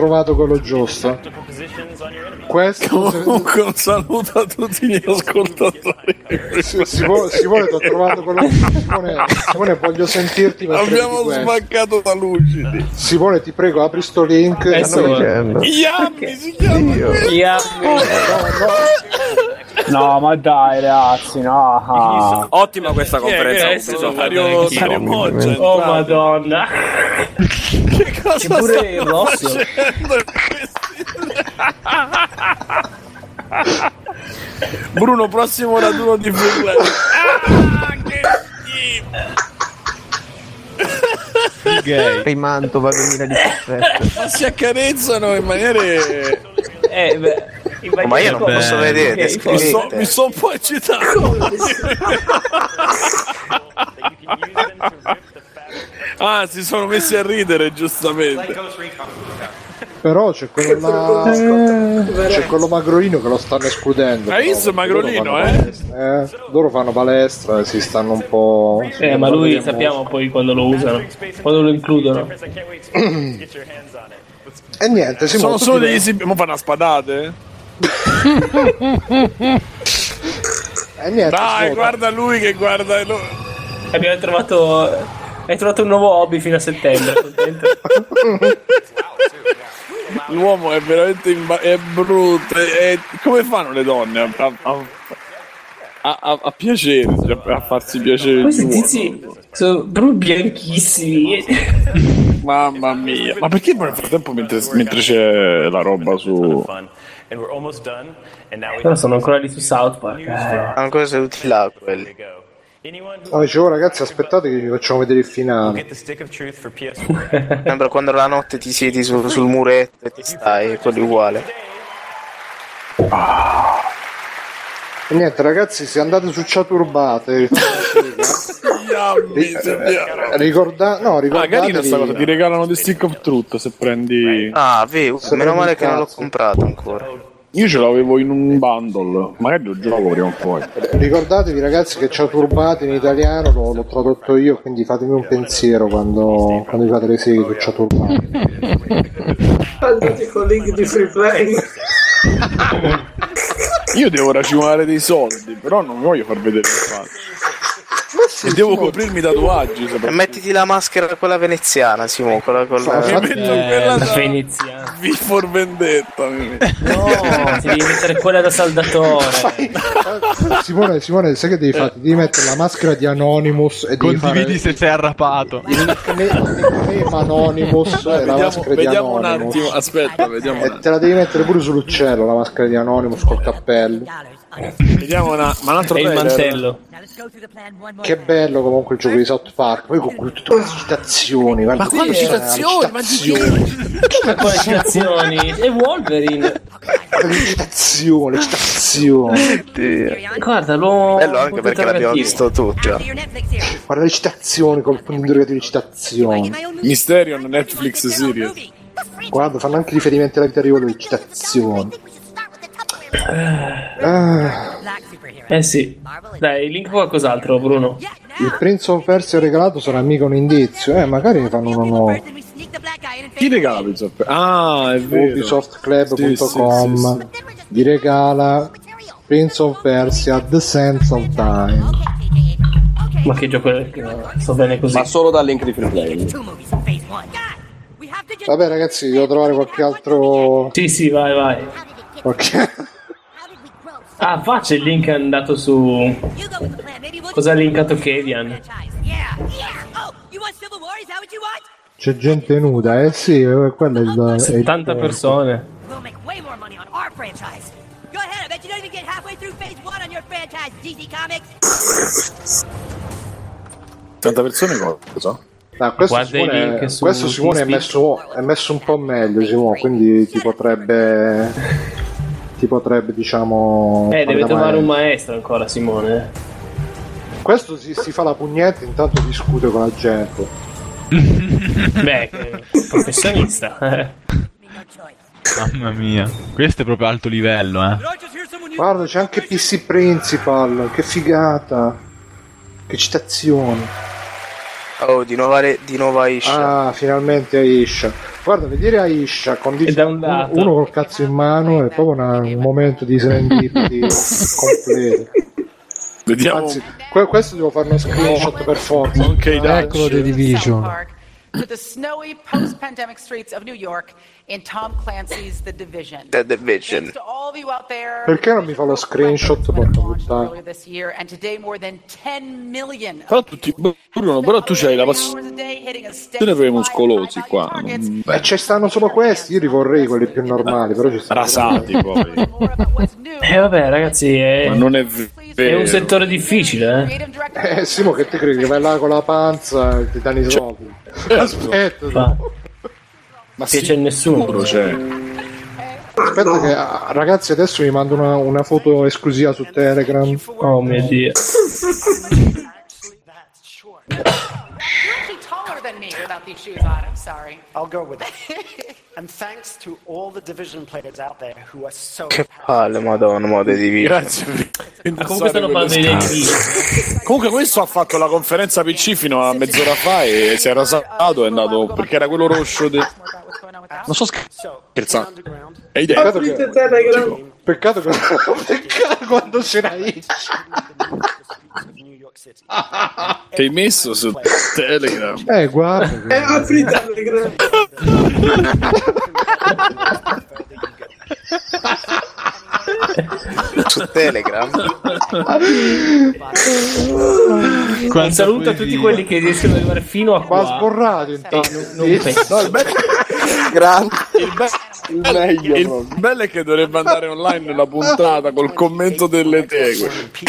Questo comunque un saluto a tutti gli ascoltatori. Simone, ti ho trovato quello giusto. Simone, voglio sentirti. Abbiamo spaccato da lucidi. Simone, ti prego, apri sto link. Yammi si chiama. No, ma dai, ragazzi, no. Ottima questa conferenza. Oh, madonna. Che cosa pure stanno il rosso. facendo? Bruno, prossimo raduno di Free Play. Che schifo. Rimantova 2017. Ma si accarezzano in maniere... ma io non posso vedere. Mi sono un po' eccitato. Si sono messi a ridere, giustamente. Però c'è quello là. C'è quello magrolino che lo stanno escludendo. Hai visto magrolino, Loro fanno palestra e si stanno un po'. Ma lui sappiamo poi quando lo usano, quando lo includono. E niente, sono solo degli esempi. Ma fanno spadate? E niente. Dai, guarda lui che guarda. Abbiamo trovato. Hai trovato un nuovo hobby fino a settembre. Contento? L'uomo è veramente è brutto. Come fanno le donne a piacere, cioè, a farsi piacere? Questi tizi sono bianchissimi. Mamma mia, ma perché nel frattempo mentre c'è la roba su... Però sono ancora lì su South Park. Ancora seduti là quelli. Dicevo, ragazzi, aspettate che vi facciamo vedere il finale. Sembra quando la notte ti siedi sul muretto e ti stai, quello uguale. E niente, ragazzi, se andate su Chaturbate ricordatevi. Carina sta cosa, ti regalano The Stick of Truth se prendi. Meno male che non l'ho comprato ancora. Io ce l'avevo in un bundle, magari lo gioco prima o poi. Ricordatevi, ragazzi, che Chaturbate in italiano l'ho tradotto io, quindi fatemi un pensiero quando vi fate le serie su Chaturbate. Andate con link di Free Play. Io devo racimolare dei soldi, però non voglio far vedere il fatto. E devo coprirmi i tatuaggi. E mettiti la maschera, quella veneziana, Simo. Quella veneziana. V for Vendetta. No, ti devi mettere quella da saldatore. Simone, sai che devi fare? Ti devi mettere la maschera di Anonymous e condividi se sei arrapato. Il nickname Anonymous e la maschera di Anonymous. Un attimo, aspetta, vediamo. E te la devi mettere pure sull'uccello, la maschera di Anonymous col cappello. Vediamo un altro il mantello. Che bello comunque il gioco di South Park. Poi con tutte le citazioni. Ma quali citazioni? Ma quali citazioni? È Wolverine. Le citazioni. Guarda, l'uomo. Bello anche perché l'abbiamo visto tutti. Guarda le citazioni col punto di citazioni. Mysterion Netflix series. Guarda, fanno anche riferimenti alla vita di quello di citazioni. Sì. Dai, link qualcos'altro, Bruno. Il Prince of Persia regalato sarà mica un indizio. Magari ne fanno uno nuovo. Chi regala Prince of Persia? È vero. Ubisoftclub.com vi regala Prince of Persia The Sands of Time. Ma che gioco è? Sto bene così. Ma solo dal link di Free Play. Vabbè, ragazzi, devo trovare qualche altro. Sì, vai. Ok. Qua c'è il link andato su. Cosa ha linkato Kevian? C'è gente nuda, sì, quello è il 70 persone. 70 persone cosa? Questo Simone è messo un po' meglio, Simone, quindi ti potrebbe diciamo deve trovare un maestro ancora, Simone. Questo si fa la pugnetta, intanto discute con la gente. Beh, professionista. Mamma mia, questo è proprio alto livello, Guarda, c'è anche PC Principal, che figata, che citazioni. Oh, di nuovo Aisha. Finalmente Aisha. Guarda, vedere Aisha con uno col cazzo in mano è proprio un momento di serendipity completo. Vediamo. Anzi, questo devo fare uno screenshot per forza. Eccolo The Division. to the snowy post-pandemic streets of New York in Tom Clancy's The Division. The Division. Thanks to all of you out there. Perché non mi fa lo screenshot? Porca puttana. Earlier this year, and today more than 10 million. Però tutti Bruno, però tu c'hai la passione per i muscolosi qua. Beh, ci stanno solo questi, io li vorrei quelli più normali, però ci stanno rasati poi. Vabbè ragazzi, ma non è vero. È un settore difficile, Simo, che te credi che vai là con la panza e ti danno i soldi? Aspetta, ma piace a nessuno. Aspetta che ragazzi adesso mi mando una foto esclusiva su Telegram. Oh mio Dio. Than me without these shoes on. I'm sorry. I'll go with it. And thanks to all the Division players out there who are so. Che palle, madonna, mode di vita. Grazie. Comunque stanno parlando di nemici. Comunque questo ha fatto la conferenza PC fino a mezz'ora fa e si è rasato, è andato perché era quello rosso non so scherzando. È idea. Peccato quando c'era Itch. Che hai messo su Telegram? Guarda. Apri Telegram. Su Telegram. Un saluto a tutti quelli che riescono ad arrivare fino a qua. Ma sborrato intanto. Grande. Il bello è che dovrebbe andare online la puntata col commento delle tegue.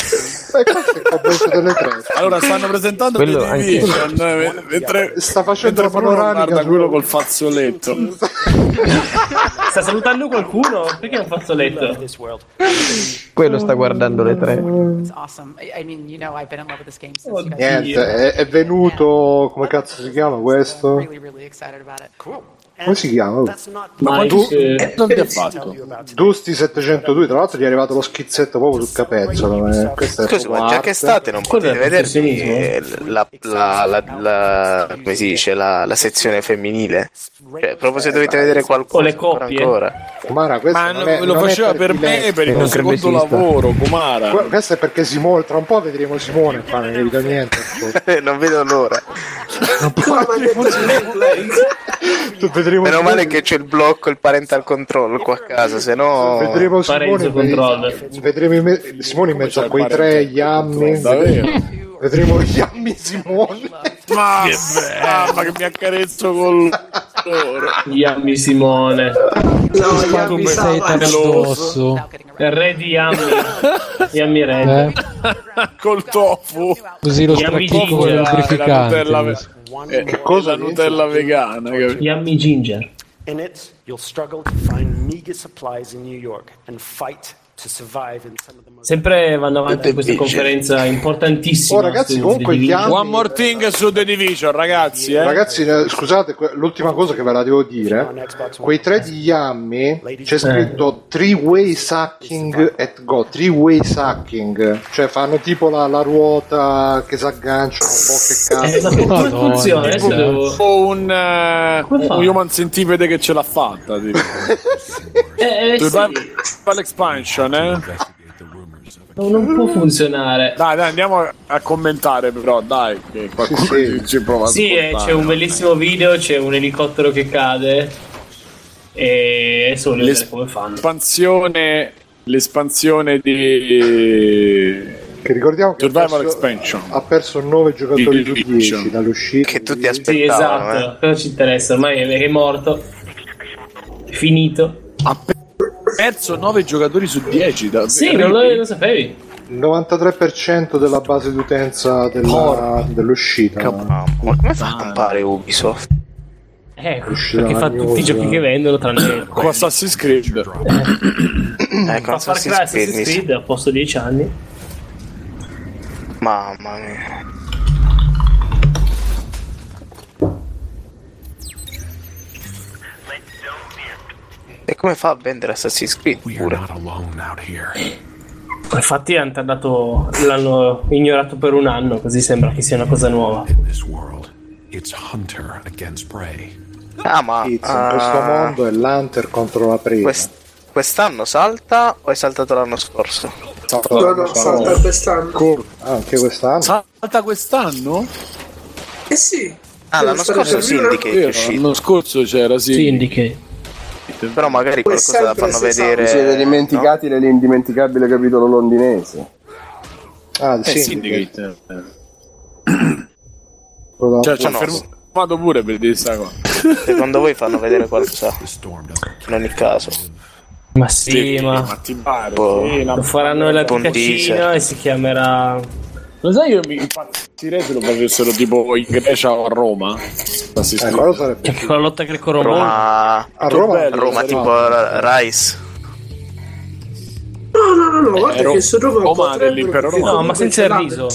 Allora stanno presentando The Division mentre sta facendo la panoramica, guarda quello col fazzoletto. Sta salutando qualcuno? Perché è un fazzoletto? Quello sta guardando le tre. Niente, è venuto, come cazzo si chiama questo? Come si chiama? Ma tu non ti ha fatto? Dusty 702, tra l'altro gli è arrivato lo schizzetto proprio sul capezzolo. Scusa, ma già che state non potete vedermi la come si dice, la sezione femminile? Cioè, proprio se dovete vedere qualcosa o le coppie ancora. Comara, ma lo faceva per me, per il mio secondo lavoro, Comara. Questo è perché Simone, tra un po' vedremo Simone qua, non vedo niente. Non vedo l'ora. Meno male che c'è il blocco, il parental control qua a casa, se no vedremo Simone in mezzo a quei tre Yammi. Vedremo Yammi Simone. Ma che mi accarezzo con loro. Yammi Simone. Yammi sei addosso. Re di Yammi Re. Col tofu. Così lo stracchino con il lubrificante. Che cosa? La Nutella vegana. Yummy Ginger. In it, you'll struggle to find meager supplies in New York and fight to survive in some of the most. Sempre vanno avanti in questa conferenza importantissima. Ragazzi, comunque One more thing su The Division, ragazzi. Ragazzi, scusate, l'ultima cosa che ve la devo dire. Quei tre di Yummy c'è scritto 3-way sucking at go. 3-way sucking, cioè fanno tipo la ruota che si agganciano un po' che cazzo. Ma come funziona? Un human centipede che ce l'ha fatta. L'expansion, non può funzionare. Dai, andiamo a commentare, però dai, che qualcuno ci prova a c'è un bellissimo video, c'è un elicottero che cade e adesso voglio vedere come fanno. L'espansione di che ricordiamo che ha perso 9 giocatori su 10 dall'uscita. Che tutti aspettavano. Sì, esatto, cosa ci interessa? Ormai è morto, è finito. Perso 9 giocatori su 10 sì, non lo sapevi. Il 93% della base d'utenza dell'uscita. Ma come fa a campare Ubisoft? Perché fa tutti i giochi che vendono tranne con Assassin's Creed. Fa Far Cry Assassin's Creed a posto 10 anni. Mamma mia. E come fa a vendere Assassin's Creed pure? Infatti l'hanno ignorato per un anno, così sembra che sia una cosa nuova. Ma in questo mondo è l'hunter contro la preda. Quest'anno salta o è saltato l'anno scorso? No, salta quest'anno. Anche quest'anno? Salta quest'anno? Eh sì. l'anno scorso Syndicate è uscito. L'anno scorso c'era Syndicate. Però magari qualcosa la fanno vedere. Siete dimenticati dell'indimenticabile capitolo londinese. Ah, il Syndicate. Cioè, ci ha fermato pure per dire questa cosa. Secondo voi fanno vedere qualcosa? In ogni caso. Ma sì, ma ti pare? Lo faranno nella Pikachu e si chiamerà. Lo sai, io mi impazzirei se lo facessero tipo in Grecia o a Roma. Con la lotta greco-romana. A Roma? Roma tipo Rice. No, guarda che su Roma dell'impero romano. No, ma senza il riso.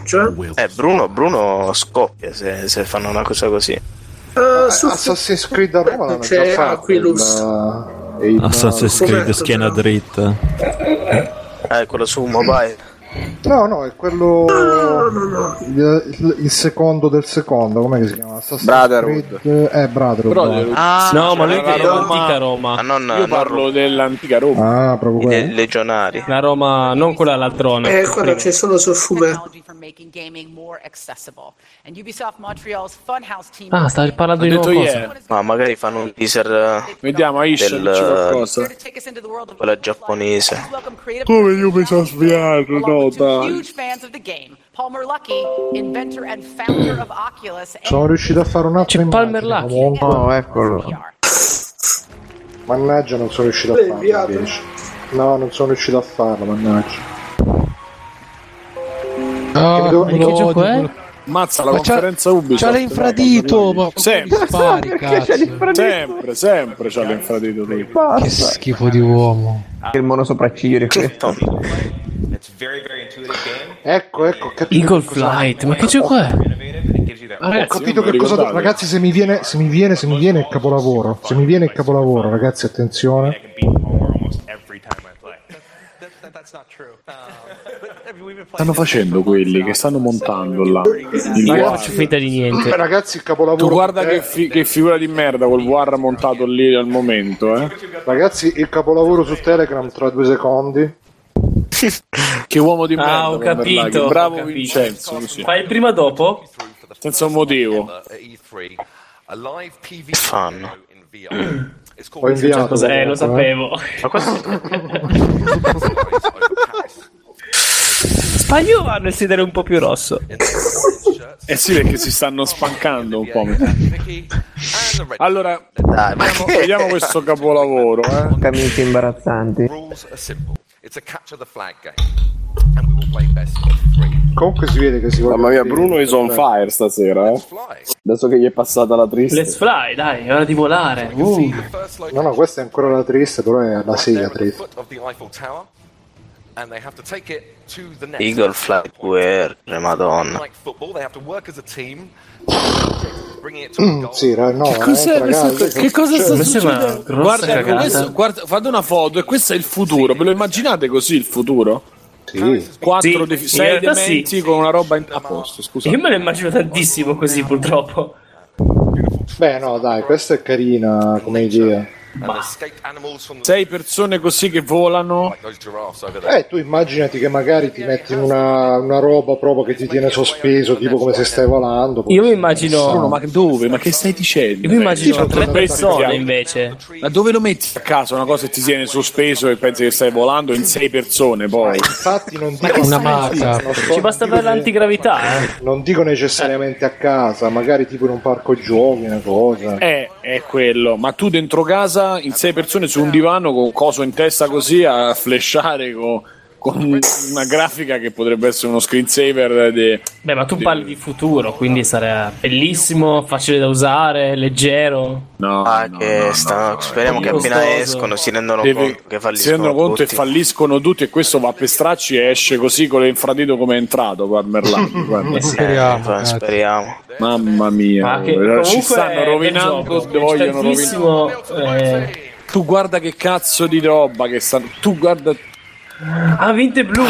Bruno scoppia se fanno una cosa così. Su Assassin's Creed a Roma l'hanno già fatto. Assassin's Creed schiena dritta. Quello su mobile. No, è quello. Il secondo del secondo, com'è che si chiama? Brotherhood. Brotherhood. No, ma lui che è l'antica Roma. Io parlo dell'antica Roma. Ah, proprio quello. Legionari. La Roma, non quella ladrona. Quello c'è solo sul fumetto. Ah, stavi parlando di nuovo. Ma magari fanno un teaser. Vediamo, Aisha, qualcosa. Quella giapponese. Come io mi sono sviato, no, dai. Sono riuscito a fare un altro. C'è Palmer Lucky. Oh, eccolo. Mannaggia, non sono riuscito a farlo. No, non sono riuscito a farlo, mannaggia. Che gioco è? Mazza, la conferenza Ubisoft. C'ha l'infradito, ma sempre spari, cazzo. Sempre c'ha l'infradito. Che schifo di uomo. Il monosopracciglio. Ecco, Eagle Flight, ma che gioco è? Ho capito che cosa. Ragazzi, se mi viene il capolavoro. Se mi viene il capolavoro, ragazzi, attenzione. Stanno facendo quelli che stanno montando là. Non faccio finta di niente. Ragazzi, il capolavoro. Tu guarda che figura di merda col war montato lì al momento, eh. Ragazzi, il capolavoro su Telegram tra 2 secondi. Che uomo di merda. Ho capito. Bravo Vincenzo. Così. Fai il prima dopo? Senza un motivo. Fanno. Ho inviato. Lo sapevo. Spagnolo vanno a sedere un po' più rosso. Eh sì, perché si stanno spancando un po'. Allora, vediamo questo capolavoro. Amici imbarazzanti. Comunque si vede che si vuole. Mamma mia, Bruno is on fire stasera, Adesso che gli è passata la triste. Let's fly, dai, è ora di volare. No, questa è ancora la triste, però è la sega triste. Eagle Flight Guerre, madonna. Sì, no, che cosa sta succedendo? Guarda, fate una foto e questo è il futuro. Ve lo immaginate così il futuro? Sì. 6 dementi con una roba a posto, scusa. Io me lo immagino tantissimo così, purtroppo. Beh, no, dai, questa è carina come idea. 6 persone così che volano. Tu immaginati che magari ti metti in una roba proprio che ti tiene sospeso, tipo come se stai volando. Io mi immagino. No, ma dove? Ma che stai dicendo? Io mi immagino 3 persone invece. Ma dove lo metti a caso una cosa che ti tiene sospeso e pensi che stai volando in 6 persone poi? Infatti non dico una marca. Ci basta per l'antigravità, Non dico necessariamente a casa, magari tipo in un parco giochi, una cosa. È quello, ma tu dentro casa in 6 persone su un divano con coso in testa così a flashare con una grafica che potrebbe essere uno screensaver. Beh, ma tu parli di futuro, quindi sarà bellissimo, facile da usare, leggero. Speriamo che appena escono si rendono conto che falliscono. Si rendono conto e falliscono tutti, e questo va per stracci e esce così con l'infradito come è entrato. Speriamo. Mamma mia, ci stanno rovinando, vogliono rovinare. Tu guarda che cazzo di roba che stanno. Tu guarda. Ha vinto blu.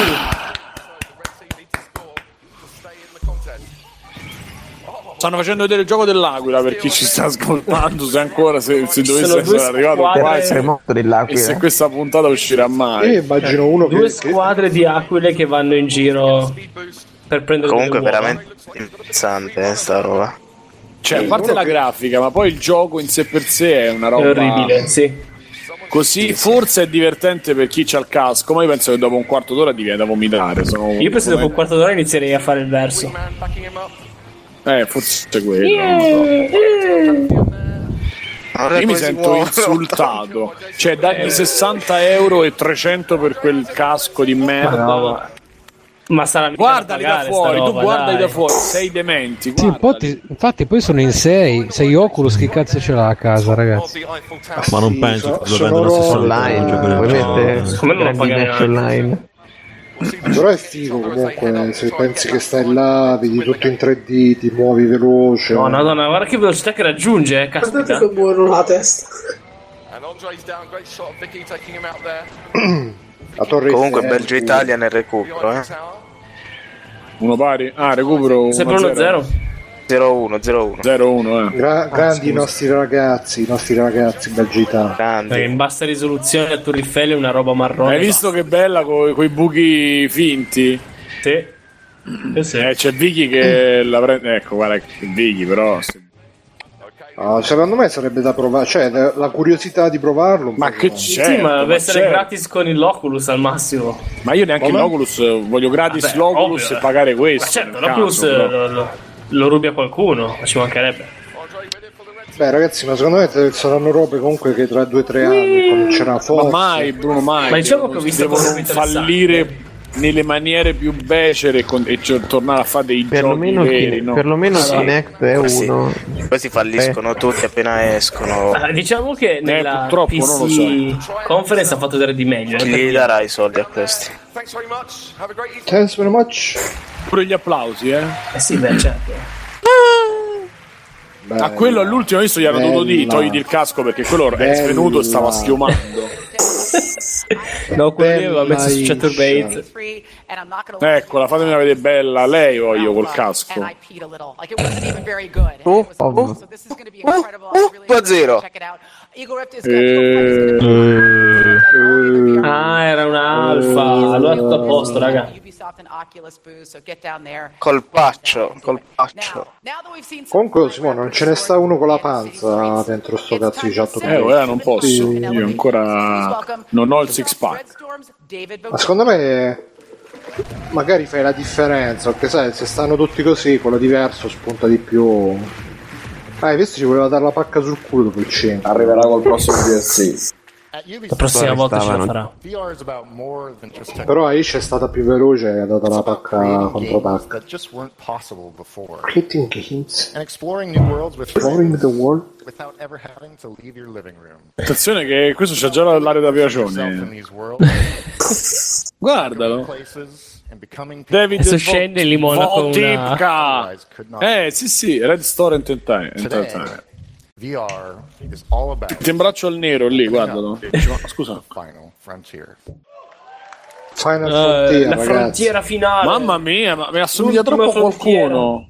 Stanno facendo vedere il gioco dell'Aquila per chi ci sta ascoltando, se dovesse essere arrivato qua e se questa puntata uscirà mai. Io immagino uno due squadre di aquile che vanno in giro per prendere. Comunque veramente interessante sta roba. Cioè, a parte la grafica, ma poi il gioco in sé per sé è una roba... È orribile, sì. Così forse è divertente per chi c'ha il casco, ma io penso che dopo un quarto d'ora ti viene da vomitare. Io penso che dopo un quarto d'ora inizierei a fare il verso. Forse è quello. Io mi sento insultato. Cioè, dagli 60 euro e 300 per quel casco di merda. Ma sarà guardali da pagare, da fuori, roba, tu guardali dai. da fuori, sei dementi. Sì, infatti poi sono in 6 Oculus, che cazzo ce l'ha a casa, ragazzi? Ma non penso che lo vendano stesso online, ovviamente. Come non lo pagare online? Però è figo comunque, se pensi che stai là, vedi tutto in 3D, ti muovi veloce. No, madonna, guarda che velocità che raggiunge, Guardate che muovono la testa. Comunque Belgio Italia nel recupero, Uno pari? Recupero. Sempre 1-0. 0-1. Grandi i nostri ragazzi Belgita. In bassa risoluzione a Turrifelli è una roba marrone. Hai visto che bella coi buchi finti? Sì. C'è Vicky che la prende. Ecco, guarda Vicky, però. Secondo me sarebbe da provare, cioè la curiosità di provarlo. Ma che c'è? Sì, ma deve essere gratis con l'Oculus al massimo. Ma io neanche l'Oculus, voglio gratis l'Oculus e pagare questo. Ma certo, l'Oculus lo rubi a qualcuno, ma ci mancherebbe. Beh ragazzi, ma secondo me saranno robe comunque che tra 2 o 3 anni comincerà forse. Ma mai, Bruno, mai. Ma il gioco che ho visto devono fallire nelle maniere più becere e tornare a fare dei giochi veri, no? Perlomeno Kinect è uno. Poi si falliscono tutti appena escono. Diciamo che nella purtroppo PC non lo so. Conference ha fatto vedere di meglio. Chi gli darà i soldi a questi? Thanks very much. Pure gli applausi, sì, beh, certo. A quello all'ultimo visto gli hanno dovuto dire togli il casco perché quello è svenuto e stava schiumando. No, quello lì aveva messo su Chaturbate. Eccola, fatemela vedere bella, lei voglio col casco. 2-0. Era un'alfa. Allora tutto a posto, raga. Colpaccio. Comunque Simone, non ce ne sta uno con la panza dentro sto cazzo di chat. Non posso, io ancora non ho il six pack. Ma secondo me magari fai la differenza, perché sai, se stanno tutti così, quello diverso spunta di più. Hai visto, ci voleva dare la pacca sul culo dopo il 100. Arriverà col prossimo DLC. La prossima volta ce la farà. Però Aish è stata più veloce e ha dato la pacca contro pacca. Creating games and exploring the world without ever having to leave your living room. Attenzione che questo c'ha già l'area da piacione. Guardalo. David adesso scende e li mola con una... sì, Red Store Entertainment. VR is all about. Ti imbraccio al nero lì, guardalo. Scusa. Final Frontier. La frontiera finale. Mamma mia, ma mi assomiglia troppo a qualcuno.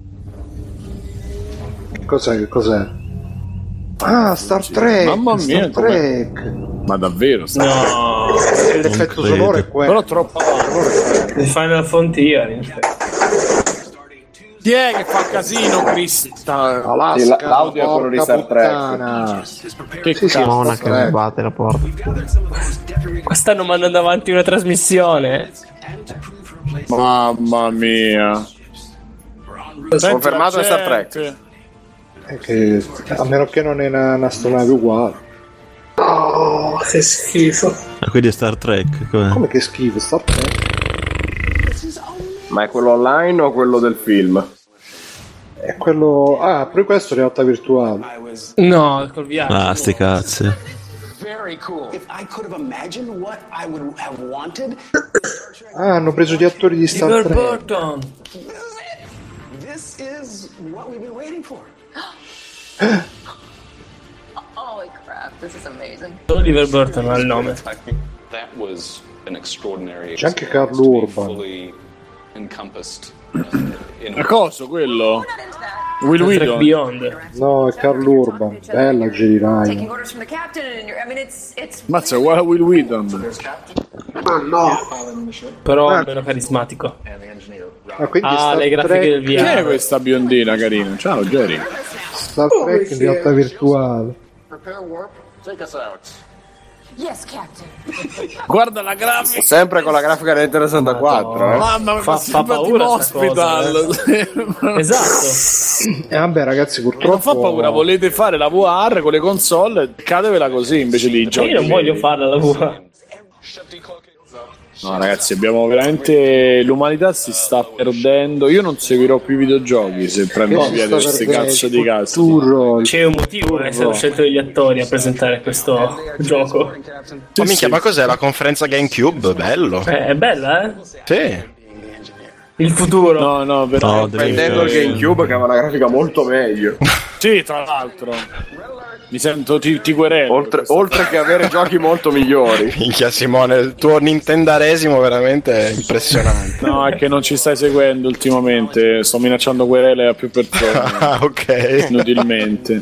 Cos'è? Star Trek. Mamma mia, Star Trek. Ma davvero? No, l'effetto sonoro è quello. Però troppo. Final Frontier. Chi è che fa casino, Crista? L'audio è quello di Star Trek. Che Simona che mi batte la porta. Stanno mandando avanti una trasmissione. Mamma mia. Confermato è Star Trek. Che, a meno che non è un'astronave uguale. Oh, che schifo. Quindi è Star Trek. Come che schifo? Star Trek. Ma è quello online o quello del film? È quello... pure questo è realtà virtuale. No, col VR. Sti cazzi. Hanno preso gli attori di Star Trek. Burton. Holy crap, this is amazing. Oliver Burton ha il nome. C'è anche Carlo Urban. A cosa quello? Will Wheaton. Beyond. No, è Carl Urban. Bella Jedi Ryan. Mazza, uguale a Will Wheaton. Ma no. Però meno carismatico. Quindi le grafiche del VR. Chi è questa biondina carina? Ciao Jerry. Star Trek in realtà virtuale. Yes, Captain. Guarda la grafica. Sempre con la grafica del 364. Mamma mia, fa paura Hospital. Esatto. E vabbè ragazzi, purtroppo non fa paura, volete fare la VR con le console, cadevela così invece di giochi. Io non voglio farla la VR. No ragazzi, abbiamo veramente, l'umanità si sta perdendo. Io non seguirò più i videogiochi se prendo via queste cazzo di cazzi. C'è un motivo che sono scelto gli attori a presentare questo gioco. Ma minchia, ma cos'è la conferenza GameCube? Bello. È bella, Sì. Il futuro. No, però prendendo il GameCube che aveva una grafica molto meglio. Sì, tra l'altro. Mi sento ti querelo. Oltre che avere giochi molto migliori. Minchia Simone, il tuo nintendaresimo veramente è impressionante. No, è che non ci stai seguendo ultimamente. Sto minacciando querele a più persone. Ah, ok. Inutilmente.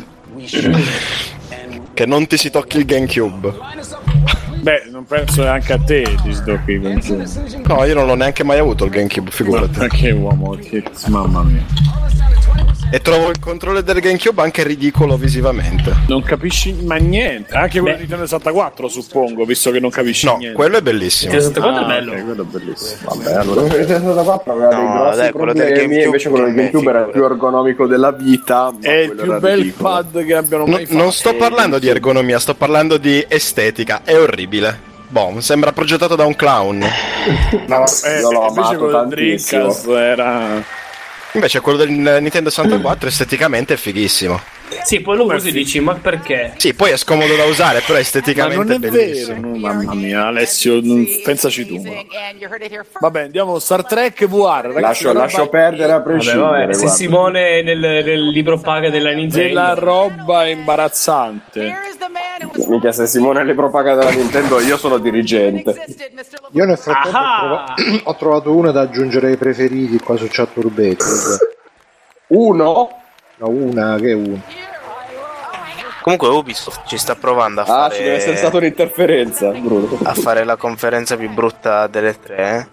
Che non ti si tocchi il GameCube. Beh, non penso neanche a te ti sdocchi il GameCube. No, io non l'ho neanche mai avuto il GameCube, figurati. Ma che uomo, mamma mia. E trovo il controller del GameCube anche ridicolo visivamente. Non capisci ma niente. Anche quello di Nintendo 64, suppongo, visto che non capisci niente. No, quello è bellissimo. Il 64 è bello. Quello è bellissimo. Vabbè, allora il Nintendo 64 aveva dei grossi problemi, invece quello del GameCube era il più ergonomico della vita. È il più bel pad che abbiano mai fatto. Non sto parlando di ergonomia, sto parlando di estetica. È orribile. Boh, sembra progettato da un clown. No, io l'ho amato tantissimo. Era... Invece quello del Nintendo 64 esteticamente è fighissimo. Sì, poi lo usi e dici, ma perché? Sì, poi è scomodo da usare, però esteticamente ma non è bellissimo. Vero, mamma mia, Alessio, pensaci tu. Vabbè, andiamo Star Trek VR. Ragazzi, lascio perdere a prescindere. Se Simone nel libro paga della Nintendo. Della roba imbarazzante. Minchia, se Simone le propaga della Nintendo, io sono dirigente. Io nel frattempo ho trovato una da aggiungere ai preferiti qua su Chaturbate. Uno? No, una, che è uno. Comunque Ubisoft ci sta provando a fare... ci deve essere stata un'interferenza, Bruno. A fare la conferenza più brutta delle tre,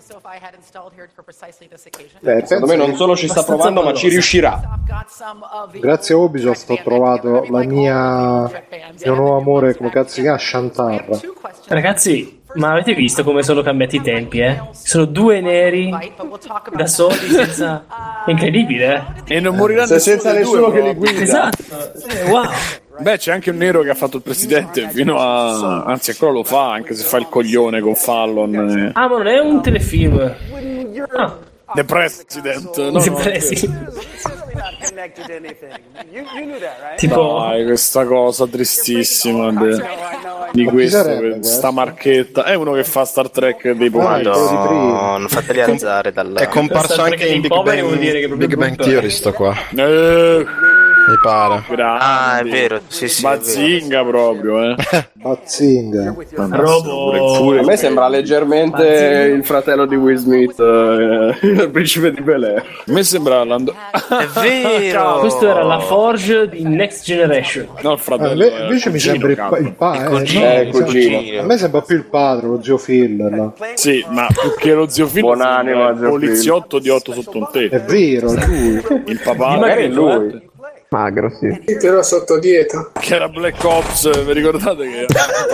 secondo me non solo ci sta provando, ma ci riuscirà. Grazie a Ubisoft ho trovato il mio nuovo amore, come cazzo si chiama, Shantar. Ragazzi, ma avete visto come sono cambiati i tempi, Sono due neri da soli, senza... È incredibile, E non moriranno senza nessuno che li guida. Esatto. Wow. Beh, c'è anche un nero che ha fatto il presidente fino a... Anzi, ancora lo fa, anche se fa il coglione con Fallon. Ah, ma non è un telefilm. The President. Tipo... Dai, questa cosa tristissima di questa marchetta. È uno che fa Star Trek dei pomeriggi. non fateli alzare dalla... È comparso anche in Big Bang Theory sto qua. Mi pare. Ah, è vero, sì, Bazinga proprio, Bazinga. A me sembra leggermente il fratello di Will Smith, il principe di Bel-Air. A me sembra È vero. Questo era la Forge di Next Generation. No, il fratello. Invece mi sembra il cugino. A me sembra più il padre, lo zio Phil. No? Sì, ma più che lo zio Phil, buonanima, il poliziotto di 8 sotto un tetto. È vero, lui. Il papà magari è lui. Magro, sì. Però sotto dieta. Che era Black Ops, vi ricordate che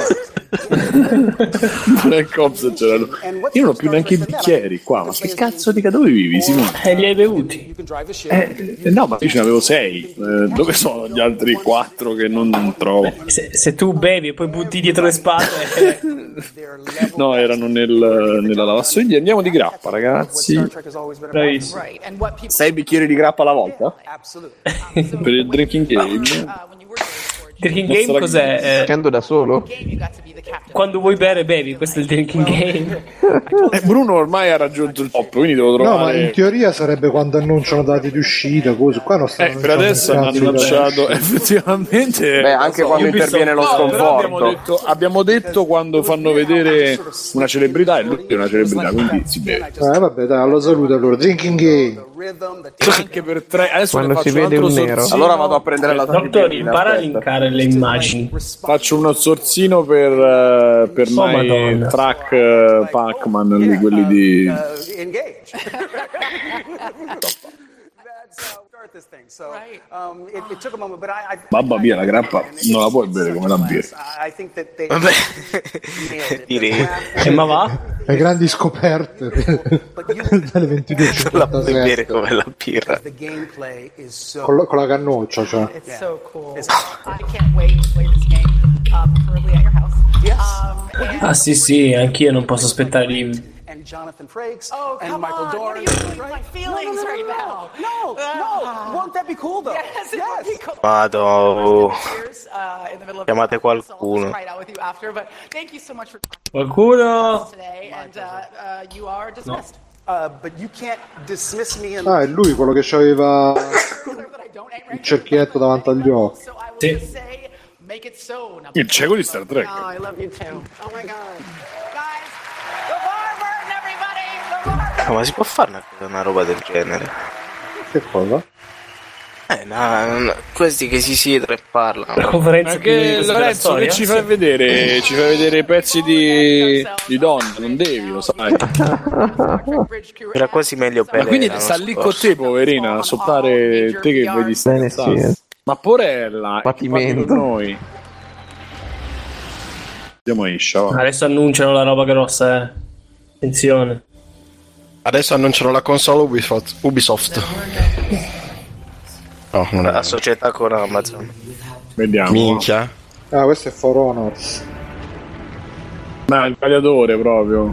Black Ops c'era lui. Io non ho più neanche i bicchieri qua, ma che cazzo di dove vivi, Simone? Li hai bevuti? No, ma io ce ne avevo 6. Dove sono gli altri 4 che non trovo? Se tu bevi e poi butti dietro le spalle. No, erano nella lavastoviglie. Andiamo di grappa, ragazzi. Bravissimo. 6 bicchieri di grappa alla volta? Per il drinking game. Drinking game cos'è? Scendo da solo? quando vuoi bere bevi, questo è il drinking game. Bruno ormai ha raggiunto il top, quindi devo trovare. No, ma in teoria sarebbe quando annunciano dati di uscita, cose. Qua non stanno per adesso hanno annunciato effettivamente. Beh, anche quando interviene lo sconforto. Abbiamo detto quando fanno vedere una celebrità, e lui è una celebrità, quindi si beve. Vabbè, dai, alla salute allora. Drinking game. Anche per 3. Adesso quando ne si faccio vede un un altro nero. sorsino. Allora vado a prendere la Dottore, impara a linkare le immagini. Faccio uno sorsino per my track Pac-Man lì, quelli di Mamma mia, la grappa non la puoi bere come la birra. Vabbè, direi. Ma va? Le grandi scoperte dalle 22:57. La puoi bere come la birra. Con la cannuccia, cioè. It's so cool. I can't wait to play this game, preferably at your house. Ah sì, anch'io non posso aspettare lì. And Jonathan Frakes and Michael Dorn. What are you doing with my feelings right now? No. Won't that be cool though? Yes, it would be cool. Vado. Chiamate qualcuno. Qualcuno? Today, and you are dismissed. But you can't dismiss me and... Ah, è lui quello che c'aveva il cerchietto davanti agli occhi. Sì. Il cieco di Star Trek. Oh, I love you too. Oh my god. No, ma si può fare una roba del genere? Che cosa? Questi che si siedono e parlano. La conferenza che Lorenzo, che ci fai vedere? Ci fai vedere pezzi di donna, non devi, lo sai. Era quasi meglio per. Ma quindi sta lì con te, poverina, a sottare te che vedi sì. Ma porella, patimento con noi. Andiamo a Iscia. Adesso annunciano la roba grossa, Attenzione. Adesso annunciano la console Ubisoft. No, non è la società con Amazon. Vediamo. Minchia. Ah, questo è For Honor. Ma il gladiatore proprio.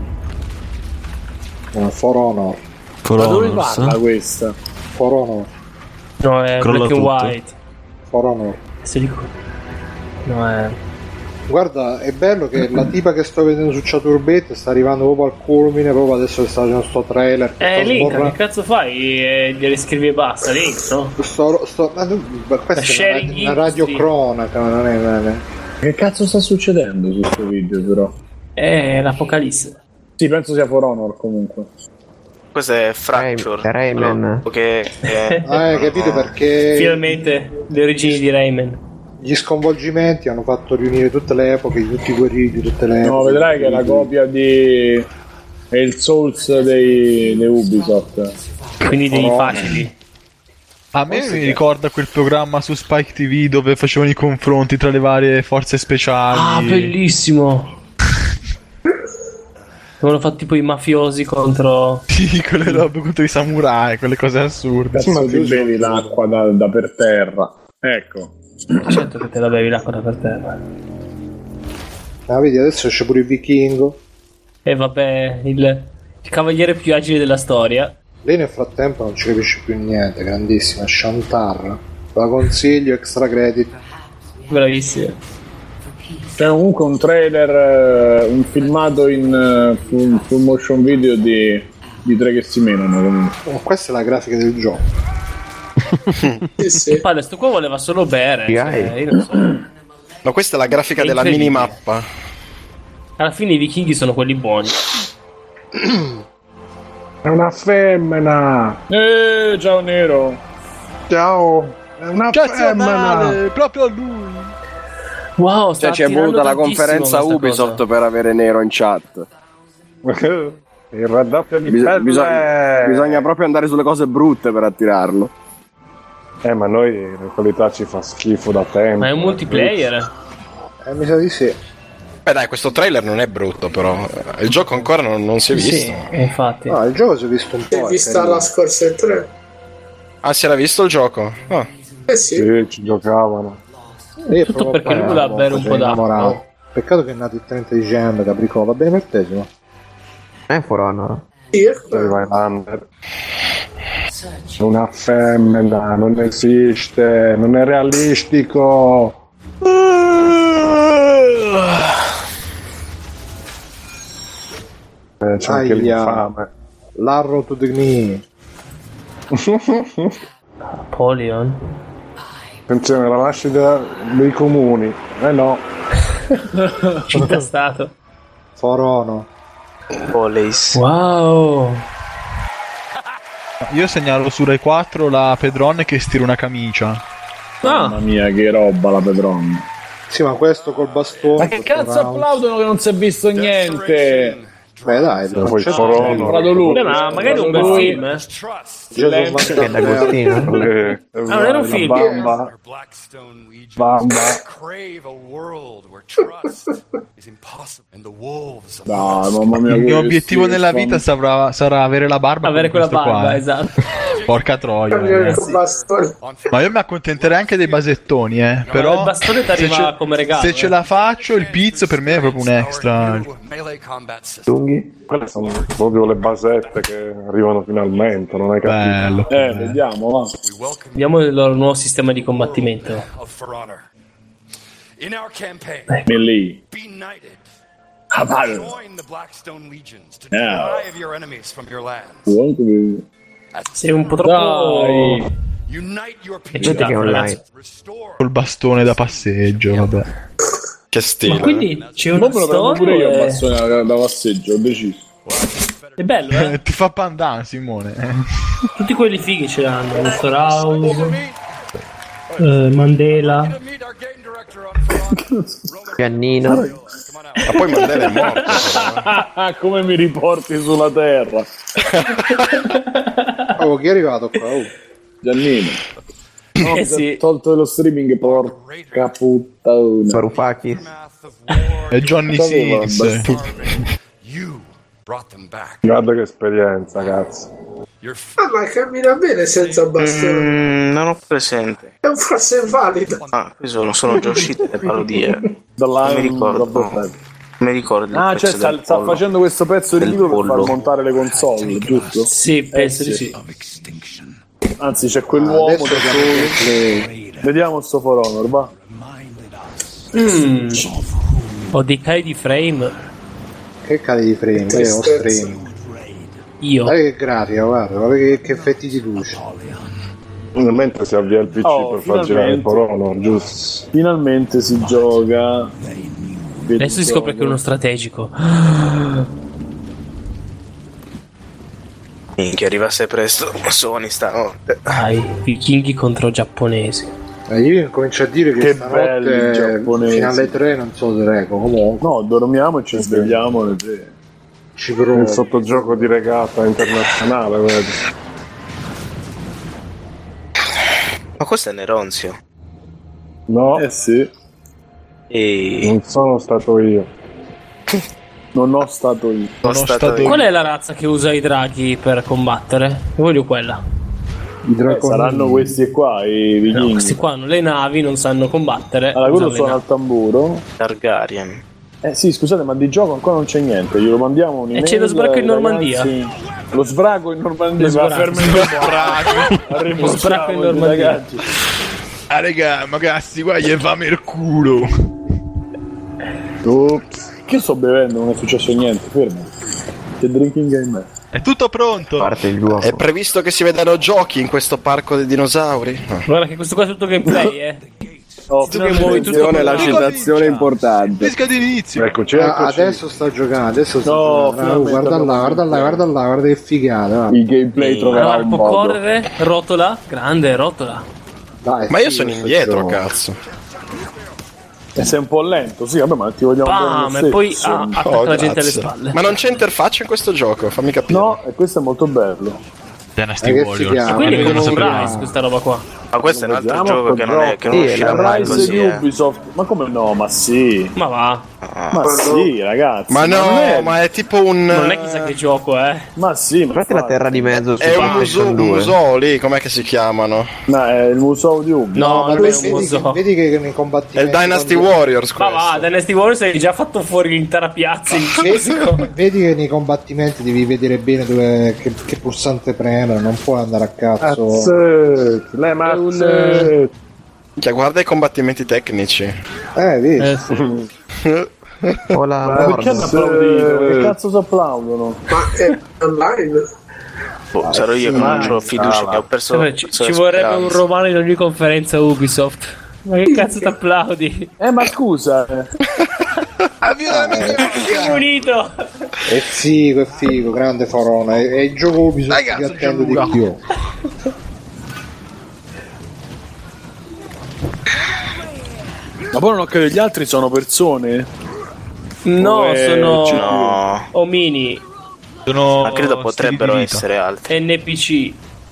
For Honor. Ma dove parla questa? For Honor. No, è Crolla Black and tutto. White. For Honor. Se dico. No, è. Guarda, è bello che la tipa che sto vedendo su Chaturbate sta arrivando proprio al culmine, proprio adesso che sta facendo sto trailer. Link, che cazzo fai? Glieli scrivi e basta, Link, no? Ma questa è una radiocronaca, non è. Che cazzo sta succedendo su questo video, però? È l'apocalisse. Sì, penso sia For Honor comunque. Questo è Fracture. Rayman. Hai capito perché? Finalmente le origini di Rayman. Gli sconvolgimenti hanno fatto riunire tutte le epoche, tutti i guerrieri di tutte le epoche. No, vedrai che è la copia di. È il Souls dei Ubisoft. Quindi dei facili. A me mi ricorda quel programma su Spike TV dove facevano i confronti tra le varie forze speciali. Ah, bellissimo! Avevano fatto tipo i mafiosi contro. Sì, quelle robe contro i samurai, quelle cose assurde. Cazzo, ti bevi l'acqua da per terra. Ecco. Certo che te la bevi l'acqua da per terra. Ah, vedi, adesso esce pure il vichingo. E vabbè, il cavaliere più agile della storia. Lei nel frattempo non ci capisce più niente, grandissima, Shantar. La consiglio, extra credit. Bravissimo. C'è comunque un trailer, un filmato in full motion video di tre che si menano comunque. Questa è la grafica del gioco. Sì. Padre, sto qua voleva solo bere. Io non so. No, questa è la grafica della minimappa. Alla fine i vichinghi sono quelli buoni. È una femmina. Ciao Nero. Ciao. È una femmina. Proprio lui. Wow, cioè ci è voluta la conferenza Ubisoft cosa. per avere Nero in chat. Il raddoppio di bisogna proprio andare sulle cose brutte per attirarlo. Ma noi la qualità ci fa schifo da tempo. Ma è un multiplayer? Mi sa di sì. Beh dai, questo trailer non è brutto, però il gioco ancora non si è visto. Sì, infatti. No, il gioco si è visto un po'. Si è vista la scorsa E3. Ah, si era visto il gioco? Oh. Sì, ci giocavano. Tutto perché lui voleva bere un po' d'acqua. Peccato che è nato il 30 dicembre, Capricò. Va bene per te, Simo? È For Honor. Sì, Una femmina, non esiste, non è realistico. C'è anche l'infame. L'arrow to the knee. Polion. Attenzione alla nascita dei comuni. No. Città stato. Forono. Police. Wow. Io segnalo su Rai 4 la Pedron che stira una camicia. Mamma mia, che roba la Pedron. Sì, ma questo col bastone. Ma che cazzo applaudono che non si è visto niente? Beh dai, poi il Forono. Beh, ma magari un bel film, eh. Che d'Agostino? Non era un film. Bamba. No, mamma mia. Il mio obiettivo nella vita sarà avere la barba. Avere quella barba, qua, esatto. Porca troia. Ma io mi accontenterei anche dei basettoni, però. Il bastone ti arriva come regalo. Se ce la faccio, il pizzo per me è proprio un extra. Quelle sono proprio le basette che arrivano finalmente, non hai capito? Bello. Vediamo, va. Vediamo il loro nuovo sistema di combattimento. Melee. Sei un po' troppo. Gente che è online. Col bastone da passeggio, vabbè. Che stile. Ma quindi c'è un bastone pure io bastone da passeggio, ho deciso. È bello, eh? Ti fa pandan, Simone. Tutti quelli fighi ce l'hanno. Mr. House, Mandela, Giannino. Ma poi Mandela è morto. Come mi riporti sulla terra? Oh, chi è arrivato qua? Giannino. No, sì. Tolto dello streaming, porca puttana. Farufakis. E Johnny Six. Guarda che esperienza, cazzo. Ma cammina bene senza bastone. Non ho presente. È un frasso invalido. Ah, qui sono già uscite le parodie. Non mi ricordo. Mi ricordo. Cioè sta facendo questo pezzo di libro per far montare le console, giusto? Sì, penso di sì. Anzi, c'è quell'uomo da solo. Vediamo sto For Honor, va. Ho dei cali di frame. Che cali di frame? Io ho streaming. Io. Guarda che grafica, guarda che effetti di luce. Finalmente si avvia il PC per far girare il For Honor, giusto? Finalmente si gioca. Adesso si scopre che è uno strategico. Minchia, arrivasse presto Sony stanotte. Dai, vichinghi contro giapponesi. Io comincio a dire che belli giapponesi. Fino alle 3 non so se reggo. Comunque. No, dormiamo e ci svegliamo alle 3. Ci provo. Il sottogioco di regata internazionale, vedi. Ma questo è Neronzio? No, sì. Non sono stato io. Non ho stato io. Qual è la razza che usa i draghi per combattere? Io voglio quella. Saranno questi qua, i vichinghi. No, questi qua hanno le navi, non sanno combattere. Allora, quello suona al tamburo. Targaryen. Sì, scusate, ma di gioco ancora non c'è niente. Glielo mandiamo un'email. E c'è lo sbraco in Normandia. Lo sbraco in Normandia. Lo sbraco in Normandia. Ah, raga, ma cazzi, qua gli fa il culo. Ops. Che io sto bevendo, non è successo niente, fermo. Che drinking game è? È tutto pronto. Parte il gioco. È previsto che si vedano giochi in questo parco dei dinosauri? Guarda che questo qua è tutto gameplay, tu che muovi tutto. La citazione è importante. Pesca d'inizio. Eccoci. Adesso sta giocando, adesso sta giocando. Guarda là, guarda che figata. Il gameplay troverà un può modo. correre, rotola, grande rotola. Dai, ma io sono indietro, cazzo. E sei un po' lento, sì, vabbè, ma ti vogliamo bam, e poi attacca la gente alle spalle. Ma non c'è interfaccia in questo gioco, fammi capire. No, e questo è molto bello. Dynasty Warriors. Quindi è come un Rise questa roba qua. Ma questo è un altro gioco che non uscirà mai così. Di Ubisoft. Ma come no? Ma sì. Ma va. Ma sì, ragazzi. Ma no, ma è tipo un. Non è chissà che gioco, Ma sì, ma guardate la terra di mezzo. È un museo lì, com'è che si chiamano? No, è il museo di Ubisoft. No, non è un museo. Vedi che nei combattimenti. È il Dynasty Warriors. Ma va, Dynasty Warriors hai già fatto fuori l'intera piazza in fisico. Vedi che nei combattimenti devi vedere bene dove che pulsante premere, non puoi andare a cazzo. Le mazzette. Guarda i combattimenti tecnici. Vedi. Sì. O la Ma perché hanno applaudito? Che cazzo si applaudono? Ma è online? Sarò io che non ho fiducia, che ho perso. Ci vorrebbe un romano in ogni conferenza Ubisoft. Ma che cazzo t'applaudi? Ma scusa. Che bonito! È figo, grande Farona. È il gioco Ubisoft che attendo di più. Ma poi non ho capito, gli altri sono persone? No, sono omini. Ma credo potrebbero essere altri. NPC.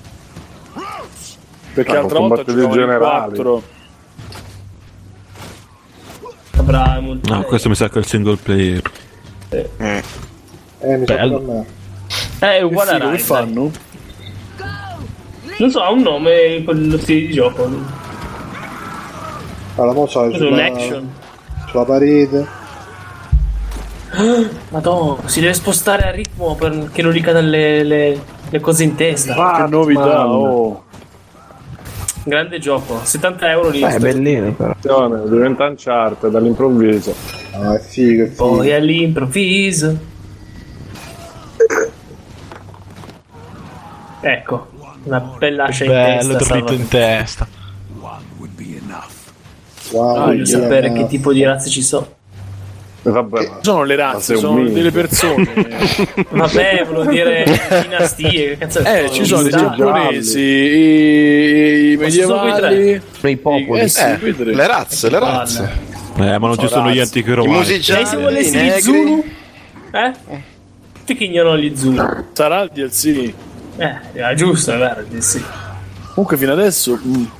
Perché l'altra volta giocavano in 4. No, questo mi sa che è il single player. Mi sa per me. È uguale a Rai. Che fanno? Non so, ha un nome quello stile di gioco. Allora, mo so, un action. Sulla parete. Madonna, si deve spostare a ritmo perché non gli cadano le cose in testa. Che novità, Grande gioco, 70 euro lì. È bellino però. Diventa Uncharted dall'improvviso. È figo. Poi all'improvviso. Ecco, una bella ascia in testa. Bello, dritto in testa. Voglio sapere che tipo di razze ci sono. Vabbè, sono le razze, sono delle persone. Vabbè, volevo dire dinastie. Che cazzo ci sono i giapponesi, i medievali, i popoli. Le razze. Ma non ci sono gli antichi romani. Se volessi gli Zulu? Tutti che ignorano gli Zulu. Sarà il DLC. È giusto, è vero il DLC. Comunque fino adesso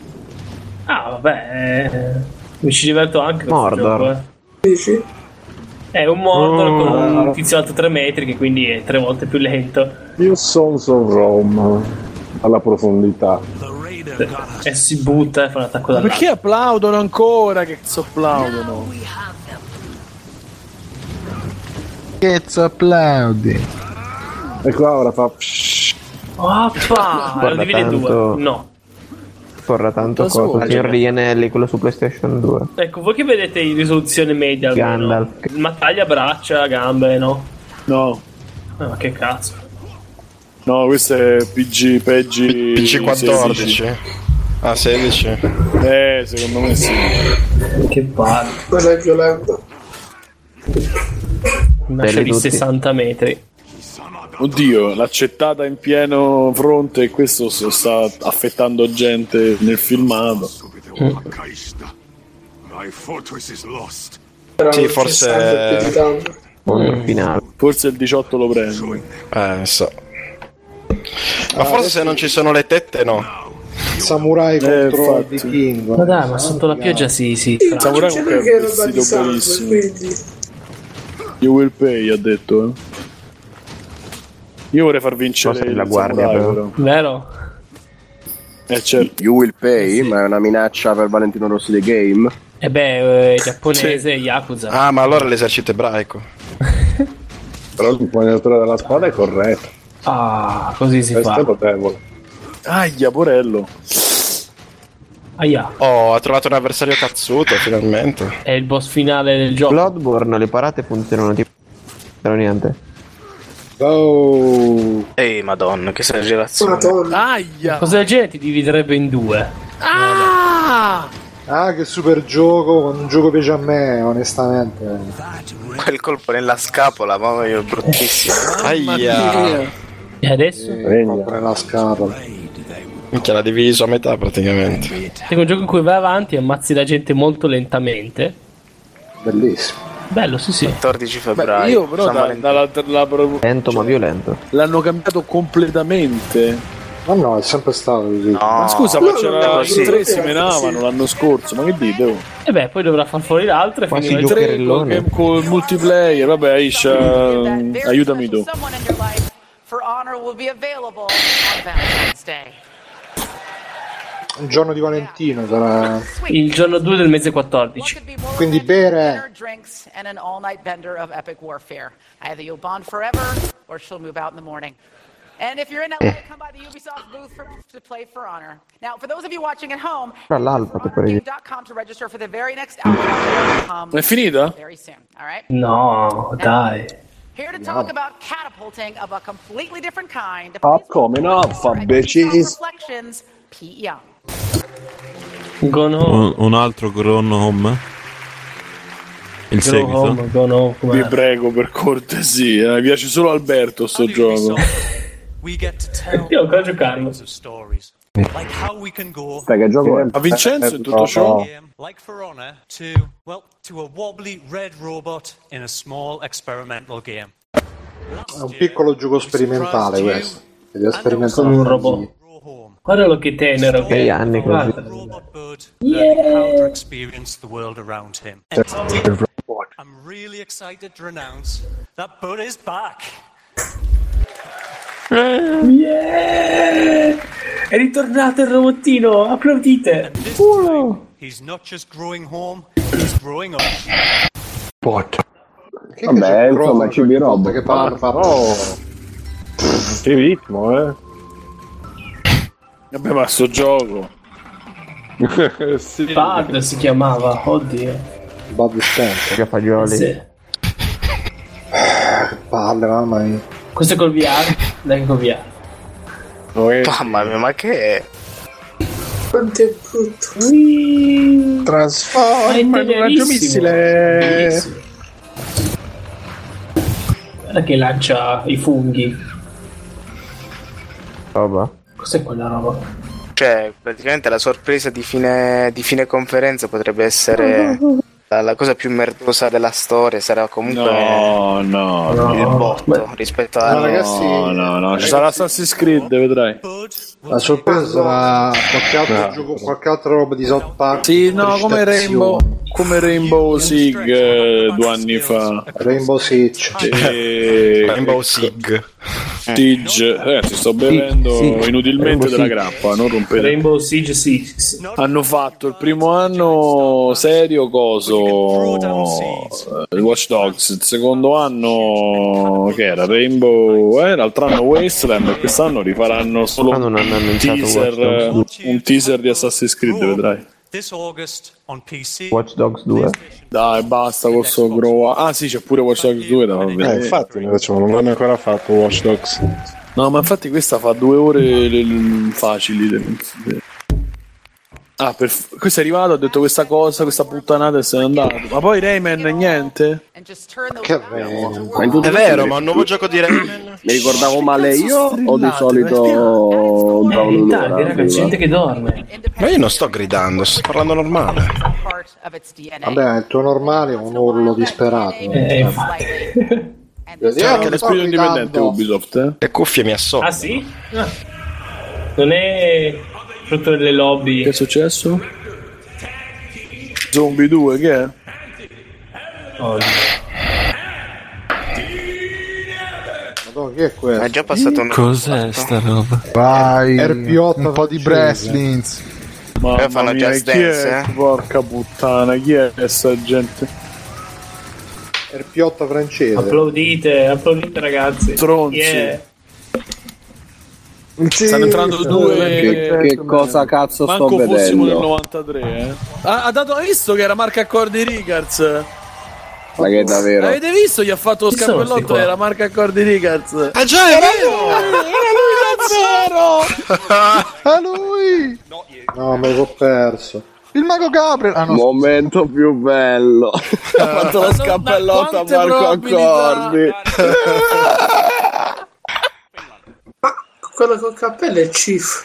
vabbè, mi ci diverto anche con Mordor. questo gioco, È un Mordor con un tizio alto 3 metri che quindi è 3 volte più lento. Io Sons of Rome alla profondità. E si butta e fa un attacco da Perché applaudono ancora? Che cazzo applaudono? Che cazzo applaudi? E qua ora fa lo divide in due. No. Porra tanto cosa. Il Signore degli Anelli, quello su PlayStation 2. Ecco, voi che vedete in risoluzione media Gandalf. Ma taglia braccia, gambe, no? No. Ma che cazzo? No, questo è PG PC14. 16. Secondo me sì. Che palle. Quello è violento. Una scia di 60 metri. Oddio, l'accettata in pieno fronte e questo sta affettando gente nel filmato. Sì, forse finale. Forse il 18 lo prendo. So. Ma forse se non ci sono le tette no. Samurai contro il vichingo. Ma dai, ma sotto la pioggia sì. Samurai comunque è vestito bellissimo. You will pay, ha detto. Io vorrei far vincere la guardia, però. Vero? Certo. You will pay, ma è una minaccia per Valentino Rossi The Game. Giapponese, Yakuza. Ah, ma allora l'esercito ebraico. Però l'impugnatura della spada è corretta. Così si fa. È potevole. Aia, porello. Aia. Ha trovato un avversario cazzuto, finalmente. È il boss finale del gioco. Bloodborne, le parate funzionano tipo niente. Ehi, madonna, che esagerazione. Aia. Cosa del genere ti dividerebbe in due. Che super gioco, un gioco piace a me, onestamente. Quel colpo nella scapola, mamma mia, bruttissimo. Aia. E adesso? Nella scapola. Minchia, l'ha diviso a metà praticamente. È un gioco in cui vai avanti e ammazzi la gente molto lentamente. Bellissimo. Bello, sì. 14 febbraio. Beh, io però lento ma violento. L'hanno cambiato completamente. Ma no, è sempre stato così. No, ma scusa, ma c'era i 3 si menavano l'anno scorso, ma che dite? E beh, poi dovrà far fuori l'altro e finire il 3 con il multiplayer. Vabbè, Aisha, aiutami tu. For honor will be available on Valentine's Day. Un giorno di Valentino sarà il giorno 2 del mese 14. Quindi bere Drinks and an all-night bender of epic warfare. Either you'll bond forever or she'll move out in the morning. And if you're in LA, come by the Ubisoft booth to play For Honor. Now, for those of you watching at home, ForHonorGame.com to register for the very next album. È finita? Very soon, all right? No, dai. Here to talk about catapulting of a completely different kind. Come no, fa becis. Reflections, Pete Young. Un altro Gone Home? Il seguito? Home, Gone Home, vi prego, per cortesia, mi piace solo Alberto sto gioco. Io ancora giocarlo. Like how we can go che gioco è? A Vincenzo in tutto ciò? like For Honor to a wobbly red robot in a small experimental game. È un piccolo gioco sperimentale questo. Ed è sperimentato con un robot. Guardalo che tenero che è. Anni così. How to experience the world around him. I'm really excited to announce that Bud is back. Yeah! È ritornato il robottino, applaudite! He's not just growing home, he's growing up. Vabbè, insomma, cibi roba. Che parla. Che ritmo, Vabbè, ma sto gioco. Sì. Bud si chiamava, oddio. Bud Spencer. Che fagioli. Sì. Che palle, mamma mia. Questo è col VR? Dai che col VR. Mamma mia, ma che è? Quanto è brutto. Trasforma in un raggio missile. Guarda che lancia i funghi. Roba. Cos'è quella roba? Cioè, praticamente la sorpresa di fine conferenza potrebbe essere la cosa più merdosa della storia. Sarà comunque il botto rispetto a ragazzi, no, ci sarà Assassin's Creed, vedrai. La sorpresa sarà qualche altra roba di South Park. Sì, no, come Rainbow Sig 2 anni fa. Rainbow Siege. Rainbow Sig. Siege, ti sto bevendo inutilmente della grappa, non rompete. Rainbow Siege 6. Hanno fatto il primo anno serio Watch Dogs, il secondo anno che era Rainbow, l'altro anno Wasteland, e quest'anno rifaranno solo un teaser di Assassin's Creed, vedrai. Watch Dogs 2. Dai, basta con sto grow. Ah sì, c'è pure Watch Dogs 2 da vedere. Infatti non l'hanno ancora fatto Watch Dogs. No, ma infatti questa fa 2 ore facili. Questo è arrivato, ha detto questa cosa, questa puttanata e se n'è andato. Ma poi Rayman niente? Che è vero, ma un nuovo gioco di Rayman? Mi ricordavo male io o di solito c'è gente che dorme. Ma io non sto gridando, sto parlando normale. Vabbè, il tuo normale è un urlo disperato. C'è anche l'espirito indipendente Ubisoft, Le cuffie mi assorbano. Ah sì? Non è frutto delle lobby. Che è successo? Zombie 2, che è? Oh, Madonna, che è questo? È già passato un... Cos'è sta roba? Vai, RP8 un po' di wrestlings. Mamma fanno mia, Just chi Dance, è? Porca puttana, chi è questa gente? RP8 francese. Applaudite ragazzi. Stronzi. Yeah. Sì, stanno entrando due. Che cosa cazzo Manco sto vedendo? fossimo nel 93, hai visto che era Marco Accordi Ricards? Ma che davvero? Avete visto? Gli ha fatto lo scappellotto, era Marco Accordi Ricards. Ah già, è vero! A lui! No, me l'ho perso. Il mago Gabriel. Momento più bello. Ha fatto lo scappellotto a Marco Accordi. Quello col cappello è il Chief.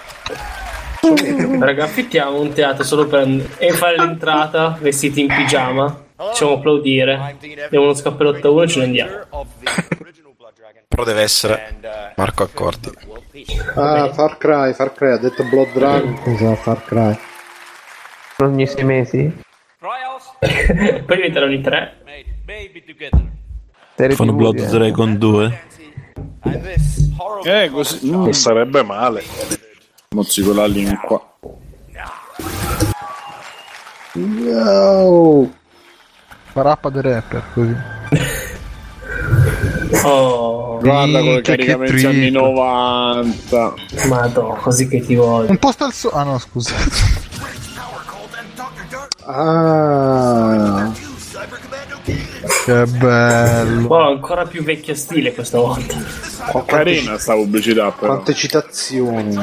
Raga, affittiamo un teatro solo per fare l'entrata vestiti in pigiama. Facciamo applaudire. Diamo uno scappellotto a uno e ce ne andiamo. Però deve essere Marco Accordi. Ah, Far Cry, ha detto Blood Dragon. Cosa Far Cry? Ogni 6 mesi? Poi diventeranno i 3. Fanno Blood Dragon 2. Così non sarebbe male. Mozzi quella lingua. Yo. Parappa de rapper così. Oh, guarda con i che caricamenti anni 90. Madonna, così che ti voglio. Un posto al ah no, scusa. Ah, che bello. Oh, ancora più vecchio stile questa volta. Carina sta pubblicità però. quante citazioni.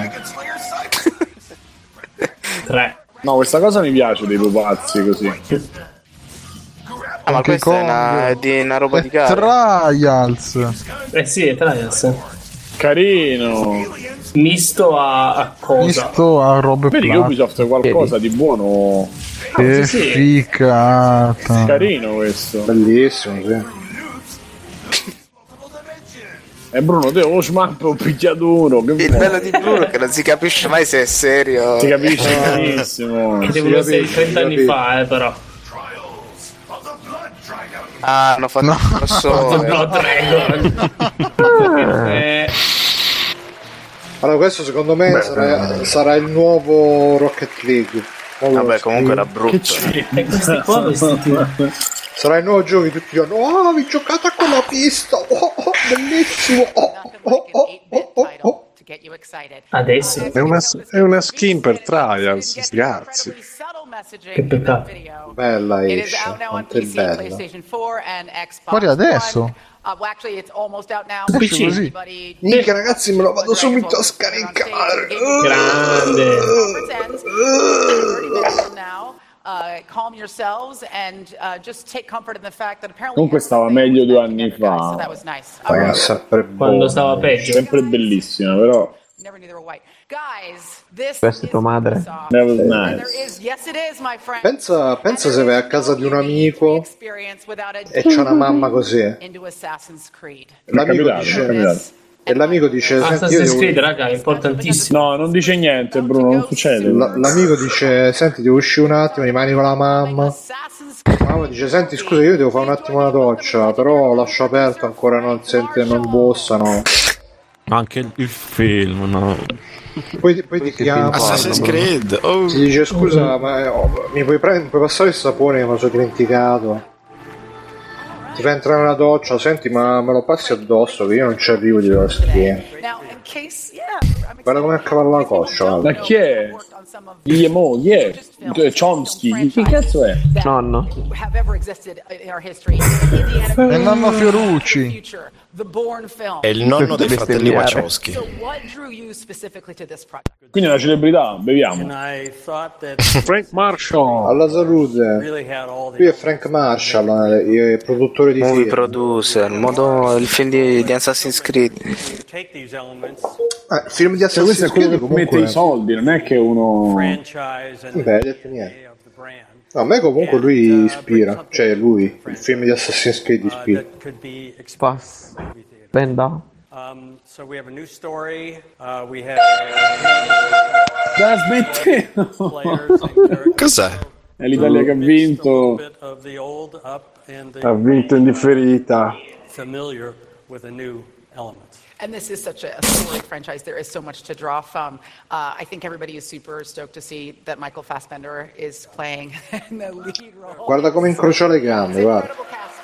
3. No, questa cosa mi piace dei pupazzi così. Ah, ma questa è una roba di gara. Trials. Sì, è Trials. Carino. Misto a cosa? Misto a robe Vedi che Ubisoft è qualcosa di buono. Che sì. ficata. Carino questo. Bellissimo, sì. E Bruno, te lo smappo un picchiaduro. Che Il bello di Bruno è che non si capisce mai se è serio. Si capisce benissimo. Che devono essere 30 anni fa, però. Ah, hanno fatto un crossover. No, Dragon. Allora, questo secondo me sarà il nuovo Rocket League. Vabbè, comunque era brutto. Questi qua vestiti. Sarà il nuovo gioco che tutti dicono: oh, vi giocate a quella pista! Oh, bellissimo! Adesso è una skin per Trials, ragazzi. che peccato. Bella esce, quanto è bella. Fuori adesso? Esce così. Minchia ragazzi, me lo vado subito a scaricare. Grande. Calm yourselves and just take comfort in the fact that apparently Comunque stava meglio 2 anni fa. that was nice. Quando stava peggio. Sempre bellissima, però. Never knew they were white. Guys, this Questa è tua madre. That was and nice. there is, yes it is, my friend. Pensa se vai a casa di un amico e c'è una mamma così. Into Assassin's Creed. L'amico dice, e l'amico dice: senti, Assassin's Creed, raga, è importantissimo. No, non dice niente, Bruno, non succede. L'amico dice: senti, devo uscire un attimo, rimani con la mamma. La mamma dice: senti, scusa, io devo fare un attimo una doccia, però lascio aperto, ancora non sente, non bussano. Anche il film, no? Poi ti chiama Assassin's Creed. Oh. ti dice: scusa, ma mi puoi passare il sapone che me lo sono dimenticato? Ti fa entrare nella doccia, senti, ma me lo passi addosso che io non ci arrivo di la schiena. Guarda come accavalla la coscia, guarda. Ma chi è? Guillemot, chi è? Chomsky, chi cazzo è? Nonno. È il nonno Fiorucci. È il nonno dei fratelli Wachowski. Quindi è una celebrità, beviamo. Frank Marshall. Alla salute. Qui è Frank Marshall, il produttore di Movie film. producer, il film di Assassin's Creed. Il film di Cioè, questo è Assassin's quello Creed che mette comunque. i soldi, non è che uno. Beh, hai detto niente. No, a me comunque lui ispira, cioè lui, il film di Assassin's Creed ispira. Pass. Benda. So we have a new story. We have Dai, smetti! Cos'è? È l'Italia che ha vinto. Ha vinto in differita. familiar with a new element. And this is such a storied franchise. There is so much to draw from. I think everybody is super stoked to see that Michael Fassbender is playing in the lead role. Guarda come incrocia le gambe, guarda.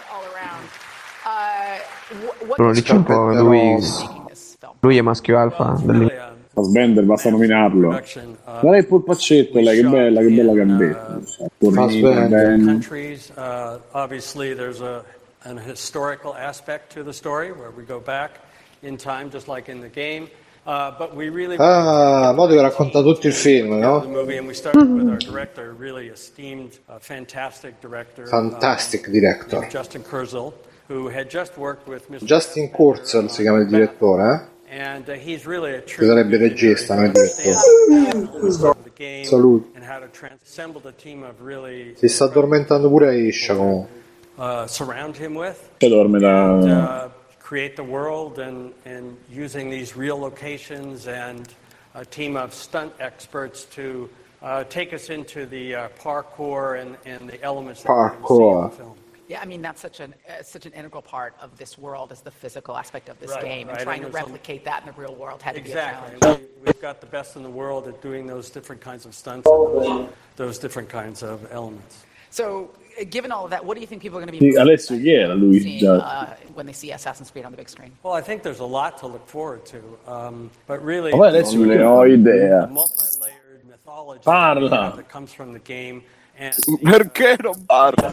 Lo dice un po', lui è maschio alfa. Fassbender, basta nominarlo. Guarda il polpaccetto, lei, che bella gambetta. Countries, obviously there's an historical aspect to the story where we go back in time just like in the game. But we really mo deve raccontare tutto il film, no? the movie, and we started with our director, really esteemed, fantastic director. Fantastic director. Justin Kurzel, who had just worked with Mr. Justin Kurzel si chiama il direttore, And he's really a Che sarebbe il regista, non il direttore. Salute. and how to assemble a team of really Si sta addormentando pure Aisha comunque. surround him with. Che dorme and, da. create the world and using these real locations and a team of stunt experts to take us into the parkour and the elements that we're gonna see in the film. Yeah, I mean that's such an integral part of this world is the physical aspect of this Right, game, and right, trying and to there's replicate that in the real world had to be a Exactly. challenge. We've got the best in the world at doing those different kinds of stunts and those different kinds of elements. So given all of that, what do you think people are going to be Alessio, chi era lui? seeing when they see Assassin's Creed on the big screen? Well, I think there's a lot to look forward to, but really, Vabbè, adesso non ne ho idea. the multi-layered mythology Parla. that comes from the game, and Perché non parla?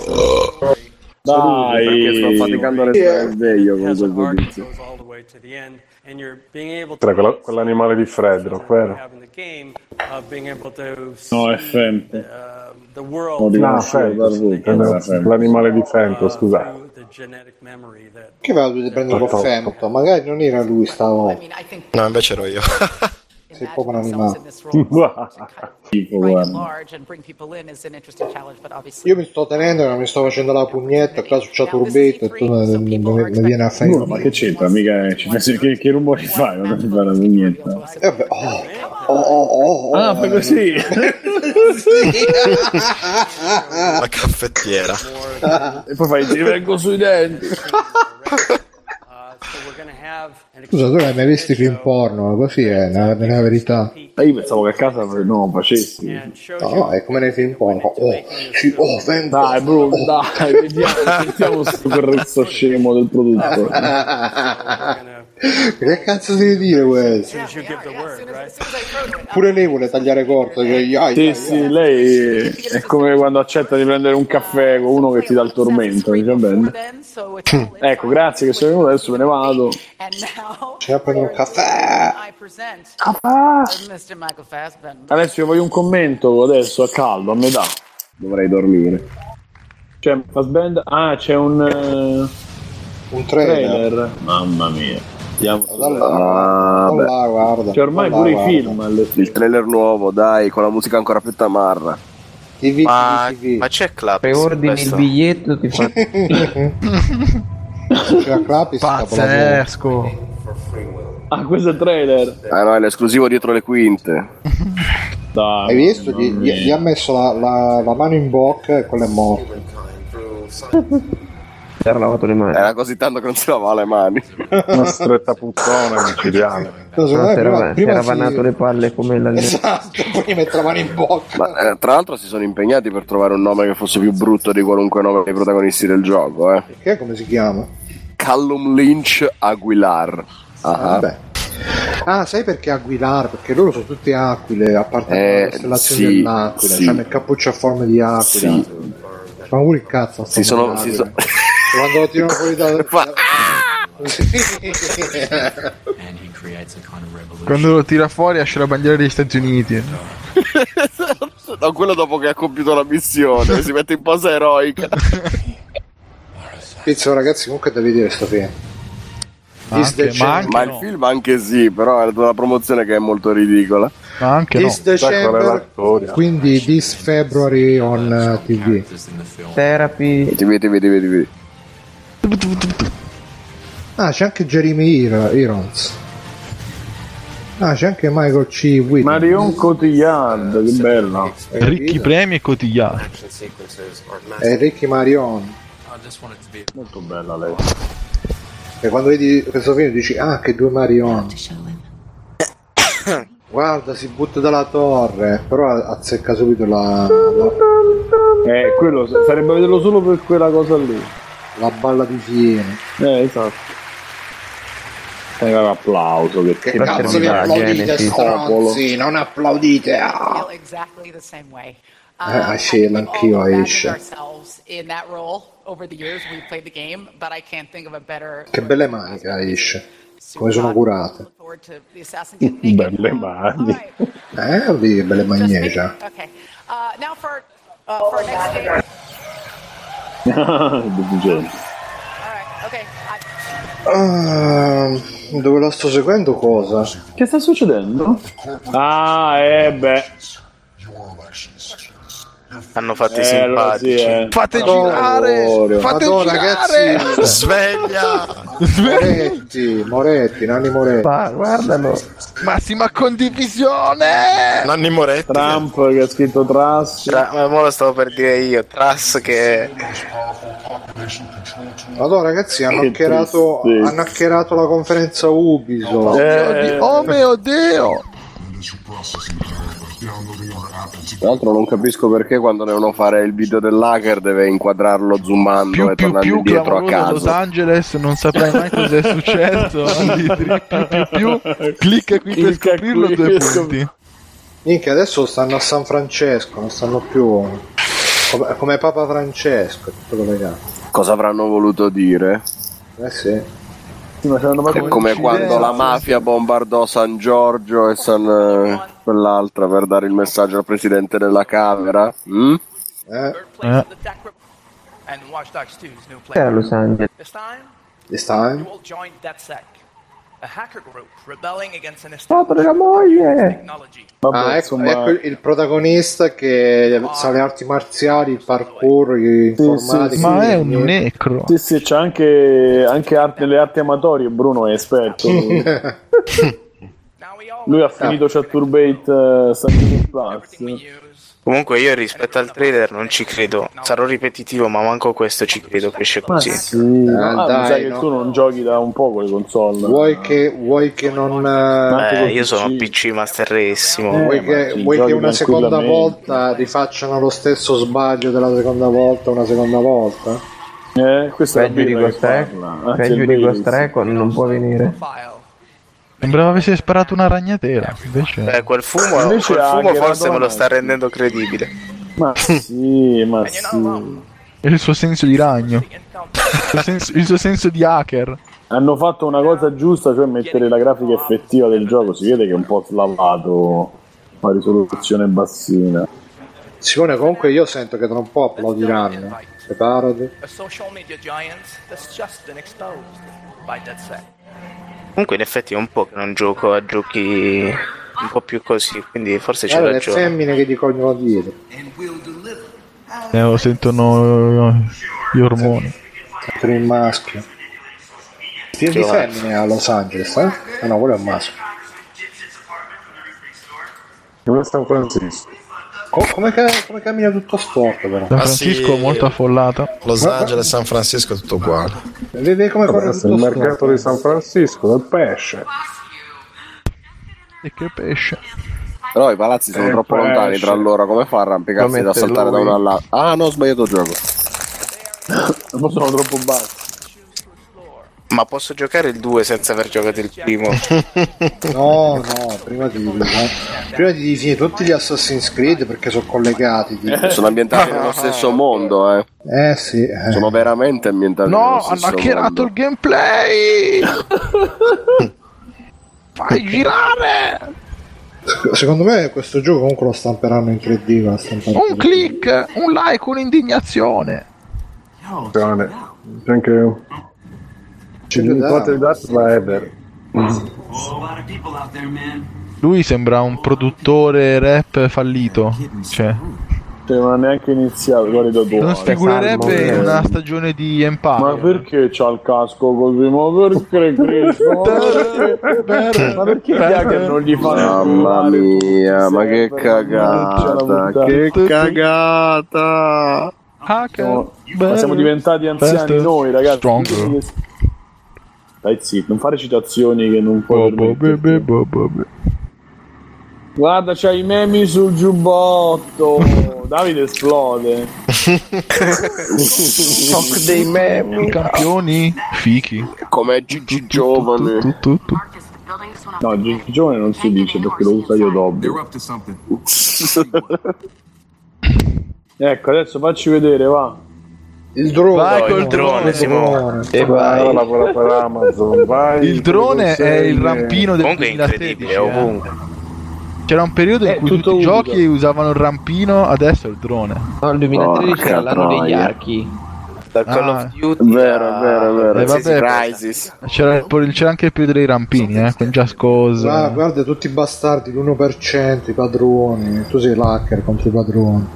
Dai, perché sto faticando a restare sveglio con has an questo arc that tizio. goes all the way to the end, and you're being able to Quell'animale di Fredro, vero? have in the game of being able to No, è see Fem. the world No, l'animale di Fento, scusate. through the genetic memory that Che va, dovete prendere con Fento? Magari non era lui stavolta. No, invece ero io. Sei proprio un animale. Io mi sto tenendo, non mi sto facendo la pugnetta, qua c'è turbetto e tu mi viene a fare. No, ma che c'entra? Mica che rumori fai quando ti fai la pugnetta? Ah, fai così. La caffettiera. E poi fai ti vengo sui denti. Scusa, tu l'hai mai visto i film porno? Così è la verità. Io pensavo che a casa non facessi. No, è come nei film porno. Vengo. Dai, bro, dai, vediamo, sentiamo questo corretto scemo del prodotto. Che cazzo devi dire questo? Pure lei vuole tagliare corto. Sì, lei è come quando accetta di prendere un caffè con uno che ti dà il tormento. Dice, bene. Ecco, grazie che sono venuto, adesso me ne vado. Ci va a prendere un caffè. Adesso io voglio un commento adesso a caldo, a metà. Dovrei dormire. C'è c'è un trailer. Mamma mia. Guarda. C'è ormai pure i film. Il trailer nuovo, dai, con la musica ancora più tamarra. Ma c'è Clap? Preordini il biglietto, ti fa... C'è Clap, pazzesco. Ah, questo è il trailer. Ah no, è l'esclusivo dietro le quinte. Dai, hai visto? Gli ha messo la mano in bocca e quello è morto. Era lavato le mani. Era così tanto che non si lavava le mani. Una stretta puttana micidiale. Si era vanato le palle come la esatto, poi mette la mano in bocca. Ma, tra l'altro si sono impegnati per trovare un nome che fosse più brutto di qualunque nome dei protagonisti del gioco, Che come si chiama? Callum Lynch Aguilar. Vabbè. Ah, sai perché Aguilar? Perché loro sono tutte aquile, a parte la costellazione dell'aquila, c'hanno il cappuccio a forma di aquila. Sì. Ma pure il cazzo quando lo tirano fuori quando lo tira fuori esce la bandiera degli Stati Uniti. No, quello dopo che ha compiuto la missione si mette in posa eroica. Pizzo, ragazzi, comunque devi dire sto film. Ma il film anche sì, però è la promozione che è molto ridicola. Ma anche This December, quindi this February on TV. Therapy. TV. Ah, c'è anche Jeremy Irons. Ah, c'è anche Michael C. Whitney. Marion Cotillard, che bella. Ricchi premi e Cotillard. È Ricky Marion. Molto bella lei. E quando vedi questo film dici, che due Marion. Guarda, si butta dalla torre, però azzecca subito quello sarebbe vederlo solo per quella cosa lì. La balla di Siena. Esatto. Un applauso che cazzo vi applaudite, stronzi, non applaudite. Scella anch'io esce. Che belle maniche esce. Come sono curate. Belle mani. Vedi che belle magnesia. Dove la sto seguendo cosa? Che sta succedendo? Hanno fatti simpatici. Fate girare! Fate girare! Ragazzi! Sveglia! Moretti, Nanni Moretti. Guardalo. Massima condivisione! Nanni Moretti. Trump che ha scritto Truss. Ma lo stavo per dire io. Truss che... Madonna, ragazzi, hanno hackerato la conferenza Ubisoft. Oh mio Dio! Tra l'altro non capisco perché quando devono fare il video dell'hacker deve inquadrarlo zoomando e tornando indietro a caso. Los Angeles, non saprai mai cosa è successo. più clicca qui per scoprirlo, 2 punti. Minchia, adesso stanno a San Francesco, non stanno più come Papa Francesco, tutto collegato. Cosa avranno voluto dire? Sì. È come quando la mafia bombardò San Giorgio e quell'altra per dare il messaggio al presidente della Camera. Era Los Angeles. This time? Foto della moglie. Ecco il protagonista che sa le arti marziali, il parkour, l'informatica. Ma è un necro. Sì, c'è anche nelle arti amatorie. Bruno è esperto. Lui ha finito Chaturbate Plus. Comunque io rispetto al trailer non ci credo, sarò ripetitivo ma manco questo ci credo che esce così. Sì. Mi sa che tu non giochi da un po' con le console. Vuoi che non... io sono PC masterissimo. Vuoi che una seconda volta rifacciano lo stesso sbaglio della seconda volta una seconda volta? Questo peggio di Ghost Recon non può venire. Sembrava avesse sparato una ragnatela. Invece... quel fumo forse me lo sta rendendo credibile. Ma sì. È il suo senso di ragno. il suo senso di hacker. Hanno fatto una cosa giusta, cioè mettere la grafica effettiva del gioco. Si vede che è un po' slavato, la risoluzione bassina. Simone, comunque io sento che tra un po' applaudiranno. Preparati. Comunque in effetti è un po' che non gioco a giochi un po' più così, quindi forse c'è le ragione. femmine che ti cogliono dietro. Sentono gli ormoni. Per il maschio. Film di femmine a Los Angeles, eh? Ah no, quello è un maschio. Come San Francisco. Come cammina tutto storto però. San Francisco molto affollata. Los Angeles, San Francisco è tutto uguale. Vedi come corre tutto il mercato di San Francisco del pesce. E che pesce. Però i palazzi sono troppo lontani tra loro, come fa a arrampicarsi da saltare da uno all'altro? Ah no, ho sbagliato gioco. Non sono troppo bassi. Ma posso giocare il 2 senza aver giocato il primo? No, prima di finire tutti gli Assassin's Creed perché sono collegati. Sono ambientati nello stesso mondo, sì. Sono veramente ambientati nello stesso mondo. No, hanno hackerato il gameplay! Fai girare! Secondo me questo gioco comunque lo stamperanno in 3D. Un click, un like, un'indignazione. Anche lui sembra un produttore rap fallito. Cioè non ha neanche iniziato. Non figurerebbe in una stagione di Empire. Ma perché c'ha il casco così? Ma perché Cristo? Ma perché gli hacker non gli fanno? Mamma mia, ma che cagata! Che cagata! Ma siamo diventati anziani noi, ragazzi. Dai zitto, non fare citazioni che non puoi permetterti. Guarda, c'hai i memi sul giubbotto. Davide esplode. Shock dei memi. Campioni fichi. Come Gigi Giovane. No, Gigi Giovane non si dice perché lo usa io d'obbligo. Ecco, adesso facci vedere, va. Il drone. Vai col drone, Simone. E vai. Lavora per Amazon. Vai. Il drone è il rampino del comunque 2013. È ovunque. C'era un periodo in cui tutti i giochi usavano il rampino, adesso è il drone. No, il 2013 era l'anno degli archi. Da Call of Duty. Vero. Vabbè, c'era anche il periodo dei rampini, con Just Cause. Guarda tutti i bastardi, l'1%, i padroni. Tu sei l'hacker contro i padroni.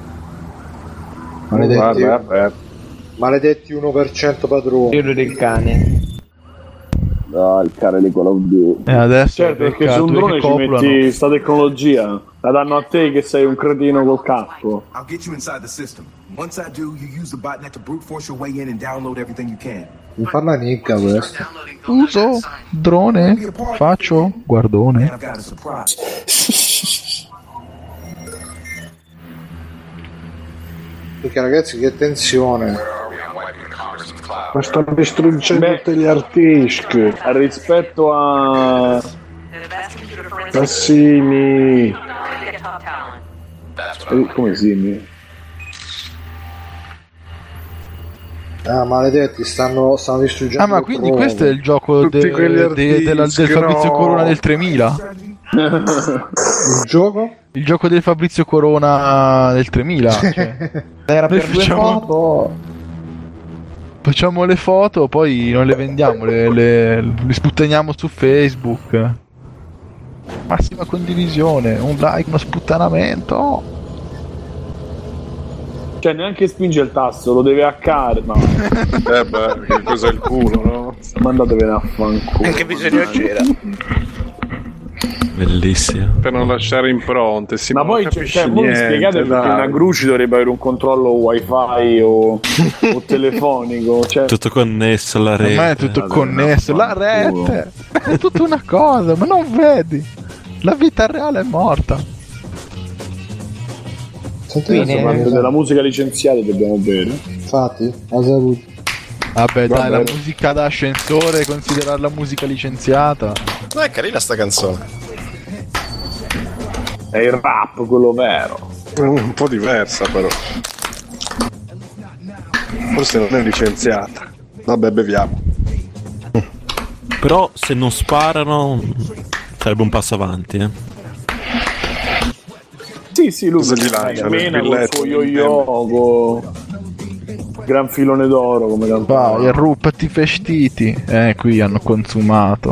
Maledetti 1% padroni. Io del cane. No, il cane di Call of Duty. Adesso certo, perché su un drone ci metti sta tecnologia. La danno a te che sei un cretino col casco. I'll get you inside the system. Once I do, you use the botnet to brute force your way in and download everything you can. Mi fa una nicca questo. Uso drone, faccio guardone. Perché ragazzi, che tensione. Ma stanno distruggendo tutti gli artischi rispetto a Cassini. Come Simi? Maledetti, stanno distruggendo. Ma quindi questo è il gioco del Fabrizio Corona del 3000? Il gioco? Il gioco del Fabrizio Corona del 3000. Cioè. Era per due foto. Facciamo le foto, poi non le vendiamo, le sputtaniamo su Facebook. Massima condivisione, un like, uno sputtanamento. Cioè neanche spinge il tasto, lo deve haccare. No. Che cos'è il culo, no? Mandatevene a fanculo. Che bisogno c'era? Bellissimo. Per non lasciare impronte. Ma poi voi mi spiegate perché una Gruci dovrebbe avere un controllo wifi o telefonico, cioè... Tutto connesso alla rete. Ma è tutto connesso, la rete è tutta una cosa, ma non vedi? La vita reale è morta. Della musica licenziata dobbiamo bere. Infatti, a saluto. Vabbè, dai, la musica da ascensore, considerarla musica licenziata. No, è carina sta canzone. È il rap quello vero. È un po' diversa però. Forse non è licenziata. Vabbè, beviamo. Però se non sparano sarebbe un passo avanti, Sì, lui gli lancia mena col suo yo-yo, gran filone d'oro come cantava. Vai, arruppati i vestiti. Qui hanno consumato.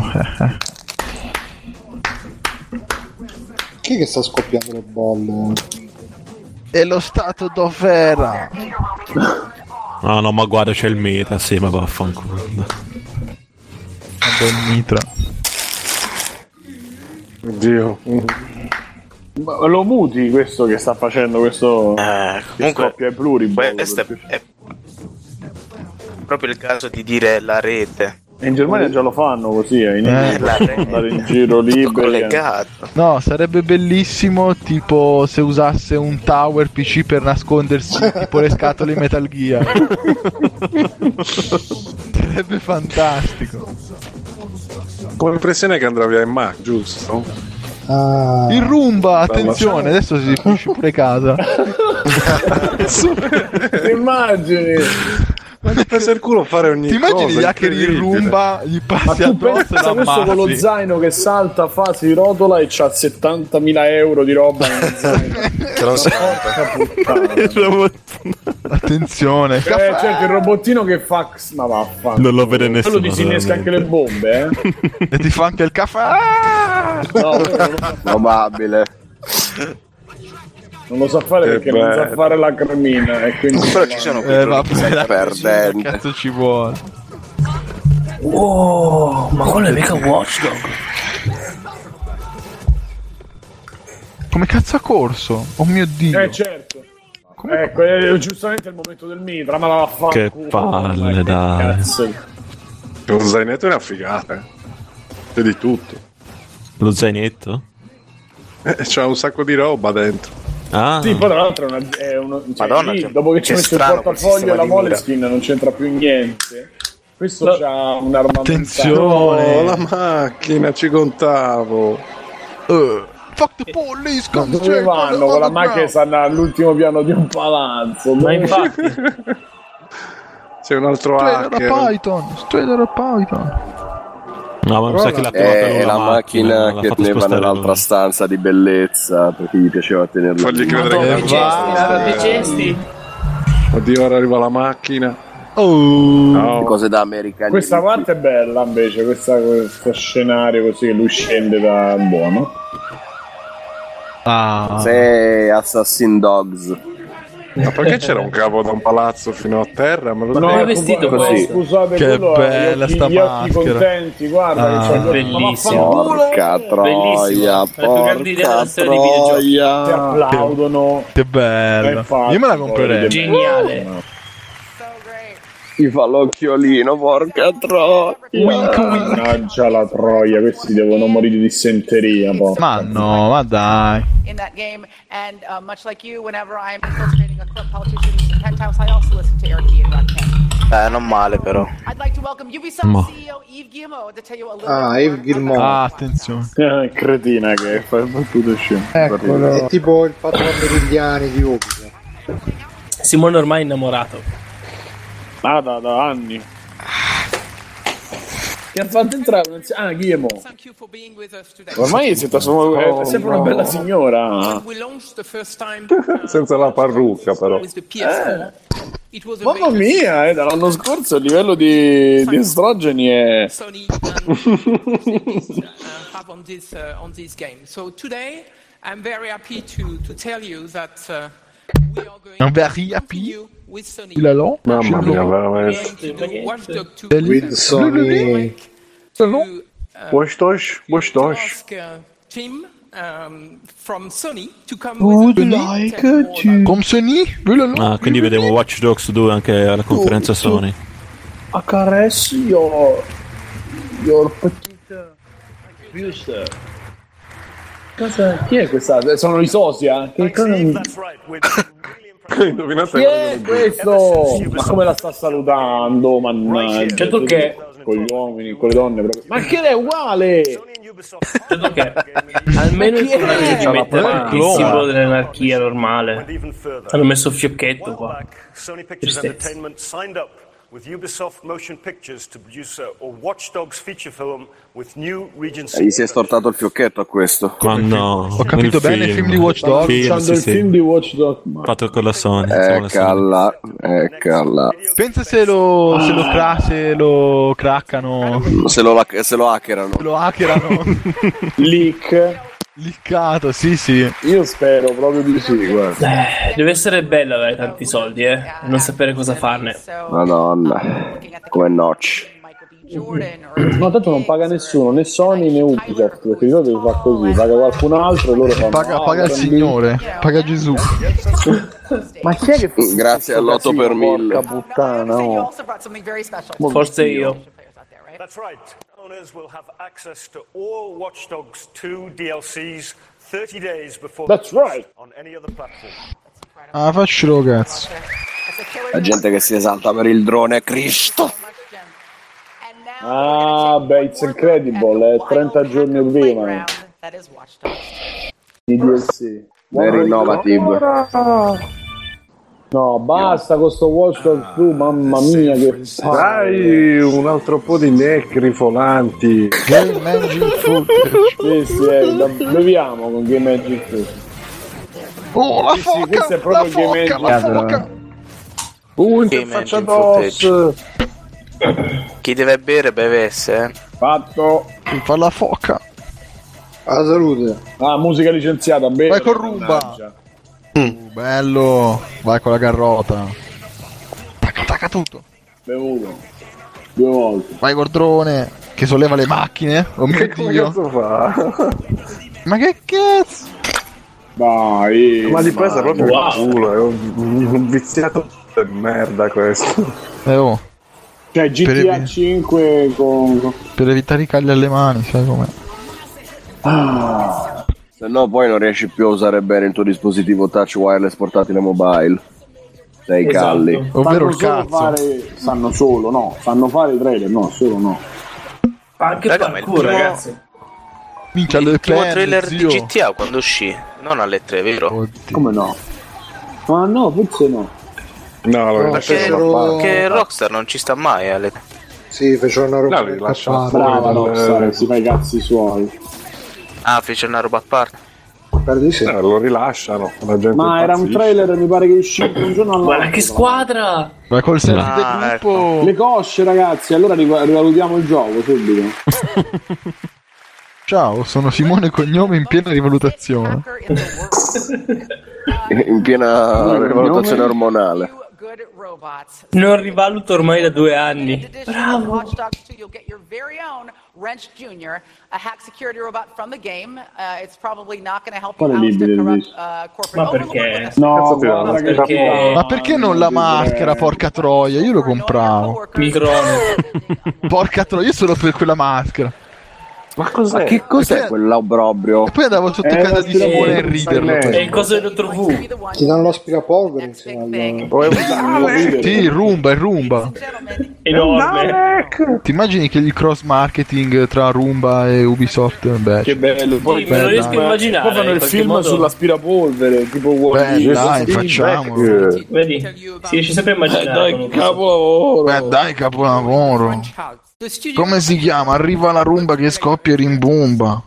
Chi è che sta scoppiando le bolle? E lo stato dov'era? No, ma guarda, c'è il meta, sì, ma vaffanculo. Buon mitra. Oddio. Ma lo muti questo che sta facendo questo comunque scoppia ai pluriball. Questo è proprio il caso di dire la rete. In Germania già lo fanno così, andare in giro liberi. No, sarebbe bellissimo tipo se usasse un tower PC per nascondersi tipo le scatole in Metal Gear. Sarebbe fantastico. Con l'impressione che andrà via in Mac, giusto? Il Roomba, attenzione, adesso si finisce pure casa. Immagini. Ma ti presa il culo fare ogni cosa. Ti immagini gli hacker il Roomba, gli passi addosso e questo con lo zaino che salta, fa, si rotola e c'ha 70.000 euro di roba nello zaino. Che non si attenzione, certo, il robottino che fa, ma vaffanculo, non lo vede nessuno. Quello disinnesca anche le bombe, e ti fa anche il caffè. No, probabile. Non lo sa fare perché non sa fare la cremina e quindi però ci sono perdenti. Che cazzo ci vuole? Oh, ma quello è mica Watchdog. Come cazzo ha corso? Oh mio Dio. Certo. Ecco, è giustamente il momento del mitra, ma vaffanculo. Che palle, dai. Lo zainetto è una figata. C'è di tutto. Lo zainetto? C'ha un sacco di roba dentro. Sì, poi tra l'altro è uno Madonna, lì, dopo che ci ha messo il portafoglio e la Moleskine non c'entra più niente. Questo c'ha un armamento. Attenzione, la macchina, ci contavo. Fuck the police. Dove vanno con la macchina che stanno all'ultimo piano di un palazzo? Ma infatti c'è un altro hacker. Straight Python. No, ma mi sa che la macchina che teneva nell'altra stanza di bellezza perché gli piaceva tenerla. Fagli credere che gesti. Oddio, ora arriva la macchina. No. Cose da americani. Questa parte è bella invece, questo scenario così, lui scende da buono. Sei Assassin Dogs. Ma perché c'era un cavo da un palazzo fino a terra? No, è vestito così. Scusate, che bella sta gli occhi contenti, guarda che c'è bellissimo. Porca troia, porca troia. Ti applaudono. Che bello. Io me la comprerei. Geniale. Ti fa l'occhiolino, porca troia. Mannaggia la troia, questi devono morire di dissenteria. Ma dai. In that game, and much like you, whenever I'm infiltrating a politician's Penthouse, I also listen to Eric D and Rod King. Non male però. I'd like to welcome Ubisoft CEO Yves Guillemot to tell you a little Yves Guillemot. Attenzione. Cretina che fa il battuto scemo. Eccolo. È tipo il patrono meridiani di Ubisoft. Simone ormai è innamorato. Da anni. Che ha fatto entrare Guillemot. Ormai è sempre una bella signora. Senza la parrucca però. Mamma mia, dall'anno scorso il livello di estrogeni è on this game. So today I'm very happy to tell you that Un very happy. Il a long. Mamma mia, veramente. With Sony. Watch Dogs. Team from Sony to come Would like to. Come Sony? Ah, quindi vedremo Watch Dogs 2 anche alla conferenza Sony. A caress your petite booster. Cosa? Chi è questa? Sono i Sosia? Che cosa? Indovinate chi è questo? Ma come la sta salutando? Mannaggia. Certo che con gli uomini, con le donne proprio. Ma che è uguale? Certo che almeno il coraggio di mettere il simbolo dell'anarchia normale. Hanno messo il fiocchetto qua. With Ubisoft Motion Pictures to produce a Watch Dogs feature film with new regions. Gli si è stortato il fiocchetto a questo. No, ho capito bene il film di Watch Dogs. Il film di Watch Dogs fatto con la Sony. Eccola. Pensa se lo craccano. Se lo hackerano. Liccato, sì. Io spero proprio di sì, guarda. Deve essere bello avere tanti soldi, e non sapere cosa farne. Madonna, come Notch. No, tanto non paga nessuno, né Sony né Ubisoft, perché di solito fa così, paga qualcun altro e loro fanno. Paga il Signore, paga Gesù. Ma chi è che grazie all'8 per 1000. Porca puttana, no. Forse io. That's right. Owners will have access to all Watch Dogs 2 DLCs 30 days before on any other platform. Ah, faccelo cazzo. La gente che si esalta per il drone, Cristo. Ah, beh, it's incredible, è 30 giorni prima. I DLC. Very innovative. No, basta con sto Watch Dogs 2, mamma mia che dai un altro po' di necri volanti. Game Engine Footage. Sì, beviamo con Game Engine Footage. Oh, la foca! Sì, questo è proprio Game Engine. Interfaccia DOS. Chi deve bere bevesse. Fatto. Fa la foca. A salute. Ah, musica licenziata, bene. Vai con rumba. Bello, vai con la garrota. Tacca tutto. Bevuto 2 volte. Vai col drone che solleva le macchine. Oh mio Dio. Ma che cazzo? Dai. Ma di presa proprio il culo. È un viziato di merda questo. Oh. Cioè GTA 5 con. Per evitare i calli alle mani, sai com'è? Se no poi non riesci più a usare bene il tuo dispositivo touch wireless portatile mobile. Dai calli. Ovvero il cazzo. Sanno fare i trailer, no, solo no. Anche parkour, ragazzi. Minchia, il primo trailer di GTA quando uscì, non alle 3, vero? Oddio. Come no? Ma no, forse no. No, perché Rockstar non ci sta mai alle 3. Sì, fece una roba. Brava Rockstar, si fa i cazzi suoi. Ah, fece una roba a parte. Lo rilasciano. La gente ma era un trailer, mi pare che è uscito un giorno all'altro. Guarda che squadra! Ma col senso del gruppo. Ecco. Le cosce, ragazzi, allora rivalutiamo il gioco subito. Ciao, sono Simone Cognome in piena rivalutazione. In piena rivalutazione ormonale. Non rivaluto ormai da 2 anni. Bravo. Watch Dogs 2, you'll get your very own Wrench Jr., a hack security robot from the game. It's probably not going to help you oust the corrupt corporate. Ma perché? No, perché? Ma perché non la maschera, porca troia? Io lo compravo. Microne. Porca troia, io solo per quella maschera. Ma che cos'è quell'obbrobrio? E poi andavo sotto casa di Simone a riderlo. È il coso del dottor V. Ti danno l'aspirapolvere insieme al... Sì, il Roomba. Enorme. Ti immagini che il cross marketing tra Roomba e Ubisoft? Beh, che bello. Poi me lo riesco a immaginare. Poi fanno il film sull'aspirapolvere, tipo dai, facciamolo. Vedi? Si riesce sempre a immaginare. Dai, capolavoro. Dai, capolavoro. Come si chiama? Arriva la rumba che scoppia e rimbomba.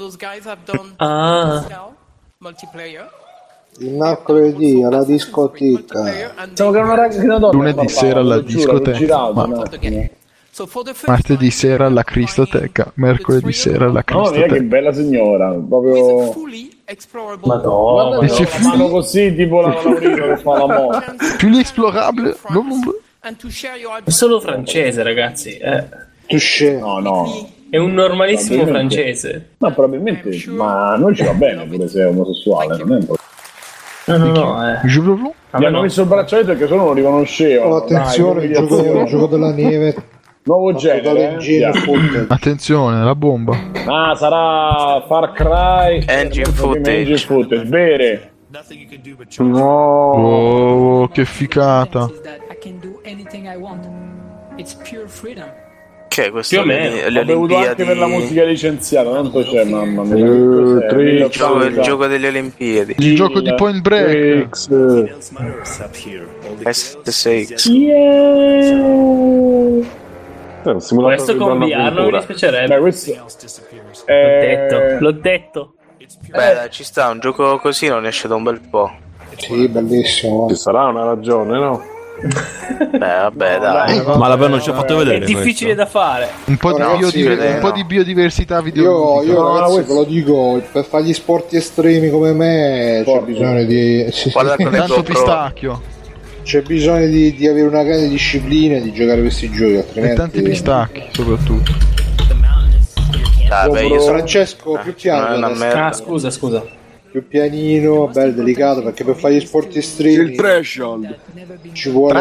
Multiplayer. Il mercoledì alla discoteca. Siamo che una ragazzina donna. Lunedì sera alla discoteca. Martedì sera alla Cristoteca. Mercoledì sera alla Cristoteca. Che bella signora. Proprio. Madonna. E se fanno così, tipo la Laurino che fa la moda. Più l'esplorabile. È solo francese, ragazzi. Touché. No. È un normalissimo francese. Ma probabilmente. Ma non ci va bene pure se è omosessuale. Non è un problema. No. Mi hanno messo il braccialetto perché solo non lo riconoscevo. Oh, attenzione, il gioco della neve. Nuovo genere. Attenzione, la bomba. Ah, sarà Far Cry Engine footage. Bere. No. Oh, che ficata. Che è questo? Più o meno. Ho bevuto anche per la musica licenziata, tanto c'è, mamma mia. Il gioco delle Olimpiadi. Il gioco di Point Break. SSX. Questo con VR non mi dispiacerebbe. L'ho detto. Beh, dai, ci sta, un gioco così non esce da un bel po'. Sì, bellissimo. Ci sarà una ragione, no? Beh, vabbè, dai. Ma l'avevano già fatto vedere. È difficile da fare. Un po' di biodiversità video. Io ragazzi, ve lo dico, per fare gli sport estremi come me c'è bisogno di... Tanto pistacchio. C'è bisogno di avere una grande disciplina e di giocare questi giochi, altrimenti... E tanti pistacchi, soprattutto. Io Francesco, più piano. Scusa. Più pianino, bello, delicato, perché per fare gli sport estremi... Il threshold. Ci vuole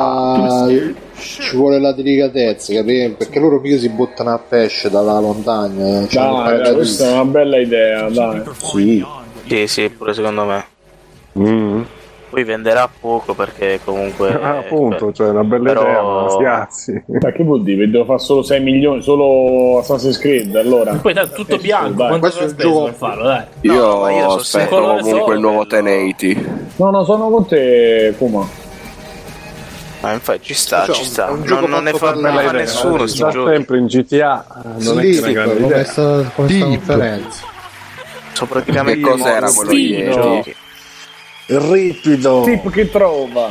la delicatezza, capito? Perché loro mica si buttano a pesce dalla montagna. Dai, questa è una bella idea, dai. Sì, pure secondo me. Poi venderà poco perché comunque appunto, cioè una bella idea, ma schiazzi. Ma che vuol dire? Devo fare solo 6 milioni, solo Assassin's Creed, allora. Poi dai, tutto bianco, questo è il gioco per farlo, dai. Io aspetto comunque il nuovo 1080. No, sono con te, Kuma. Ma infatti ci sta. Non ne fa nessuno sti giochi. Sempre in GTA non è che una grande idea. Questa conferenza. Sono praticamente che cos'era quello ieri? Ripido. Tip che trova.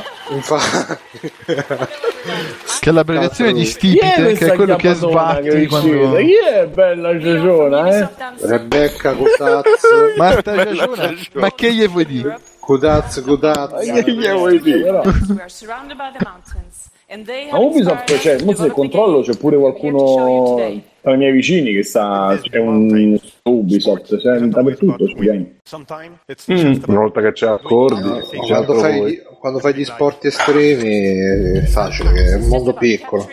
Che è l'abbreviazione di stipite, che è quello che sbatti quando... è bella Giagiona, Rebecca Cutaz. Marta Giagiona, ma che gli vuoi dire? Cutaz. Che gli vuoi dire? A Ubisoft c'è, se controllo c'è pure qualcuno tra i miei vicini che è un Ubisoft, c'è dappertutto. Una volta che c'è accordi, quando fai gli sport estremi è facile, che è un mondo piccolo.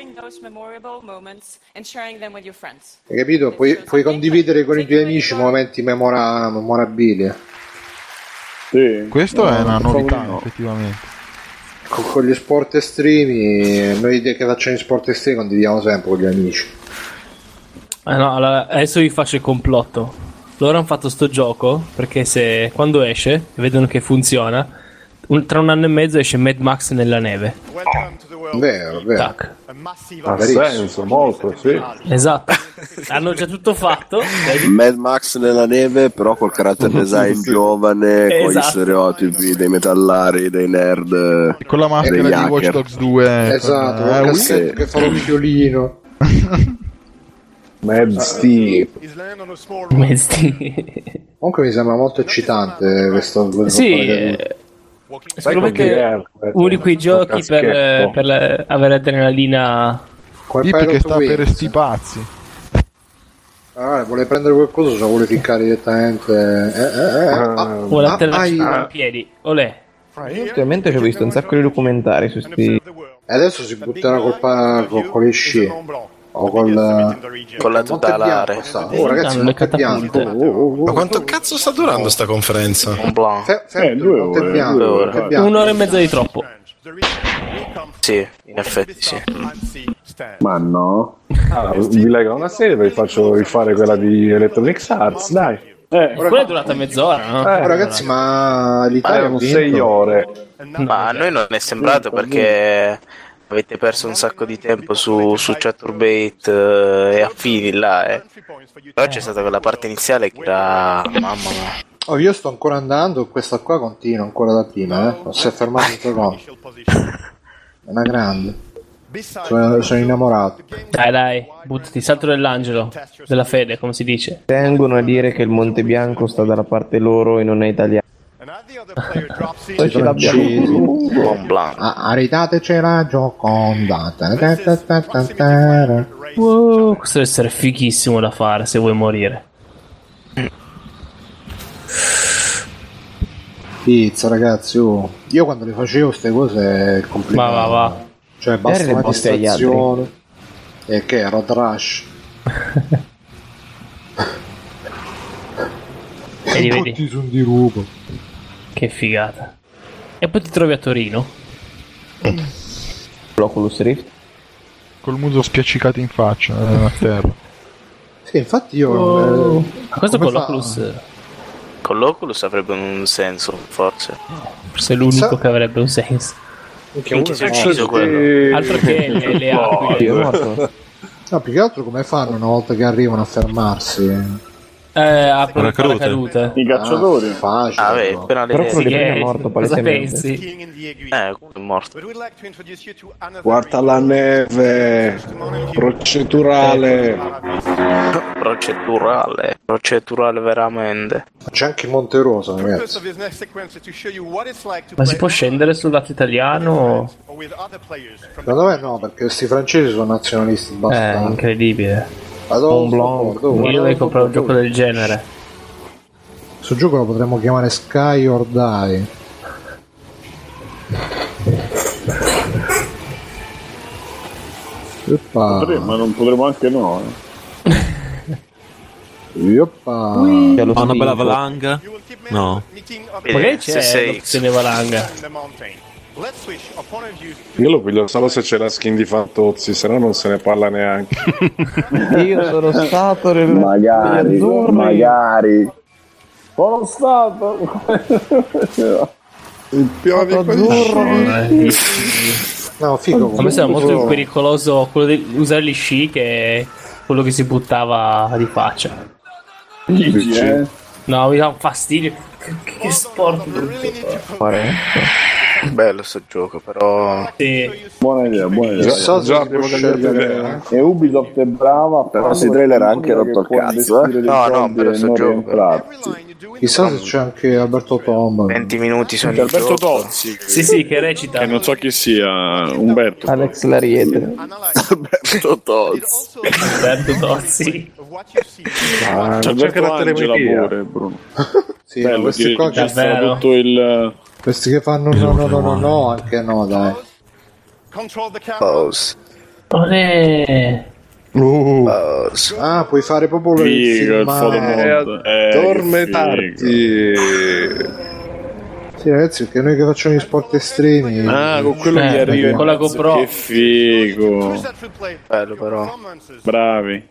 Hai capito? Puoi condividere con i tuoi amici momenti memorabili. Sì, questo è una novità, effettivamente. Con gli sport estremi, noi che facciamo gli sport estremi condividiamo sempre con gli amici. No, allora, adesso vi faccio il complotto. Loro hanno fatto sto gioco perché quando esce e vedono che funziona, tra un anno e mezzo esce Mad Max nella neve. Vero. Tac. Ha senso, molto, sì. Esatto. Hanno già tutto fatto. Mad Max nella neve, però col character design giovane, con gli stereotipi dei metallari, dei nerd, con la maschera di Watch Dogs 2. Esatto, con il cassetto che fa un fiolino. Mad Steve. Comunque mi sembra molto eccitante questo. Sì, secondo me che è uno di quei giochi per avere adrenalina. Perché sta per sti pazzi. Vuole prendere qualcosa, cioè vuole ficcare direttamente. Vuole atterrarci in piedi. Olè. Ultimamente ci ho visto un sacco di documentari su sti. E adesso si butterà con le scie. con la tutelare. Ragazzi, le catapulte. Ma quanto cazzo sta durando sta conferenza? Un blanc. 2 ore. Un'ora e mezza di troppo. Sì, in effetti sì. Ma no. Vi leggo una serie, vi faccio rifare quella di Electronic Arts, dai. Quella è durata mezz'ora, no? Ragazzi, ma l'Italia erano 6 ore. Ma a noi non è sembrato perché avete perso un sacco di tempo su Chaturbate e affini là, Però c'è stata quella parte iniziale che era... mamma mia. Io sto ancora andando, questa qua continua ancora da prima, non si è fermato un secondo. È una grande. Sono innamorato. Dai, buttati, salto dell'angelo, della fede, come si dice. Tengono a dire che il Monte Bianco sta dalla parte loro e non è italiano. Poi ce l'abbiamo aridatecela Gioconda. Questo deve essere fighissimo da fare se vuoi morire. Pizza, ragazzi, io quando le facevo queste cose è complicato. Va. Cioè basta una distrazione. E che Road Rush. Vedi. Sono di rubo. Che figata. E poi ti trovi a Torino. L'Oculus Rift. Col muso spiaccicato in faccia a terra. Sì, infatti io questo con l'Oculus con l'Oculus avrebbe un senso, forse è l'unico che avrebbe un senso. Che si è ucciso quello. Altro che le aquile. No, più che altro come fanno una volta che arrivano a fermarsi? Aprono il paracadute. I cacciatori. Facile. Appena però quello di prima è morto cosa palesemente. pensi? È morto. Guarda la neve. Procedurale veramente. C'è anche Monterosa, ragazzi. Ma si può scendere sul lato italiano? Secondo me no, perché questi francesi sono nazionalisti È incredibile. Io dovrei comprare un gioco del genere. Questo gioco lo potremmo chiamare Sky or Die. Ma non potremo anche no. Ha una bella valanga? No. Magari c'è l'opzione valanga. Io lo piglio solo se c'è la skin di Fantozzi, se no non se ne parla neanche. Io sono stato magari sono stato il piano azzurro. No, figo. A me sembra molto più pericoloso quello di usare gli sci che quello che si buttava di faccia. No, mi dà un fastidio. Che sport bello sto gioco, però sì. Buona idea. Già abbiamo idea. E Ubisoft è brava, però si trailer ha anche rotto il cazzo. No, però sto gioco. Chissà se c'è anche Alberto Tomba. 20 minuti sono in Alberto gioco. Tozzi. Sì, che recita. Che non so chi sia, Umberto. Alex Lariete. Alberto Tozzi. C'è anche la telemetria pure, Bruno. Sì, questi qua che davvero tutto il questi che fanno no, anche no, dai. Pause. Ah, puoi fare proprio il Tormentarti. Sì, ragazzi, perché noi che facciamo gli sport estremi. Con quello che arriva con la GoPro. Che figo. Bello però. Bravi.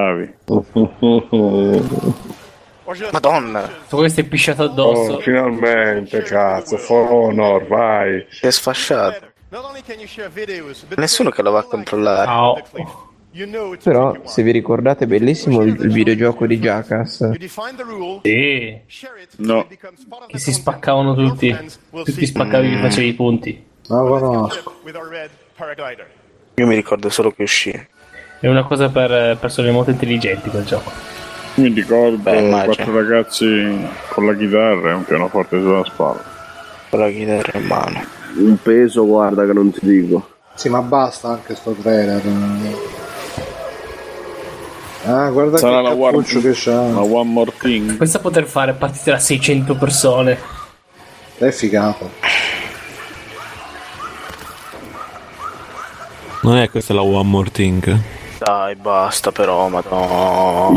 Madonna. Tu questo è pisciato addosso. Finalmente, cazzo. For Honor, vai. Si è sfasciato. Nessuno che lo va a controllare. No. Però, se vi ricordate, bellissimo il videogioco di Jackass. Sì. No. Che si spaccavano tutti. Tutti spaccavi che facevi i punti. No, conosco. Io mi ricordo solo che uscì. È una cosa per persone molto intelligenti quel gioco. Mi ricordo 4 ragazzi con la chitarra e un pianoforte sulla spalla. Con la chitarra in mano. Un peso, guarda, che non ti dico. Sì, ma basta anche sto trailer. Guarda sarà che cappuccio che c'ha. La One More Thing. Pensa a poter fare partite da 600 persone. È figato. Non è questa la One More Thing? dai, basta però, madonna.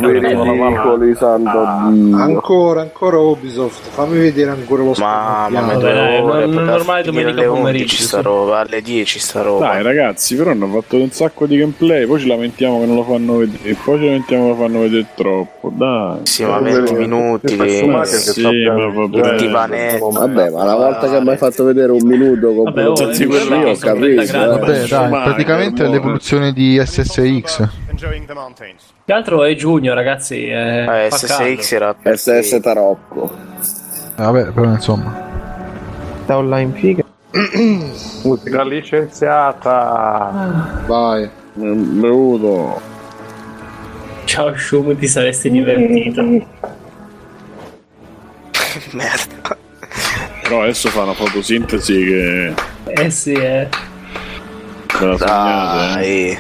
Ancora Ubisoft, fammi vedere ancora lo Mamma mia, normale domenica pomeriggio sta roba, alle 10 sta roba. Dai ragazzi, però hanno fatto un sacco di gameplay, poi ci lamentiamo che non lo fanno vedere, poi ci lamentiamo che lo fanno vedere troppo, dai. Sì, ma 20 minuti vabbè, ma una volta che mi hai fatto vedere un minuto con tutti quelli io ho capito. Vabbè, dai, praticamente è l'evoluzione di SSX. Che altro è giugno, ragazzi. SSX era SS Tarocco. Vabbè, però insomma. Da online figa. Musica licenziata. Vai. Bevuto. Ciao Shum, ti saresti divertito. Merda. Però adesso fa una fotosintesi che... Sì, Me la sognate,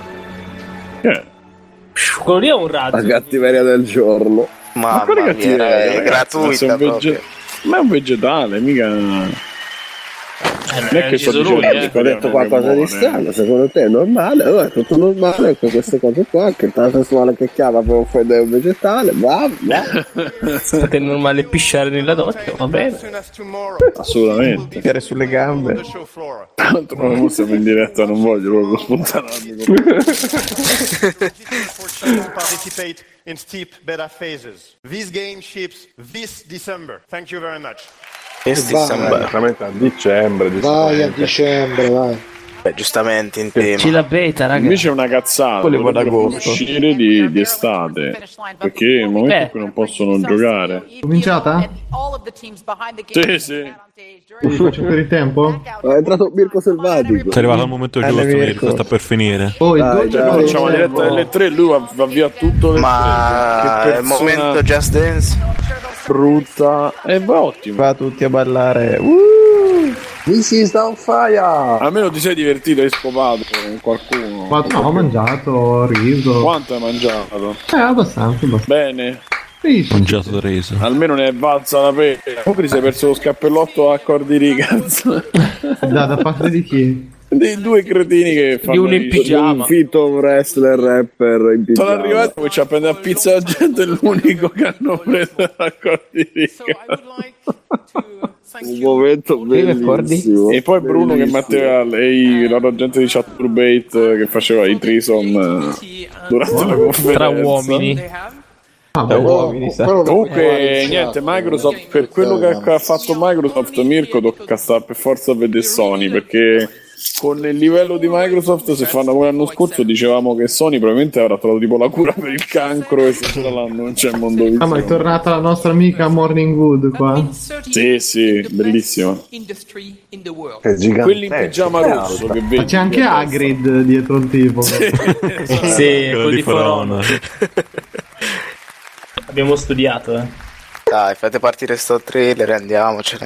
quello lì è un razzo. La cattiveria del giorno. Ma è gratuita ma è un vegetale, mica... Non è che sto dicendo ho detto qualcosa di strano, secondo te è normale? È tutto normale con queste cose qua, che tanto sessuale che chiama per offendere un vegetale, è normale pisciare nella doccia, va bene. Assolutamente. Tirare sulle gambe. Tanto non siamo in diretta, non voglio proprio spontanarmi. Participate in steep beta phases. This game ships this December. Thank you very much. Veramente a dicembre. Vai a dicembre, vai. Beh, giustamente in tema. C'è la beta, ragazzi. Invece è una cazzata. Volevo ad agosto. Uscire di estate. Perché è il momento in cui non possono giocare. Cominciata? Sì. Faccio per il tempo? È entrato Mirko Selvatico. È arrivato il momento giusto, Mirko, sta per finire. Poi facciamo la diretta delle 3, lui va via tutto. Ma è il momento Just Dance. Brutta e va ottimo. Va tutti a ballare. This is on fire. Almeno ti sei divertito, hai scopato con qualcuno. No, ho mangiato, ho riso. Quanto hai mangiato? Abbastanza. Bene. Mangiato reso. Almeno ne è valsa la pena. Poi ti sei perso lo scappellotto a cordi Rigaz. Da parte di chi? Dei due cretini che fanno di uno in pigiama. Un fitto wrestler rapper in pigiama. Sono arrivati poi ci ha preso a pizza la gente, è l'unico che hanno preso a cordi Rigaz. Un momento bellissimo. E poi Bruno che metteva lei, la gente di Chaturbate che faceva i threesome durante la conferenza tra uomini. Comunque niente, Microsoft, per quello che ha fatto Microsoft, Mirko, tocca stare per forza a vedere Sony, perché con il livello di Microsoft, se fanno come l'anno scorso, dicevamo che Sony probabilmente avrà trovato tipo la cura per il cancro e se l'anno non c'è il mondo visivo. Ma è tornata la nostra amica Morning Wood qua. Sì, bellissima. È gigante. Quelli in pigiama rosso che vedi. Ma c'è anche Hagrid dietro il tipo. Sì, quello di Forona. Abbiamo studiato, Dai, fate partire sto trailer e andiamocene.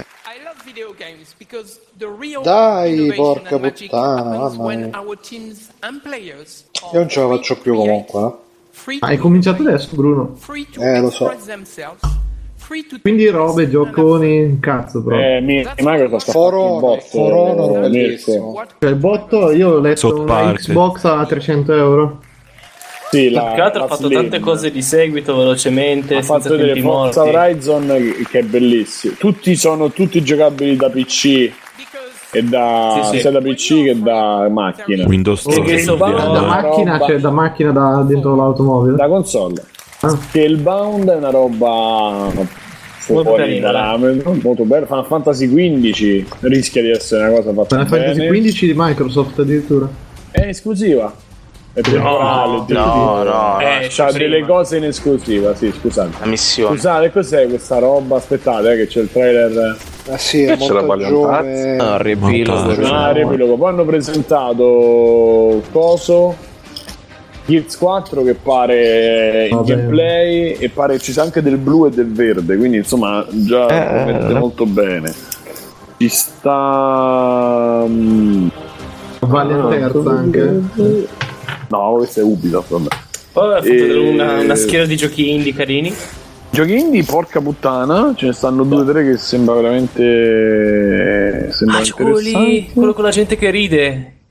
Dai, porca puttana, mamma mia. Io non ce la faccio più comunque. Hai cominciato adesso, Bruno? Lo so. Quindi robe, gioconi, cazzo però. Microsoft For Honor, bellissimo. Cioè il botto, io ho letto una Xbox a 300 euro. Sì, tra l'altro ha fatto tante cose di seguito velocemente. Ha fatto vedere Forza Horizon che è bellissimo. Sono tutti giocabili da PC e sia da PC che da macchina. Windows 3. Da macchina dentro l'automobile. Da console. Scalebound è una roba fuori parametro, molto bella. Final Fantasy XV rischia di essere una cosa fatta bene. Final Fantasy XV di Microsoft addirittura. È esclusiva. È temporale, no. C'ha delle cose in esclusiva, sì, scusate. La missione. Scusate, cos'è questa roba? Aspettate, che c'è il trailer. Sì, è molto giovane. Riepilogo. Poi hanno presentato Gears 4 che pare in gameplay e pare ci sia anche del blu e del verde, quindi insomma già promette molto bene. Ci sta vale a terza anche. No, questo è Ubisoft, vabbè. Poi ha fatto una schiera di giochi indie carini. Giochi indie, porca puttana, ce ne stanno 2 o 3 che sembra veramente quello con la gente che ride,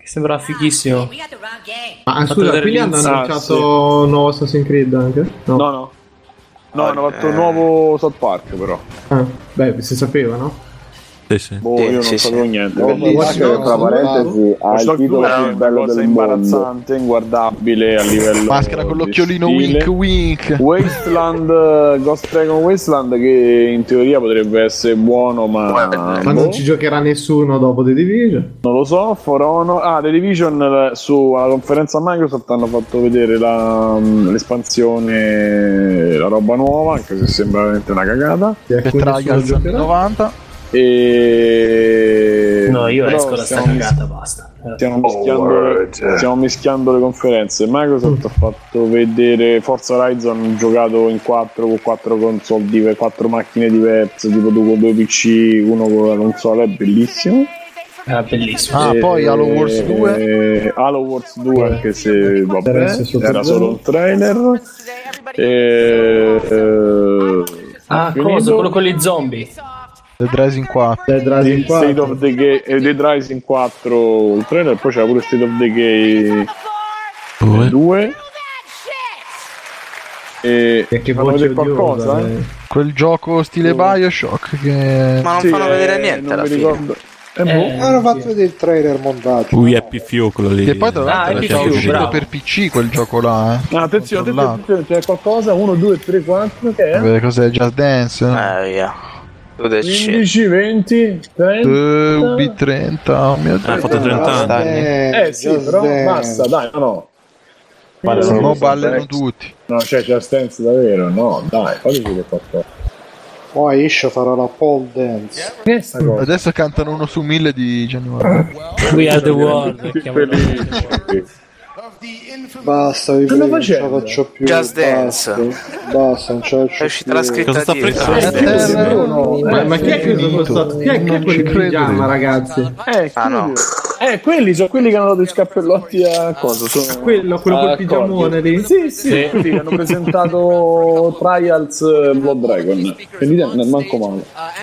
che sembrava fighissimo. Ma scusa, quindi hanno annunciato un nuovo Assassin's Creed anche? No, hanno fatto un nuovo South Park però. Beh, si sapeva, no? Sì. Io non sapevo niente. Tra parentesi, ha il titolo più bello del imbarazzante, inguardabile a livello. Maschera con l'occhiolino wink. Wasteland, Ghost Recon Wasteland, che in teoria potrebbe essere buono, ma non ci giocherà nessuno dopo The Division. Non lo so. For Honor, The Division alla conferenza Microsoft hanno fatto vedere l'espansione, la roba nuova, anche se sembra veramente una cagata. Che Trials 90. No, io esco da sta cagata, basta. Stiamo mischiando le conferenze. Microsoft ha fatto vedere Forza Horizon giocato in 4 con 4 console, 4 macchine diverse, tipo tu con 2 PC, uno con la console, è bellissimo. Era bellissimo. Poi Halo Wars 2. Halo Wars 2, anche se vabbè, era solo un trailer. Cosa? Quello con gli zombie. Dead Rising 4. State of Decay e Dead Rising 4 il trailer, poi c'era pure State of Decay 2. E che voce qualcosa? Quel gioco stile Bioshock che... Ma non fanno vedere niente alla fine. Hanno fatto vedere il trailer montaggio. Happy Few quello lì. Che poi tra l'altro è già uscito per PC quel gioco là. Attenzione, c'è qualcosa. 1, 2, 3, 4. Che è? Vedete cos'è? Just Dance? Via. 15, 20, 30. UB30. Oh mio Dio. Ha fatto 30 anni. Sì, però basta, dai, no. No, ballano tutti. No, c'è Just Dance davvero, no, dai, fammi vedere qualcosa. Poi Isha farà la pole dance. Che è sta cosa? Adesso cantano 1 su 1000 di January. We are the world. Basta, vi prego, non ce la faccio più. Just Dance. Basta, non ce la faccio più. È uscita la scritta. Cosa sta ma chi è che è quello in pigiama, ragazzi? No. Quelli sono quelli che hanno dato i scappellotti a cosa? Quello col pigiamone lì? Sì. Quelli hanno presentato Trials Blood Dragon. Quindi manco male.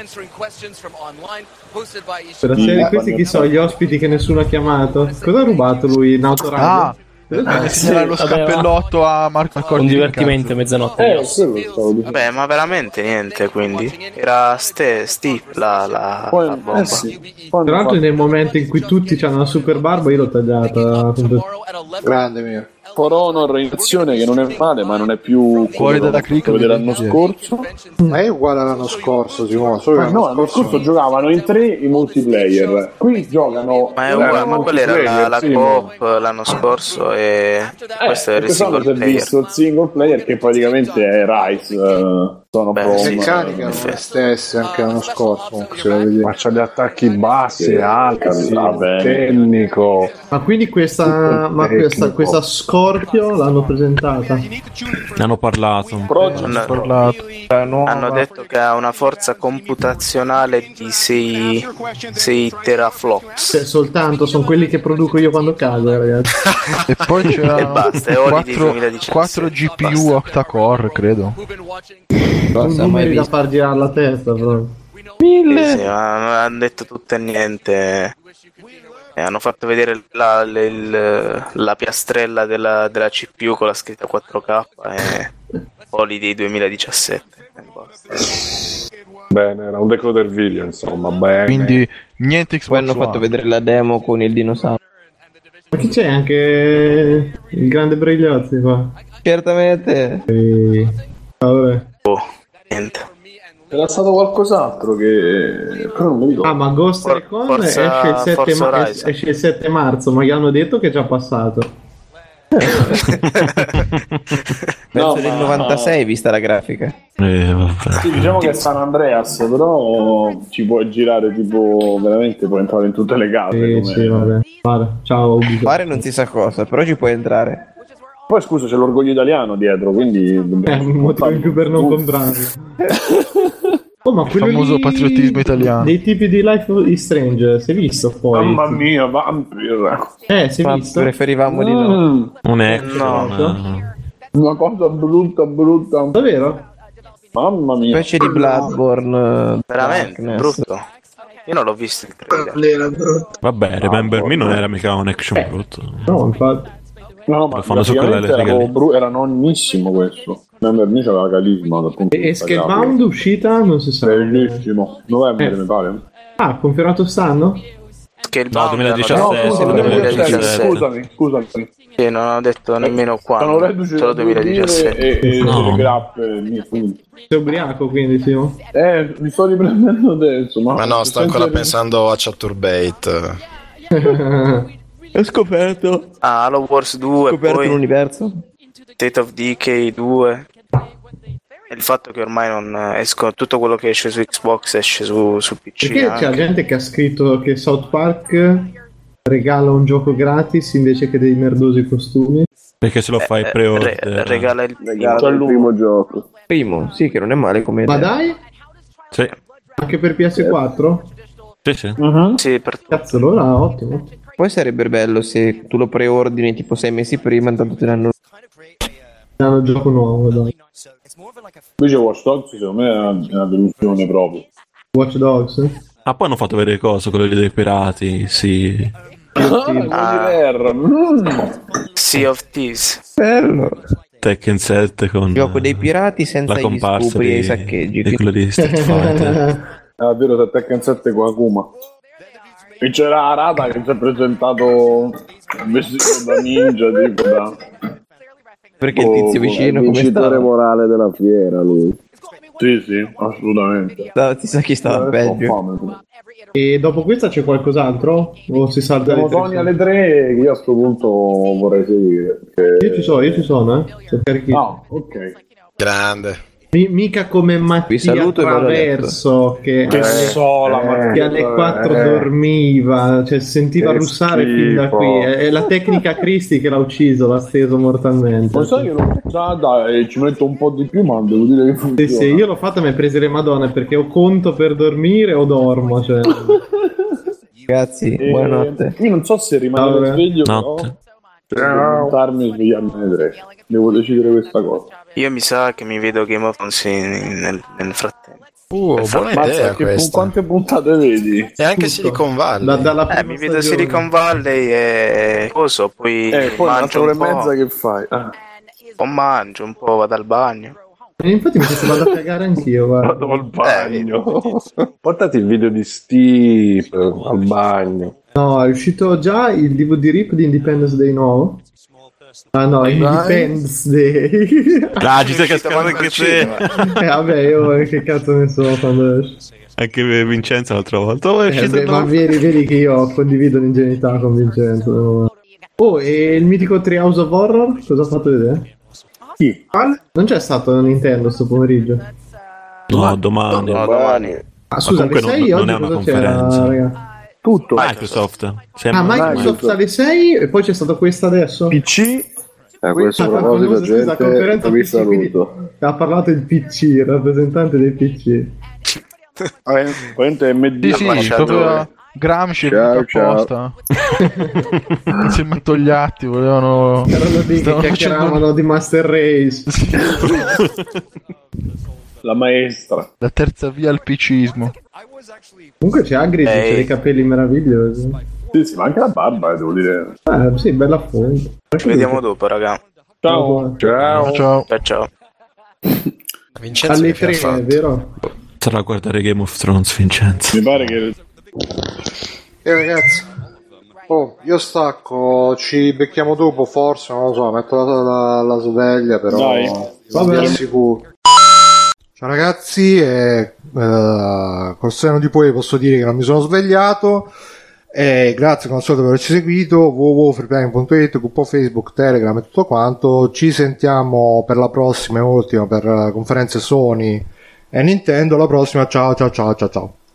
Per la serie di questi chi sono gli ospiti che nessuno ha chiamato? Cosa ha rubato lui in autoradio? Segnalare lo scappellotto a Marco Accordi. Un divertimento mezzanotte. Vabbè, ma veramente niente, quindi era Steve la bomba. Tra l'altro nel momento in cui tutti hanno la super barba io l'ho tagliata. Grande mio. For Honor in azione, che non è male, ma non è più fuori dalla click dell'anno scorso. Ma è uguale all'anno scorso, Simone. L'anno scorso giocavano in 3 in multiplayer. Qui giocano. Ma è uguale, ma quella era la co-op l'anno scorso e questo è il single player. Visto il single player che praticamente è Rise. Sono meccanica non le stesse anche l'anno scorso. Ma c'ha gli attacchi bassi, alti, tecnico. Ma quindi questa Scorpio l'hanno presentata? Ne hanno parlato. Hanno detto che ha una forza computazionale di 6 teraflops. Soltanto sono quelli che produco io quando caso, ragazzi. E poi c'era e basta, è 4 GPU octa-core, credo. Numeri da far girare la testa, però. 1000. Sì, hanno detto tutto e niente. Hanno fatto vedere la piastrella della CPU con la scritta 4K e Holiday 2017. Bene, era un decoder video, insomma. Bene. Quindi niente Xbox. Poi hanno fatto vedere la demo con il dinosauro. Ma chi c'è? Anche il grande Brigliozzi qua. Certamente. Vabbè. Niente. Era stato qualcos'altro che però non mi ricordo. Ma Ghost Recon esce il 7 marzo, ma gli hanno detto che è già passato. Penso del 96 vista la grafica. Sì, diciamo che è San Andreas, però ci puoi girare tipo veramente, puoi entrare in tutte le case. Sì, vabbè. Ciao. Fare non si sa cosa, però ci puoi entrare. Poi scusa, c'è l'orgoglio italiano dietro, quindi è un motivo in più per non comprarlo. Ma quello famoso patriottismo italiano. Dei tipi di Life is Strange, si è visto poi? Mamma mia, vampiro. Si è visto? Preferivamo di no. Un una cosa brutta. Davvero? Mamma mia. Specie di Bloodborne. Veramente brutto. Io non l'ho visto il trailer. Vabbè, Remember Me non era mica un action brutto. No, infatti. No, ma lo fanno su quella era nonnissimo questo. Remember Me c'aveva carisma dal punto di E vista Scalebound uscita? Non si sa. Bellissimo. Novembre mi pare. Ah, confermato stanno? No, 2017. Scusami. Sì, non ho detto nemmeno quando. Solo 2017. E no. grappe. Sei ubriaco quindi, Simo? Mi sto riprendendo adesso. Ma no, sto ancora pensando a Chaturbate. Ho scoperto. Halo Wars 2. Scoperto poi l'universo. State of Decay 2. E il fatto che ormai non escono, tutto quello che esce su Xbox esce su PC. Perché anche. c'è gente che ha scritto che South Park regala un gioco gratis invece che dei merdosi costumi? Perché se lo fai pre-order regala il primo gioco. Primo, sì, che non è male come Ma idea. dai? Sì. Anche per PS4? Sì. Sì, per Cazzo, allora ottimo. Poi sarebbe bello se tu lo preordini tipo 6 mesi prima, intanto te l'hanno un gioco nuovo, dai. Invece Watch Dogs secondo me è una delusione proprio. Watch Dogs? Ah, poi hanno fatto vedere cosa, quello dei pirati, sì. Sea of Thieves. Bello. Tekken 7 con Gioco dei pirati senza la gli comparsa stupri e i saccheggi. di quello di Street Fighter. È vero, Tekken 7 con Akuma. E c'era Arata che ci ha presentato vestito da ninja, tipo da... Perché il tizio vicino il come vincitore stava? morale della fiera lui. Sì, assolutamente. Chissà chi stava peggio. E dopo questa c'è qualcos'altro? O si salta Siamo Sony alle 3 che io a questo punto vorrei seguire. Perché... Io ci sono, No, ok. Grande. Mica come Mattia Traverso che alle 4 dormiva, cioè sentiva russare fin da qui. È la tecnica Cristi che l'ha ucciso, l'ha steso mortalmente. Ma sai che l'ho usata e ci metto un po' di più, ma devo dire che funziona. Sì, io l'ho fatta e mi ha preso le madonne perché o conto per dormire o dormo, cioè. Ragazzi, buonanotte. Io non so se rimanere sveglio, però montarmi e svegliarmi alle 3. Devo decidere questa cosa. Io mi sa che mi vedo Game of Thrones nel frattempo. Buona idea questa. Quante puntate vedi? E anche Silicon Valley. Mi vedo Silicon Valley e coso, poi mangio un po'. E mezza che fai? O mangio un po', vado al bagno. E infatti mi sono vado a cagare anch'io, guarda. Vado al bagno. Portati il video di Steve al bagno. No, è uscito già il DVD RIP di Independence Day nuovo. Ah no, Independence Day. Ci sei cascato anche te. Vabbè, io che cazzo ne so quando esce. Anche Vincenzo l'altra volta. Ma vedi che io condivido l'ingenuità con Vincenzo. Oh, e il mitico Treehouse of Horror? Cosa ha fatto vedere? Sì. Non c'è stato Nintendo sto pomeriggio? No, domani. Ah, scusa, alle 6 non oggi è una cosa conferenza. c'era, raga? Tutto. Microsoft. Microsoft alle 6 e poi c'è stato questa adesso. PC. A questo proposito, gente, vi saluto. Ha parlato il PC, il rappresentante del PC. MD. Sì, proprio Gramsci apposta. Insieme a Togliatti volevano. Erano lì che chiacchieravano di Master Race. La maestra. La terza via al PCismo. Comunque c'è Agri che c'ha dei capelli meravigliosi. Sì, ma anche la barba, devo dire. Sì, bella fonte. Ci vediamo dopo, raga. Ciao. Ciao. Vincenzo alle 3, è vero? Sarà a guardare Game of Thrones, Vincenzo. Mi pare che... ragazzi, io stacco, ci becchiamo dopo forse, non lo so, metto la sveglia, però vabbè, sicuro. Ciao ragazzi, col seno di poi posso dire che non mi sono svegliato. Grazie come al solito per averci seguito. www.freeplaying.it, gruppo Facebook, Telegram e tutto quanto. Ci sentiamo per la prossima e ultima per conferenze Sony e Nintendo. La prossima, ciao.